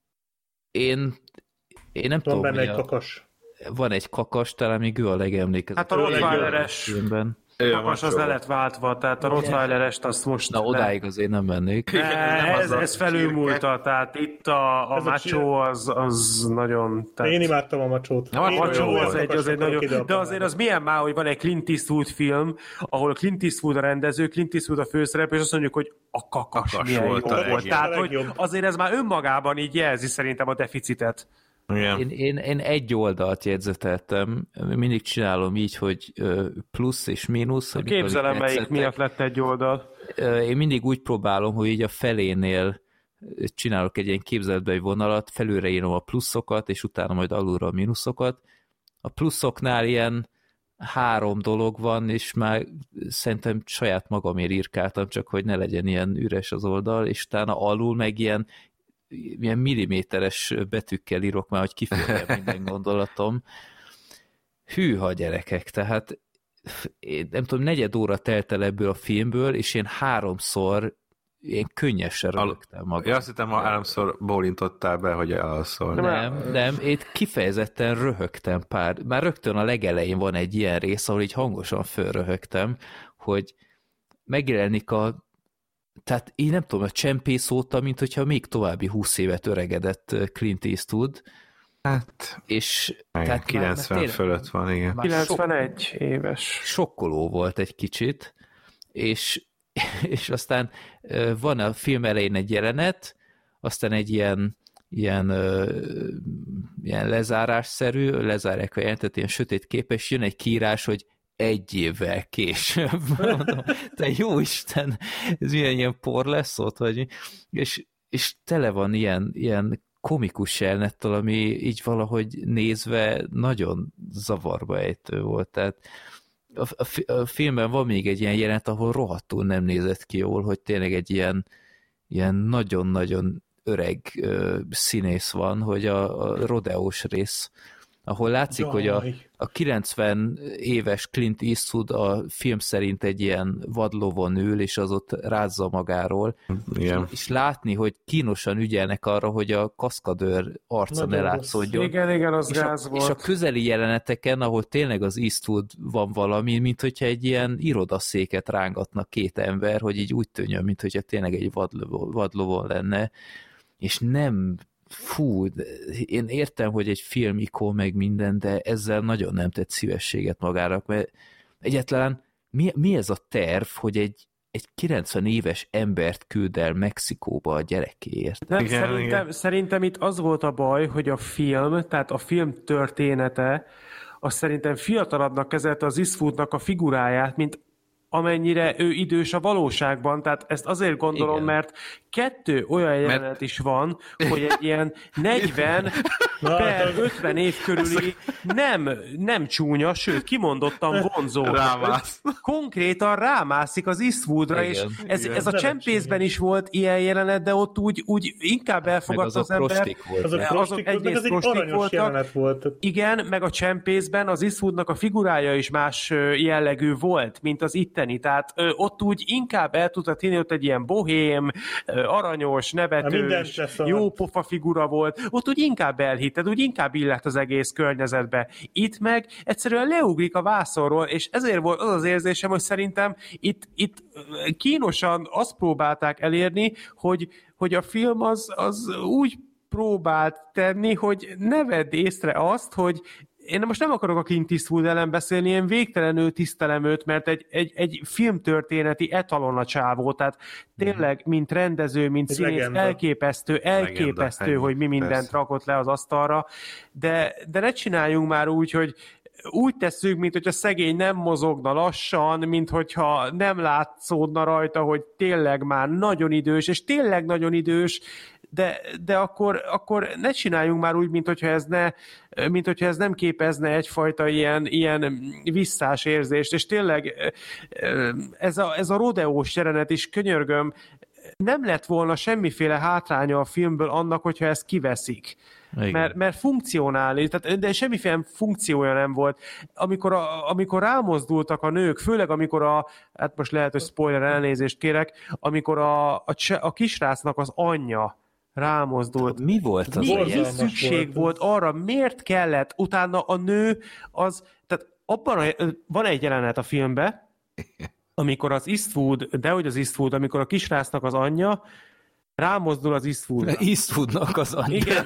Én nem tudom. Van benne egy kakas. Van egy kakas, talán még ő a legemlékezetesebb. Hát a Rottweileres kakas az le lett váltva, tehát a Rottweilerest azt most... Na, odáig azért nem mennék. Ez felülmúlta, tehát itt a macho az nagyon... Tehát... Én imádtam a macsót. A macho az egy nagyon... De azért az milyen már, hogy van egy Clint Eastwood film, ahol Clint Eastwood a rendező, Clint Eastwood a főszereplő, és azt mondjuk, hogy a kakas milyen jó volt. Tehát, hogy azért ez már önmagában így jelzi szerintem a deficitet. Én egy oldalt jegyzeteltem, mindig csinálom így, hogy plusz és mínusz. Képzelem, melyik miatt lett egy oldal. Én mindig úgy próbálom, hogy így a felénél csinálok egy ilyen képzeletbeli vonalat, felülre írom a pluszokat, és utána majd alulra a mínuszokat. A pluszoknál ilyen 3 dolog van, és már szerintem saját magamért írkáltam, csak hogy ne legyen ilyen üres az oldal, és utána alul meg ilyen milliméteres betűkkel írok már, hogy kifejezem minden gondolatom. Hűha, gyerekek, tehát én nem tudom, 4 óra telt el ebből a filmből, és én 3-szor ilyen könnyesen rögtem magam. Ja, azt hittem, ha 3-szor bólintottál be, hogy elalszol. Nem, én kifejezetten röhögtem már rögtön a legelején van egy ilyen rész, ahol így hangosan fölröhögtem, hogy megjelenik tehát én nem tudom, a csempész óta, mint hogyha még további 20 évet öregedett Clint Eastwood. Hát, és tehát 90 fölött van, igen. 91 éves. Sokkoló volt egy kicsit, és aztán van a film elején egy jelenet, aztán egy ilyen lezárásszerű, lezárják a jelentet, ilyen sötét kép, és jön egy kiírás, hogy 1 évvel később. Mondom, te jó Isten, ez ilyen por lesz ott, vagy és tele van ilyen komikus jelenettel, ami így valahogy nézve nagyon zavarba ejtő volt. Tehát a filmben van még egy ilyen jelenet, ahol rohadtul nem nézett ki jól, hogy tényleg egy ilyen nagyon-nagyon öreg színész van, hogy a rodeós rész, ahol látszik, hogy a 90 éves Clint Eastwood a film szerint egy ilyen vadlovon ül, és az ott rázza magáról. Igen. És látni, hogy kínosan ügyelnek arra, hogy a kaszkadőr arca ne látszódjon. Igen, az gáz volt. És a közeli jeleneteken, ahol tényleg az Eastwood van valami, mint hogyha egy ilyen irodaszéket rángatnak 2 ember, hogy így úgy tűnjön, mint hogyha tényleg egy vadlovon lenne. És nem... Fú, én értem, hogy egy filmikó meg minden, de ezzel nagyon nem tett szívességet magának, mert egyáltalán mi ez a terv, hogy egy 90 éves embert küld el Mexikóba a gyerekéért? Nem, szerintem itt az volt a baj, hogy a film, tehát a film története, az szerintem fiatalabbnak kezelte az Eastwoodnak a figuráját, mint amennyire ő idős a valóságban, tehát ezt azért gondolom, igen, mert 2 olyan jelenet is van, hogy egy ilyen 40 per 50 év körüli nem csúnya, sőt, kimondottan vonzó. Konkrétan rámászik az Eastwoodra, és ez a csempészben is volt ilyen jelenet, de ott úgy inkább elfogadta az ember. Azok egyrészt prostik voltak. Igen, meg a csempészben az Eastwoodnak a figurája is más jellegű volt, mint az itteni. Tehát ott úgy inkább el tudtad hinni, ott egy ilyen bohém, aranyos, nevetős, jó pofa figura volt. Ott úgy inkább elhitted, úgy inkább illett az egész környezetbe. Itt meg egyszerűen leugrik a vászonról, és ezért volt az érzésem, hogy szerintem itt kínosan azt próbálták elérni, hogy a film az úgy próbált tenni, hogy ne vedd észre azt, hogy én most nem akarok a Clint Eastwood ellen beszélni, én végtelenül tisztelem őt, mert egy filmtörténeti etalon a csávó, tehát tényleg, mint rendező, mint színész, elképesztő, hogy mi mindent rakott le az asztalra, de ne csináljunk már úgy, hogy úgy tesszük, mint hogyha szegény nem mozogna lassan, mint hogyha nem látszódna rajta, hogy tényleg már nagyon idős, és tényleg nagyon idős, de akkor ne csináljunk már úgy, mint hogyha ez nem képezne egyfajta ilyen visszás érzést, és tényleg ez a rodeós jelenet is, könyörgöm, nem lett volna semmiféle hátránya a filmből annak, hogyha ezt kiveszik. Mert funkcionálni, de semmiféle funkciója nem volt. Amikor rámozdultak a nők, főleg amikor hát most lehet, hogy spoiler, elnézést kérek, amikor a kisrácnak az anyja rámozdult. Mi volt az? Mi szükség volt arra? Miért kellett? Utána a nő tehát van egy jelenet a filmben, amikor amikor a kisrácnak az anyja rámozdul az Eastwoodnak az anyja.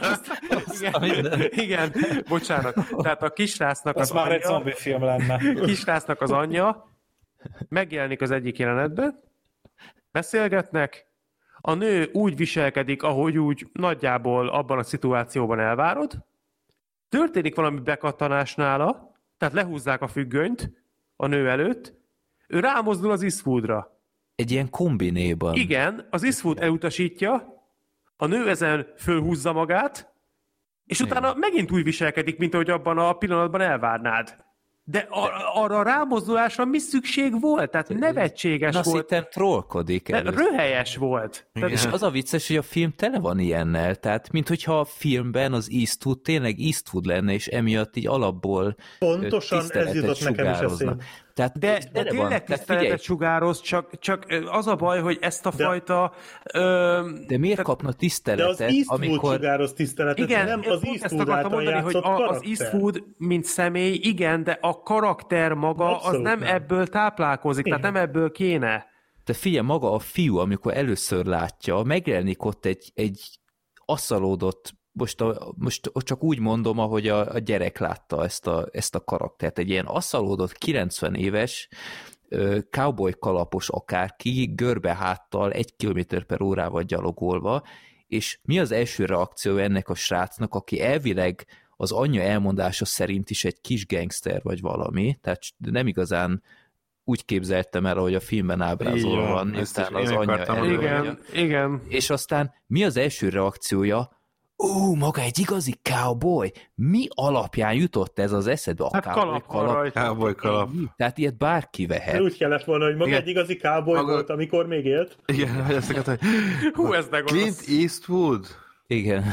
Igen, bocsánat. Tehát a kisrácnak az már egy zombi film lenne. Kisrácnak az anyja megjelenik az egyik jelenetben, beszélgetnek, a nő úgy viselkedik, ahogy úgy nagyjából abban a szituációban elvárod, történik valami bekattanás nála, tehát lehúzzák a függönyt a nő előtt, ő rámozdul az Eastwoodra. Egy ilyen kombinéban. Igen, az Eastwood elutasítja, a nő ezen fölhúzza magát, és utána megint úgy viselkedik, mint ahogy abban a pillanatban elvárnád. De arra a rámozdulásra mi szükség volt? Tehát nevetséges volt. Azt hittem trollkodik először. Röhelyes volt. És az a vicces, hogy a film tele van ilyennel, tehát minthogyha a filmben az Eastwood tényleg Eastwood lenne, és emiatt így alapból pontosan ez jutott nekem is eszébe. Tehát de tényleg tiszteletet sugároz, csak az a baj, hogy ezt a fajta... de miért kapna tiszteletet, de az Eastwood sugároz tiszteletet, igen, nem az Eastwood által mondani, hogy az Eastwood, mint személy, igen, de a karakter maga abszolút az nem ebből táplálkozik, igen. Tehát nem ebből kéne. De figyelj, maga a fiú, amikor először látja, megjelenik ott egy asszalódott, most csak úgy mondom, ahogy a gyerek látta ezt a karaktert. Egy ilyen asszalódott 90 éves cowboy kalapos akárki, görbe háttal 1 km/h gyalogolva, és mi az első reakció ennek a srácnak, aki elvileg az anyja elmondása szerint is egy kis gangster vagy valami, tehát nem igazán úgy képzeltem el, ahogy a filmben ábrázolva van, miután az anyja igen. És aztán mi az első reakciója? Maga egy igazi cowboy? Mi alapján jutott ez az eszedbe? Hát cowboy kalap. Tehát ilyet bárki vehet. Úgy kellett volna, hogy maga egy igazi cowboy volt, amikor még élt. Igen, ez Clint Eastwood? Igen.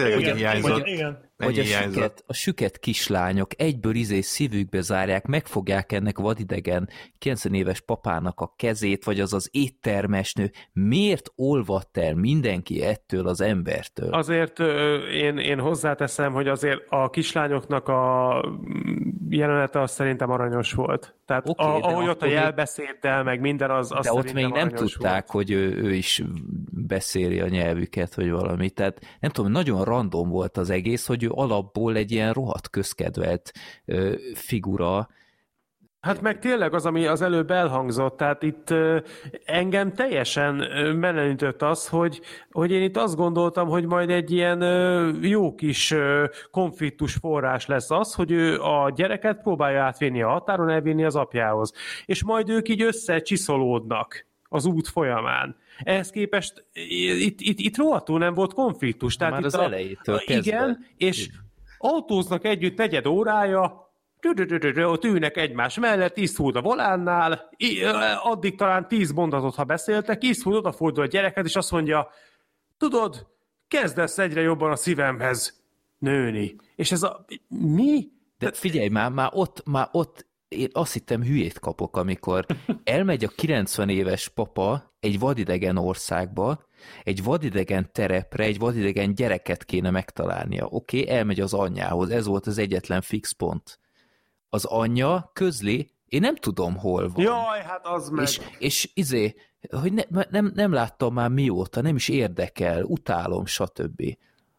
Hogy a süket kislányok egyből szívükbe zárják, megfogják ennek vadidegen 90 éves papának a kezét, vagy az éttermesnő. Miért olvadt el mindenki ettől az embertől? Azért én hozzáteszem, hogy azért a kislányoknak a jelenete az szerintem aranyos volt. Tehát ahogy ott a jelbeszéddel, meg minden az de ott még nem tudták, volt. Hogy ő is beszéli a nyelvüket, vagy valami. Tehát nem tudom, nagyon random volt az egész, hogy ő alapból egy ilyen rohadt közkedvelt figura. Hát meg tényleg az, ami az előbb elhangzott, tehát itt engem teljesen melenített az, hogy én itt azt gondoltam, hogy majd egy ilyen jó kis konfliktus forrás lesz az, hogy ő a gyereket próbálja átvinni a határon, elvinni az apjához. És majd ők így összecsiszolódnak az út folyamán. Ehhez képest itt rohadtul nem volt konfliktus. Tehát már itt az elejétől kezdve. Igen, és autóznak együtt 4 órája, ott ülnek egymás mellett, Eastwood a volánnál, addig talán 10 mondatot, ha beszéltek, Eastwood odafordul a gyereket, és azt mondja, tudod, kezdesz egyre jobban a szívemhez nőni. És ez mi? De figyelj, már ott én azt hittem hülyét kapok, amikor elmegy a 90 éves papa egy vadidegen országba, egy vadidegen terepre, egy vadidegen gyereket kéne megtalálnia. Oké, elmegy az anyjához, ez volt az egyetlen fix pont. Az anyja közli, én nem tudom, hol van. Jaj, hát az meg. És hogy nem láttam már mióta, nem is érdekel, utálom, stb.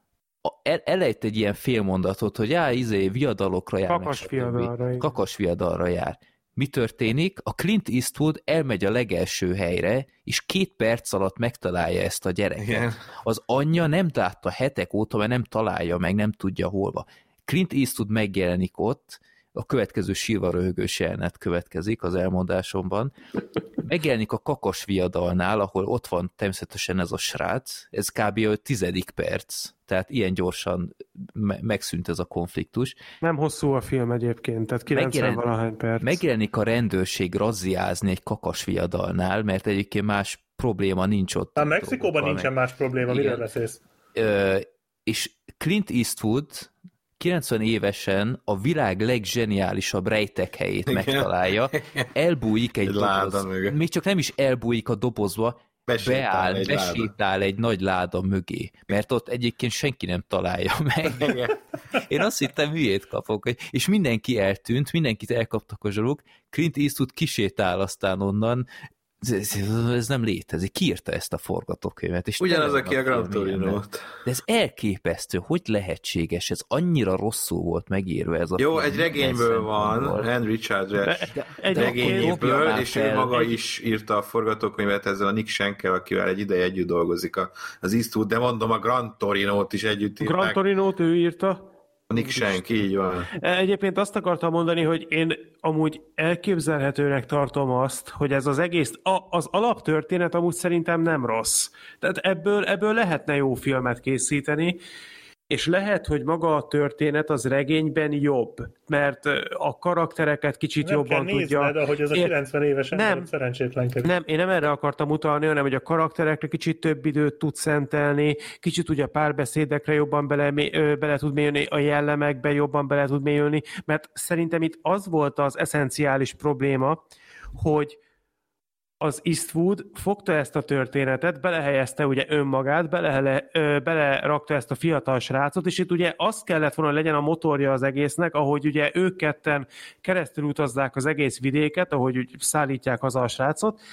Elejt egy ilyen félmondatot, hogy viadalokra jár. Kakas viadalra jár. Mi történik? A Clint Eastwood elmegy a legelső helyre, és 2 perc alatt megtalálja ezt a gyereket. Igen. Az anyja nem látta hetek óta, mert nem találja meg, nem tudja hol van. Clint Eastwood megjelenik ott, a következő sírva röhögős jelenet következik az elmondásomban. Megjelenik a kakas viadalnál, ahol ott van természetesen ez a srác, ez kb. A 10. perc, tehát ilyen gyorsan megszűnt ez a konfliktus. Nem hosszú a film egyébként, tehát 90-valahány perc. Megjelenik a rendőrség razziázni egy kakas viadalnál, mert egyébként más probléma nincs ott. A Mexikóban nincsen más probléma, miről beszélsz? És Clint Eastwood 90 évesen a világ legzseniálisabb rejtekhelyét megtalálja, elbújik egy doboz, még csak nem is elbújik a dobozba, besétál egy nagy láda mögé, mert ott egyébként senki nem találja meg. Én azt hittem, hülyét kapok, és mindenki eltűnt, mindenkit elkaptak a zsaruk, Clint Eastwood kisétál aztán onnan, ez nem létezik. Ki írta ezt a forgatókönyvet? És ugyanaz, aki a Gran Torino-t. De ez elképesztő, hogy lehetséges, ez annyira rosszul volt megírva ez a jó, film. Egy regényből van, Henry Richards regényéből, és ő maga is írta a forgatókönyvet ezzel a Nick Schenkel, akivel egy ideje együtt dolgozik az Eastwood, de mondom, a Gran Torino-t is együtt írták. Gran Torino-t ő írta. Nick Schenk, így van. Egyébként azt akartam mondani, hogy én amúgy elképzelhetőnek tartom azt, hogy ez az egész, az alaptörténet amúgy szerintem nem rossz. Tehát ebből lehetne jó filmet készíteni, és lehet, hogy maga a történet az regényben jobb, mert a karaktereket kicsit nem jobban kell tudja... Nézned, ahogy ez a 90 éves ember szerencsétlenkedik. Nem, én nem erre akartam utalni, hanem hogy a karakterekre kicsit több időt tud szentelni, kicsit ugye a párbeszédekre jobban bele tud mélyülni, a jellemekbe jobban bele tud mélyülni, mert szerintem itt az volt az eszenciális probléma, hogy az Eastwood fogta ezt a történetet, belehelyezte ugye önmagát, belerakta ezt a fiatal srácot, és itt ugye az kellett volna legyen a motorja az egésznek, ahogy ugye ők ketten keresztül utazzák az egész vidéket, ahogy úgy szállítják haza a srácot,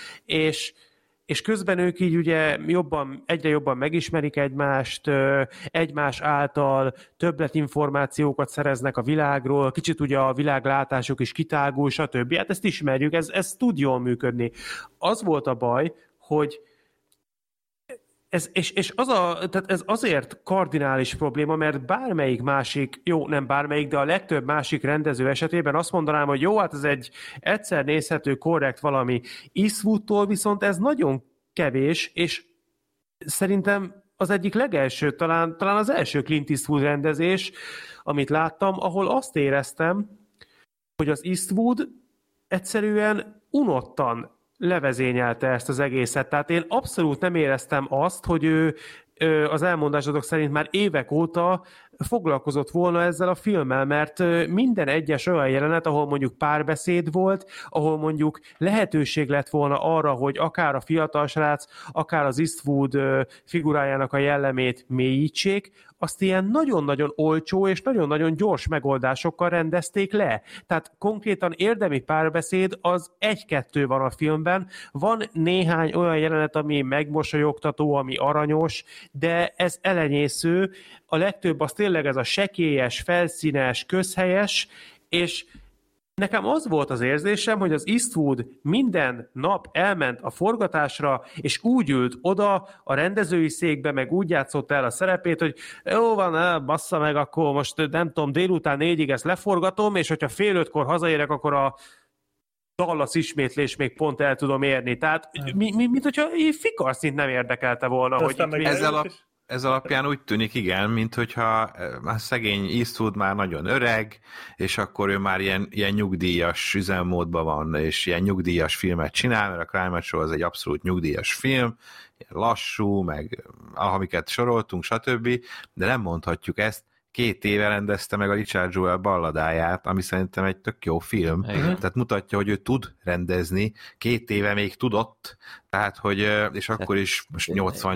és közben ők így ugye egyre jobban megismerik egymást, egymás által többletinformációkat szereznek a világról, kicsit ugye a világlátásuk is kitágul, stb. Hát ezt ismerjük, ez tud jól működni. Az volt a baj, hogy tehát ez azért kardinális probléma, mert bármelyik másik, nem bármelyik, de a legtöbb másik rendező esetében azt mondanám, hogy jó, hát ez egy egyszer nézhető, korrekt valami. Eastwoodtól viszont ez nagyon kevés, és szerintem az egyik legelső, talán az első Clint Eastwood rendezés, amit láttam, ahol azt éreztem, hogy az Eastwood egyszerűen unottan levezényelte ezt az egészet. Tehát én abszolút nem éreztem azt, hogy ő az elmondásodok szerint már évek óta foglalkozott volna ezzel a filmmel, mert minden egyes olyan jelenet, ahol mondjuk párbeszéd volt, ahol mondjuk lehetőség lett volna arra, hogy akár a fiatal srác, akár az Eastwood figurájának a jellemét mélyítsék, azt ilyen nagyon-nagyon olcsó és nagyon-nagyon gyors megoldásokkal rendezték le. Tehát konkrétan érdemi párbeszéd az 1-2 van a filmben, van néhány olyan jelenet, ami megmosolyogtató, ami aranyos, de ez elenyésző, a legtöbb az tényleg ez a sekélyes, felszínes, közhelyes, és nekem az volt az érzésem, hogy az Eastwood minden nap elment a forgatásra, és úgy ült oda a rendezői székbe, meg úgy játszott el a szerepét, hogy jó van, bassza meg, akkor most nem tudom, délután 4-ig ezt leforgatom, és hogyha 4:30 hazérek, akkor a Dallas ismétlés még pont el tudom érni. Tehát, mint hogyha fikarszint nem érdekelte volna. Hogy ez alapján úgy tűnik, igen, mint hogyha a szegény Eastwood már nagyon öreg, és akkor ő már ilyen nyugdíjas üzemmódban van, és ilyen nyugdíjas filmet csinál, mert a Crime Show az egy abszolút nyugdíjas film, lassú, meg amiket soroltunk, stb., de nem mondhatjuk ezt. 2 éve rendezte meg a Richard Jewell balladáját, ami szerintem egy tök jó film. Tehát mutatja, hogy ő tud rendezni. 2 éve még tudott, tehát, hogy, és akkor is most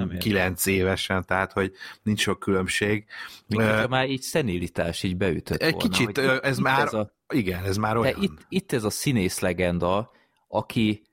89 évesen, tehát, hogy nincs sok különbség. Mint már így szenilitás így beütött egy volna. Kicsit, ez már, igen, ez már olyan. De itt ez a színész legenda, aki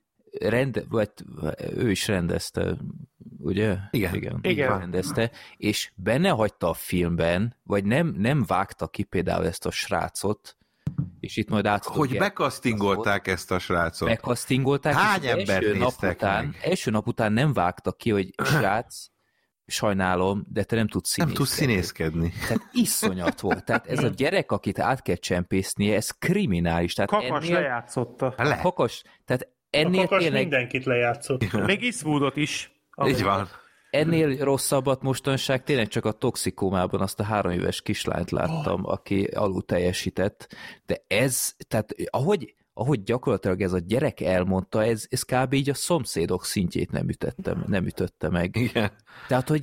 ő is rendezte, ugye? Igen. Rendezte, és benne hagyta a filmben, vagy nem vágta ki például ezt a srácot, és itt majd át hogy bekasztingolták ezt a srácot. Bekasztingolták, hány embert néztek meg? Első nap után nem vágta ki, hogy srác, sajnálom, de te nem tudsz színészkedni. Nem tudsz színészkedni. Tehát iszonyat volt. Tehát ez a gyerek, akit át kell csempésznie, ez kriminális. Tehát Kakas lejátszotta. Kakas, tehát ennél A Kakas tényleg... mindenkit lejátszott. Még Eastwoodot is. Így van. Ennél rosszabbat mostanság tényleg csak a Toxikomában azt a 3 éves kislányt láttam, aki alul teljesített, de ez, tehát ahogy gyakorlatilag ez a gyerek elmondta, ez kb. Így a szomszédok szintjét nem ütötte meg. Igen. Tehát, hogy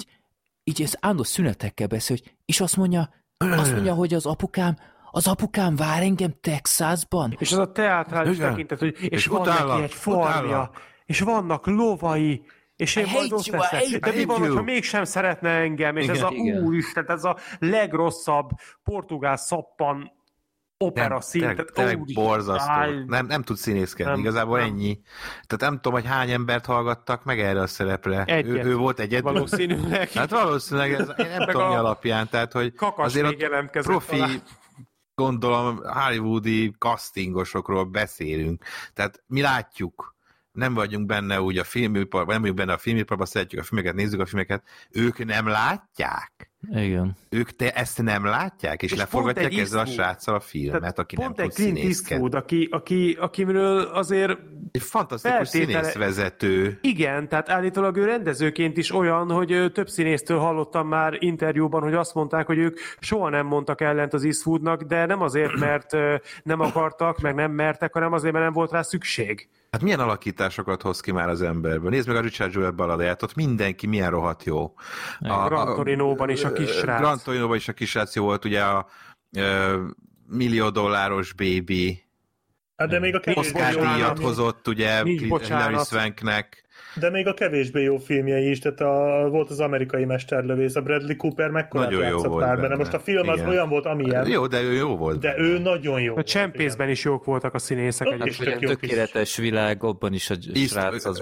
így ez állandó szünetekkel beszél, és azt mondja, hogy az apukám vár engem Texasban. És az a teátrális tekintet, hogy és van neki egy farmja, és vannak lovai, és én majd ott leszek. De mi van, ha mégsem szeretne engem, és ez a úristen, ez a legrosszabb portugál szappan opera szint. Tényleg borzasztó. Nem tud színészkedni, igazából ennyi. Tehát nem tudom, hogy hány embert hallgattak meg erre a szerepre. Ő volt egyedül. Valószínűleg. Hát valószínűleg, én nem tudom mi alapján, tehát hogy azért a profi, gondolom, hollywoodi castingosokról beszélünk. Tehát mi látjuk, nem vagyunk benne úgy a filmiparban, nem vagyunk benne a filmiparban, szeretjük a filmeket, nézzük a filmeket, ők nem látják. Igen. Ők ezt nem látják, és leforgatják ezzel a sráccal a filmet, aki nem tud színészkedni. Pont egy akiről azért egy fantasztikus színészvezető. Igen, tehát állítólag ő rendezőként is olyan, hogy több színésztől hallottam már interjúban, hogy azt mondták, hogy ők soha nem mondtak ellent az Eastwoodnak, de nem azért, mert nem akartak, meg nem mertek, hanem azért, mert nem volt rá szükség. Hát milyen alakításokat hoz ki már az emberből? Nézd meg a Richard Jewell balladáját, ott mindenki milyen rohadt jó. Gran Torinóban is a kisrác. Gran Torinóban is a kisrác jó volt, ugye a $1 millió Baby. Hát de még a kevésbé Oscar díjat hozott, ugye Hilary Swanknek. De még a kevésbé jó filmjei is, tehát volt az Amerikai Mesterlövész, a Bradley Cooper mekkorát játszott már benne. Most a film igen. Az olyan volt, amilyen. Jó, de ő jó volt. De ő nagyon jó. A Csempészben is jók voltak a színészek. Hát, hogy a tökéletes világ, abban is a srác az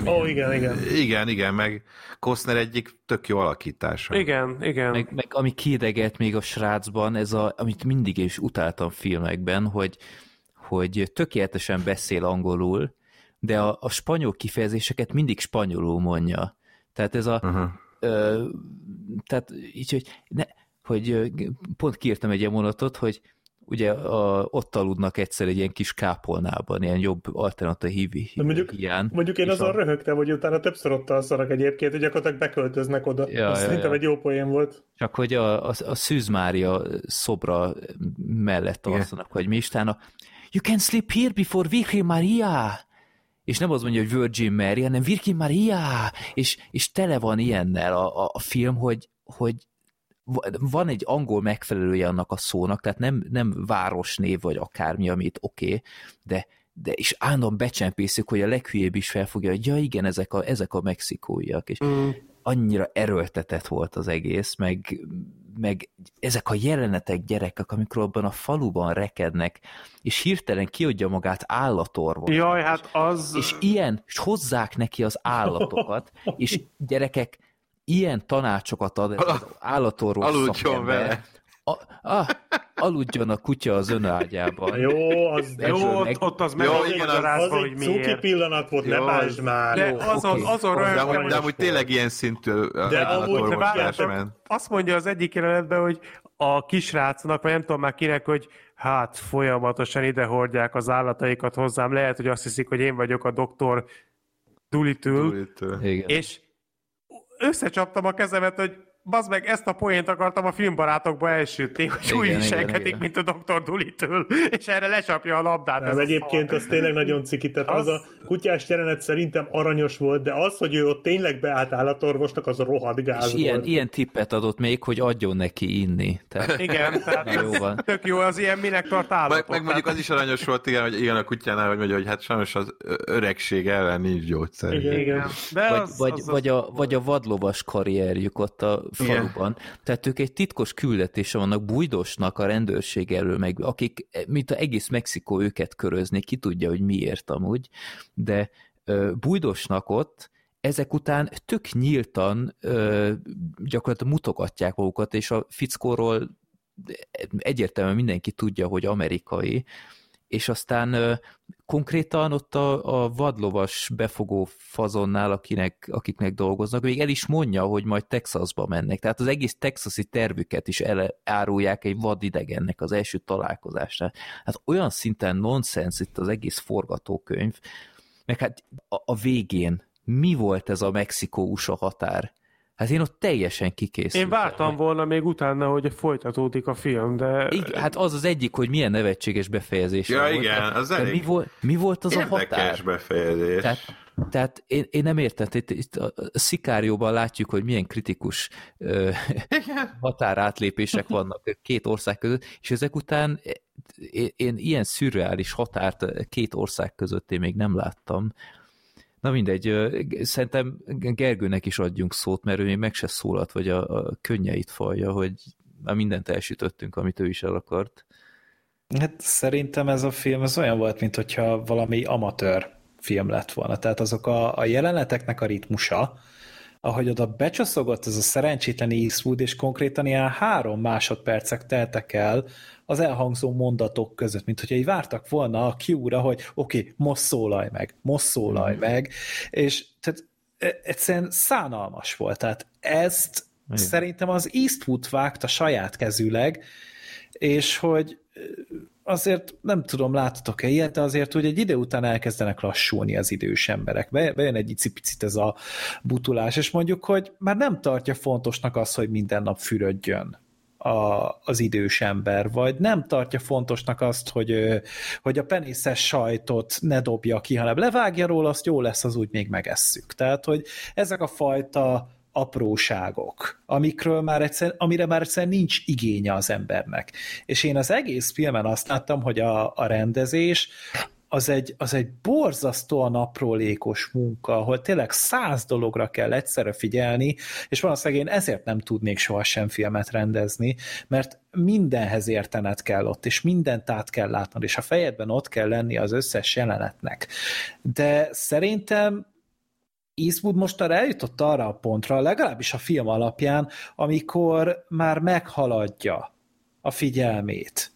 igen, meg Costner egyik tök jó alakítása. Igen. Meg ami kiidegelt még a srácban, amit mindig is utáltam filmekben, hogy tökéletesen beszél angolul, de a spanyol kifejezéseket mindig spanyolul mondja. Tehát ez tehát így, hogy pont kiírtam egy ilyen mondatot, hogy ugye ott aludnak egyszer egy ilyen kis kápolnában, ilyen jobb alternatív hiány. Mondjuk én azon röhögtem, hogy utána többször ott alszanak egyébként, hogy gyakorlatilag beköltöznek oda. Szerintem egy jó poén volt. Csak hogy a Szűz Mária szobra mellett alszanak, hogy mi istána You can sleep here before Virgin Maria. És nem az mondja, hogy Virgin Mary, hanem Virgin Maria. És tele van ilyennel a film, hogy van egy angol megfelelője annak a szónak, tehát nem városnév vagy akármi, amit oké, de és állandóan becsempészik, hogy a leghülyébb is felfogja, hogy ja igen, ezek a mexikóiak, és annyira erőltetett volt az egész, meg ezek a jelenetek gyerekek, amikor abban a faluban rekednek, és hirtelen kiadja magát állatorvos. Jaj, hát az... És hozzák neki az állatokat, és gyerekek ilyen tanácsokat ad az állatorvos aludjon vele. Aludjon a kutya az önágyában. Jó, ott az megmagyarázva, hogy miért. Az egy cuki pillanat volt, ne básd már. De azon röhögtem, de amúgy tényleg ilyen szintű állatorvos ment. Azt mondja az egyik jelenetben, hogy a kisrácnak, vagy nem tudom már kinek, hogy hát folyamatosan ide hordják az állataikat hozzám. Lehet, hogy azt hiszik, hogy én vagyok a doktor Dolittle. És összecsaptam a kezemet, hogy bazd meg, ezt a poént akartam a filmbarátokba elsütni, hogy úgy viselkedik, mint a Dr. Dolittle, és erre lecsapja a labdát. Nem, egyébként az tényleg nagyon ciki, tehát az a kutyás jelenet szerintem aranyos volt, de az, hogy ő ott tényleg beállt állatorvosnak, az rohadt gáz és volt. Ilyen tippet adott még, hogy adjon neki inni. Tehát... Igen, tehát jó van. Tök jó, az ilyen minek tart állatok. Meg mondjuk az is aranyos volt, igen, hogy igen, a kutyánál, hogy mondja, hogy hát sajnos az öregség ellen nincs gyógyszer. Igen. De vagy a vadlovas karrierjük ott a faluban. Tehát ők egy titkos küldetése vannak Bujdosnak a rendőrség elől, meg akik, mint az egész Mexikó őket körözni, ki tudja, hogy miért amúgy, de Bujdosnak ott ezek után tök nyíltan gyakorlatilag mutogatják magukat, és a fickóról egyértelműen mindenki tudja, hogy amerikai, és aztán konkrétan ott a vadlovas befogó fazonnál, akiknek dolgoznak, még el is mondja, hogy majd Texasba mennek. Tehát az egész texasi tervüket is elárulják egy vadidegennek az első találkozásnál. Hát olyan szinten nonsens itt az egész forgatókönyv, meg hát a végén mi volt ez a Mexikó-USA határ? Hát én ott teljesen kikészültem. Én vártam volna még utána, hogy folytatódik a film, de... Igen, hát az egyik, hogy milyen nevetséges befejezés ja, volt. Igen, az elég mi volt az a határ? érdekes befejezés. Tehát én nem értem, itt a Szikárióban látjuk, hogy milyen kritikus határátlépések vannak két ország között, és ezek után én ilyen szürreális határt két ország között én még nem láttam. Na mindegy, szerintem Gergőnek is adjunk szót, mert ő még meg se szólalt, vagy a könnyeit falja, hogy már mindent elsütöttünk, amit ő is el akart. Hát szerintem ez a film az olyan volt, mint hogyha valami amatőr film lett volna. Tehát azok a jeleneteknek a ritmusa, ahogy oda becsaszogott ez a szerencsétlen Eastwood, és konkrétan ilyen 3 másodpercek teltek el az elhangzó mondatok között, mint hogyha így vártak volna a Q-ra, hogy oké, most szólalj meg, és tehát egyszerűen szánalmas volt. Tehát ezt szerintem az Eastwood vágta saját kezűleg, és hogy azért nem tudom, láttatok-e ilyet, de azért úgy egy idő után elkezdenek lassulni az idős emberek. Bejön egy icipicit ez a butulás, és mondjuk, hogy már nem tartja fontosnak az, hogy minden nap fürödjön az idős ember, vagy nem tartja fontosnak azt, hogy a penészes sajtot ne dobja ki, hanem levágja róla, azt jó lesz, az úgy még megesszük. Tehát, hogy ezek a fajta apróságok, amire már egyszerűen nincs igénye az embernek. És én az egész filmen azt láttam, hogy a rendezés az egy borzasztóan aprólékos munka, ahol tényleg 100 dologra kell egyszerre figyelni, és valószínűleg én ezért nem tudnék sohasem filmet rendezni, mert mindenhez értened kell ott, és mindent át kell látnod, és a fejedben ott kell lenni az összes jelenetnek. De szerintem Eastwood mostanra eljutott arra a pontra, legalábbis a film alapján, amikor már meghaladja a figyelmét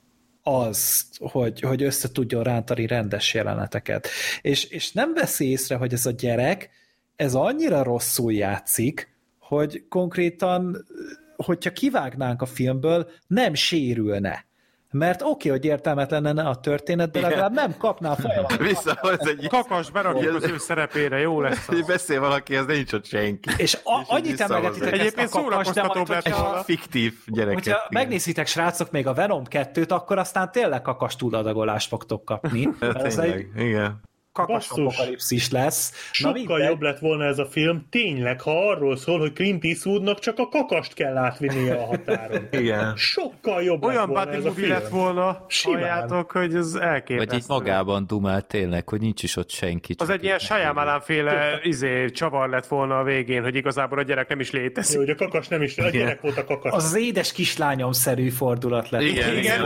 azt, hogy össze tudjon rántani rendes jeleneteket. És nem veszi észre, hogy ez a gyerek, ez annyira rosszul játszik, hogy konkrétan, hogyha kivágnánk a filmből, nem sérülne. Mert oké, hogy értelmetlen lenne a történet, de legalább nem kapná a folyamat. Visszahoz egy... Kakas, berakjuk az ő szerepére, jó lesz az. Beszél valaki, az nincs ott senki. És annyit emlegetitek ezt a kakas, de majd, hogyha... fiktív gyereket. Hogyha megnézitek, srácok, még a Venom 2-t, akkor aztán tényleg kakas túladagolást fogtok kapni. Tényleg, igen. Kakas apokalipszis lesz. Sokkal jobb lett volna ez a film, tényleg, ha arról szól, hogy Clint Eastwoodnak csak a kakast kell átvinnie a határon. Igen. Sokkal jobb olyan lett volna ez a film. lett volna, halljátok, hogy ez elképesztő. Vagy így magában dumál tényleg, hogy nincs is ott senki. Az egy ilyen Shyamalan-féle csavar lett volna a végén, hogy igazából a gyerek nem is létezik. Jó, hogy a kakas nem is, a gyerek volt a kakas. Az édes kislányom-szerű fordulat lett. Igen.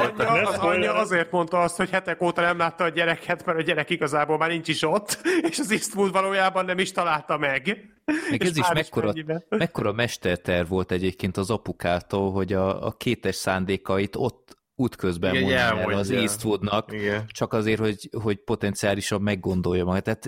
Az anyja azért mondta azt, hogy hetek óta nem látta a gyereket, mert a gyerek igazából már nincs is ott, és az Eastwood valójában nem is találta meg. Meg ez is mekkora mesterterv volt egyébként az apukától, hogy a kétes szándékait ott útközben mondja el az Eastwoodnak, csak azért, hogy potenciálisan meggondolja magát. Tehát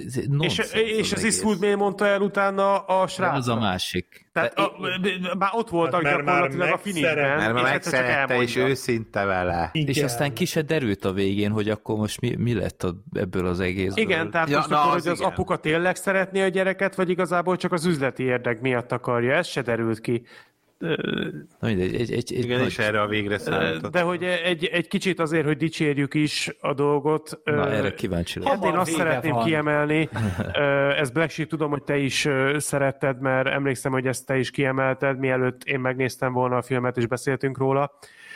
és az Eastwood miért mondta el utána a srácnak? Az a másik. Tehát már ott voltak gyakorlatilag a finishben. Mert már megszerette, és őszinte vele. Igen. És aztán ki se derült a végén, hogy akkor most mi lett ebből az egészből. Igen, tehát most akkor, hogy az apuka tényleg szeretné a gyereket, vagy igazából csak az üzleti érdek miatt akarja, ez se derült ki. Na mindegy, igen, és erre a végre számított. De hogy egy kicsit azért, hogy dicsérjük is a dolgot. Na, erre kíváncsi lesz. Hát én azt szeretném kiemelni, ez Black Sheep, tudom, hogy te is szeretted, mert emlékszem, hogy ezt te is kiemelted, mielőtt én megnéztem volna a filmet, és beszéltünk róla.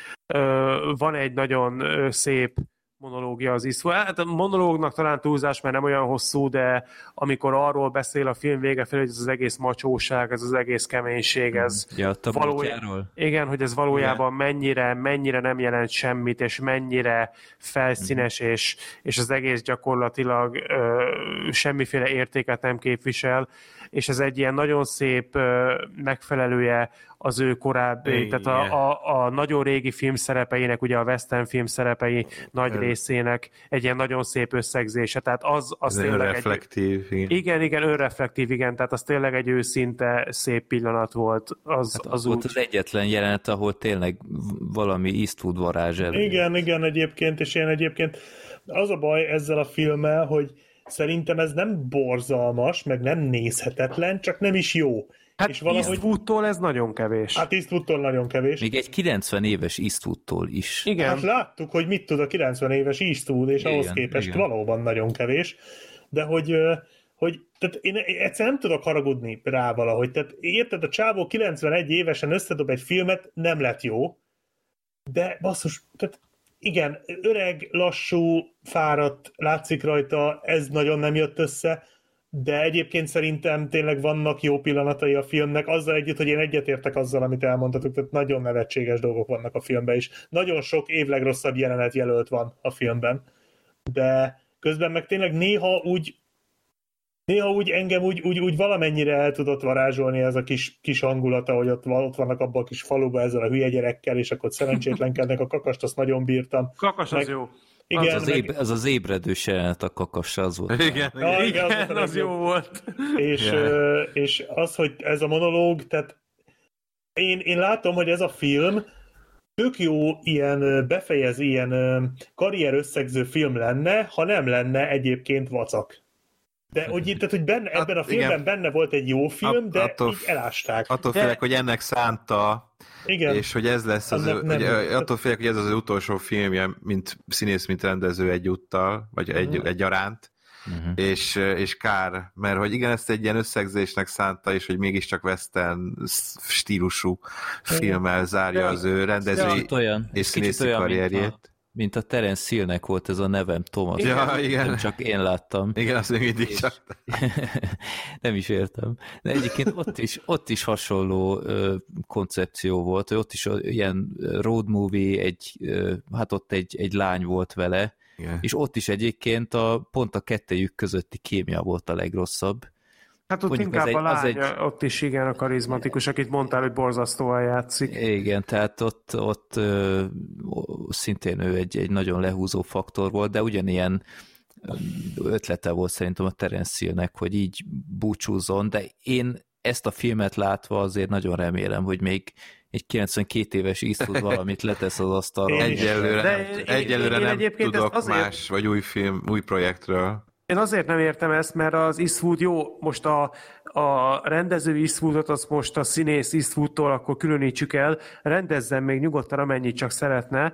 Van egy nagyon szép monológia az Eastwood. Hát a monológnak talán túlzás, mert nem olyan hosszú, de amikor arról beszél a film vége felé, hogy ez az egész macsóság, ez az egész keménység, ez igen, hogy ez valójában mennyire nem jelent semmit, és mennyire felszínes, és az egész gyakorlatilag semmiféle értéket nem képvisel, és ez egy ilyen nagyon szép megfelelője az ő korábbi, tehát a nagyon régi film szerepeinek, ugye a western film szerepei nagy részének egy ilyen nagyon szép összegzése, tehát az tényleg önreflektív, igen, önreflektív, igen, tehát az tényleg egy őszinte szép pillanat volt. Az volt az egyetlen jelenet, ahol tényleg valami Eastwood varázs elő. Igen, egyébként, és én egyébként az a baj ezzel a filmmel, hogy szerintem ez nem borzalmas, meg nem nézhetetlen, csak nem is jó. Hát és valahogy... Eastwoodtól ez nagyon kevés. Hát Eastwoodtól nagyon kevés. Még egy 90 éves Eastwoodtól is. Igen. Hát láttuk, hogy mit tud a 90 éves Eastwood, és ahhoz képest valóban nagyon kevés. De hogy tehát én egyszerűen nem tudok haragudni rá valahogy. Tehát érted, a csávó 91 évesen összedob egy filmet, nem lett jó, de basszus, tehát igen, öreg, lassú, fáradt, látszik rajta, ez nagyon nem jött össze, de egyébként szerintem tényleg vannak jó pillanatai a filmnek, azzal együtt, hogy én egyetértek azzal, amit elmondtatok, tehát nagyon nevetséges dolgok vannak a filmben is. Nagyon sok év legrosszabb jelenet jelölt van a filmben, de közben meg tényleg néha úgy engem úgy valamennyire el tudott varázsolni ez a kis hangulata, hogy ott vannak abban a kis faluban ezzel a hülye gyerekkel, és akkor szerencsétlenkednek, a kakast, azt nagyon bírtam. Kakas az jó. Igen, az az ébredős jelenet a kakassa, az volt. Igen, az jó volt. És az, hogy ez a monológ, tehát én látom, hogy ez a film tök jó ilyen befejező, ilyen karrier összegző film lenne, ha nem lenne egyébként vacak. De hogy ebben a filmben benne volt egy jó film, de így elásták. Attól félek, hogy ennek szánta, igen. És hogy ez lesz attól félek, hogy ez az utolsó filmje, mint színész, mint rendező egyúttal, vagy egyaránt, és kár, mert hogy igen, ezt egy ilyen összegzésnek szánta, és hogy mégiscsak western stílusú filmmel zárja az ő rendezői és színészi karrierjét. Mint a Terence Hill-nek volt ez a nevem, Thomas. Ja, igen. Nem csak én láttam. Igen, azt még mindig csak. Nem is értem. De egyébként ott is hasonló koncepció volt, hogy ott is ilyen road movie, hát ott egy lány volt vele, igen. És ott is egyébként pont a kettejük közötti kémia volt a legrosszabb. Hát ott mondjuk inkább a lány, ott is igen a karizmatikus, akit mondtál, hogy borzasztóan játszik. Igen, tehát ott szintén ő egy nagyon lehúzó faktor volt, de ugyanilyen ötlete volt szerintem a Terence Hill-nek, hogy így búcsúzzon, de én ezt a filmet látva azért nagyon remélem, hogy még egy 92 éves Eastwood valamit letesz az asztalra. Egyelőre nem tudok azért... más, vagy új projektről. Én azért nem értem ezt, mert az Eastwood jó, most a rendező Eastwoodot, azt most a színész Eastwoodtól akkor különítsük el, rendezzen még nyugodtan amennyit csak szeretne,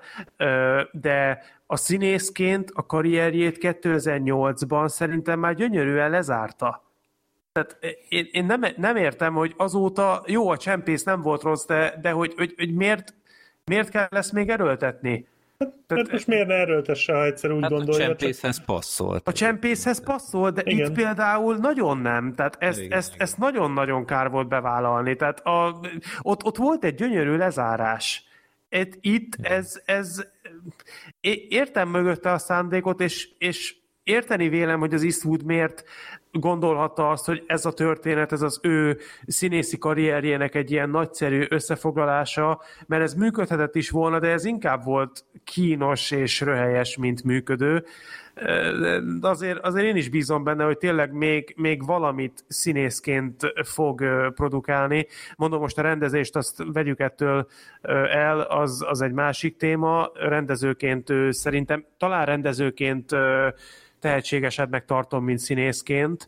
de a színészként a karrierjét 2008-ban szerintem már gyönyörűen lezárta. Tehát én nem értem, hogy azóta jó, a Csempész nem volt rossz, de hogy miért kell ezt még erőltetni? Tehát most miért ne erőltesse, ha egyszer úgy gondolja? A Csempészhez passzolt. A Csempészhez passzol, de igen. Itt például nagyon nem. Tehát ezt nagyon-nagyon kár volt bevállalni. Tehát ott volt egy gyönyörű lezárás. Itt ez értem mögötte a szándékot, és érteni vélem, hogy az Eastwood miért gondolhatta azt, hogy ez a történet, ez az ő színészi karrierjének egy ilyen nagyszerű összefoglalása, mert ez működhetett is volna, de ez inkább volt kínos és röhelyes, mint működő. De azért én is bízom benne, hogy tényleg még valamit színészként fog produkálni. Mondom, most a rendezést azt vegyük ettől el, az egy másik téma. Rendezőként szerintem, talán rendezőként tehetségesebbnek tartom, mint színészként.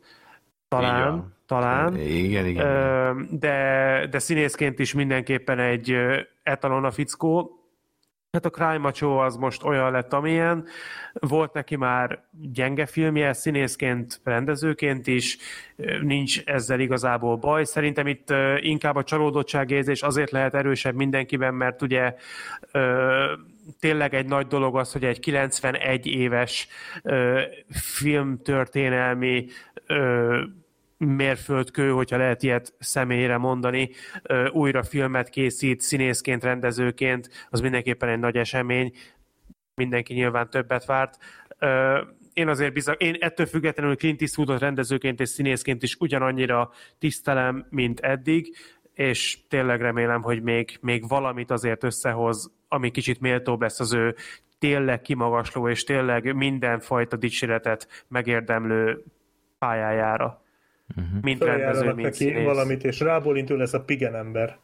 Talán. Igen. De színészként is mindenképpen egy etalon a fickó. Hát a Cry Macho az most olyan lett, amilyen. Volt neki már gyenge filmje, színészként, rendezőként is, nincs ezzel igazából baj. Szerintem itt inkább a csalódottságérzés azért lehet erősebb mindenkiben, mert ugye tényleg egy nagy dolog az, hogy egy 91 éves filmtörténelmi mérföldkő, hogyha lehet ilyet személyre mondani, újra filmet készít színészként, rendezőként, az mindenképpen egy nagy esemény, mindenki nyilván többet várt. én azért én ettől függetlenül Clint Eastwoodot rendezőként és színészként is ugyanannyira tisztelem, mint eddig, és tényleg remélem, hogy még valamit azért összehoz, ami kicsit méltóbb lesz az ő tényleg kimagasló és tényleg mindenfajta dicséretet megérdemlő pályájára. Mint rendező, mint színész. Valamit, és rábólintő lesz a Pigen ember.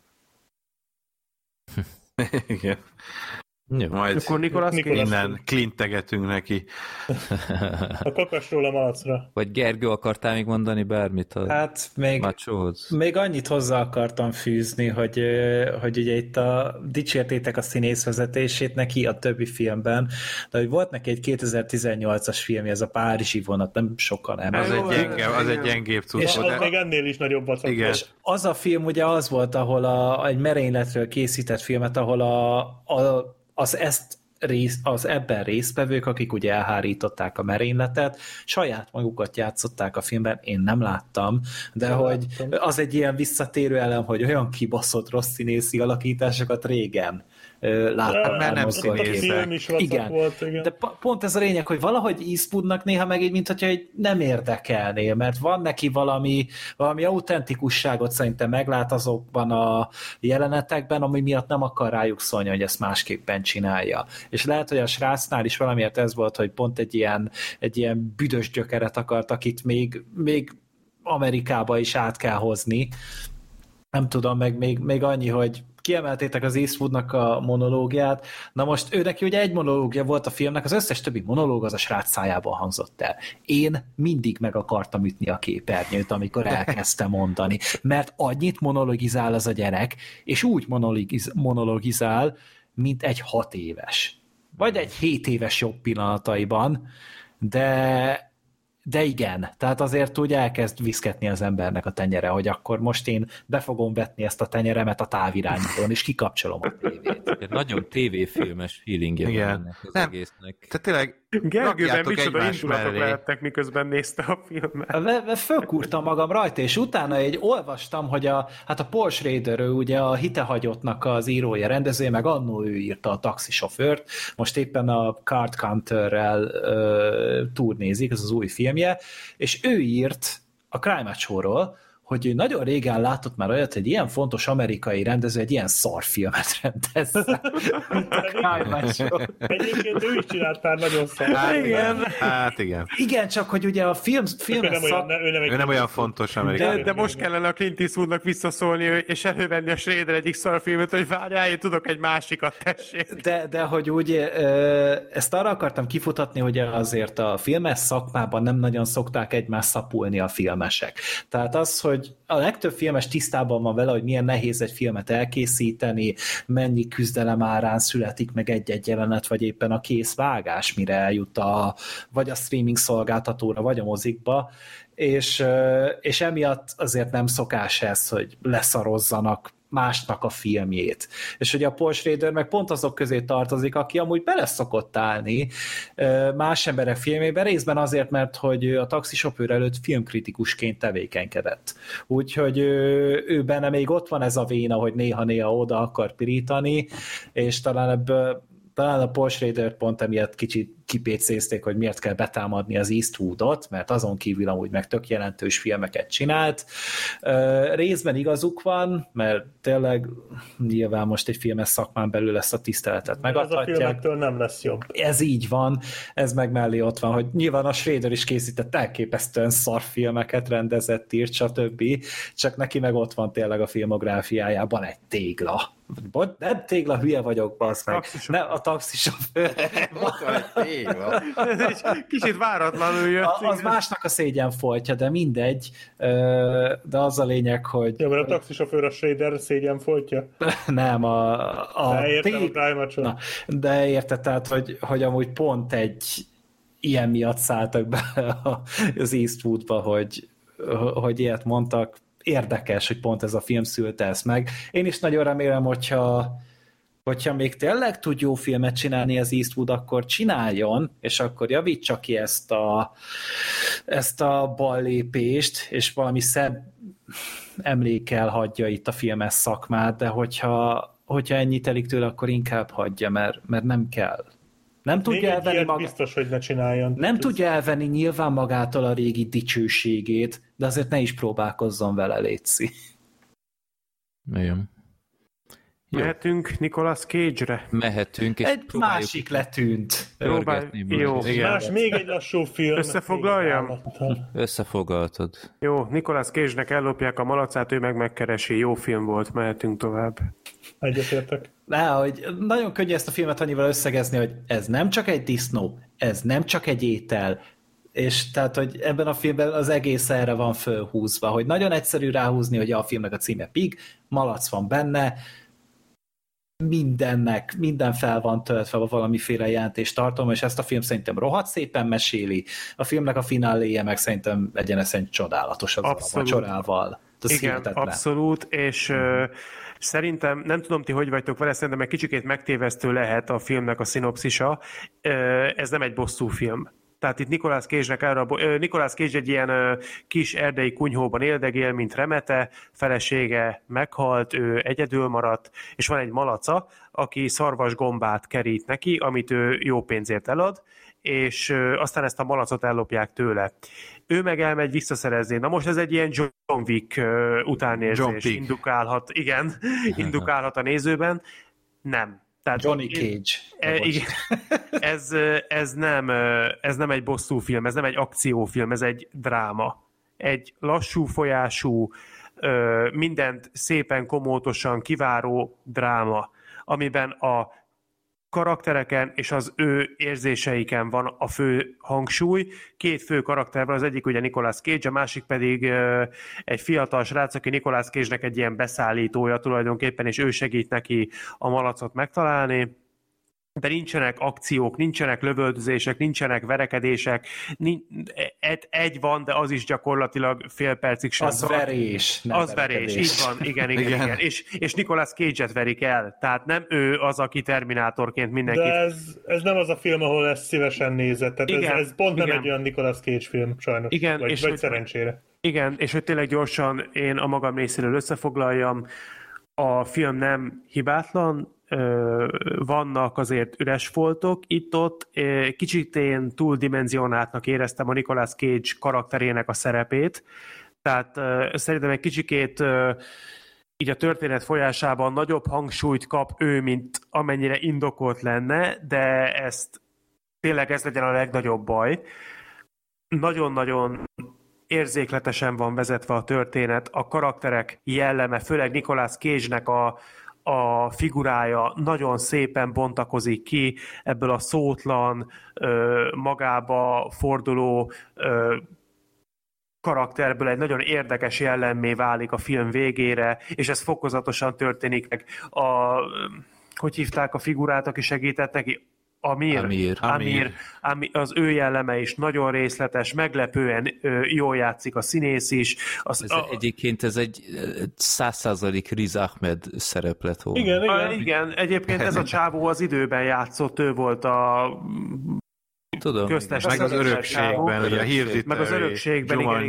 Igen. Jó. Majd akkor Nicolas innen klintegetünk neki. A kakasról a malacra. Vagy Gergő, akartál még mondani bármit a Hát még annyit hozzá akartam fűzni, hogy ugye itt dicsértétek a színészvezetését neki a többi filmben, de hogy volt neki egy 2018-as filmje, ez a Párizsi vonat, nem sokan nem. Az egy gyengébb cucc. És az még ennél is nagyobb vacak. Igen. És az a film ugye az volt, ahol egy merényletről készített filmet, ahol az ebben résztvevők, akik ugye elhárították a merényletet, saját magukat játszották a filmben, én nem láttam, de hogy az egy ilyen visszatérő elem, hogy olyan kibaszott rossz színészi alakításokat régen láttam. Mert nem színészek. Igen. Volt, igen. De pont ez a lényeg, hogy valahogy Eastwoodnak néha meg így, mintha nem érdekelné, mert van neki valami autentikusságot szerintem meglát azokban a jelenetekben, ami miatt nem akar rájuk szólni, hogy ezt másképpen csinálja. És lehet, hogy a srácnál is valamiért ez volt, hogy pont egy ilyen büdös gyökeret akart, akit még Amerikába is át kell hozni. Nem tudom, még annyi, hogy kiemeltétek az Eastwoodnak a monológiát. Na most ő neki ugye egy monológia volt a filmnek, az összes többi monológ az a srác szájában hangzott el. Én mindig meg akartam ütni a képernyőt, amikor elkezdtem mondani, mert annyit monologizál az a gyerek, és úgy monologizál, mint egy 6 éves. Vagy egy 7 éves jobb pillanataiban, de igen, tehát azért úgy elkezd viszketni az embernek a tenyere, hogy akkor most én be fogom vetni ezt a tenyeremet a távirányítón, és kikapcsolom a tévét. Egy nagyon tévéfilmes feelingje van ennek az egésznek. Tehát tényleg Gergőben micsoda indulatok mellé. lehettek, miközben nézte a filmet. Fölkúrtam magam rajta, és utána olvastam, hogy a Paul Schrader, ő ugye a Hitehagyottnak az írója, rendezője, meg annó ő írta a Taxisofőrt, most éppen a Card Counterrel turnézik, ez az új filmje, és ő írt a Crime Show-ról, hogy nagyon régen látott már olyat, hogy ilyen fontos amerikai rendező egy ilyen szarfilmet rendezze. Egyébként ő is csinált pár nagyon szar. Hát igen. Igen, csak hogy ugye a film ő nem olyan fontos amerikai. De most kellene a Clint Eastwoodnak visszaszólni, és elővenni a Schrader egyik szarfilmet, hogy várjál, én tudok egy másikat, tessék. De hogy úgy ezt arra akartam kifutatni, hogy azért a filmes szakmában nem nagyon szokták egymást szapulni a filmesek. Tehát az, hogy a legtöbb filmes tisztában van vele, hogy milyen nehéz egy filmet elkészíteni, mennyi küzdelem árán születik meg egy-egy jelenet, vagy éppen a kész vágás, mire eljut vagy a streaming szolgáltatóra, vagy a mozikba, és emiatt azért nem szokás ez, hogy leszarozzanak másnak a filmjét. És ugye a Paul Schrader meg pont azok közé tartozik, aki amúgy bele szokott állni más emberek filmében, részben azért, mert hogy a Taxisofőr előtt filmkritikusként tevékenykedett. Úgyhogy ő benne még ott van ez a véna, hogy néha-néha oda akar pirítani, és talán a Paul Schrader pont emiatt kicsit kipécézték, hogy miért kell betámadni az Eastwoodot, mert azon kívül amúgy meg tök jelentős filmeket csinált. Részben igazuk van, mert tényleg nyilván most egy filmes szakmán belül ezt a tiszteletet megadhatják. Ez a filmektől nem lesz jobb. Ez így van, ez meg mellé ott van, hogy nyilván a Schrader is készített elképesztően szar filmeket, rendezett, írt, stb. Csak neki meg ott van tényleg a filmográfiájában egy tégla. Nem tégla, hülye vagyok, bassz meg. Nem, a taxisofőr. Kicsit váratlanul jött. Az másnak a szégyenfoltja, de mindegy. De az a lényeg, hogy... Ja, mert a taxisofőr a Schrader szégyenfoltja? Nem, de érted, tehát, hogy amúgy pont egy ilyen miatt szálltak be az Eastwoodba, hogy ilyet mondtak. Érdekes, hogy pont ez a film szülte ezt meg. Én is nagyon remélem, hogyha még tud jó filmet csinálni az Eastwood, akkor csináljon, és akkor javítsa ki ezt a ballépést, és valami szebb emlékkel hagyja itt a filmes szakmát, de hogyha ennyit telik tőle, akkor inkább hagyja, mert nem kell. Nem tudja elvenni biztos, hogy ne csináljon. Nem tudja elvenni nyilván magától a régi dicsőségét, de azért ne is próbálkozzon vele, létszi. Igen. Mehetünk Nicolas Cage-re? Mehetünk, és egy másik letűnt. Jó. Még egy lassú film. Összefoglaljam? Összefoglaltad. Jó, Nicolas Cage-nek ellopják a malacát, ő meg megkeresi. Jó film volt, mehetünk tovább. Egyetértek. Hogy nagyon könnyű ezt a filmet annyival összegezni, hogy ez nem csak egy disznó, ez nem csak egy étel, és tehát, hogy ebben a filmben az egész erre van fölhúzva, hogy nagyon egyszerű ráhúzni, hogy a filmnek a címe Pig, malac van benne, minden fel van töltve valamiféle jelentéstartalom, és ezt a film szerintem rohadt szépen meséli. A filmnek a fináléje meg szerintem egyenesen csodálatos az a vacsorával. Igen, abszolút, és szerintem, nem tudom ti, hogy vagytok vele, szerintem egy kicsikét megtévesztő lehet a filmnek a szinopszisa. Ez nem egy bosszúfilm. Tehát itt Nicolas Cage egy ilyen kis erdei kunyhóban éldegél, mint remete, felesége meghalt, ő egyedül maradt, és van egy malaca, aki szarvasgombát kerít neki, amit ő jó pénzért elad, és aztán ezt a malacot ellopják tőle. Ő meg elmegy visszaszerezni. Na most ez egy ilyen John Wick utánérzés. Indukálhat a nézőben. Nem. Tehát Johnny Cage. Igen, ez nem egy bosszúfilm, ez nem egy akciófilm, ez egy dráma. Egy lassú folyású, mindent szépen komótosan kiváró dráma, amiben a karaktereken és az ő érzéseiken van a fő hangsúly. Két fő karakter van, az egyik ugye Nicolas Cage, a másik pedig egy fiatal srác, aki Nicolas Cage-nek egy ilyen beszállítója tulajdonképpen, és ő segít neki a malacot megtalálni. De nincsenek akciók, nincsenek lövöldözések, nincsenek verekedések, egy van, de az is gyakorlatilag fél percig sem. Az verés. Az verés, így van, igen. És Nicolas Cage-et verik el, tehát nem ő az, aki Terminátorként mindenkit... De ez nem az a film, ahol ezt szívesen nézett, tehát igen, ez pont nem egy olyan Nicolas Cage film, sajnos, igen, vagy szerencsére. Igen, és hogy tényleg gyorsan én a magam részéről összefoglaljam, a film nem hibátlan, vannak azért üres foltok itt-ott. Kicsit én túldimenzionáltnak éreztem a Nicolas Cage karakterének a szerepét, tehát szerintem egy kicsikét így a történet folyásában nagyobb hangsúlyt kap ő, mint amennyire indokolt lenne, de tényleg ez legyen a legnagyobb baj. Nagyon-nagyon érzékletesen van vezetve a történet, a karakterek jelleme, főleg Nicolas Cage-nek a figurája nagyon szépen bontakozik ki ebből a szótlan, magába forduló karakterből egy nagyon érdekes jellemmé válik a film végére, és ez fokozatosan történik meg. Hogy hívták a figurát, aki segített neki? Amir. Az ő jelleme is nagyon részletes, meglepően jól játszik a színész is. Egyébként ez egy 100% Riz Ahmed szerep lett volna. Igen, egyébként ez a csávó az időben játszott, ő volt a köztes. Meg az örökségben, ugye a hirdítő. Meg az örökségben,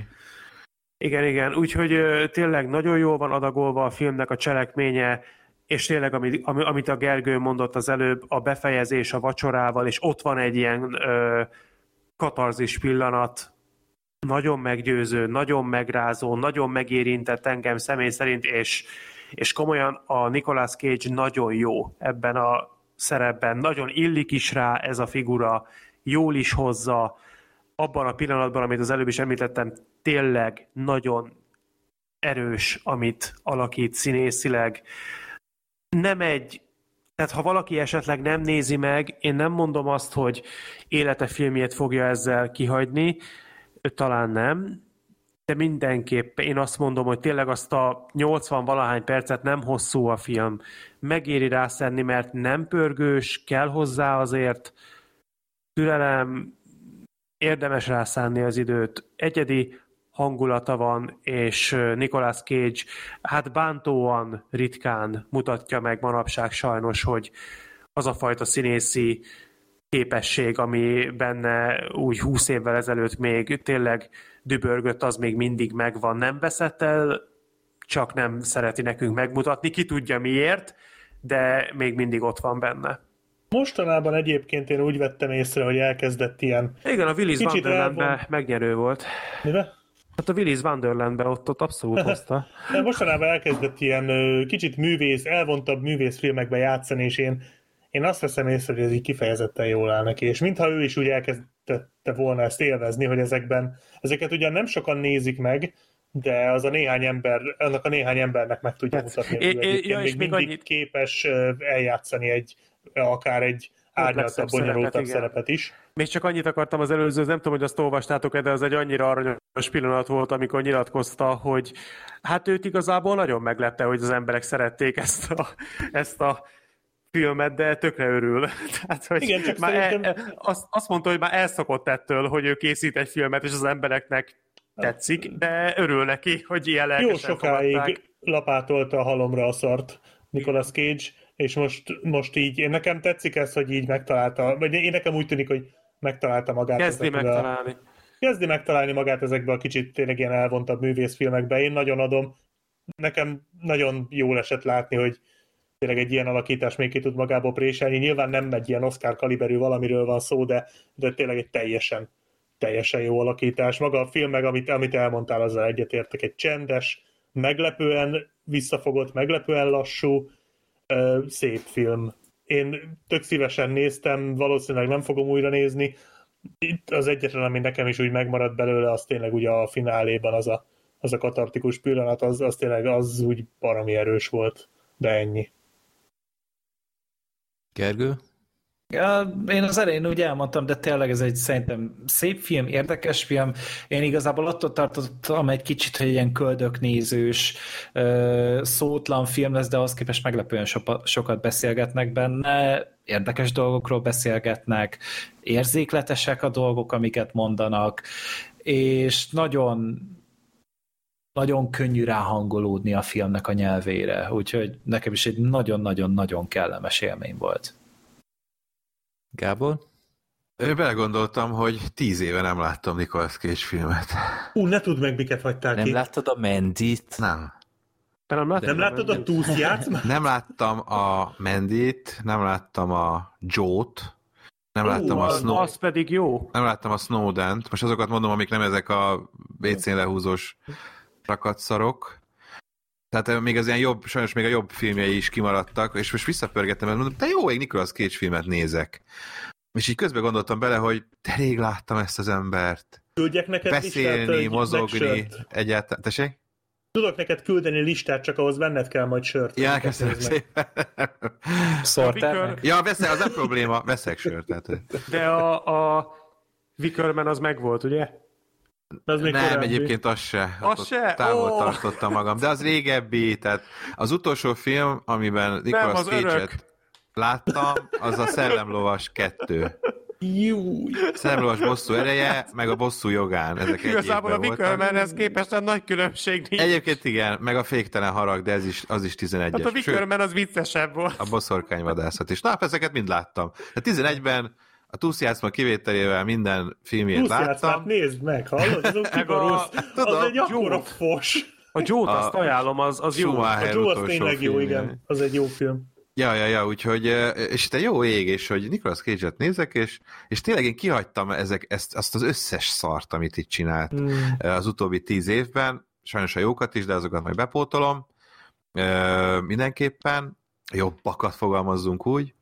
igen. Úgyhogy tényleg nagyon jól van adagolva a filmnek a cselekménye, és tényleg, amit a Gergő mondott az előbb, a befejezés a vacsorával, és ott van egy ilyen katarzis pillanat, nagyon meggyőző, nagyon megrázó, nagyon megérintett engem személy szerint, és komolyan a Nicolas Cage nagyon jó ebben a szerepben, nagyon illik is rá ez a figura, jól is hozza, abban a pillanatban, amit az előbb is említettem, tényleg nagyon erős, amit alakít színészileg. Tehát ha valaki esetleg nem nézi meg, én nem mondom azt, hogy élete filmjét fogja ezzel kihagyni, talán nem, de mindenképp én azt mondom, hogy tényleg azt a 80-valahány percet nem hosszú a film. Megéri rászenni, mert nem pörgős, kell hozzá azért türelem, érdemes rászánni az időt. Egyedi hangulata van, és Nicolas Cage hát bántóan ritkán mutatja meg manapság sajnos, hogy az a fajta színészi képesség, ami benne úgy 20 évvel ezelőtt még tényleg dübörgött, az még mindig megvan. Nem veszett el, csak nem szereti nekünk megmutatni, ki tudja miért, de még mindig ott van benne. Mostanában egyébként én úgy vettem észre, hogy elkezdett ilyen... Igen, a Willy's Wonderlandben megnyerő volt. Mibe? Hát a Willy's Wonderlandben ott abszolút hozta. Mostanában elkezdett ilyen kicsit elvontabb művészfilmekben játszani, és én azt veszem észre, hogy ez így kifejezetten jól áll neki, és mintha ő is úgy elkezdette volna ezt élvezni, hogy ezeket ugyan nem sokan nézik meg, de az annak a néhány embernek meg tudja mutatni, hogy még mindig annyit... képes eljátszani akár egy árnyaltabb, bonyolultabb szerepet is. Még csak annyit akartam az előző, nem tudom, hogy azt olvastátok-e, de az egy annyira aranyos pillanat volt, amikor nyilatkozta, hogy hát őt igazából nagyon meglepte, hogy az emberek szerették ezt a filmet, de tökre örül. Tehát, hogy igen, csak már azt mondta, hogy már elszokott ettől, hogy ő készít egy filmet, és az embereknek tetszik, de örül neki, hogy ilyen lelkesen jó sokáig fogadták. Lapátolta a halomra a szart Nicolas Cage, és most így, nekem tetszik ez, hogy így megtalálta, vagy nekem úgy tűnik, hogy megtalálta magát. Kezdi megtalálni magát ezekbe a kicsit tényleg ilyen elvontabb művészfilmekbe. Én nagyon adom. Nekem nagyon jól esett látni, hogy tényleg egy ilyen alakítás még ki tud magából préselni. Nyilván nem egy ilyen Oscar kaliberű valamiről van szó, de tényleg egy teljesen jó alakítás. Maga a film meg, amit elmondtál, azzal egyetértek, egy csendes, meglepően visszafogott, meglepően lassú, szép film. Én tök szívesen néztem, valószínűleg nem fogom újra nézni. Itt az egyetlen, ami nekem is úgy megmaradt belőle, az tényleg ugye a fináléban az a katartikus pillanat, az tényleg az úgy baromi erős volt, de ennyi. Gergő? Ja, én az elején úgy elmondtam, de tényleg ez egy szerintem szép film, érdekes film. Én igazából attól tartottam egy kicsit, hogy ilyen köldöknézős, szótlan film lesz, de ahhoz képest meglepően sokat beszélgetnek benne, érdekes dolgokról beszélgetnek, érzékletesek a dolgok, amiket mondanak, és nagyon nagyon könnyű ráhangolódni a filmnek a nyelvére, úgyhogy nekem is egy nagyon-nagyon-nagyon kellemes élmény volt. Gábor? Belegondoltam, hogy 10 éve nem láttam Nicolas Cage filmet. Ne tudd meg, miket hagytál ki. Nem láttad a Mandit? Nem. Nem láttad a Túsz játszmát? Nem láttam a Mandit, nem láttam a Joe-t, nem láttam a az pedig jó. Nem láttam a Snowden-t. Most azokat mondom, amik nem ezek a WC-n lehúzós rakatszarok. Tehát még az ilyen jobb, sajnos még a jobb filmjei is kimaradtak, és most visszapörgettem, mert mondom, de jó, egy Nicolas Cage filmet nézek. És így közben gondoltam bele, hogy de rég láttam ezt az embert. Küldjek neked beszélni, listát, mozogni, egyáltalán. Tessék? Tudok neked küldeni listát, csak ahhoz venned kell majd sört. Ja, köszönöm szépen. Szorternek? Ja, veszek, az nem probléma, veszek sört. Tehát. De a Wickerman az megvolt, ugye? Az nem, korábbi. Egyébként az se. Az se? Távol tartottam magam. De az régebbi, tehát az utolsó film, amiben Nicolas Cage-et láttam, az a Szellemlovas 2. Szellemlovas bosszú ereje, meg a bosszú jogán. Ezek igazából a Wickermanhez képest nagy különbség nincs. Egyébként igen, meg a Féktelen harag, de az is 11-es. Hát a Wickerman az viccesebb volt. A boszorkányvadászat is. Na, ezeket mind láttam. De 11-ben a Túszjátszma kivételével minden filmjét láttam. Nézd meg, hallod? Az egy akkora fos. A Joe-t azt ajánlom, az jó. A Joe az tényleg jó, igen. Az egy jó film. Ja, úgyhogy, és te jó ég, és hogy Nicolas Cage-et nézek, és tényleg én kihagytam azt az összes szart, amit itt csinált az utóbbi 10 évben, sajnos a jókat is, de azokat majd bepótolom, mindenképpen, jobbakat fogalmazzunk úgy,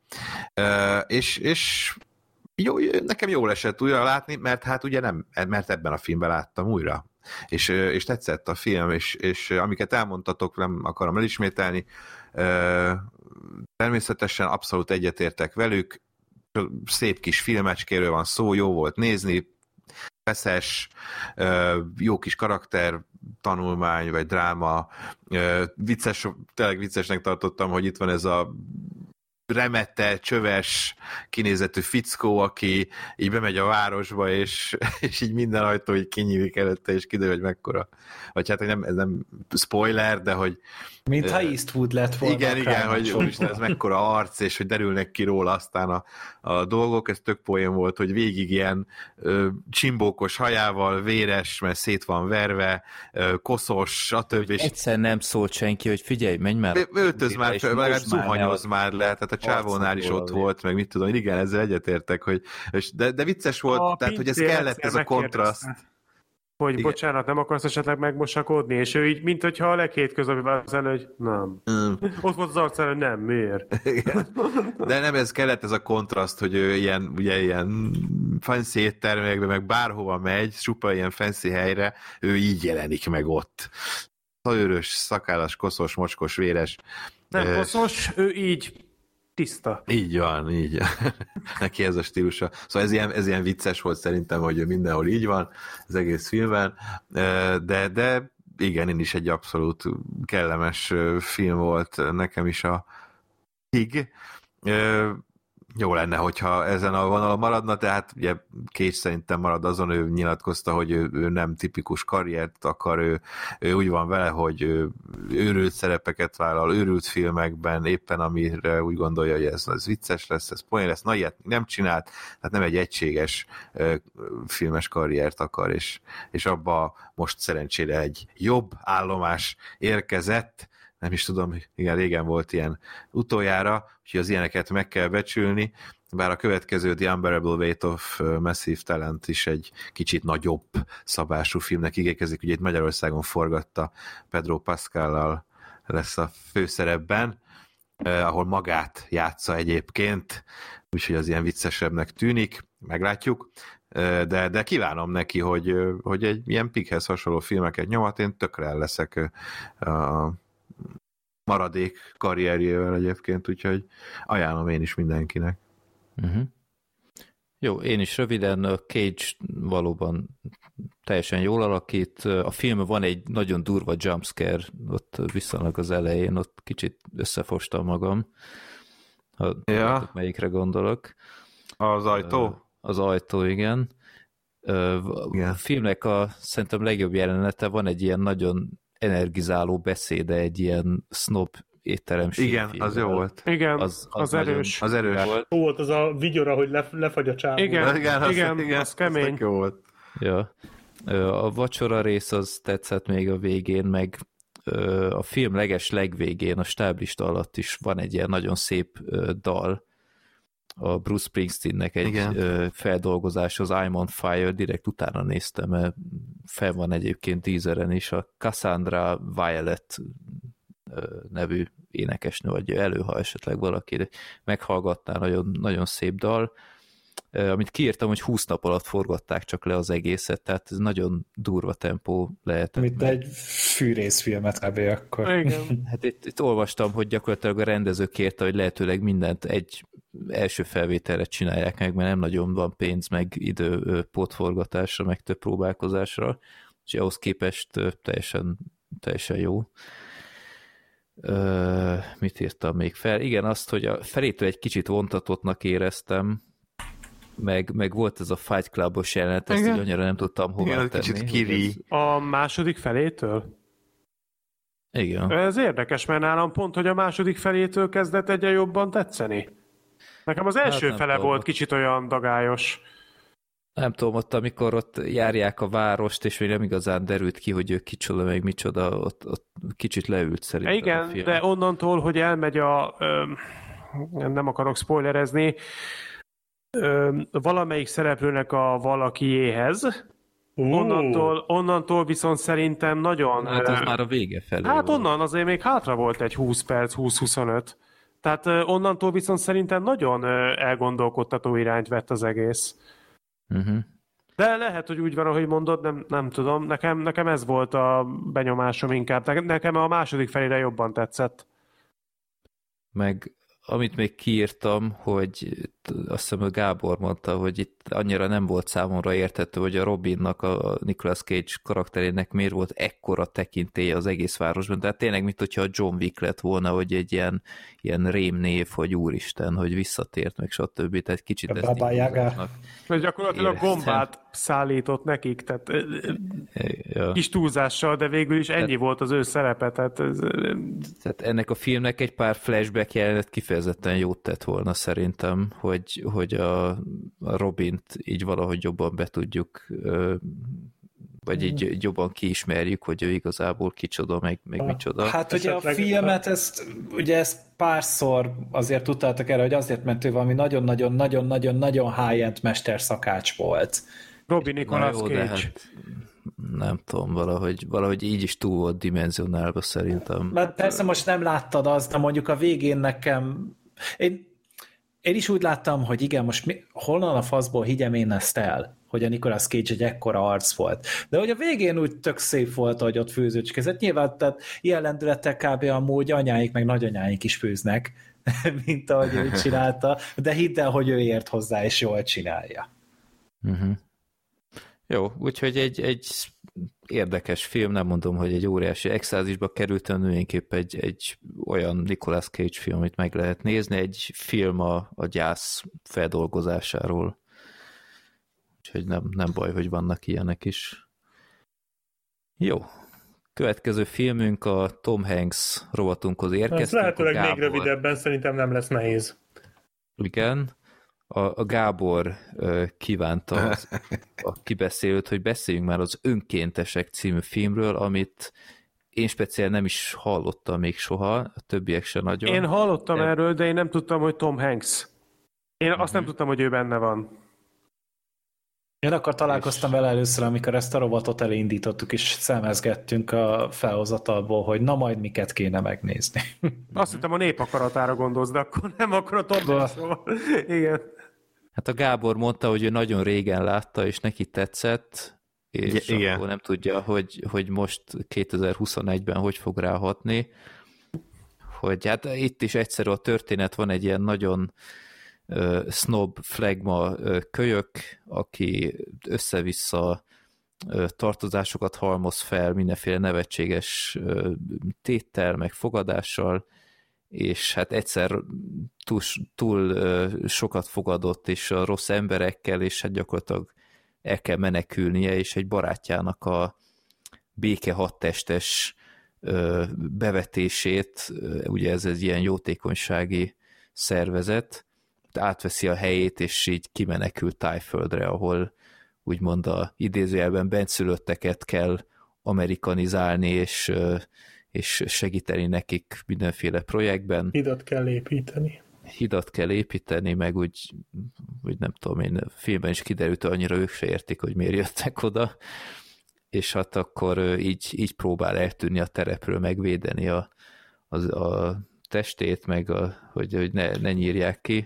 és nekem jól esett újra látni, mert hát ugye mert ebben a filmben láttam újra, és tetszett a film, és amiket elmondtatok, nem akarom elismételni, természetesen abszolút egyetértek velük, szép kis filmecskéről van szó, jó volt nézni, feszes, jó kis karakter, tanulmány, vagy dráma, vicces, tényleg viccesnek tartottam, hogy itt van ez a remete, csöves kinézetű fickó, aki így bemegy a városba, és így minden ajtó így kinyílik előtte, és kiderül, hogy mekkora. Vagy hát ez nem spoiler, de hogy... Mintha Eastwood lett volna. Igen, hogy úristen, ez mekkora arc, és hogy derülnek ki róla aztán a dolgok. Ez tök poén volt, hogy végig ilyen csimbókos hajával, véres, mert szét van verve, koszos, stb. Egyszer nem szólt senki, hogy figyelj, menj már. Öltöz már, legalább zuhanyoz már le. Tehát volt, a csávónál is ott volt, meg mit tudom, igen, ezzel egyetértek, hogy, de vicces volt, tehát hogy ez kellett ez a kontraszt. Hogy igen. Bocsánat, nem akarsz esetleg megmosakodni? És ő így, mint hogyha a leghétköznapi válaszol, hogy nem. Ott volt az arcára, nem, miért? Igen. De nem, ez kellett ez a kontraszt, hogy ő ilyen fancy éttermekbe, meg bárhova megy, csupa ilyen fancy helyre, ő így jelenik meg ott. Szajörös, szakállas, koszos, mocskos, véres. Nem koszos, ő így tiszta. Így van, így. Neki ez a stílusa. Szóval ez ilyen vicces volt szerintem, hogy mindenhol így van az egész filmben, de igen, én is egy abszolút kellemes film volt nekem is a Pig. Jó lenne, hogyha ezen a vonalon maradna, tehát ugye Cage szerintem marad azon, ő nyilatkozta, hogy ő nem tipikus karriert akar, ő úgy van vele, hogy őrült szerepeket vállal, őrült filmekben, éppen amire úgy gondolja, hogy ez vicces lesz, ez poén lesz, na ilyet nem csinált, tehát nem egy egységes filmes karriert akar, és abba most szerencsére egy jobb állomás érkezett, nem is tudom, igen, régen volt ilyen utoljára, úgyhogy az ilyeneket meg kell becsülni, bár a következő The Unbearable Weight of Massive Talent is egy kicsit nagyobb szabású filmnek igyekezik, ugye itt Magyarországon forgatta, Pedro Pascallal lesz a főszerepben, ahol magát játsza egyébként, úgyhogy az ilyen viccesebbnek tűnik, meglátjuk, de kívánom neki, hogy egy ilyen Pighez hasonló filmeket nyomat, én tökre el leszek a maradék karrierjével egyébként, úgyhogy ajánlom én is mindenkinek. Uh-huh. Jó, én is röviden, Cage valóban teljesen jól alakít. A filmben van egy nagyon durva jumpscare, ott viszonylag az elején, ott kicsit összefostam magam, ha melyikre gondolok. Az ajtó? Az ajtó, igen. A filmnek szerintem legjobb jelenete van egy ilyen nagyon energizáló beszéde, egy ilyen snob étterem. Igen, az jó volt. Igen, az erős. Az erős volt. Jó volt az a vigyora, hogy lefagy a csávó. Igen, az kemény. Jó volt. Ja. A vacsora rész az tetszett még a végén, meg a film legvégén, a stáblista alatt is van egy ilyen nagyon szép dal, a Bruce Springsteennek egy feldolgozás, az I'm on Fire, direkt utána néztem, mert fel van egyébként Deezeren is, a Cassandra Violet nevű énekesnő adja elő, ha esetleg valaki meghallgatná, nagyon, nagyon szép dal. Amit kiírtam, hogy 20 nap alatt forgatták csak le az egészet, tehát ez nagyon durva tempó lehet. Mint egy fűrészfilmet kb. Akkor. Igen. Hát itt olvastam, hogy gyakorlatilag a rendező kérte, hogy lehetőleg mindent egy első felvételre csinálják meg, mert nem nagyon van pénz, meg idő pótforgatásra, meg több próbálkozásra, és ahhoz képest teljesen jó. Mit írtam még fel? Igen, azt, hogy a felétől egy kicsit vontatottnak éreztem, meg volt ez a Fight Club-os jelenet, ezt így annyira nem tudtam hova tenni. Kicsit kiri. A második felétől? Igen. Ez érdekes, mert nálam pont, hogy a második felétől kezdett egyre jobban tetszeni. Nekem az első fele volt kicsit olyan dagályos. Nem tudom, amikor ott járják a várost, és még nem igazán derült ki, hogy ő kicsoda, meg micsoda, ott kicsit leült szerintem. Igen, de onnantól, hogy elmegy nem akarok spoilerezni, valamelyik szereplőnek a valakiéhez, onnantól viszont szerintem nagyon... Hát az már a vége felé. Hát onnan azért még hátra volt egy 20 perc, 20-25. Tehát onnantól viszont szerintem nagyon elgondolkodtató irányt vett az egész. Uh-huh. De lehet, hogy úgy van, ahogy mondod, nem tudom. Nekem ez volt a benyomásom inkább. Nekem a második felére jobban tetszett. Meg amit még kiírtam, hogy azt hiszem, hogy Gábor mondta, hogy itt annyira nem volt számomra érthető, hogy a Robinnak, a Nicolas Cage karakterének miért volt ekkora tekintélye az egész városban. Tehát tényleg, mint hogyha a John Wick lett volna, hogy egy ilyen rémnév, hogy úristen, hogy visszatért, meg stb. Tehát kicsit ezt Baba-Yaga. Gyakorlatilag gombát szállított nekik, tehát kis túlzással, de végül is ennyi volt az ő szerepe. Tehát ennek a filmnek egy pár flashback jelenet kifejezetten jót tett volna szerintem, hogy a Robint így valahogy jobban be tudjuk Vagy így jobban kiismerjük, hogy ő igazából kicsoda, meg micsoda. Hát ugye a filmet, ezt párszor azért utaltak erre, hogy azért, mert ő valami nagyon-nagyon-nagyon-nagyon high-end mesterszakács volt. Robbie Nicolas Cage. Hát, nem tudom, valahogy így is túl volt dimenzionálva szerintem. Mert persze most nem láttad azt, de mondjuk a végén nekem... Én is úgy láttam, hogy igen, most honnan a faszból higgyem én ezt el, hogy a Nicolas Cage egy ekkora arc volt. De hogy a végén úgy tök szép volt, hogy ott főzőcskezett. Nyilván tehát ilyen lendülettel kb. Amúgy anyáik meg nagyanyáik is főznek, mint ahogy ő csinálta, de hidd el, hogy ő ért hozzá, és jól csinálja. Uh-huh. Jó, úgyhogy egy érdekes film, nem mondom, hogy egy óriási extázisba került, nőjénképp egy olyan Nicolas Cage film, amit meg lehet nézni, egy film a gyász feldolgozásáról. Úgyhogy nem baj, hogy vannak ilyenek is. Jó. Következő filmünk a Tom Hanks rovatunkhoz érkeztünk. Ez lehetőleg még rövidebben, szerintem nem lesz nehéz. Igen. A Gábor kívánta a kibeszélőt, hogy beszéljünk már az Önkéntesek című filmről, amit én speciál nem is hallottam még soha, a többiek se nagyon. Én hallottam erről, de én nem tudtam, hogy Tom Hanks. Én azt nem tudtam, hogy ő benne van. Én akkor találkoztam vele először, amikor ezt a rovatot elindítottuk, és szemezgettünk a felhozatalból, hogy na majd miket kéne megnézni. Azt hittem a nép akaratára gondolsz, de akkor nem, akkor a Tom Hanksról. Igen. Hát a Gábor mondta, hogy ő nagyon régen látta, és neki tetszett, és igen. Akkor nem tudja, hogy most 2021-ben hogy fog ráhatni. Hogy hát itt is egyszerű a történet, van egy ilyen nagyon snob flagma kölyök, aki össze-vissza tartozásokat halmoz fel mindenféle nevetséges téttel, meg fogadással, és hát egyszer túl sokat fogadott, és a rossz emberekkel, és hát gyakorlatilag el kell menekülnie, és egy barátjának a béke hadtestes bevetését, ugye ez egy ilyen jótékonysági szervezet, átveszi a helyét, és így kimenekül Tájföldre, ahol úgymond a idézőjelben benszülötteket kell amerikanizálni, és segíteni nekik mindenféle projektben. Hidat kell építeni, meg úgy nem tudom, én a filmben is kiderült, hogy annyira ők se értik, hogy miért jöttek oda, és hát akkor így próbál eltűnni a terepről, megvédeni a testét, meg hogy ne nyírják ki,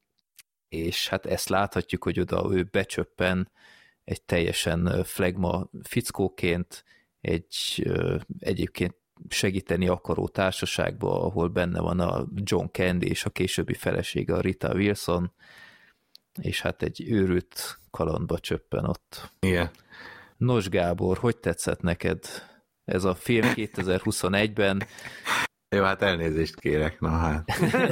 és hát ezt láthatjuk, hogy oda ő becsöppen egy teljesen flagma fickóként, egy egyébként segíteni akaró társaságba, ahol benne van a John Candy és a későbbi felesége, a Rita Wilson, és hát egy őrült kalandba csöppen ott. Igen. Nos, Gábor, hogy tetszett neked ez a film 2021-ben? Jó, hát elnézést kérek, na hát.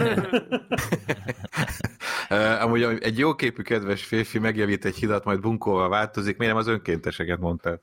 Amúgy egy jóképű, kedves férfi megjavít egy hidat, majd bunkóval változik, miért nem az önkénteseket mondtál?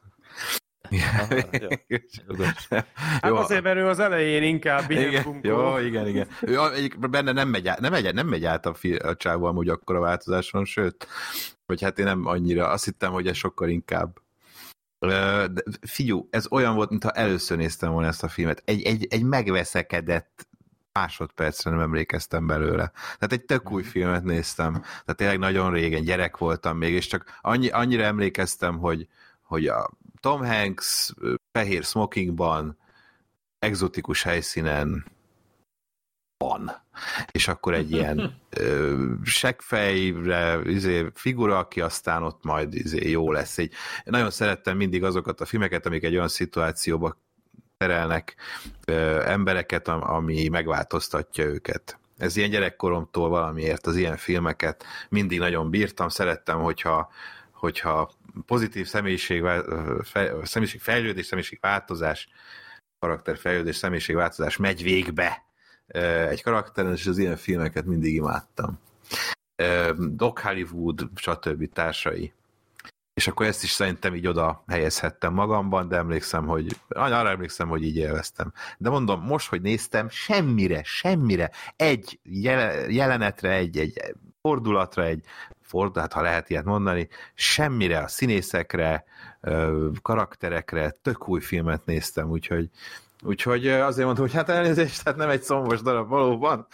Hát azért, mert ő az elején inkább ilyen bunkó. Jó, igen. Ő benne nem megy át a csávó amúgy akkora változáson, sőt, hogy hát én nem annyira, azt hittem, hogy ez sokkal inkább. De figyú, ez olyan volt, mintha először néztem volna ezt a filmet. Egy megveszekedett másodpercre nem emlékeztem belőle. Tehát egy tök új filmet néztem. Tehát tényleg nagyon régen, gyerek voltam még, és csak annyira emlékeztem, hogy a Tom Hanks fehér smokingban, egzotikus helyszínen van. És akkor egy ilyen seggfejre figura, aki aztán ott majd jó lesz. Nagyon szerettem mindig azokat a filmeket, amik egy olyan szituációba terelnek embereket, ami megváltoztatja őket. Ez ilyen gyerekkoromtól valamiért az ilyen filmeket mindig nagyon bírtam, szerettem, hogyha pozitív személyiségfejlődés, személyiségváltozás, karakterfejlődés, személyiségváltozás megy végbe egy karakteren, és az ilyen filmeket mindig imádtam. Doc Hollywood, stb. Társai. És akkor ezt is szerintem így oda helyezhettem magamban, de arra emlékszem, hogy így élveztem. De mondom, most, hogy néztem, semmire, egy jelenetre, egy fordulatra, egy hát ha lehet ilyet mondani, semmire, a színészekre, karakterekre, tök új filmet néztem, úgyhogy azért mondtam, hogy hát elnézést, tehát nem egy szombos darab valóban.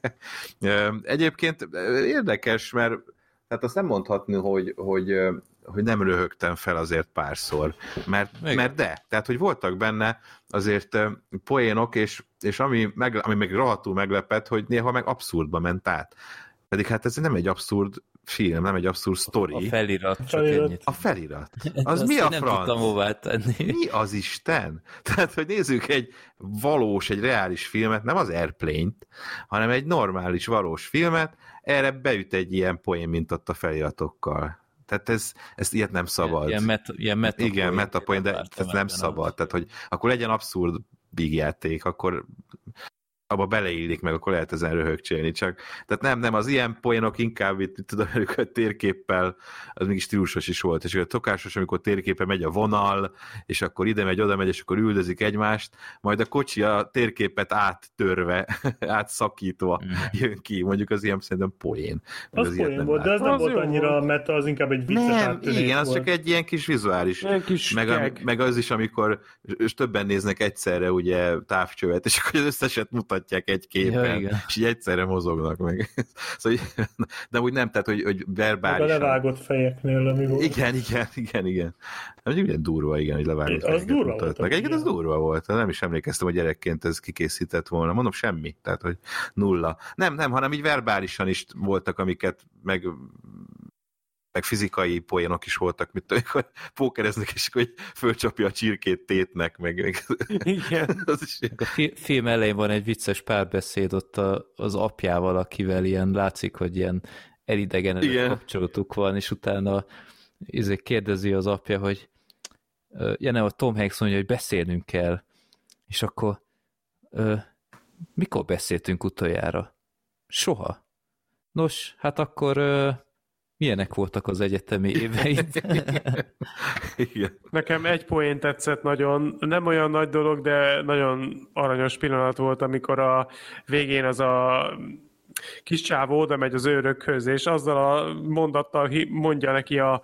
Egyébként érdekes, mert hát azt nem mondhatni, hogy nem röhögtem fel azért párszor, mert de, tehát hogy voltak benne azért poénok, és ami meg rohadtul meglepett, hogy néha meg abszurdba ment át. Pedig hát ez nem egy abszurd film, nem egy abszurd sztori. A felirat csak ennyit. A felirat. Az mi a nem franc? tudtam hová tenni. Mi az Isten? Tehát, hogy nézzük egy valós, egy reális filmet, nem az Airplane-t, hanem egy normális, valós filmet, erre beüt egy ilyen poén, mint ott a feliratokkal. Tehát ezt ilyet nem szabad. Ilyen metapoén. Igen, metapoén, de ez nem szabad. Tehát, hogy akkor legyen abszurd vígjáték, akkor abba beleillik meg, akkor lehet ezen röhögcsélni, csak. Tehát nem, az ilyen poénok inkább itt, tudom, a térképpel, az mégis stílusos is volt, és a tokásos, amikor térképen megy a vonal, és akkor ide megy, oda megy, és akkor üldözik egymást, majd a kocsi a térképet áttörve, átszakítva jön ki, mondjuk az ilyen szerintem poén. Az poén volt, de az nem volt annyira meta, az inkább egy vicces áttörés. Igen, az csak egy ilyen kis vizuális. Meg az is, amikor többen néznek egyszerre ugye távcsövet, és akkor az összeset mutatják egy képen, és így egyszerre mozognak meg. Szóval, de úgy nem, tehát, hogy verbálisan. A levágott fejeknél, ami volt. Igen. Mondjuk ilyen durva, igen, hogy levágott fejeket mutatnak. Egyébként az durva volt. Nem is emlékeztem, hogy gyerekként ez kikészített volna. Mondom, semmi. Tehát, hogy nulla. Nem, hanem így verbálisan is voltak, amiket meg fizikai poénok is voltak, mint amikor pókereznek, és hogy fölcsapja a csirkét tétnek, meg igen. A film elején van egy vicces párbeszéd ott az apjával, akivel ilyen látszik, hogy ilyen elidegenedett kapcsolatuk van, és utána kérdezi az apja, hogy a Tom Hanks mondja, hogy beszélnünk kell, és akkor mikor beszéltünk utoljára? Soha. Nos, hát akkor milyenek voltak az egyetemi éveid? Igen. Nekem egy poén tetszett nagyon, nem olyan nagy dolog, de nagyon aranyos pillanat volt, amikor a végén az a kis csávó oda megy az őrökhöz, és azzal a mondattal mondja neki a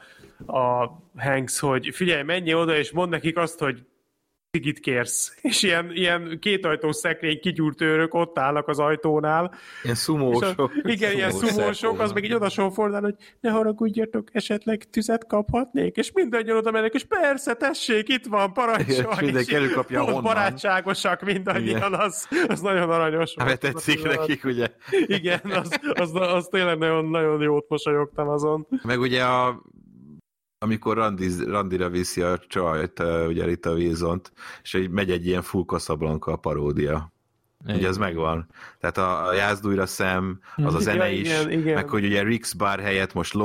Hanks, hogy figyelj, menj oda, és mondd nekik azt, hogy cigit kérsz. És ilyen kétajtós szekrény kigyúrt őrök ott állnak az ajtónál. Ilyen szumósok. Igen, ilyen szumósok, az meg így odasonfordál, hogy ne haragudjatok, esetleg tüzet kaphatnék, és mindannyian oda mennek, és persze, tessék, itt van, parancsolj. Mindenki előkapja honnan. Barátságosak mindannyian, az nagyon aranyos volt. Tetszik nekik, ugye? Igen, az tényleg nagyon, nagyon jót mosolyogtam azon. Meg ugye amikor Randira viszi a csajt, ugye Rita Wilsont, és így megy egy ilyen full Casablanca paródia. Ugye ez megvan. Tehát a Jászdújra Sam, az a zene is, igen. Meg hogy ugye Rick's Bar helyett most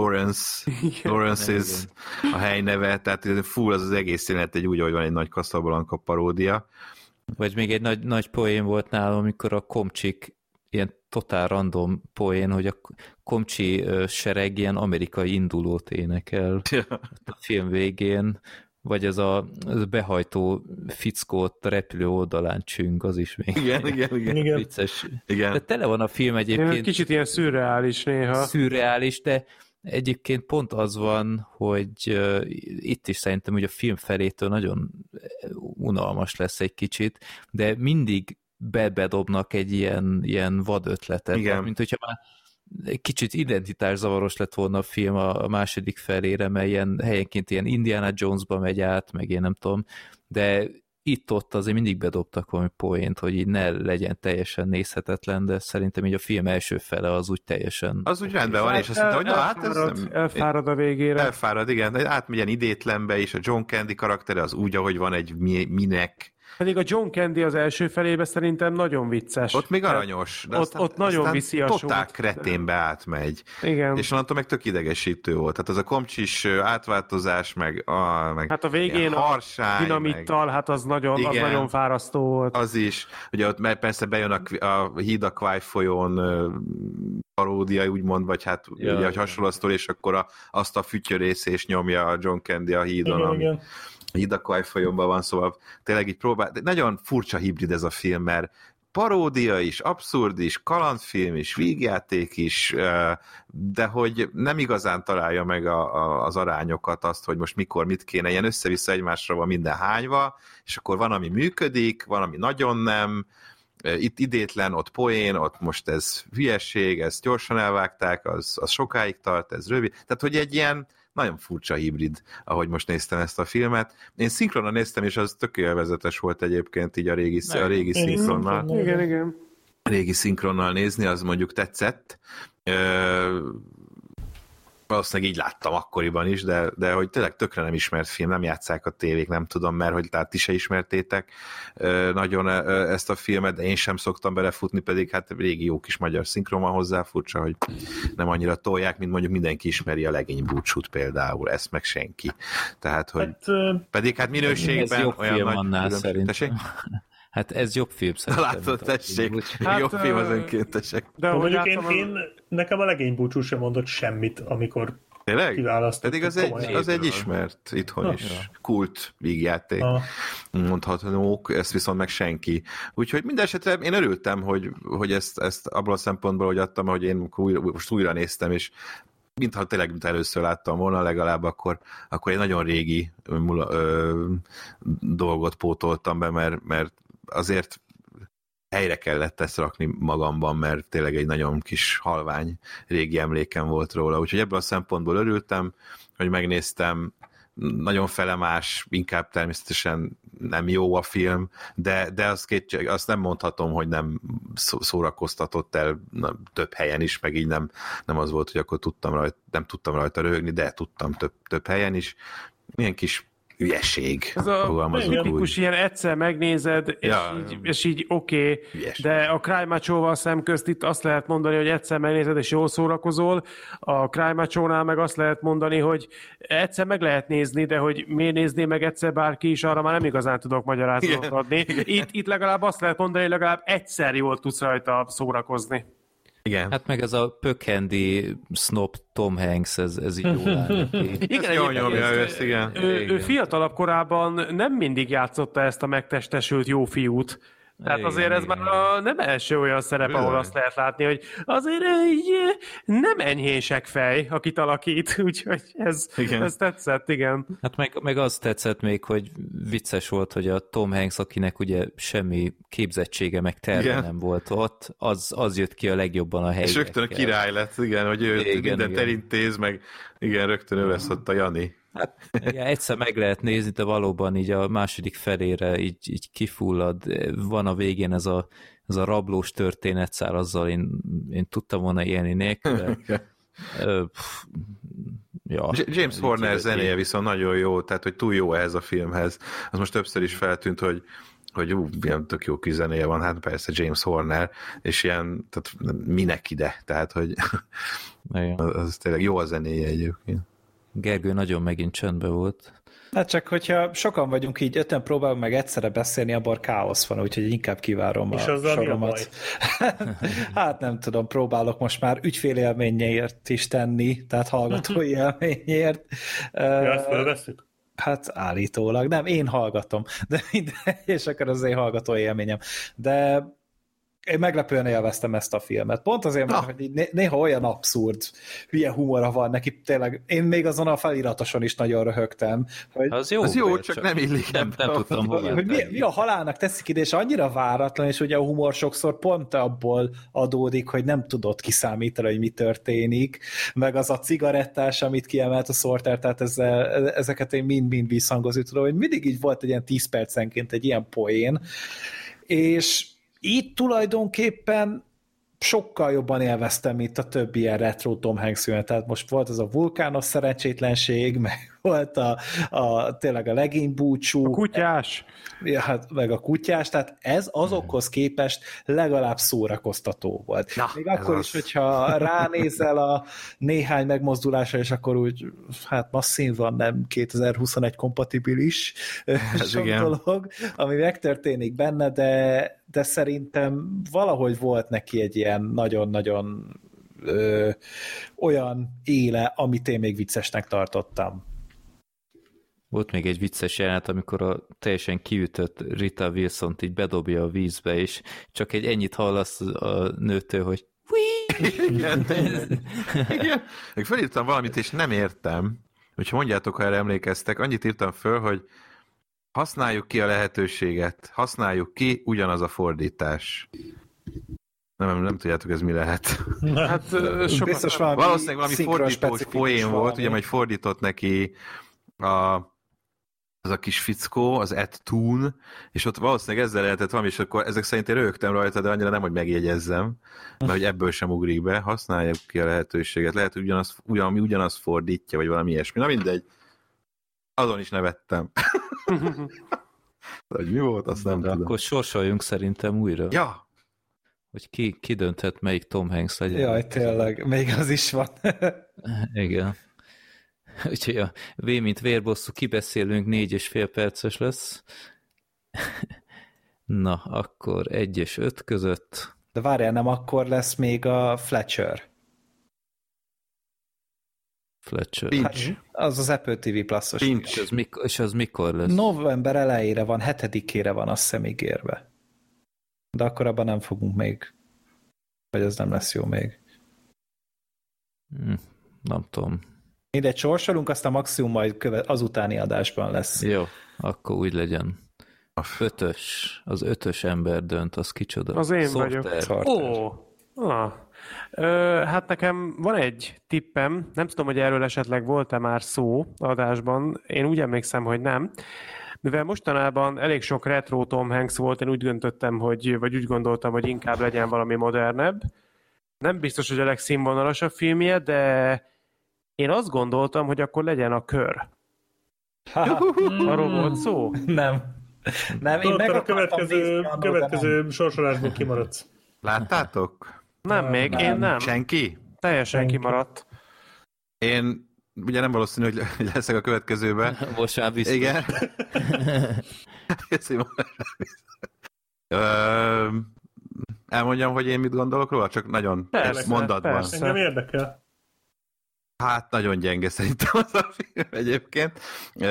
Lawrence's a hely neve, tehát full az egész jelenet egy úgy, ahogy van egy nagy Casablanca paródia. Vagy még egy nagy poén volt nálam, amikor a komcsik ilyen totál random poén, hogy a komcsi sereg ilyen amerikai indulót énekel a film végén, vagy ez a behajtó fickót a repülő oldalán csüng, az is még igen. vicces. Igen. De tele van a film egyébként. Kicsit ilyen szürreális néha. Szürreális, de egyébként pont az van, hogy itt is szerintem hogy a film felétől nagyon unalmas lesz egy kicsit, de mindig bedobnak egy ilyen vad ötletet. Tehát, mint hogyha már egy kicsit identitászavaros lett volna a film a második felére, mert helyenként ilyen Indiana Jonesba megy át, meg én nem tudom, de itt-ott azért mindig bedobtak valami poént, hogy így ne legyen teljesen nézhetetlen, de szerintem így a film első fele az úgy teljesen... Az úgy rendben van, és azt mondta, hogy na hát ez nem... Elfárad a végére. Elfárad, igen. Átmegy ilyen idétlenbe, és a John Candy karaktere az úgy, ahogy van egy minek. Pedig a John Candy az első felébe szerintem nagyon vicces. Ott még aranyos. De ott nagyon viszi a sót. Totál kreténbe átmegy. Igen. És onnantól meg tök idegesítő volt. Tehát az a komcsis átváltozás, meg hát a végén harsány, a dinamittal, meg... hát az nagyon fárasztó volt. Az is. Ugye ott persze bejön a Híd a Kwai folyón paródia, úgymond, vagy hát ugye, hogy hasonló a sztori, és akkor azt a fütyörészés nyomja a John Candy a hídon, ami... Híd a Kwai folyónban van, szóval tényleg így próbál, de nagyon furcsa hibrid ez a film, mert paródia is, abszurd is, kalandfilm is, vígjáték is, de hogy nem igazán találja meg az arányokat, azt, hogy most mikor mit kéne, ilyen össze-vissza egymásra van minden hányva, és akkor van, ami működik, van, ami nagyon nem, itt idétlen, ott poén, ott most ez hülyeség, ezt gyorsan elvágták, az sokáig tart, ez rövid. Tehát, hogy egy ilyen nagyon furcsa hibrid, ahogy most néztem ezt a filmet. Én szinkronnal néztem, és az tök élvezetes volt egyébként így a régi szinkronnal. Igen. Régi szinkronnal nézni, az mondjuk tetszett. Valószínűleg így láttam akkoriban is, de hogy tényleg tökre nem ismert film, nem játsszák a tévék, nem tudom, mert hogy tehát ti se ismertétek nagyon ezt a filmet, de én sem szoktam belefutni, pedig hát régi jó kis magyar szinkron van hozzá, furcsa, hogy nem annyira tolják, mint mondjuk mindenki ismeri a Legény búcsút például, ezt meg senki. Tehát, hogy pedig hát minőségben olyan nagy annál szerintem. Hát ez jobb film szerintem. Látod, tessék, jobb film az önkéntesek. De mondjuk nekem a Legény búcsú sem mondott semmit, amikor tényleg? Kiválasztottuk. Pedig az egy ismert itthon is. Kult vígjáték. Mondhatnók, ezt viszont meg senki. Úgyhogy minden esetre én örültem, hogy ezt abból a szempontból, hogy adtam, hogy én most újra néztem, és mintha tényleg először láttam volna, legalább akkor egy nagyon régi dolgot pótoltam be, mert azért helyre kellett ezt rakni magamban, mert tényleg egy nagyon kis halvány régi emlékem volt róla. Úgyhogy ebből a szempontból örültem, hogy megnéztem, nagyon felemás, inkább természetesen nem jó a film, de azt nem mondhatom, hogy nem szórakoztatott el több helyen is, meg így nem az volt, hogy akkor nem tudtam rajta röhögni, de tudtam több helyen is. Milyen kis ügyesség. Ez a tipikus ilyen egyszer megnézed, és így oké, de a Cry Macho-val szemközt itt azt lehet mondani, hogy egyszer megnézed, és jól szórakozol. A Cry Macho-nál meg azt lehet mondani, hogy egyszer meg lehet nézni, de hogy miért nézné meg egyszer bárki is, arra már nem igazán tudok magyarázatot adni. Itt legalább azt lehet mondani, hogy legalább egyszer jól tudsz rajta szórakozni. Igen. Hát meg ez a pökhendi snob Tom Hanks, ez így jól áll. Igen, jól nyomja ezt, igen. Ő fiatalabb korában nem mindig játszotta ezt a megtestesült jó fiút. Tehát azért ez már nem első olyan szerep, ahol azt lehet látni, hogy azért egy nem enyhénsek fej, akit alakít, úgyhogy ez tetszett, igen. Hát meg az tetszett még, hogy vicces volt, hogy a Tom Hanks, akinek ugye semmi képzettsége, meg terve nem volt ott, az jött ki a legjobban a helyekkel. És rögtön a király lett, igen, hogy ő mindent elintéz, meg igen, rögtön ő lesz ott a Jani. Hát igen, egyszer meg lehet nézni, de valóban így a második felére így kifullad. Van a végén ez a rablós történetszál, azzal én tudtam volna élni nélkül. James Horner zenéje viszont nagyon jó, tehát hogy túl jó ehhez a filmhez. Az most többször is feltűnt, hogy ilyen tök jó kis zenéje van, hát persze James Horner, és ilyen, tehát minek ide, tehát hogy az tényleg jó a zenéje egyébként. Gergő nagyon megint csöndbe volt. Hát csak, hogyha sokan vagyunk így, 5-en próbálunk meg egyszerre beszélni, abban káosz van, úgyhogy inkább kivárom a soromat. Hát nem tudom, próbálok most már ügyfélélményért is tenni, tehát hallgatói élményért. Ezt felveszünk? Hát állítólag, nem, én hallgatom, de és akkor az én hallgatói élményem. De én meglepően élveztem ezt a filmet. Pont azért, mert hogy néha olyan abszurd, hülye humora van neki, tényleg. Én még azon a feliratoson is nagyon röhögtem. Hogy az jó, csak nem illik. Nem tudtam, hogy mi a halálnak teszik ide, és annyira váratlan, és ugye a humor sokszor pont abból adódik, hogy nem tudod kiszámítani, hogy mi történik, meg az a cigarettás, amit kiemelt a Sorter, tehát ezeket én mind visszhangozni tudom, hogy mindig így volt egy ilyen 10 percenként egy ilyen poén, és itt tulajdonképpen sokkal jobban élveztem, mint a többi ilyen retro Tom Hanks filmet. Tehát most volt az a vulkános szerencsétlenség, meg volt tényleg a Legény búcsú. A kutyás. Ja, hát meg a kutyás, tehát ez azokhoz képest legalább szórakoztató volt. Még akkor is, hogyha ránézel a néhány megmozdulásra, és akkor úgy, hát masszín van, nem 2021 kompatibilis sok dolog, ami megtörténik benne, de szerintem valahogy volt neki egy ilyen nagyon-nagyon olyan éle, amit én még viccesnek tartottam. Volt még egy vicces jelenet, amikor a teljesen kiütött Rita Wilson-t így bedobja a vízbe, és csak egy ennyit hallasz a nőtől, hogy Igen. Igen. Még felírtam valamit, és nem értem. Hogyha mondjátok, ha erre emlékeztek, annyit írtam föl, hogy használjuk ki a lehetőséget, használjuk ki, ugyanaz a fordítás. Nem tudjátok, ez mi lehet. Hát biztos valószínűleg valami fordítós poén volt, ugye, majd fordított neki az a kis fickó, az Ed Toon, és ott valószínűleg ezzel lehetett valami, és akkor ezek szerint én rögtem rajta, de annyira nem, hogy megjegyezzem, mert hogy ebből sem ugrik be, használjuk ki a lehetőséget. Lehet, hogy ugyanaz fordítja, vagy valami ilyesmi. Na mindegy. Azon is nevettem. Hogy mi volt, azt nem tudom. Akkor sorsoljunk szerintem újra. Ja. Hogy ki dönthet, melyik Tom Hanks legyen. Jaj, tényleg, még az is van. Igen. Úgyhogy a V mint vérbosszú kibeszélünk, 4,5 perces lesz. Na, akkor 1 és 5 között. De várjál, nem akkor lesz még a Fletcher. Pinch. Az az Apple TV Plus-os. És az mikor lesz? November elejére van, 7-ére van, azt hiszem ígérve. De akkor abban nem fogunk még. Vagy ez nem lesz jó még. Nem tudom. Mindegy, sorsolunk, aztán maximum majd az utáni adásban lesz. Jó, akkor úgy legyen. Az 5-ös ember dönt, az kicsoda. Az én vagyok. Hát nekem van egy tippem, nem tudom, hogy erről esetleg volt-e már szó adásban, én úgy emlékszem, hogy nem. Mivel mostanában elég sok retro Tom Hanks volt, én úgy döntöttem, vagy úgy gondoltam, hogy inkább legyen valami modernebb. Nem biztos, hogy a legszínvonalasabb filmje, de én azt gondoltam, hogy akkor legyen a Kör. Arról volt szó? Nem, én meg a következő sorsolásból kimaradsz. Láttátok? Nem, még én nem. Senki? Teljesen kimaradt. Én ugye nem valószínű, hogy leszek a következőben. Most már biztos. Igen. Elmondjam, hogy én mit gondolok róla? Csak nagyon mondatban. Persze. Engem érdekel. Hát nagyon gyenge szerintem az a film egyébként.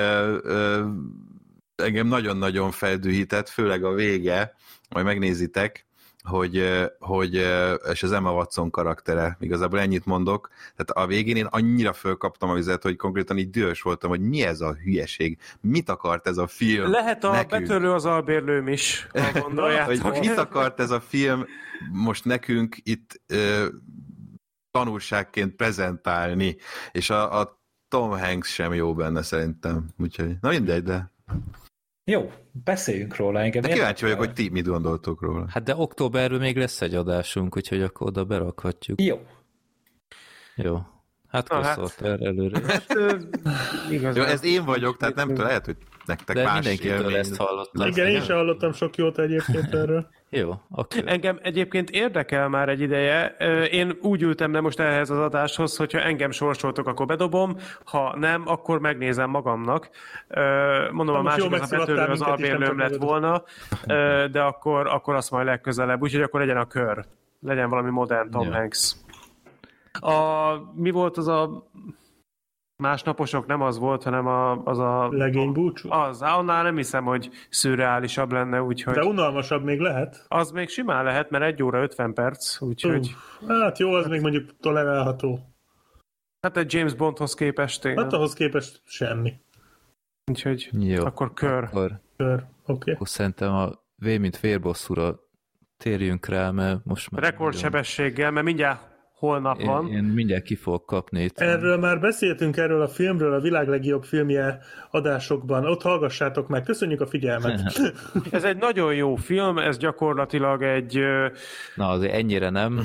Engem nagyon-nagyon feldühített, főleg a vége, majd megnézitek, hogy és az Emma Watson karaktere, igazából ennyit mondok, tehát a végén én annyira fölkaptam a vizet, hogy konkrétan így dühös voltam, hogy mi ez a hülyeség, mit akart ez a film lehet a nekünk? Betörő az albérlőm is, ha gondoljátok. Hogy mit akart ez a film most nekünk itt tanulságként prezentálni, és a Tom Hanks sem jó benne szerintem, úgyhogy, na mindegy, de... Jó, beszéljünk róla. Engem de kíváncsi vagyok, hogy ti mit gondoltok róla. Hát de októberről még lesz egy adásunk, úgyhogy akkor oda berakhatjuk. Jó. Hát köszönöm előre. Jó, ez én vagyok, tehát nem tudom, lehet, hogy nektek de más élmény. Ezt hallottam. Igen, én sem hallottam sok jót egyébként erről. Jó, oké. Engem egyébként érdekel már egy ideje. Én úgy ültem le most ehhez az adáshoz, hogyha engem sorsoltok, akkor bedobom, ha nem, akkor megnézem magamnak. Mondom, a másik az a Betörő az albérlőm lett volna, de akkor azt majd legközelebb. Úgyhogy akkor legyen a Kör. Legyen valami modern Tom Hanks. Mi volt az a másnaposok? Nem az volt, hanem az a... Legény búcsú? Annál nem hiszem, hogy szürreálisabb lenne, úgyhogy... De unalmasabb még lehet? Az még simán lehet, mert 1 óra 50 perc, úgyhogy... Hát jó, az még mondjuk tolerálható. Hát egy James Bondhoz képest tényleg. Hát ahhoz képest semmi. Úgyhogy jó, akkor Kör. Kör, oké. Akkor szerintem a V mint vérbosszúra térjünk rá, mert most már... Rekordsebességgel, mert mindjárt holnap van. Én mindjárt ki fogok kapni itt. Erről már beszéltünk, erről a filmről, a világ legjobb filmje adásokban. Ott hallgassátok meg. Köszönjük a figyelmet. Ez egy nagyon jó film, ez gyakorlatilag egy... Na, azért ennyire nem.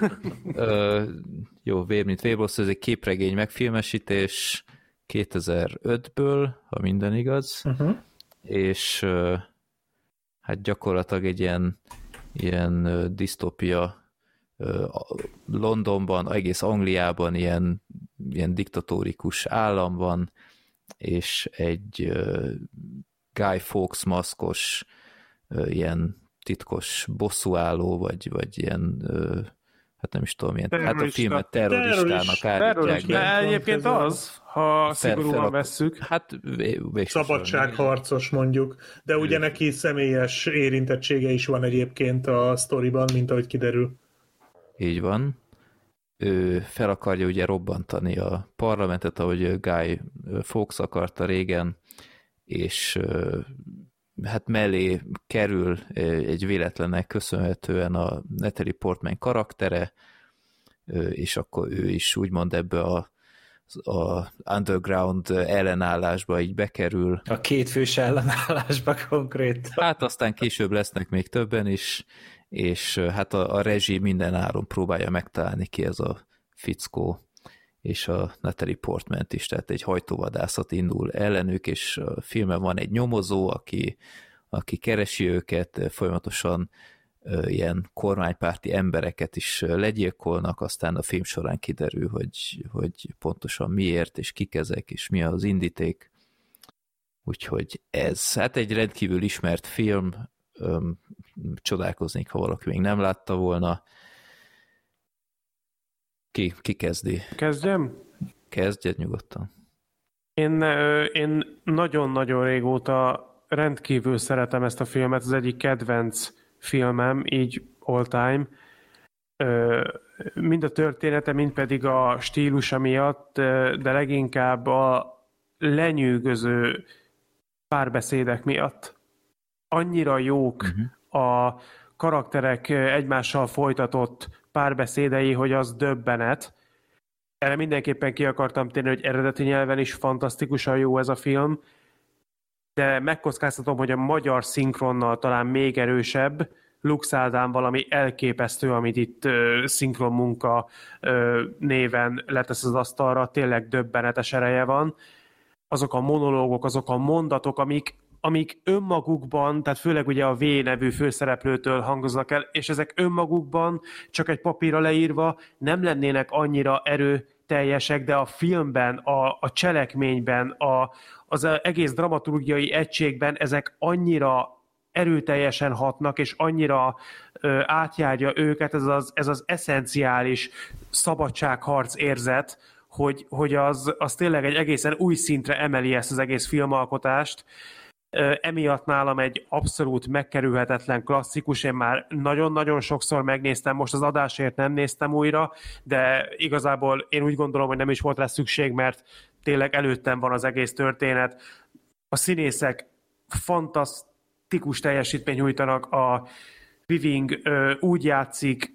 Jó, Vér mint vérbosszú, ez egy képregény megfilmesítés 2005-ből, ha minden igaz. És hát gyakorlatilag egy ilyen disztópia Londonban, egész Angliában ilyen diktatórikus állam van, és egy Guy Fawkes maszkos ilyen titkos bosszúálló, vagy ilyen hát nem is tudom, ilyen, hát a filmet terroristának állítják be. De egyébként az, ha szigorúan vesszük. Hát szabadságharcos mondjuk, de ugye neki személyes érintettsége is van egyébként a sztoriban, mint ahogy kiderül. Így van. Ő fel akarja ugye robbantani a parlamentet, ahogy Guy Fawkes akarta régen, és hát mellé kerül egy véletlennek köszönhetően a Natalie Portman karaktere, és akkor ő is úgymond ebbe a underground ellenállásba így bekerül. A kétfős ellenállásba konkrét. Hát aztán később lesznek még többen is, és hát a rezsi minden áron próbálja megtalálni ki ez a fickó, és a Natalie Portman is, tehát egy hajtóvadászat indul ellenük, és a filmben van egy nyomozó, aki keresi őket, folyamatosan ilyen kormánypárti embereket is legyilkolnak, aztán a film során kiderül, hogy pontosan miért, és kik ezek, és mi az indíték. Úgyhogy ez, hát egy rendkívül ismert film, csodálkoznék, ha valaki még nem látta volna. Ki kezdi? Kezdjem? Kezdjed nyugodtan. Én nagyon-nagyon régóta rendkívül szeretem ezt a filmet, az egyik kedvenc filmem, így all time. Mind a története, mind pedig a stílusa miatt, de leginkább a lenyűgöző párbeszédek miatt. Annyira jók a karakterek egymással folytatott párbeszédei, hogy az döbbenet. Erre mindenképpen ki akartam térni, hogy eredeti nyelven is fantasztikusan jó ez a film, de megkockáztatom, hogy a magyar szinkronnal talán még erősebb. Lux Ádám valami elképesztő, amit itt szinkron munka néven letesz az asztalra, tényleg döbbenetes ereje van. Azok a monológok, azok a mondatok, amik önmagukban, tehát főleg ugye a V nevű főszereplőtől hangoznak el, és ezek önmagukban csak egy papírra leírva nem lennének annyira erőteljesek, de a filmben, a cselekményben, az egész dramaturgiai egységben ezek annyira erőteljesen hatnak, és annyira átjárja őket ez az eszenciális szabadságharc érzet, hogy az tényleg egy egészen új szintre emeli ezt az egész filmalkotást. Emiatt nálam egy abszolút megkerülhetetlen klasszikus, én már nagyon-nagyon sokszor megnéztem, most az adásért nem néztem újra, de igazából én úgy gondolom, hogy nem is volt rá szükség, mert tényleg előttem van az egész történet. A színészek fantasztikus teljesítményt nyújtanak, a Weaving úgy játszik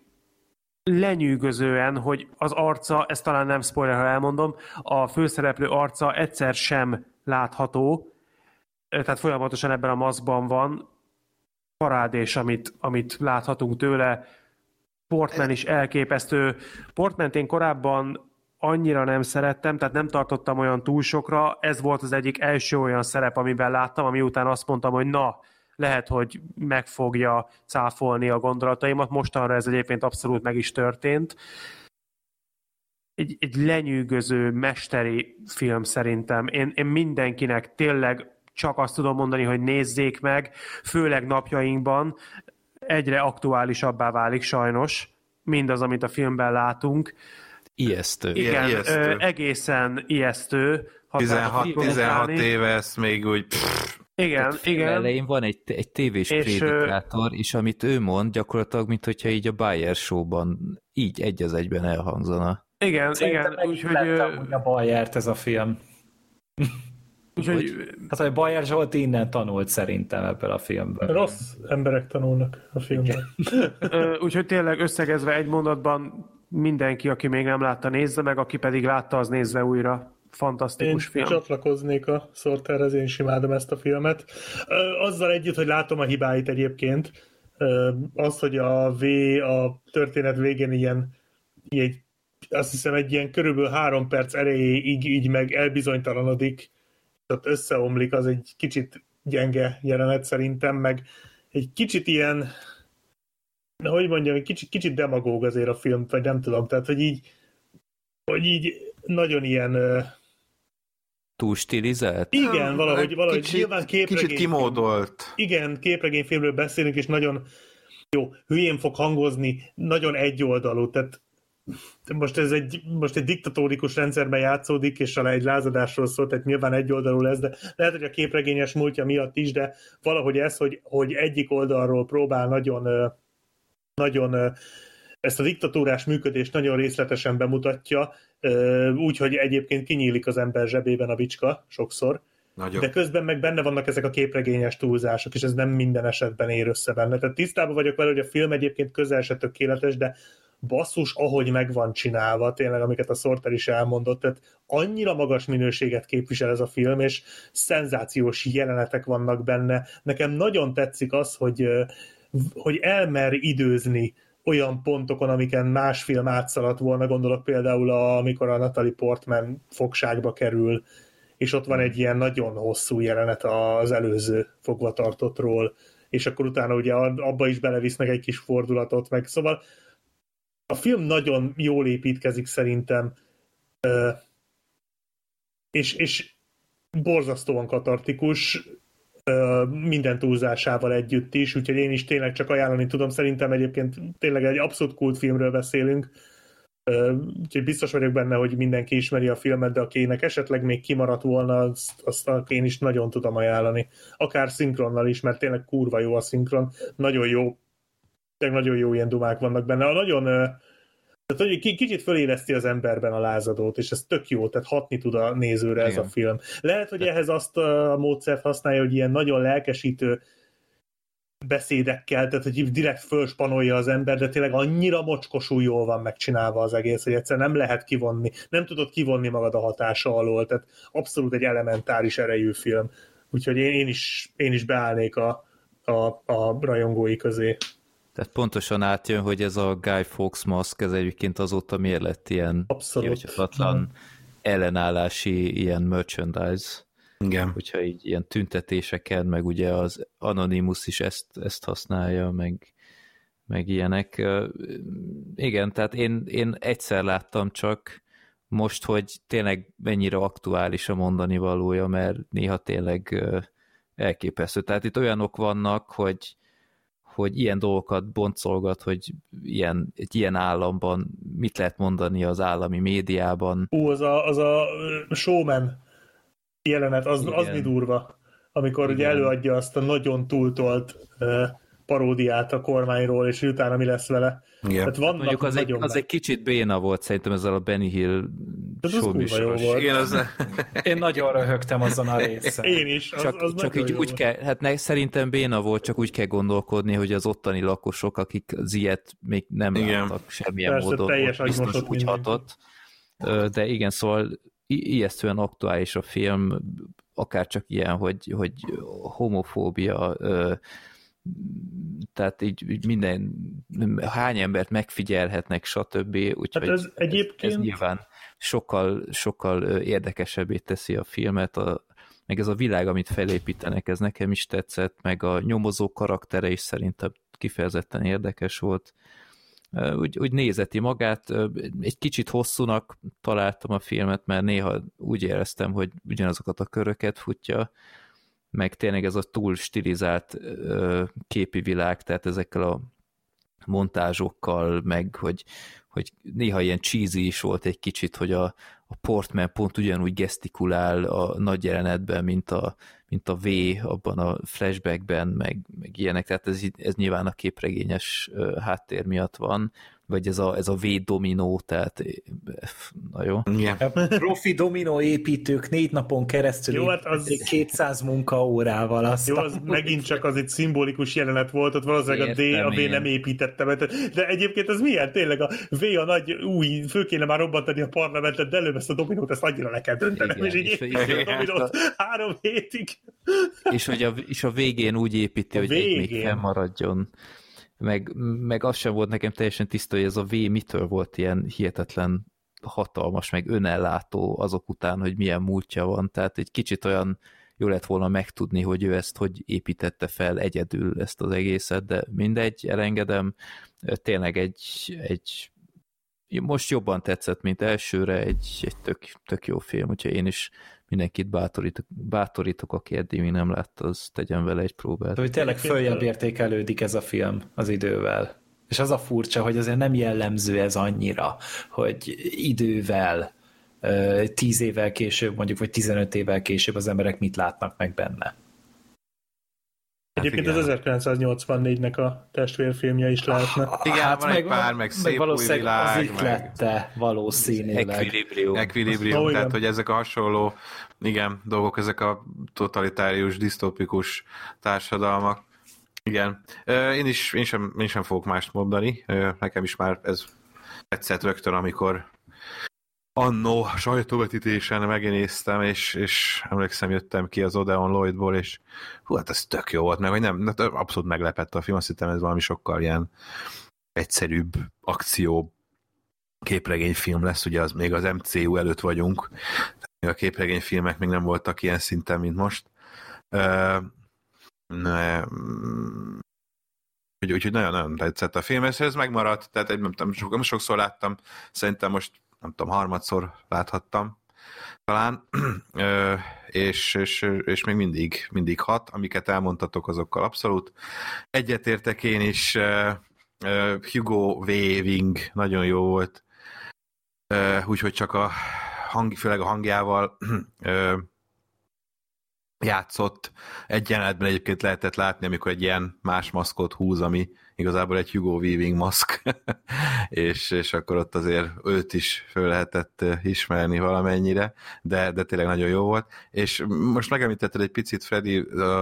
lenyűgözően, hogy az arca, ez talán nem spoiler, ha elmondom, a főszereplő arca egyszer sem látható, tehát folyamatosan ebben a maszkban van, parádés, amit láthatunk tőle. Portman is elképesztő. Portmant én korábban annyira nem szerettem, tehát nem tartottam olyan túl sokra. Ez volt az egyik első olyan szerep, amiben láttam, ami után azt mondtam, hogy na, lehet, hogy meg fogja cáfolni a gondolataimat. Mostanra ez egyébként abszolút meg is történt. Egy lenyűgöző, mesteri film szerintem. Én mindenkinek tényleg csak azt tudom mondani, hogy nézzék meg, főleg napjainkban egyre aktuálisabbá válik sajnos mindaz, amit a filmben látunk. Ijesztő. Igen, ijesztő. Egészen ijesztő. 16 éve ezt még úgy... Igen. Elején van egy tévés prédikátor, és amit ő mond, gyakorlatilag, mint hogyha így a Bayer show-ban így egy az egyben elhangzana. Igen. Úgyhogy a Bayert ez a film. Hát a Bayer Zsolt innen tanult szerintem ebből a filmből. Rossz emberek tanulnak a filmben. Úgyhogy tényleg összegezve egy mondatban mindenki, aki még nem látta, nézze meg, aki pedig látta, az nézze újra. Fantasztikus film. Én csatlakoznék a Sorterhez, én is imádom ezt a filmet. Azzal együtt, hogy látom a hibáit egyébként, az, hogy a történet végén ilyen azt hiszem egy ilyen körülbelül 3 perc erejéig így meg elbizonytalanodik, ott összeomlik, az egy kicsit gyenge jelenet szerintem, meg egy kicsit ilyen, hogy mondjam, egy kicsit demagóg azért a film, vagy nem tudom, tehát hogy így nagyon ilyen túl stilizált? Igen, valahogy nyilván kicsit kimódolt. Igen, képregényfilmről beszélünk, és nagyon jó, hülyén fog hangozni, nagyon egyoldalú, tehát most egy diktatórikus rendszerben játszódik, és egy lázadásról szól, tehát nyilván egyoldalú lesz, de lehet, hogy a képregényes múltja miatt is, de valahogy ez, hogy egyik oldalról próbál nagyon ezt a diktatúrás működést nagyon részletesen bemutatja, úgyhogy egyébként kinyílik az ember zsebében a bicska sokszor, de közben meg benne vannak ezek a képregényes túlzások, és ez nem minden esetben ér össze benne. Tehát tisztában vagyok vele, hogy a film egyébként közel se tökéletes, de basszus, ahogy meg van csinálva, tényleg, amiket a Sorter is elmondott, tehát annyira magas minőséget képvisel ez a film, és szenzációs jelenetek vannak benne. Nekem nagyon tetszik az, hogy elmer időzni olyan pontokon, amiken más film átszaladt volna, gondolok például amikor a Natalie Portman fogságba kerül, és ott van egy ilyen nagyon hosszú jelenet az előző fogvatartottról, és akkor utána ugye abba is belevisznek egy kis fordulatot, meg szóval a film nagyon jól építkezik szerintem, és borzasztóan katartikus, minden túlzásával együtt is, úgyhogy én is tényleg csak ajánlani tudom, szerintem egyébként tényleg egy abszolút kultfilmről beszélünk, úgyhogy biztos vagyok benne, hogy mindenki ismeri a filmet, de akinek esetleg még kimaradt volna, azt én is nagyon tudom ajánlani. Akár szinkronnal is, mert tényleg kurva jó a szinkron, nagyon jó, tényleg nagyon jó ilyen dumák vannak benne. Tehát, hogy kicsit föléleszti az emberben a lázadót, és ez tök jó, tehát hatni tud a nézőre ez a film. Lehet, hogy ehhez azt a módszert használja, hogy ilyen nagyon lelkesítő beszédekkel, tehát hogy direkt fölspanolja az ember, de tényleg annyira mocskosul jól van megcsinálva az egész, hogy egyszer nem lehet kivonni, nem tudod kivonni magad a hatása alól, tehát abszolút egy elementáris erejű film. Úgyhogy én is beállnék a rajongói közé. Tehát pontosan átjön, hogy ez a Guy Fawkes maszk, ez egyébként azóta miért lett ilyen kihagyhatatlan ellenállási ilyen merchandise. Igen. Hogyha így ilyen tüntetéseken, meg ugye az Anonymous is ezt használja, meg ilyenek. Igen, tehát én egyszer láttam csak most, hogy tényleg mennyire aktuális a mondani valója, mert néha tényleg elképesztő. Tehát itt olyanok vannak, hogy ilyen dolgokat boncolgat, hogy egy ilyen államban mit lehet mondani az állami médiában. Az a showman jelenet, az mi durva, amikor ugye előadja azt a nagyon túltolt paródiát a kormányról, és utána mi lesz vele. Tehát mondjuk az egy kicsit béna volt szerintem ezzel a Benny Hill showműsoros. Én nagyon röhögtem azon a részen. Én is. Csak így úgy kell, szerintem béna volt, csak úgy kell gondolkodni, hogy az ottani lakosok, akik az ilyet még nem láttak semmilyen módon, biztos úgy hatott. De igen, szóval ijesztően aktuális a film, akár csak ilyen, hogy homofóbia, tehát így minden, hány embert megfigyelhetnek, stb. Úgyhogy ez nyilván sokkal érdekesebbé teszi a filmet, meg ez a világ, amit felépítenek, ez nekem is tetszett, meg a nyomozó karaktere is szerintem kifejezetten érdekes volt. Úgy nézeti magát, egy kicsit hosszúnak találtam a filmet, mert néha úgy éreztem, hogy ugyanazokat a köröket futja, meg tényleg ez a túl stilizált képi világ, tehát ezekkel a montázsokkal, meg hogy néha ilyen cheesy is volt egy kicsit, hogy a Portman pont ugyanúgy gesztikulál a nagy jelenetben, mint a V abban a flashbackben, meg ilyenek, tehát ez nyilván a képregényes háttér miatt van, vagy ez a V-dominó, tehát na jó. Yeah. Profi dominó építők 4 napon keresztül jó, hát az 200 munkaórával. Jó, az megint csak az egy szimbolikus jelenet volt, ott valószínűleg a V nem építette, de egyébként az milyen? Tényleg a V a nagy új, fő kéne már robbantani a parlamentet, de előbb ezt a dominót, ezt annyira le kell döntenem, és így építi a dominót 3 hétig. És a végén úgy építi, hogy még fennmaradjon. Meg az sem volt nekem teljesen tiszta, hogy ez a V mitől volt ilyen hihetetlen hatalmas, meg önellátó azok után, hogy milyen múltja van. Tehát egy kicsit olyan jó lett volna megtudni, hogy ő ezt hogy építette fel egyedül ezt az egészet, de mindegy, elengedem. Tényleg egy most jobban tetszett, mint elsőre, egy tök jó film, úgyhogy én is mindenkit bátorítok, aki eddig még nem látta, az tegyen vele egy próbát. Hogy tényleg följebb értékelődik ez a film az idővel. És az a furcsa, hogy azért nem jellemző ez annyira, hogy idővel, 10 évvel később, mondjuk, vagy 15 évvel később az emberek mit látnak meg benne. Egyébként az 1984-nek a testvérfilmje is lehetne. Igen, hát van egy pár, meg szép új világ. Az ihlette valószínűleg. Equilibrium, tehát hogy ezek a hasonló dolgok, ezek a totalitárius, disztópikus társadalmak. Igen. Én sem fogok mást mondani. Nekem is már ez tetszett rögtön, amikor annó sajtóvetítésen megnéztem, és emlékszem, jöttem ki az Odeon Lloydból, és hát ez tök jó volt, meg hogy nem, abszolút meglepett a film, azt hittem, ez valami sokkal ilyen egyszerűbb akció képregényfilm lesz, ugye az még az MCU előtt vagyunk, a képregényfilmek még nem voltak ilyen szinten, mint most. Úgyhogy nagyon-nagyon tetszett a film, ez megmaradt, tehát nem sokszor láttam, szerintem most nem tudom, harmadszor láthattam talán, és még mindig hat, amiket elmondtatok, azokkal abszolút. Egyetértek én is, Hugo Weaving nagyon jó volt, úgyhogy csak főleg a hangjával játszott. Egy jelenetben egyébként lehetett látni, amikor egy ilyen más maszkot húz, ami igazából egy Hugo Weaving maszk, és akkor ott azért őt is föl lehetett ismerni valamennyire, de tényleg nagyon jó volt. És most megemlítetted egy picit, Freddy,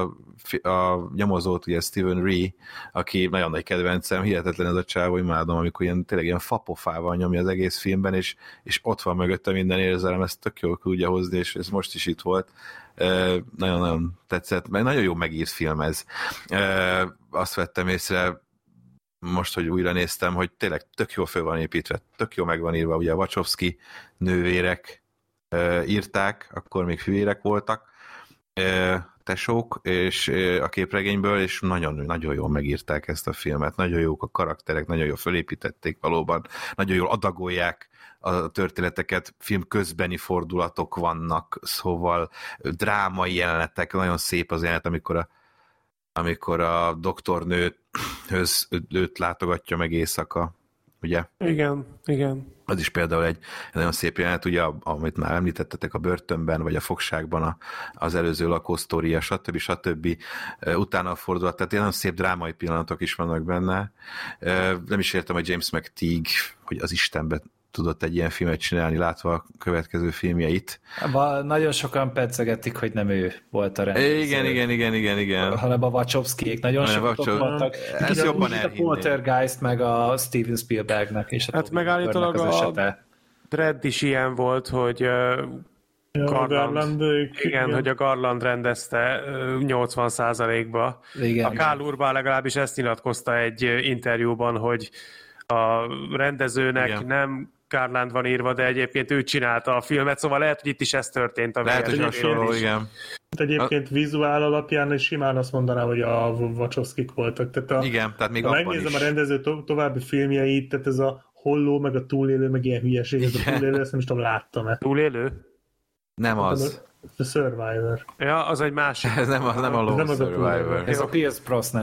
a nyomozót, ugye Stephen Rea, aki nagyon nagy kedvencem, hihetetlen ez a csávó, imádom, amikor tényleg ilyen fapofával nyomja az egész filmben, és ott van mögötte minden érzelem, ezt tök jól tudja hozni, és ez most is itt volt. Nagyon-nagyon tetszett, mert nagyon jó megírt film ez. Azt vettem észre most, hogy újra néztem, hogy tényleg tök jól föl van építve, tök jól meg van írva, ugye a Wachowski nővérek írták, akkor még hüvérek voltak, tesók, és a képregényből, és nagyon jól megírták ezt a filmet, nagyon jók a karakterek, nagyon jól fölépítették valóban, nagyon jól adagolják a történeteket, film közbeni fordulatok vannak, szóval drámai jelenetek, nagyon szép az jelenet, amikor a doktornőhöz őt látogatja meg éjszaka, ugye? Igen. Az is például egy nagyon szép jelenet, ugye, amit már említettetek a börtönben, vagy a fogságban az előző lakósztória, stb. Utána a fordulat, tehát nagyon szép drámai pillanatok is vannak benne. Nem is értem, hogy James McTeague, hogy az Istenbe tudott egy ilyen filmet csinálni, látva a következő filmjeit. Nagyon sokan percegetik, hogy nem ő volt a rendező. Igen. Hanem a Wachowskiék nagyon sokan voltak. Ez jobban elhinni. A Poltergeist, meg a Steven Spielbergnek. És hát megállítólag a Dredd is ilyen volt, hogy Garland, hogy a Garland rendezte 80%-ba. A Kál Urban legalábbis ezt nyilatkozta egy interjúban, hogy a rendezőnek nem Garland van írva, de egyébként ő csinálta a filmet, szóval lehet, hogy itt is ez történt. Lehet, hogy hasonló, igen. Egyébként vizuál alapján is simán azt mondaná, hogy a Wachowskik voltak. Tehát még ha megnézem a rendező további filmjeit, tehát ez a Holló, meg a Túlélő, meg ilyen hülyeség, ez a Túlélő, ezt nem is tudom, láttam-e. Túlélő? Nem az. The Survivor. Ja, az egy másik. Ez nem a Lone Survivor. Ez a Pierce Brosnan.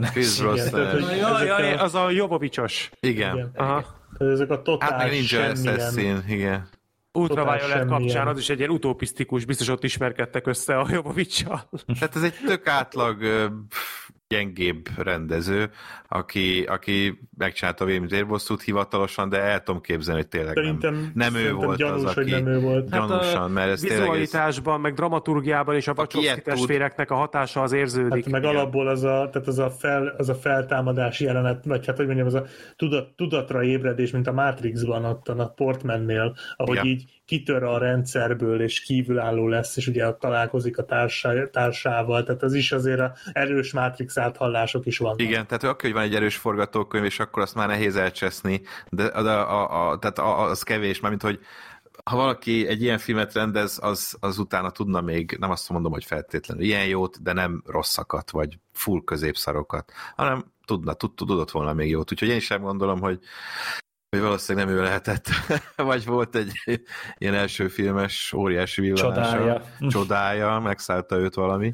Az a Jovovicsos. Igen. Aha. Ezek a totál semmilyen. Igen. Ultraviolet kapcsán az is egy ilyen utopisztikus, biztos ott ismerkedtek össze a Jovovicsal. Tehát ez egy tök átlag gyengébb rendező, aki megcsinálta a Vémi térbosszút hivatalosan, de el tudom képzelni, hogy tényleg nem ő volt gyanús, az, aki nem ő volt. Gyanúsan, mert ez vizualitásban, meg dramaturgiában és a Wachowski testvéreknek a hatása az érződik. Hát meg alapból az a feltámadás jelenet, vagy hát hogy mondjam, az a tudatra ébredés, mint a Matrixban ott a Portmannél, ahogy így kitör a rendszerből, és kívülálló lesz, és ugye találkozik a társával, tehát az is azért erős Matrix áthallások is vannak. Igen, tehát akkor, hogy van egy erős forgatókönyv, és akkor azt már nehéz elcseszni, de tehát az kevés, mármint, hogy ha valaki egy ilyen filmet rendez, az utána tudna még, nem azt mondom, hogy feltétlenül ilyen jót, de nem rosszakat, vagy full középszarokat, hanem tudott volna még jót. Úgyhogy én sem gondolom, hogy hogy valószínűleg nem ő lehetett, vagy volt egy ilyen első filmes óriási villanása. Csodája, megszállta őt valami.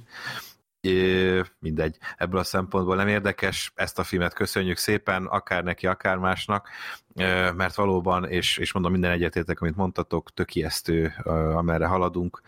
Mindegy, ebből a szempontból nem érdekes, ezt a filmet köszönjük szépen, akár neki, akár másnak, mert valóban, és mondom, minden egyetértek, amit mondtatok, tök ijesztő, amerre haladunk.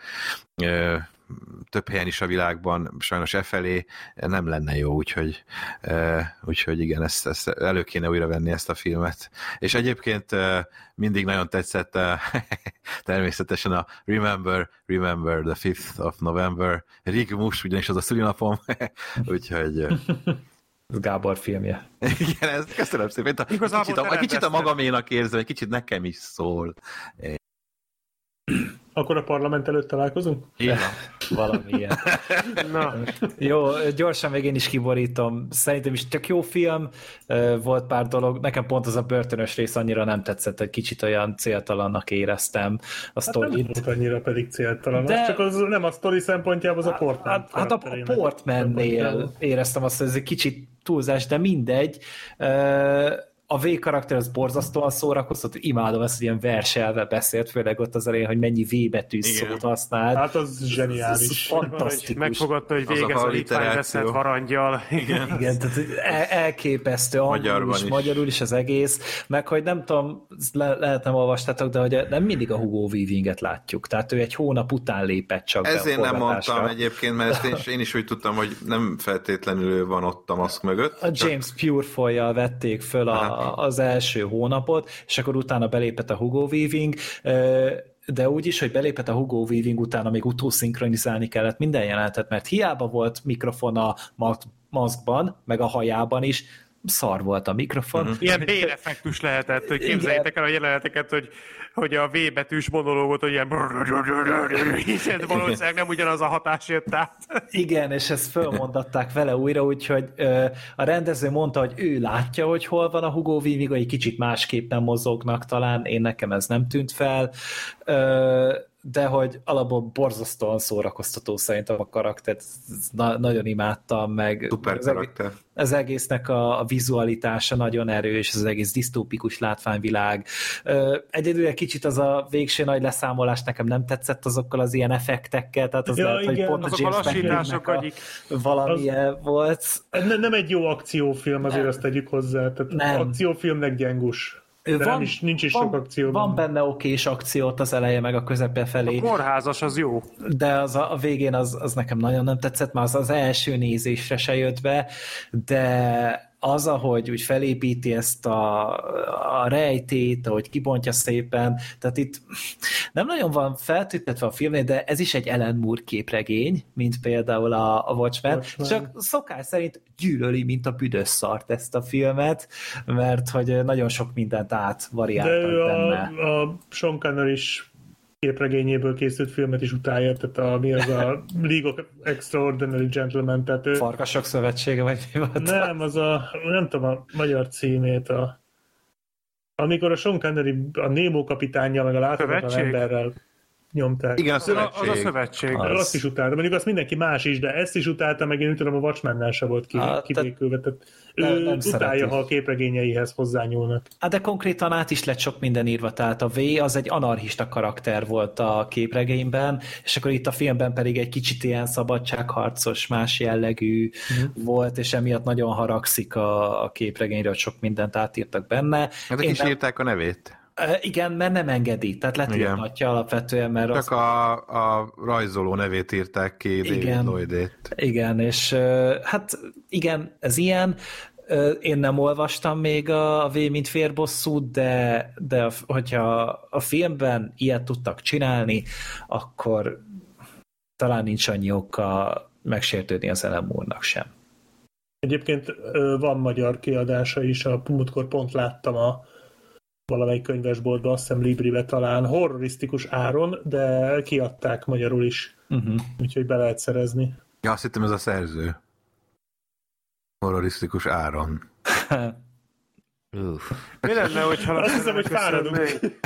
Több helyen is a világban, sajnos efelé nem lenne jó, úgyhogy igen, ezt elő kéne újra venni ezt a filmet. És egyébként mindig nagyon tetszett természetesen a Remember the 5th of November, Rigmus, ugyanis az a szülinapom, úgyhogy... Ez Gábor filmje. Igen, ezt köszönöm szépen. Kicsit a magaménak érzem, egy kicsit nekem is szól. Akkor a parlament előtt találkozunk? Igen. Valami ilyen. Na. Jó, gyorsan még én is kiborítom. Szerintem is tök jó film, volt pár dolog. Nekem pont az a börtönös rész annyira nem tetszett, egy kicsit olyan céltalannak éreztem a sztorit. Nem volt annyira pedig céltalan. De... Csak az nem a sztori szempontjából, az a Portman. Hát a Portmannél éreztem azt, hogy ez egy kicsit túlzás, de mindegy. A V karakter az borzasztóan szórakoztató, imádom ezt, hogy ilyen verselve beszélt, főleg ott az elején, hogy mennyi V betű szót használt. Hát az zseniális. Ez fantasztikus. Megfogadta, hogy végez a litvány veszett varangyal. Igen, tehát elképesztő, magyarul is az egész, meg hogy nem tudom, lehet nem olvastátok, de hogy nem mindig a Hugo Weavinget látjuk, tehát ő egy hónap után lépett csak ezért nem mondtam egyébként, mert én is úgy tudtam, hogy nem feltétlenül ő van ott a maszk mögött. A James Purefoy-jal vették föl az első hónapot, és akkor utána belépett a Hugo Weaving, de úgy is, hogy belépett a Hugo Weaving, utána még utószinkronizálni kellett minden jelenetet, mert hiába volt mikrofon a maszkban, meg a hajában is, szar volt a mikrofon. Ilyen B-effektus lehetett, hogy képzeljétek el a jeleneteket, hogy a V betűs monológot, hogy ilyen valószínűleg nem ugyanaz a hatás jött át. Igen, és ezt fölmondatták vele újra, úgyhogy a rendező mondta, hogy ő látja, hogy hol van a Hugo Weaving, hogy kicsit másképpen mozognak talán, nekem ez nem tűnt fel, de hogy alapból borzasztóan szórakoztató szerintem a karaktert, nagyon imádtam, meg szuper karakter. Az egésznek a vizualitása nagyon erős, az egész disztópikus látványvilág. Egyedül egy kicsit az a végső nagy leszámolás nekem nem tetszett azokkal az ilyen effektekkel, tehát az lehet, hogy pont a James McAvoy-nek valamilyen volt. Nem egy jó akciófilm, azért azt tegyük hozzá, tehát akciófilmnek gyengus. Nincs is sok akció. Van benne okés akciót az eleje, meg a közepe felé. A kórházas az jó. De az a végén az nekem nagyon nem tetszett, már az első nézésre se jött be, de az, ahogy úgy felépíti ezt a rejtét, ahogy kibontja szépen, tehát itt nem nagyon van feltüntetve a filmnél, de ez is egy Alan Moore képregény, mint például a Watchmen, csak szokás szerint gyűlöli, mint a büdös szart ezt a filmet, mert hogy nagyon sok mindent átvariáltak benne. De a Sean Connery is képregényéből készült filmet is utálja, tehát ami az a League of Extraordinary Gentlemen, tehát ő... Farkasok szövetsége, vagy mi volt? Nem, nem tudom a magyar címét, amikor a Sean Connery a Nemo kapitánja, meg a láthatatlan emberrel nyomták. Igen, a szövetség. Az a szövetség. Azt is utálta. Mondjuk azt mindenki más is, de ezt is utálta, meg én úgy tudom, a Watchmen-nel se volt kibékülve. Tehát ő utálja, ha a képregényeihez hozzányúlnak. De konkrétan át is lett sok minden írva, tehát a V az egy anarchista karakter volt a képregényben, és akkor itt a filmben pedig egy kicsit ilyen szabadságharcos, más jellegű volt, és emiatt nagyon haragszik a képregényre, hogy sok mindent átírtak benne. Ezek is írták a nevét. Igen, mert nem engedi, tehát letilthatja alapvetően, mert csak a rajzoló nevét írták ki, David Lloydét. Igen, és hát igen, ez ilyen. Én nem olvastam még a V mint férbosszút, de hogyha a filmben ilyet tudtak csinálni, akkor talán nincs annyi oka megsértődni az Alan Moore-nak sem. Egyébként van magyar kiadása is, a múltkor pont láttam valamelyik könyvesboltban, azt hiszem Libribe talán, horrorisztikus áron, de kiadták magyarul is. Úgyhogy be lehet szerezni. Ja, azt hittem ez a szerző. Horrorisztikus áron. Mi lenne, hogyha... Azt hiszem, hogy fáradunk.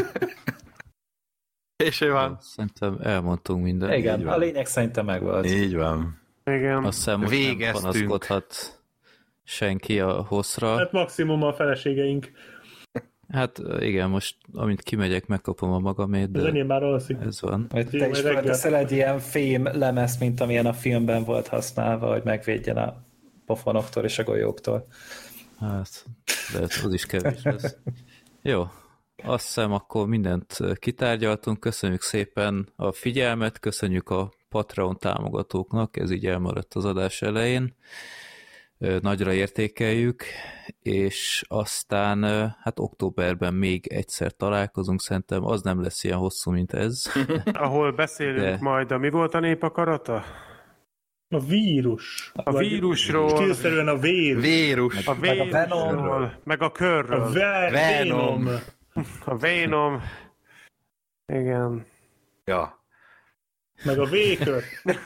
És ő van. Szerintem elmondtunk mindent. Igen, a lényeg szerintem megvolt. Így van. Igen. Azt hiszem, most nem panaszkodhat senki a hosszra. Hát maximum a feleségeink. Hát igen, most amint kimegyek, megkapom a magamét, de Zenél már alszik. ez van. Vagy te is felteszel egy ilyen fém lemezt, mint amilyen a filmben volt használva, hogy megvédjen a pofonoktól és a golyóktól. Hát, de az is kevés lesz. Jó, azt hiszem, akkor mindent kitárgyaltunk. Köszönjük szépen a figyelmet, köszönjük a Patreon támogatóknak, ez így elmaradt az adás elején. Nagyra értékeljük, és aztán hát októberben még egyszer találkozunk, szerintem az nem lesz ilyen hosszú, mint ez. Ahol beszélünk majd, mi volt a népakarata? A vírus. A vírusról. Stílszerűen a Vírus. A Meg a Venomról. meg a körről. A Venom. A Venom. Igen. Ja. Meg a V-kör.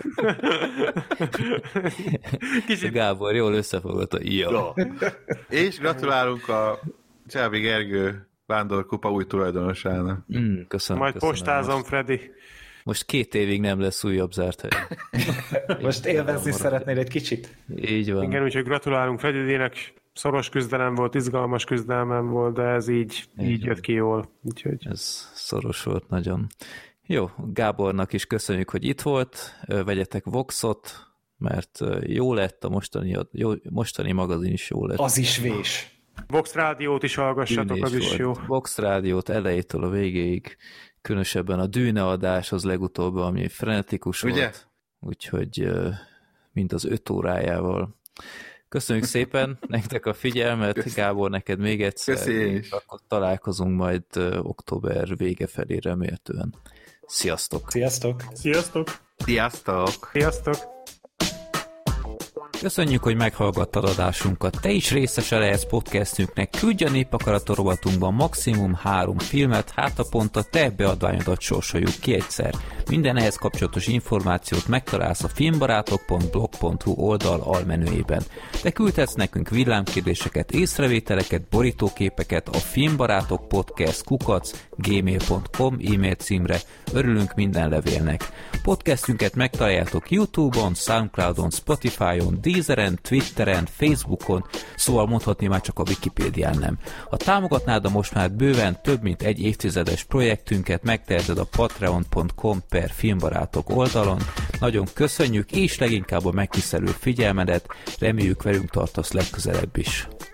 Kicsit... Gábor jól összefogott a Ja. És gratulálunk a Csábi Gergő vándorkupa új tulajdonosának. Köszönöm. Majd köszönöm. postázom, Freddy. Most 2 évig nem lesz újabb zárt hely. Most élvezni szeretnél egy kicsit? Így van. Igen, úgyhogy gratulálunk Freddynek. Szoros küzdelem volt, izgalmas küzdelmem volt, de ez így jött ki jól. Úgyhogy... Ez szoros volt nagyon. Jó, Gábornak is köszönjük, hogy itt volt. Vegyetek Voxot, mert jó lett a mostani magazin is jó lett. Az is vés. Vox Rádiót is hallgassatok, az is volt. jó. Vox Rádiót elejétől a végéig, különösebben a Dűne adás az legutóbb, ami frenetikus ugye? Volt. Úgyhogy mind az 5 órájával. Köszönjük szépen nektek a figyelmet, Gábor, neked még egyszer. Köszönjük. Akkor találkozunk majd október vége felé remélhetően. Sziasztok! Sziasztok! Sziasztok! Sziasztok! Sziasztok! Köszönjük, hogy meghallgattad adásunkat. Te is részese lehetsz podcastünknek. Küldj a Népakarat rovatunkban maximum 3 filmet, hát a pont a te beadványodat sorsoljuk ki egyszer. Minden ehhez kapcsolatos információt megtalálsz a filmbarátok.blog.hu oldal almenüjében. De küldhetsz nekünk villámkérdéseket, észrevételeket, borítóképeket a filmbarátokpodcast@gmail.com e-mail címre. Örülünk minden levélnek. Podcastünket megtaláljátok YouTube-on, Soundcloud-on, Spotify-on, Deezeren, Twitteren, Facebookon, szóval mondhatni már csak a Wikipédián nem. Ha támogatnád a most már bőven több mint 1 évtizedes projektünket, megteheted a patreon.com/filmbarátok oldalon. Nagyon köszönjük, és leginkább a megtisztelő figyelmedet, reméljük velünk tartasz legközelebb is.